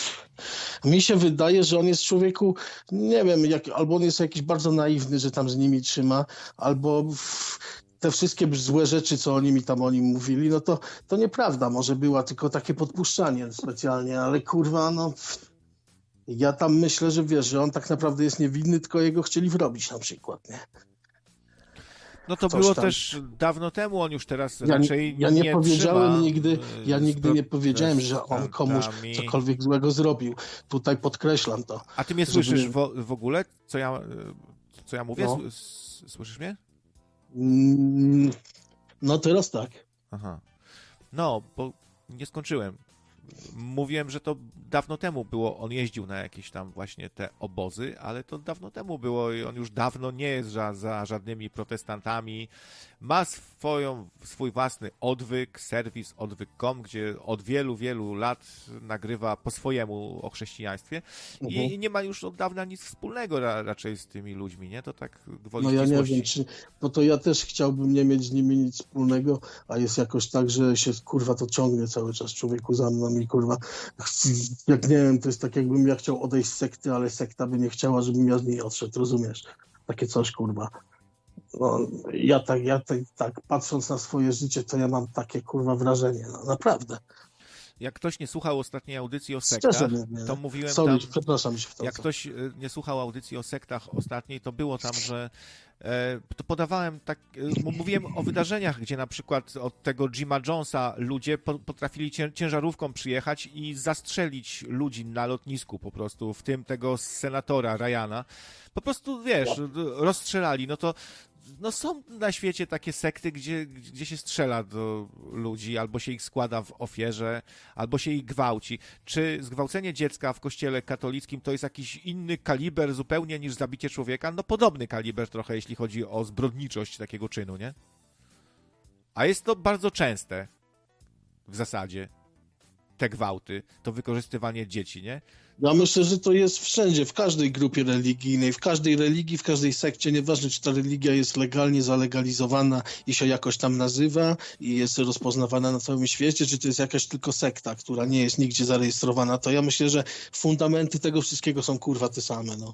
Mi się wydaje, że on jest człowieku, nie wiem, jak, albo on jest jakiś bardzo naiwny, że tam z nimi trzyma, albo te wszystkie złe rzeczy, co oni mi tam o nim mówili, no to, to nieprawda, może była tylko takie podpuszczanie specjalnie, ale kurwa, no ja tam myślę, że wiesz, że on tak naprawdę jest niewinny, tylko jego chcieli wrobić na przykład, nie? No to Coś było tam. też dawno temu, on już teraz ja, raczej ja nie, nie powiedziałem trzyma nigdy, ja nigdy nie powiedziałem, że on protestantami. komuś cokolwiek złego zrobił. Tutaj podkreślam to. A ty mnie żeby... słyszysz w, w ogóle, co ja, co ja mówię? No. Słyszysz mnie? No teraz tak. Aha. No, bo nie skończyłem. Mówiłem, że to dawno temu było, on jeździł na jakieś tam właśnie te obozy, ale to dawno temu było i on już dawno nie jest za, za żadnymi protestantami. Ma swoją, swój własny odwyk, serwis odwyk kropka com, gdzie od wielu, wielu lat nagrywa po swojemu o chrześcijaństwie i, Mhm. i nie ma już od dawna nic wspólnego ra, raczej z tymi ludźmi, nie? To tak gwoli No ja nie ścisłości. wiem, czy, bo to ja też chciałbym nie mieć z nimi nic wspólnego, a jest jakoś tak, że się kurwa to ciągnie cały czas człowieku za mną mi kurwa, jak nie wiem, to jest tak jakbym ja chciał odejść z sekty, ale sekta by nie chciała, żebym ja z niej odszedł, rozumiesz? Takie coś, kurwa. No, ja tak, ja tak, tak, patrząc na swoje życie, to ja mam takie, kurwa, wrażenie, no naprawdę. Jak ktoś nie słuchał ostatniej audycji o sektach, Szczerze mówię, to mówiłem Sorry, tam... przepraszam się w to. Jak ktoś nie słuchał audycji o sektach ostatniej, to było tam, że e, to podawałem tak, e, mówiłem o wydarzeniach, gdzie na przykład od tego Jima Jonesa ludzie po, potrafili cię, ciężarówką przyjechać i zastrzelić ludzi na lotnisku po prostu, w tym tego senatora Ryana. Po prostu, wiesz, rozstrzelali. No to no są na świecie takie sekty, gdzie, gdzie się strzela do ludzi, albo się ich składa w ofierze, albo się ich gwałci. Czy zgwałcenie dziecka w kościele katolickim to jest jakiś inny kaliber zupełnie niż zabicie człowieka? No podobny kaliber trochę, jeśli chodzi o zbrodniczość takiego czynu, nie? A jest to bardzo częste w zasadzie, te gwałty, to wykorzystywanie dzieci, nie? Ja myślę, że to jest wszędzie, w każdej grupie religijnej, w każdej religii, w każdej sekcie, nieważne czy ta religia jest legalnie zalegalizowana i się jakoś tam nazywa i jest rozpoznawana na całym świecie, czy to jest jakaś tylko sekta, która nie jest nigdzie zarejestrowana, to ja myślę, że fundamenty tego wszystkiego są kurwa te same, no.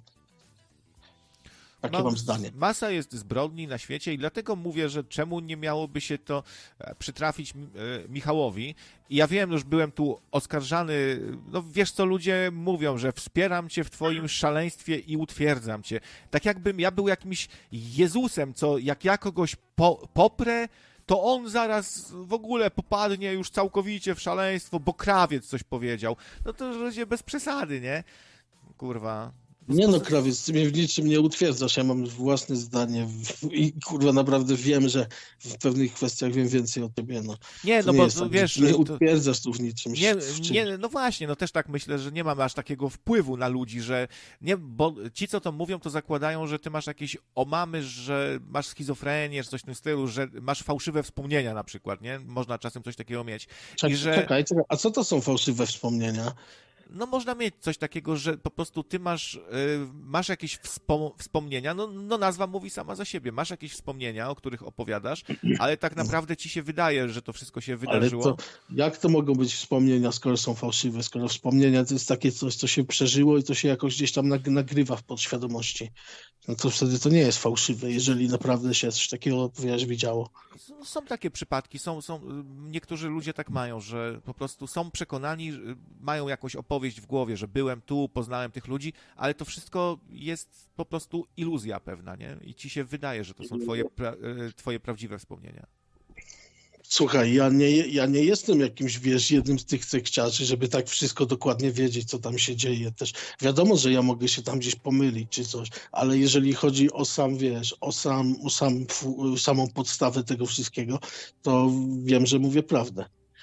Takie mam zdanie. Masa jest zbrodni na świecie i dlatego mówię, że czemu nie miałoby się to przytrafić Michałowi. I ja wiem, już byłem tu oskarżany, no wiesz co ludzie mówią, że wspieram cię w twoim szaleństwie i utwierdzam cię. Tak jakbym ja był jakimś Jezusem, co jak ja kogoś po, poprę, to on zaraz w ogóle popadnie już całkowicie w szaleństwo, bo krawiec coś powiedział. No to ludzie bez przesady, nie? Kurwa... Nie no, krawiec, ty mnie w niczym nie utwierdzasz, ja mam własne zdanie i kurwa naprawdę wiem, że w pewnych kwestiach wiem więcej o tobie, no. Nie, no nie bo tak, wiesz... Nie to... utwierdzasz tu w niczym. Nie, w nie, no właśnie, no też tak myślę, że nie mamy aż takiego wpływu na ludzi, że nie, bo ci, co to mówią, to zakładają, że ty masz jakieś omamy, że masz schizofrenię, czy coś w tym stylu, że masz fałszywe wspomnienia na przykład, nie? Można czasem coś takiego mieć. Czekaj, I że... czekaj, czekaj, a co to są fałszywe wspomnienia? No można mieć coś takiego, że po prostu ty masz, y, masz jakieś wspom- wspomnienia, no, no nazwa mówi sama za siebie, masz jakieś wspomnienia, o których opowiadasz, ale tak naprawdę ci się wydaje, że to wszystko się wydarzyło. Ale to, jak to mogą być wspomnienia, skoro są fałszywe, skoro wspomnienia to jest takie coś, co się przeżyło i to się jakoś gdzieś tam nag- nagrywa w podświadomości. No to wtedy to nie jest fałszywe, jeżeli naprawdę się coś takiego, wiesz, widziało. Są takie przypadki, są, są, niektórzy ludzie tak mają, że po prostu są przekonani, mają jakąś opowieść w głowie, że byłem tu, poznałem tych ludzi, ale to wszystko jest po prostu iluzja pewna, nie? I ci się wydaje, że to są twoje, pra- twoje prawdziwe wspomnienia. Słuchaj, ja nie, ja nie jestem jakimś, wiesz, jednym z tych sekciarzy, żeby tak wszystko dokładnie wiedzieć, co tam się dzieje też. Wiadomo, że ja mogę się tam gdzieś pomylić czy coś, ale jeżeli chodzi o sam, wiesz, o, sam, o sam, samą podstawę tego wszystkiego, to wiem, że mówię prawdę.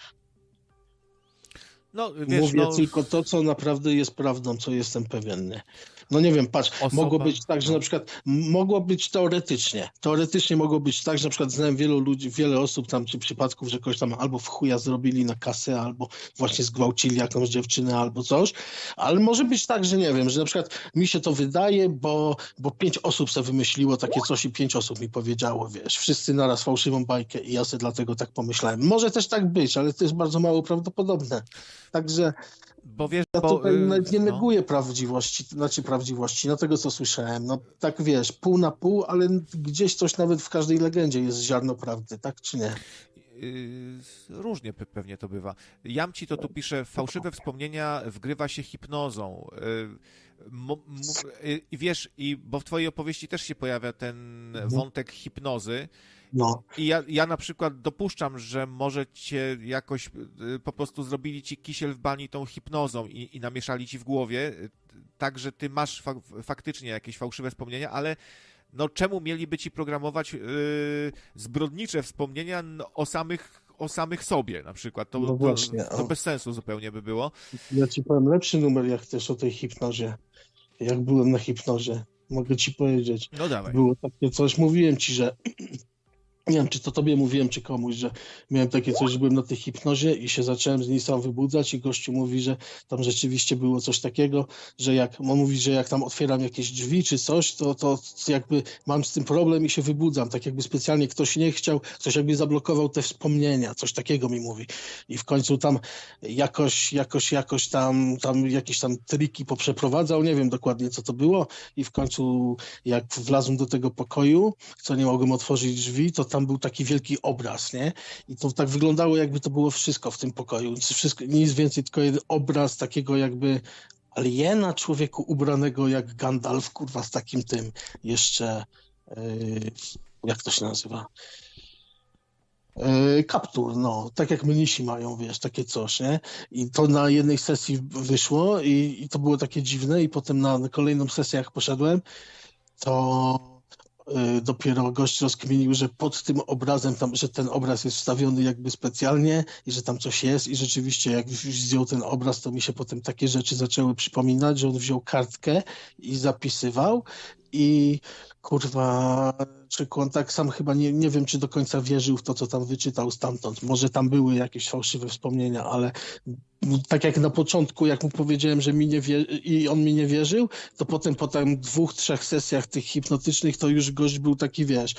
No, wiesz, Mówię no... tylko to, co naprawdę jest prawdą, co jestem pewien. No nie wiem, patrz, Osoba... mogło być tak, że na przykład mogło być teoretycznie, teoretycznie mogło być tak, że na przykład znałem wielu ludzi, wiele osób tam, czy przypadków, że kogoś tam albo w chuja zrobili na kasę, albo właśnie zgwałcili jakąś dziewczynę, albo coś, ale może być tak, że nie wiem, że na przykład mi się to wydaje, bo, bo pięć osób sobie wymyśliło takie coś i pięć osób mi powiedziało, wiesz, wszyscy naraz fałszywą bajkę i ja sobie dlatego tak pomyślałem. Może też tak być, ale to jest bardzo mało prawdopodobne. Także bo wiesz, ja bo, tutaj nawet nie no. neguję prawdziwości, znaczy prawdziwości, no tego co słyszałem, no tak wiesz, pół na pół, ale gdzieś coś nawet w każdej legendzie jest ziarno prawdy, tak czy nie? Yy, różnie pewnie to bywa. Jamci to tu pisze, fałszywe wspomnienia wgrywa się hipnozą. Yy, I wiesz, i bo w twojej opowieści też się pojawia ten wątek hipnozy. No. I ja, ja na przykład dopuszczam, że może cię jakoś po prostu zrobili ci kisiel w bani tą hipnozą i, i namieszali ci w głowie, tak, że ty masz fa- faktycznie jakieś fałszywe wspomnienia, ale no czemu mieliby ci programować yy, zbrodnicze wspomnienia o samych, o samych sobie na przykład? To, no właśnie, to, to bez sensu zupełnie by było. Ja ci powiem lepszy numer, jak chcesz, o tej hipnozie. Jak byłem na hipnozie, mogę ci powiedzieć. No dawaj. Było takie coś, mówiłem ci, że Nie wiem, czy to tobie mówiłem, czy komuś, że miałem takie coś, że byłem na tej hipnozie i się zacząłem z niej sam wybudzać i gościu mówi, że tam rzeczywiście było coś takiego, że jak, on mówi, że jak tam otwieram jakieś drzwi czy coś, to, to jakby mam z tym problem i się wybudzam, tak jakby specjalnie ktoś nie chciał, ktoś jakby zablokował te wspomnienia, coś takiego mi mówi. I w końcu tam jakoś, jakoś, jakoś tam, tam jakieś tam triki poprzeprowadzał, nie wiem dokładnie co to było i w końcu jak wlazłem do tego pokoju, co nie mogłem otworzyć drzwi, to tam był taki wielki obraz, nie? I to tak wyglądało, jakby to było wszystko w tym pokoju. Wszystko, nic więcej, tylko jeden obraz takiego jakby aliena, człowieku ubranego jak Gandalf, kurwa, z takim tym jeszcze, yy, jak to się nazywa? Yy, kaptur, no, tak jak mnisi mają, wiesz, takie coś, nie? I to na jednej sesji wyszło i, i to było takie dziwne i potem na, na kolejną sesję, jak poszedłem, to dopiero gość rozkminił, że pod tym obrazem, tam, że ten obraz jest wstawiony jakby specjalnie i że tam coś jest i rzeczywiście jak zdjął ten obraz, to mi się potem takie rzeczy zaczęły przypominać, że on wziął kartkę i zapisywał i kurwa, czy on tak sam chyba nie, nie wiem, czy do końca wierzył w to, co tam wyczytał stamtąd. Może tam były jakieś fałszywe wspomnienia, ale tak jak na początku, jak mu powiedziałem, że mi nie wie... i on mi nie wierzył, to potem po tam dwóch, trzech sesjach tych hipnotycznych, to już gość był taki, wiesz,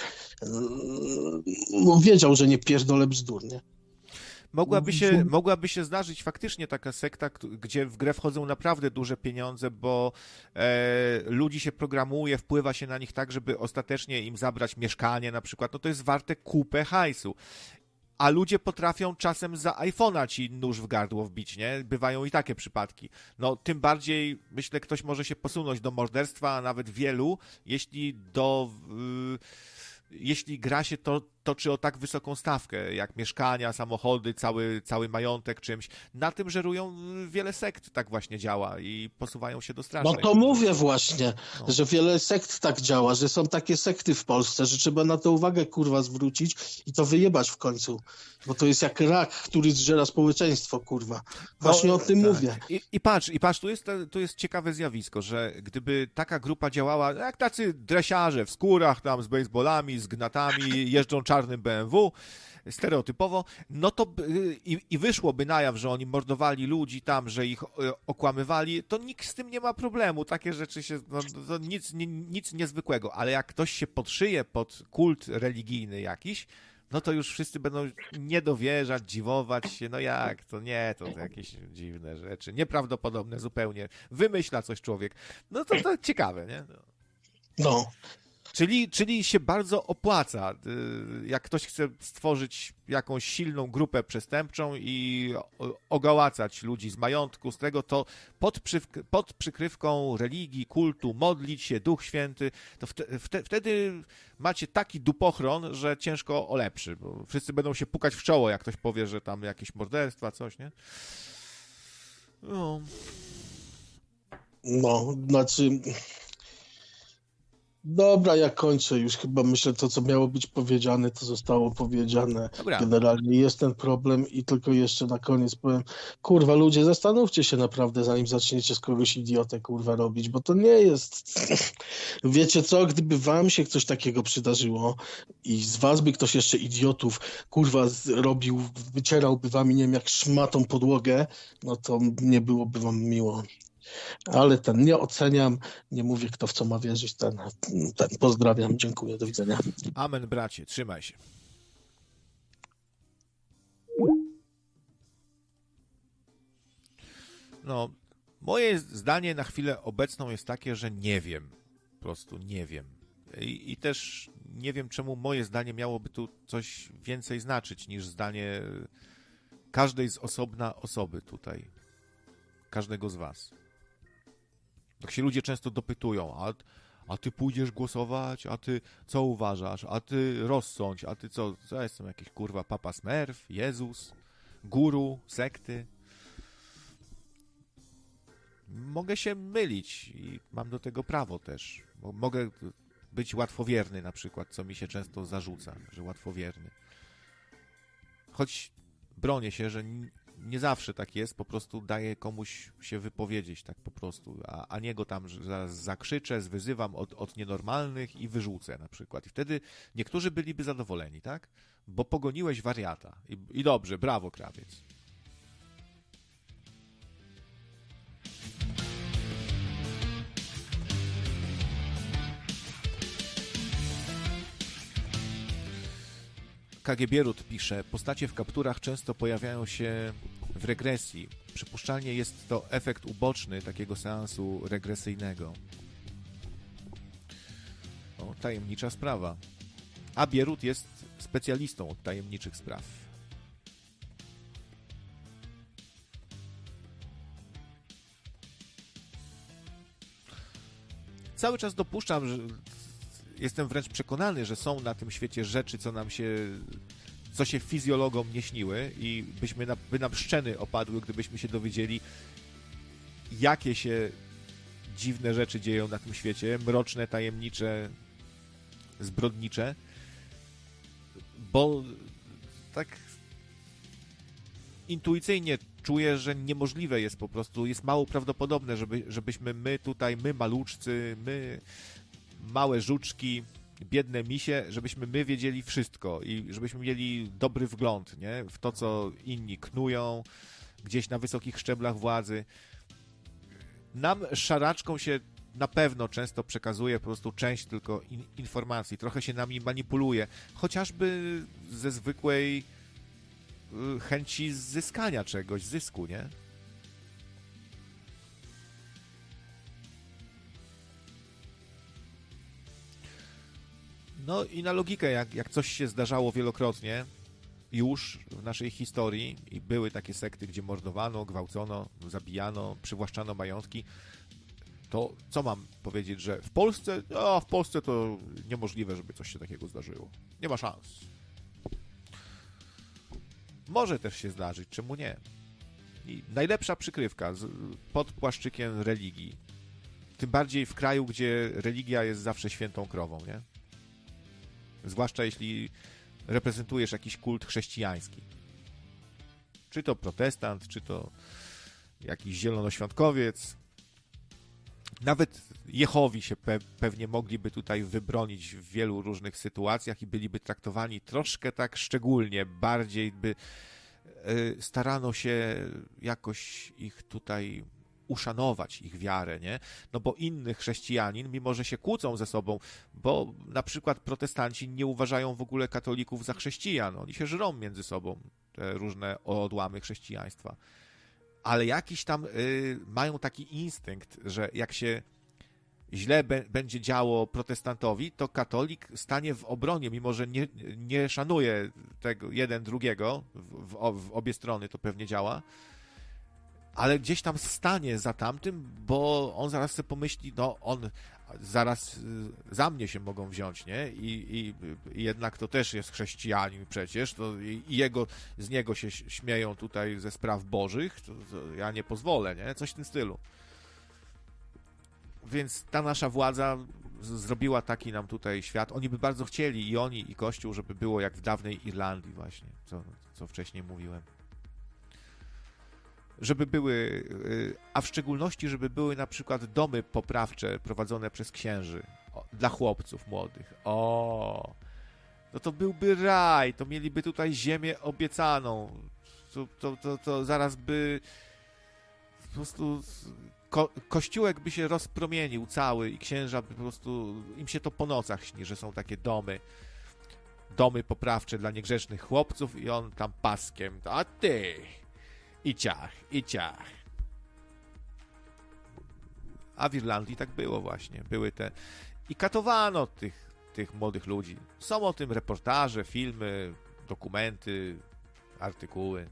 no, wiedział, że nie pierdolę bzdur, nie? Mogłaby się, mogłaby się zdarzyć faktycznie taka sekta, gdzie w grę wchodzą naprawdę duże pieniądze, bo e, ludzi się programuje, wpływa się na nich tak, żeby ostatecznie im zabrać mieszkanie na przykład. No to jest warte kupę hajsu. A ludzie potrafią czasem za iPhone'a ci nóż w gardło wbić, nie? Bywają i takie przypadki. No tym bardziej, myślę, ktoś może się posunąć do morderstwa, a nawet wielu, jeśli do... Yy, jeśli gra się to toczy o tak wysoką stawkę, jak mieszkania, samochody, cały, cały majątek czymś. Na tym żerują wiele sekt, tak właśnie działa i posuwają się do strasznych. No to mówię właśnie, no. że wiele sekt tak działa, że są takie sekty w Polsce, że trzeba na to uwagę, kurwa, zwrócić i to wyjebać w końcu. Bo to jest jak rak, który zżera społeczeństwo, kurwa. Właśnie no, o tym tak. mówię. I, I patrz, i patrz, tu jest, tu jest ciekawe zjawisko, że gdyby taka grupa działała, jak tacy dresiarze w skórach tam z baseballami, z gnatami, jeżdżą czarnym B M W, stereotypowo, no to i, i wyszłoby na jaw, że oni mordowali ludzi tam, że ich okłamywali, to nikt z tym nie ma problemu. Takie rzeczy się, no, to nic, nie, nic niezwykłego. Ale jak ktoś się podszyje pod kult religijny jakiś, no to już wszyscy będą niedowierzać, dziwować się, no jak, to nie, to jakieś dziwne rzeczy, nieprawdopodobne zupełnie. Wymyśla coś człowiek. No to, to ciekawe, nie? No. no. Czyli, czyli się bardzo opłaca, jak ktoś chce stworzyć jakąś silną grupę przestępczą i ogałacać ludzi z majątku, z tego, to pod, przy, pod przykrywką religii, kultu, modlić się, Duch Święty, to wte, wte, wtedy macie taki dupochron, że ciężko o lepszy, bo wszyscy będą się pukać w czoło, jak ktoś powie, że tam jakieś morderstwa, coś, nie? No, no znaczy... Dobra, ja kończę już chyba, myślę, to co miało być powiedziane, to zostało powiedziane. Dobra. Generalnie jest ten problem i tylko jeszcze na koniec powiem, kurwa ludzie, zastanówcie się naprawdę, zanim zaczniecie z kogoś idiotę, kurwa, robić, bo to nie jest... Wiecie co, gdyby wam się coś takiego przydarzyło i z was by ktoś jeszcze idiotów, kurwa, robił, wycierałby wami, nie wiem, jak szmatą podłogę, no to nie byłoby wam miło. Ale ten nie oceniam, nie mówię, kto w co ma wierzyć, ten, ten pozdrawiam, dziękuję, do widzenia. Amen, bracie, trzymaj się. No, moje zdanie na chwilę obecną jest takie, że nie wiem, po prostu nie wiem. I, i też nie wiem, czemu moje zdanie miałoby tu coś więcej znaczyć niż zdanie każdej z osobna osoby tutaj, każdego z was. Tak się ludzie często dopytują, a, a ty pójdziesz głosować, a ty co uważasz, a ty rozsądź, a ty co, co jestem jakiś kurwa Papa Smurf, Jezus, guru, sekty. Mogę się mylić i mam do tego prawo też. Mogę być łatwowierny na przykład, co mi się często zarzuca, że łatwowierny. Choć bronię się, że nie zawsze tak jest, po prostu daję komuś się wypowiedzieć tak po prostu, a, a nie go tam zaraz zakrzyczę, zwyzywam od, od nienormalnych i wyrzucę na przykład. I wtedy niektórzy byliby zadowoleni, tak? Bo pogoniłeś wariata. I, i dobrze, brawo, krawiec. K G Bierut pisze, postacie w kapturach często pojawiają się w regresji. Przypuszczalnie jest to efekt uboczny takiego seansu regresyjnego. O, tajemnicza sprawa. A Bierut jest specjalistą od tajemniczych spraw. Cały czas dopuszczam, że jestem wręcz przekonany, że są na tym świecie rzeczy, co nam się, co się fizjologom nie śniły i byśmy na, by nam szczeny opadły, gdybyśmy się dowiedzieli, jakie się dziwne rzeczy dzieją na tym świecie, mroczne, tajemnicze, zbrodnicze, bo tak intuicyjnie czuję, że niemożliwe jest po prostu, jest mało prawdopodobne, żeby, żebyśmy my tutaj, my maluczcy, my małe żuczki, biedne misie, żebyśmy my wiedzieli wszystko i żebyśmy mieli dobry wgląd, nie? W to, co inni knują gdzieś na wysokich szczeblach władzy. Nam szaraczką się na pewno często przekazuje po prostu część tylko in, informacji, trochę się nami manipuluje, chociażby ze zwykłej y, chęci zyskania czegoś, zysku, nie? No i na logikę, jak, jak coś się zdarzało wielokrotnie już w naszej historii i były takie sekty, gdzie mordowano, gwałcono, zabijano, przywłaszczano majątki, to co mam powiedzieć, że w Polsce, no w Polsce to niemożliwe, żeby coś się takiego zdarzyło. Nie ma szans. Może też się zdarzyć, czemu nie? I najlepsza przykrywka z, pod płaszczykiem religii. Tym bardziej w kraju, gdzie religia jest zawsze świętą krową, nie? Zwłaszcza jeśli reprezentujesz jakiś kult chrześcijański. Czy to protestant, czy to jakiś zielonoświątkowiec. Nawet Jehowi się pe- pewnie mogliby tutaj wybronić w wielu różnych sytuacjach i byliby traktowani troszkę tak szczególnie, bardziej by y, starano się jakoś ich tutaj uszanować, ich wiarę, nie? No bo inny chrześcijanin, mimo że się kłócą ze sobą, bo na przykład protestanci nie uważają w ogóle katolików za chrześcijan, oni się żrą między sobą, te różne odłamy chrześcijaństwa. Ale jakiś tam y, mają taki instynkt, że jak się źle be, będzie działo protestantowi, to katolik stanie w obronie, mimo że nie, nie szanuje tego jeden drugiego, w, w, w obie strony to pewnie działa, ale gdzieś tam stanie za tamtym, bo on zaraz sobie pomyśli, no on zaraz za mnie się mogą wziąć, nie? I, i, i jednak to też jest chrześcijanin przecież, to i, i jego, z niego się śmieją tutaj ze spraw bożych, to, to ja nie pozwolę, nie? Coś w tym stylu. Więc ta nasza władza z, zrobiła taki nam tutaj świat. Oni by bardzo chcieli, i oni, i Kościół, żeby było jak w dawnej Irlandii właśnie, co, co wcześniej mówiłem. Żeby były, a w szczególności, żeby były na przykład domy poprawcze prowadzone przez księży o, dla chłopców młodych. O, no to byłby raj, to mieliby tutaj ziemię obiecaną. To, to, to, to zaraz by po prostu ko, kościółek by się rozpromienił cały i księża by po prostu, im się to po nocach śni, że są takie domy. Domy poprawcze dla niegrzecznych chłopców i on tam paskiem, a ty... I ciach, i ciach. A w Irlandii tak było właśnie. Były te... I katowano tych, tych młodych ludzi. Są o tym reportaże, filmy, dokumenty, artykuły.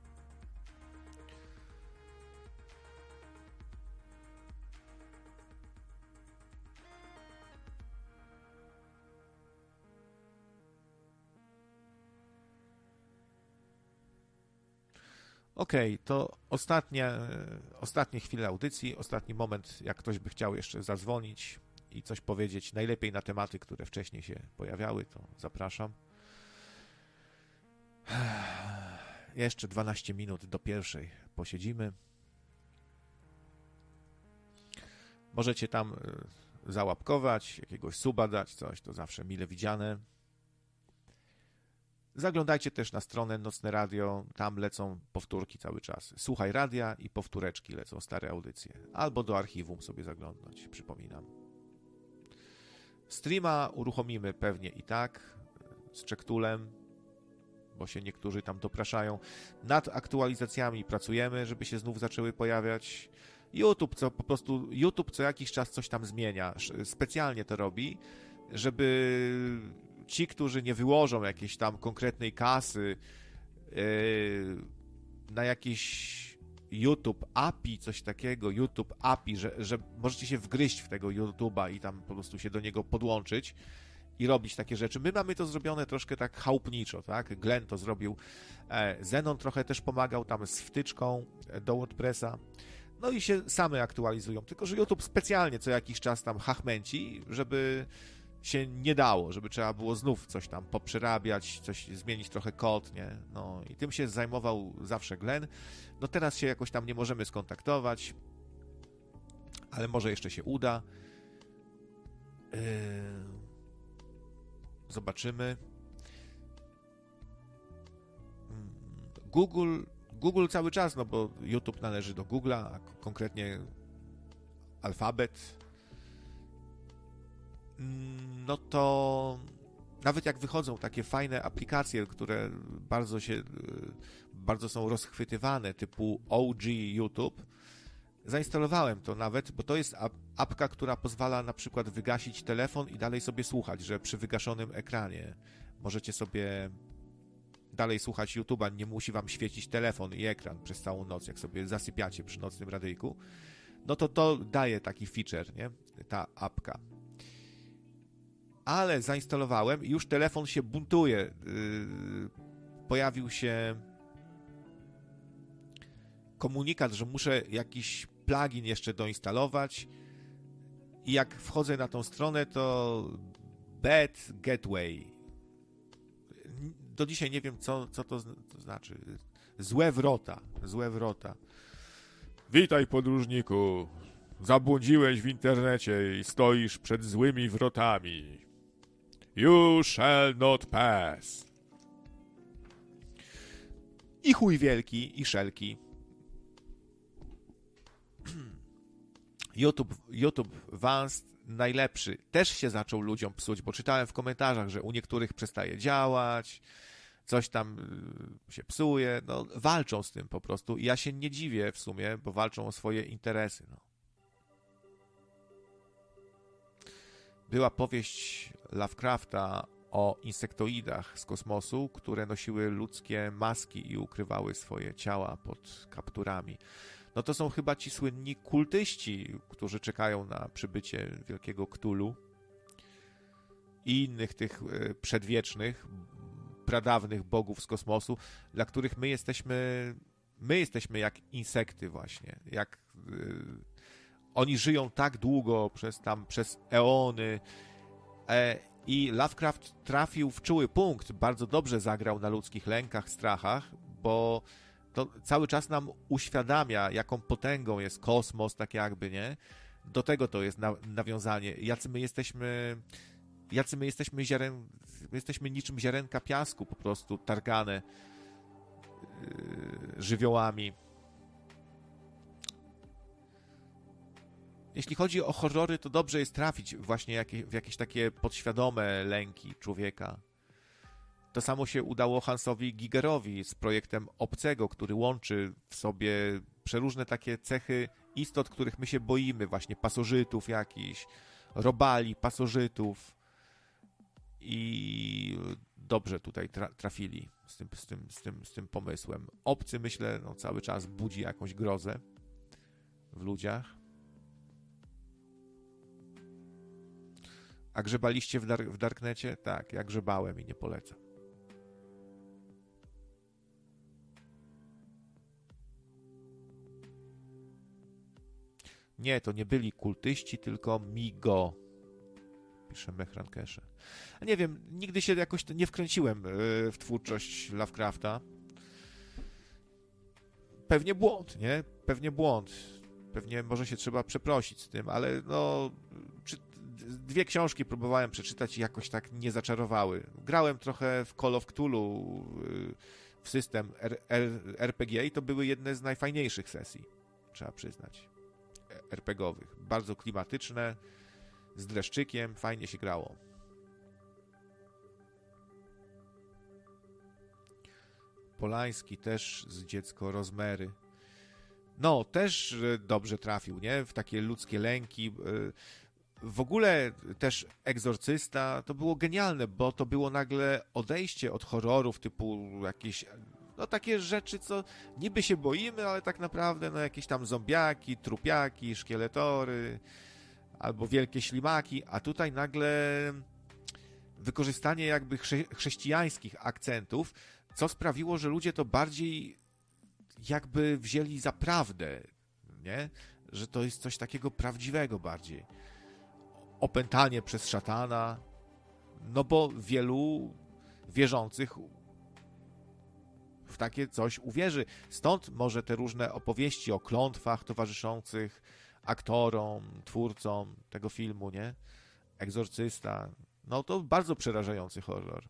Okej, okay, to ostatnie, ostatnie chwile audycji, ostatni moment, jak ktoś by chciał jeszcze zadzwonić i coś powiedzieć, najlepiej na tematy, które wcześniej się pojawiały, to zapraszam. Jeszcze dwanaście minut do pierwszej posiedzimy. Możecie tam załapkować, jakiegoś suba dać, coś, to zawsze mile widziane. Zaglądajcie też na stronę Nocne Radio, tam lecą powtórki cały czas. Słuchaj radia i powtóreczki lecą, stare audycje. Albo do archiwum sobie zaglądać, przypominam. Streama uruchomimy pewnie i tak, z Czektulem, bo się niektórzy tam dopraszają. Nad aktualizacjami pracujemy, żeby się znów zaczęły pojawiać. YouTube, co po prostu, YouTube co jakiś czas coś tam zmienia. Specjalnie to robi, żeby ci, którzy nie wyłożą jakiejś tam konkretnej kasy yy, na jakiś YouTube A P I, coś takiego, YouTube A P I, że, że możecie się wgryźć w tego YouTube'a i tam po prostu się do niego podłączyć i robić takie rzeczy. My mamy to zrobione troszkę tak chałupniczo, tak? Glenn to zrobił, e, Zenon trochę też pomagał tam z wtyczką do WordPressa. No i się same aktualizują, tylko że YouTube specjalnie co jakiś czas tam hachmęci, żeby się nie dało, żeby trzeba było znów coś tam poprzerabiać, coś zmienić trochę kod, nie? No i tym się zajmował zawsze Glenn. No teraz się jakoś tam nie możemy skontaktować, ale może jeszcze się uda. Yy... Zobaczymy. Google, Google cały czas, no bo YouTube należy do Google'a, a konkretnie Alphabet. No to nawet jak wychodzą takie fajne aplikacje, które bardzo się, bardzo są rozchwytywane, typu O G YouTube, zainstalowałem to nawet, bo to jest apka, która pozwala na przykład wygasić telefon i dalej sobie słuchać, że przy wygaszonym ekranie możecie sobie dalej słuchać YouTube'a, nie musi wam świecić telefon i ekran przez całą noc, jak sobie zasypiacie przy nocnym radyjku. No to to daje taki feature, nie? Ta apka. Ale zainstalowałem i już telefon się buntuje. Yy, pojawił się komunikat, że muszę jakiś plugin jeszcze doinstalować i jak wchodzę na tą stronę, to Bad Gateway. Do dzisiaj nie wiem, co, co to, to znaczy. Złe wrota. Złe wrota. Witaj, podróżniku. Zabłądziłeś w internecie i stoisz przed złymi wrotami. You shall not pass. I chuj wielki, i szelki. YouTube, YouTube Vanced najlepszy. Też się zaczął ludziom psuć, bo czytałem w komentarzach, że u niektórych przestaje działać, coś tam się psuje. No, walczą z tym po prostu. I ja się nie dziwię w sumie, bo walczą o swoje interesy. No. Była powieść Lovecrafta o insektoidach z kosmosu, które nosiły ludzkie maski i ukrywały swoje ciała pod kapturami. No to są chyba ci słynni kultyści, którzy czekają na przybycie wielkiego Ktulu i innych tych przedwiecznych, pradawnych bogów z kosmosu, dla których my jesteśmy, my jesteśmy jak insekty właśnie, jak yy, oni żyją tak długo, przez tam, przez eony e, i Lovecraft trafił w czuły punkt, bardzo dobrze zagrał na ludzkich lękach, strachach, bo to cały czas nam uświadamia, jaką potęgą jest kosmos, tak jakby, nie? Do tego to jest na, nawiązanie. Jacy my jesteśmy, jacy my jesteśmy ziaren, my jesteśmy niczym ziarenka piasku, po prostu targane yy, żywiołami. Jeśli chodzi o horrory, to dobrze jest trafić właśnie jakie, w jakieś takie podświadome lęki człowieka. To samo się udało Hansowi Gigerowi z projektem Obcego, który łączy w sobie przeróżne takie cechy istot, których my się boimy, właśnie pasożytów jakichś, robali, pasożytów i dobrze tutaj tra- trafili z tym, z, tym, z, tym, z tym pomysłem. Obcy, myślę, no, cały czas budzi jakąś grozę w ludziach. A grzebaliście w, dar- w Darknecie? Tak, ja grzebałem i nie polecam. Nie, to nie byli kultyści, tylko Migo. Pisze Mehran Kesze. Nie wiem, nigdy się jakoś nie wkręciłem w twórczość Lovecrafta. pewnie błąd, nie? Pewnie błąd. Pewnie może się trzeba przeprosić z tym, ale no... Czy, dwie książki próbowałem przeczytać i jakoś tak nie zaczarowały. Grałem trochę w Call of Cthulhu, w system R, R, R P G i to były jedne z najfajniejszych sesji, trzeba przyznać, er pe gie owych. Bardzo klimatyczne, z dreszczykiem, fajnie się grało. Polański też z Dziecko Rozmery. No, też dobrze trafił, nie? W takie ludzkie lęki. W ogóle też Egzorcysta to było genialne, bo to było nagle odejście od horrorów typu jakieś, no takie rzeczy, co niby się boimy, ale tak naprawdę no jakieś tam zombiaki, trupiaki, szkieletory albo wielkie ślimaki, a tutaj nagle wykorzystanie jakby chrze- chrześcijańskich akcentów, co sprawiło, że ludzie to bardziej jakby wzięli za prawdę, nie? Że to jest coś takiego prawdziwego bardziej. Opętanie przez szatana, no bo wielu wierzących w takie coś uwierzy. Stąd może te różne opowieści o klątwach towarzyszących aktorom, twórcom tego filmu, nie? Egzorcysta, no to bardzo przerażający horror.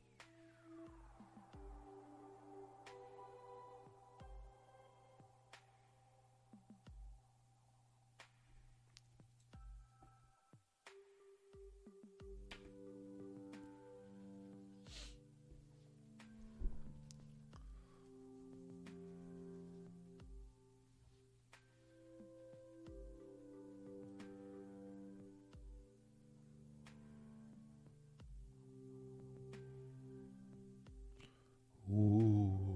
Uuu.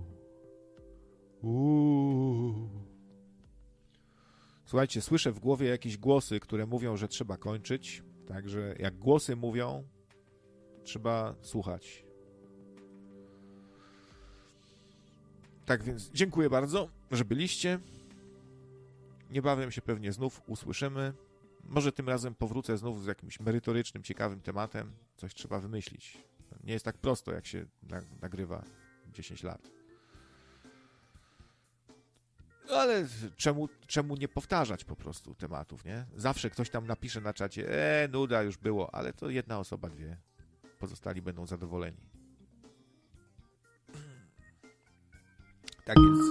Uuu. Słuchajcie, słyszę w głowie jakieś głosy, które mówią, że trzeba kończyć. Także jak głosy mówią, trzeba słuchać. Tak więc dziękuję bardzo, że byliście. Niebawem się pewnie znów usłyszymy. Może tym razem powrócę znów z jakimś merytorycznym, ciekawym tematem. Coś trzeba wymyślić. Nie jest tak prosto, jak się na- nagrywa dziesięć lat. Ale czemu, czemu nie powtarzać po prostu tematów, nie? Zawsze ktoś tam napisze na czacie, e, nuda, już było, ale to jedna osoba, dwie. Pozostali będą zadowoleni. Tak jest.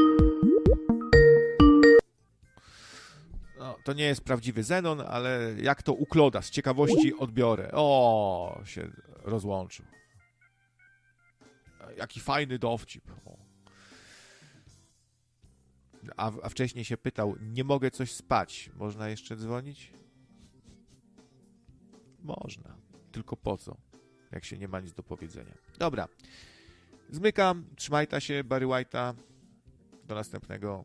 No, to nie jest prawdziwy Zenon, ale jak to u Kloda, z ciekawości odbiorę. O, się rozłączył. Jaki fajny dowcip. O. A, a wcześniej się pytał, nie mogę coś spać. Można jeszcze dzwonić? Można. Tylko po co? Jak się nie ma nic do powiedzenia. Dobra. Zmykam. Trzymajta się, Barry White'a. Do następnego.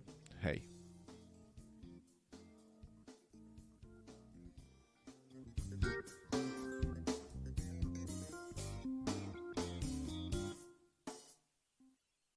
Hej.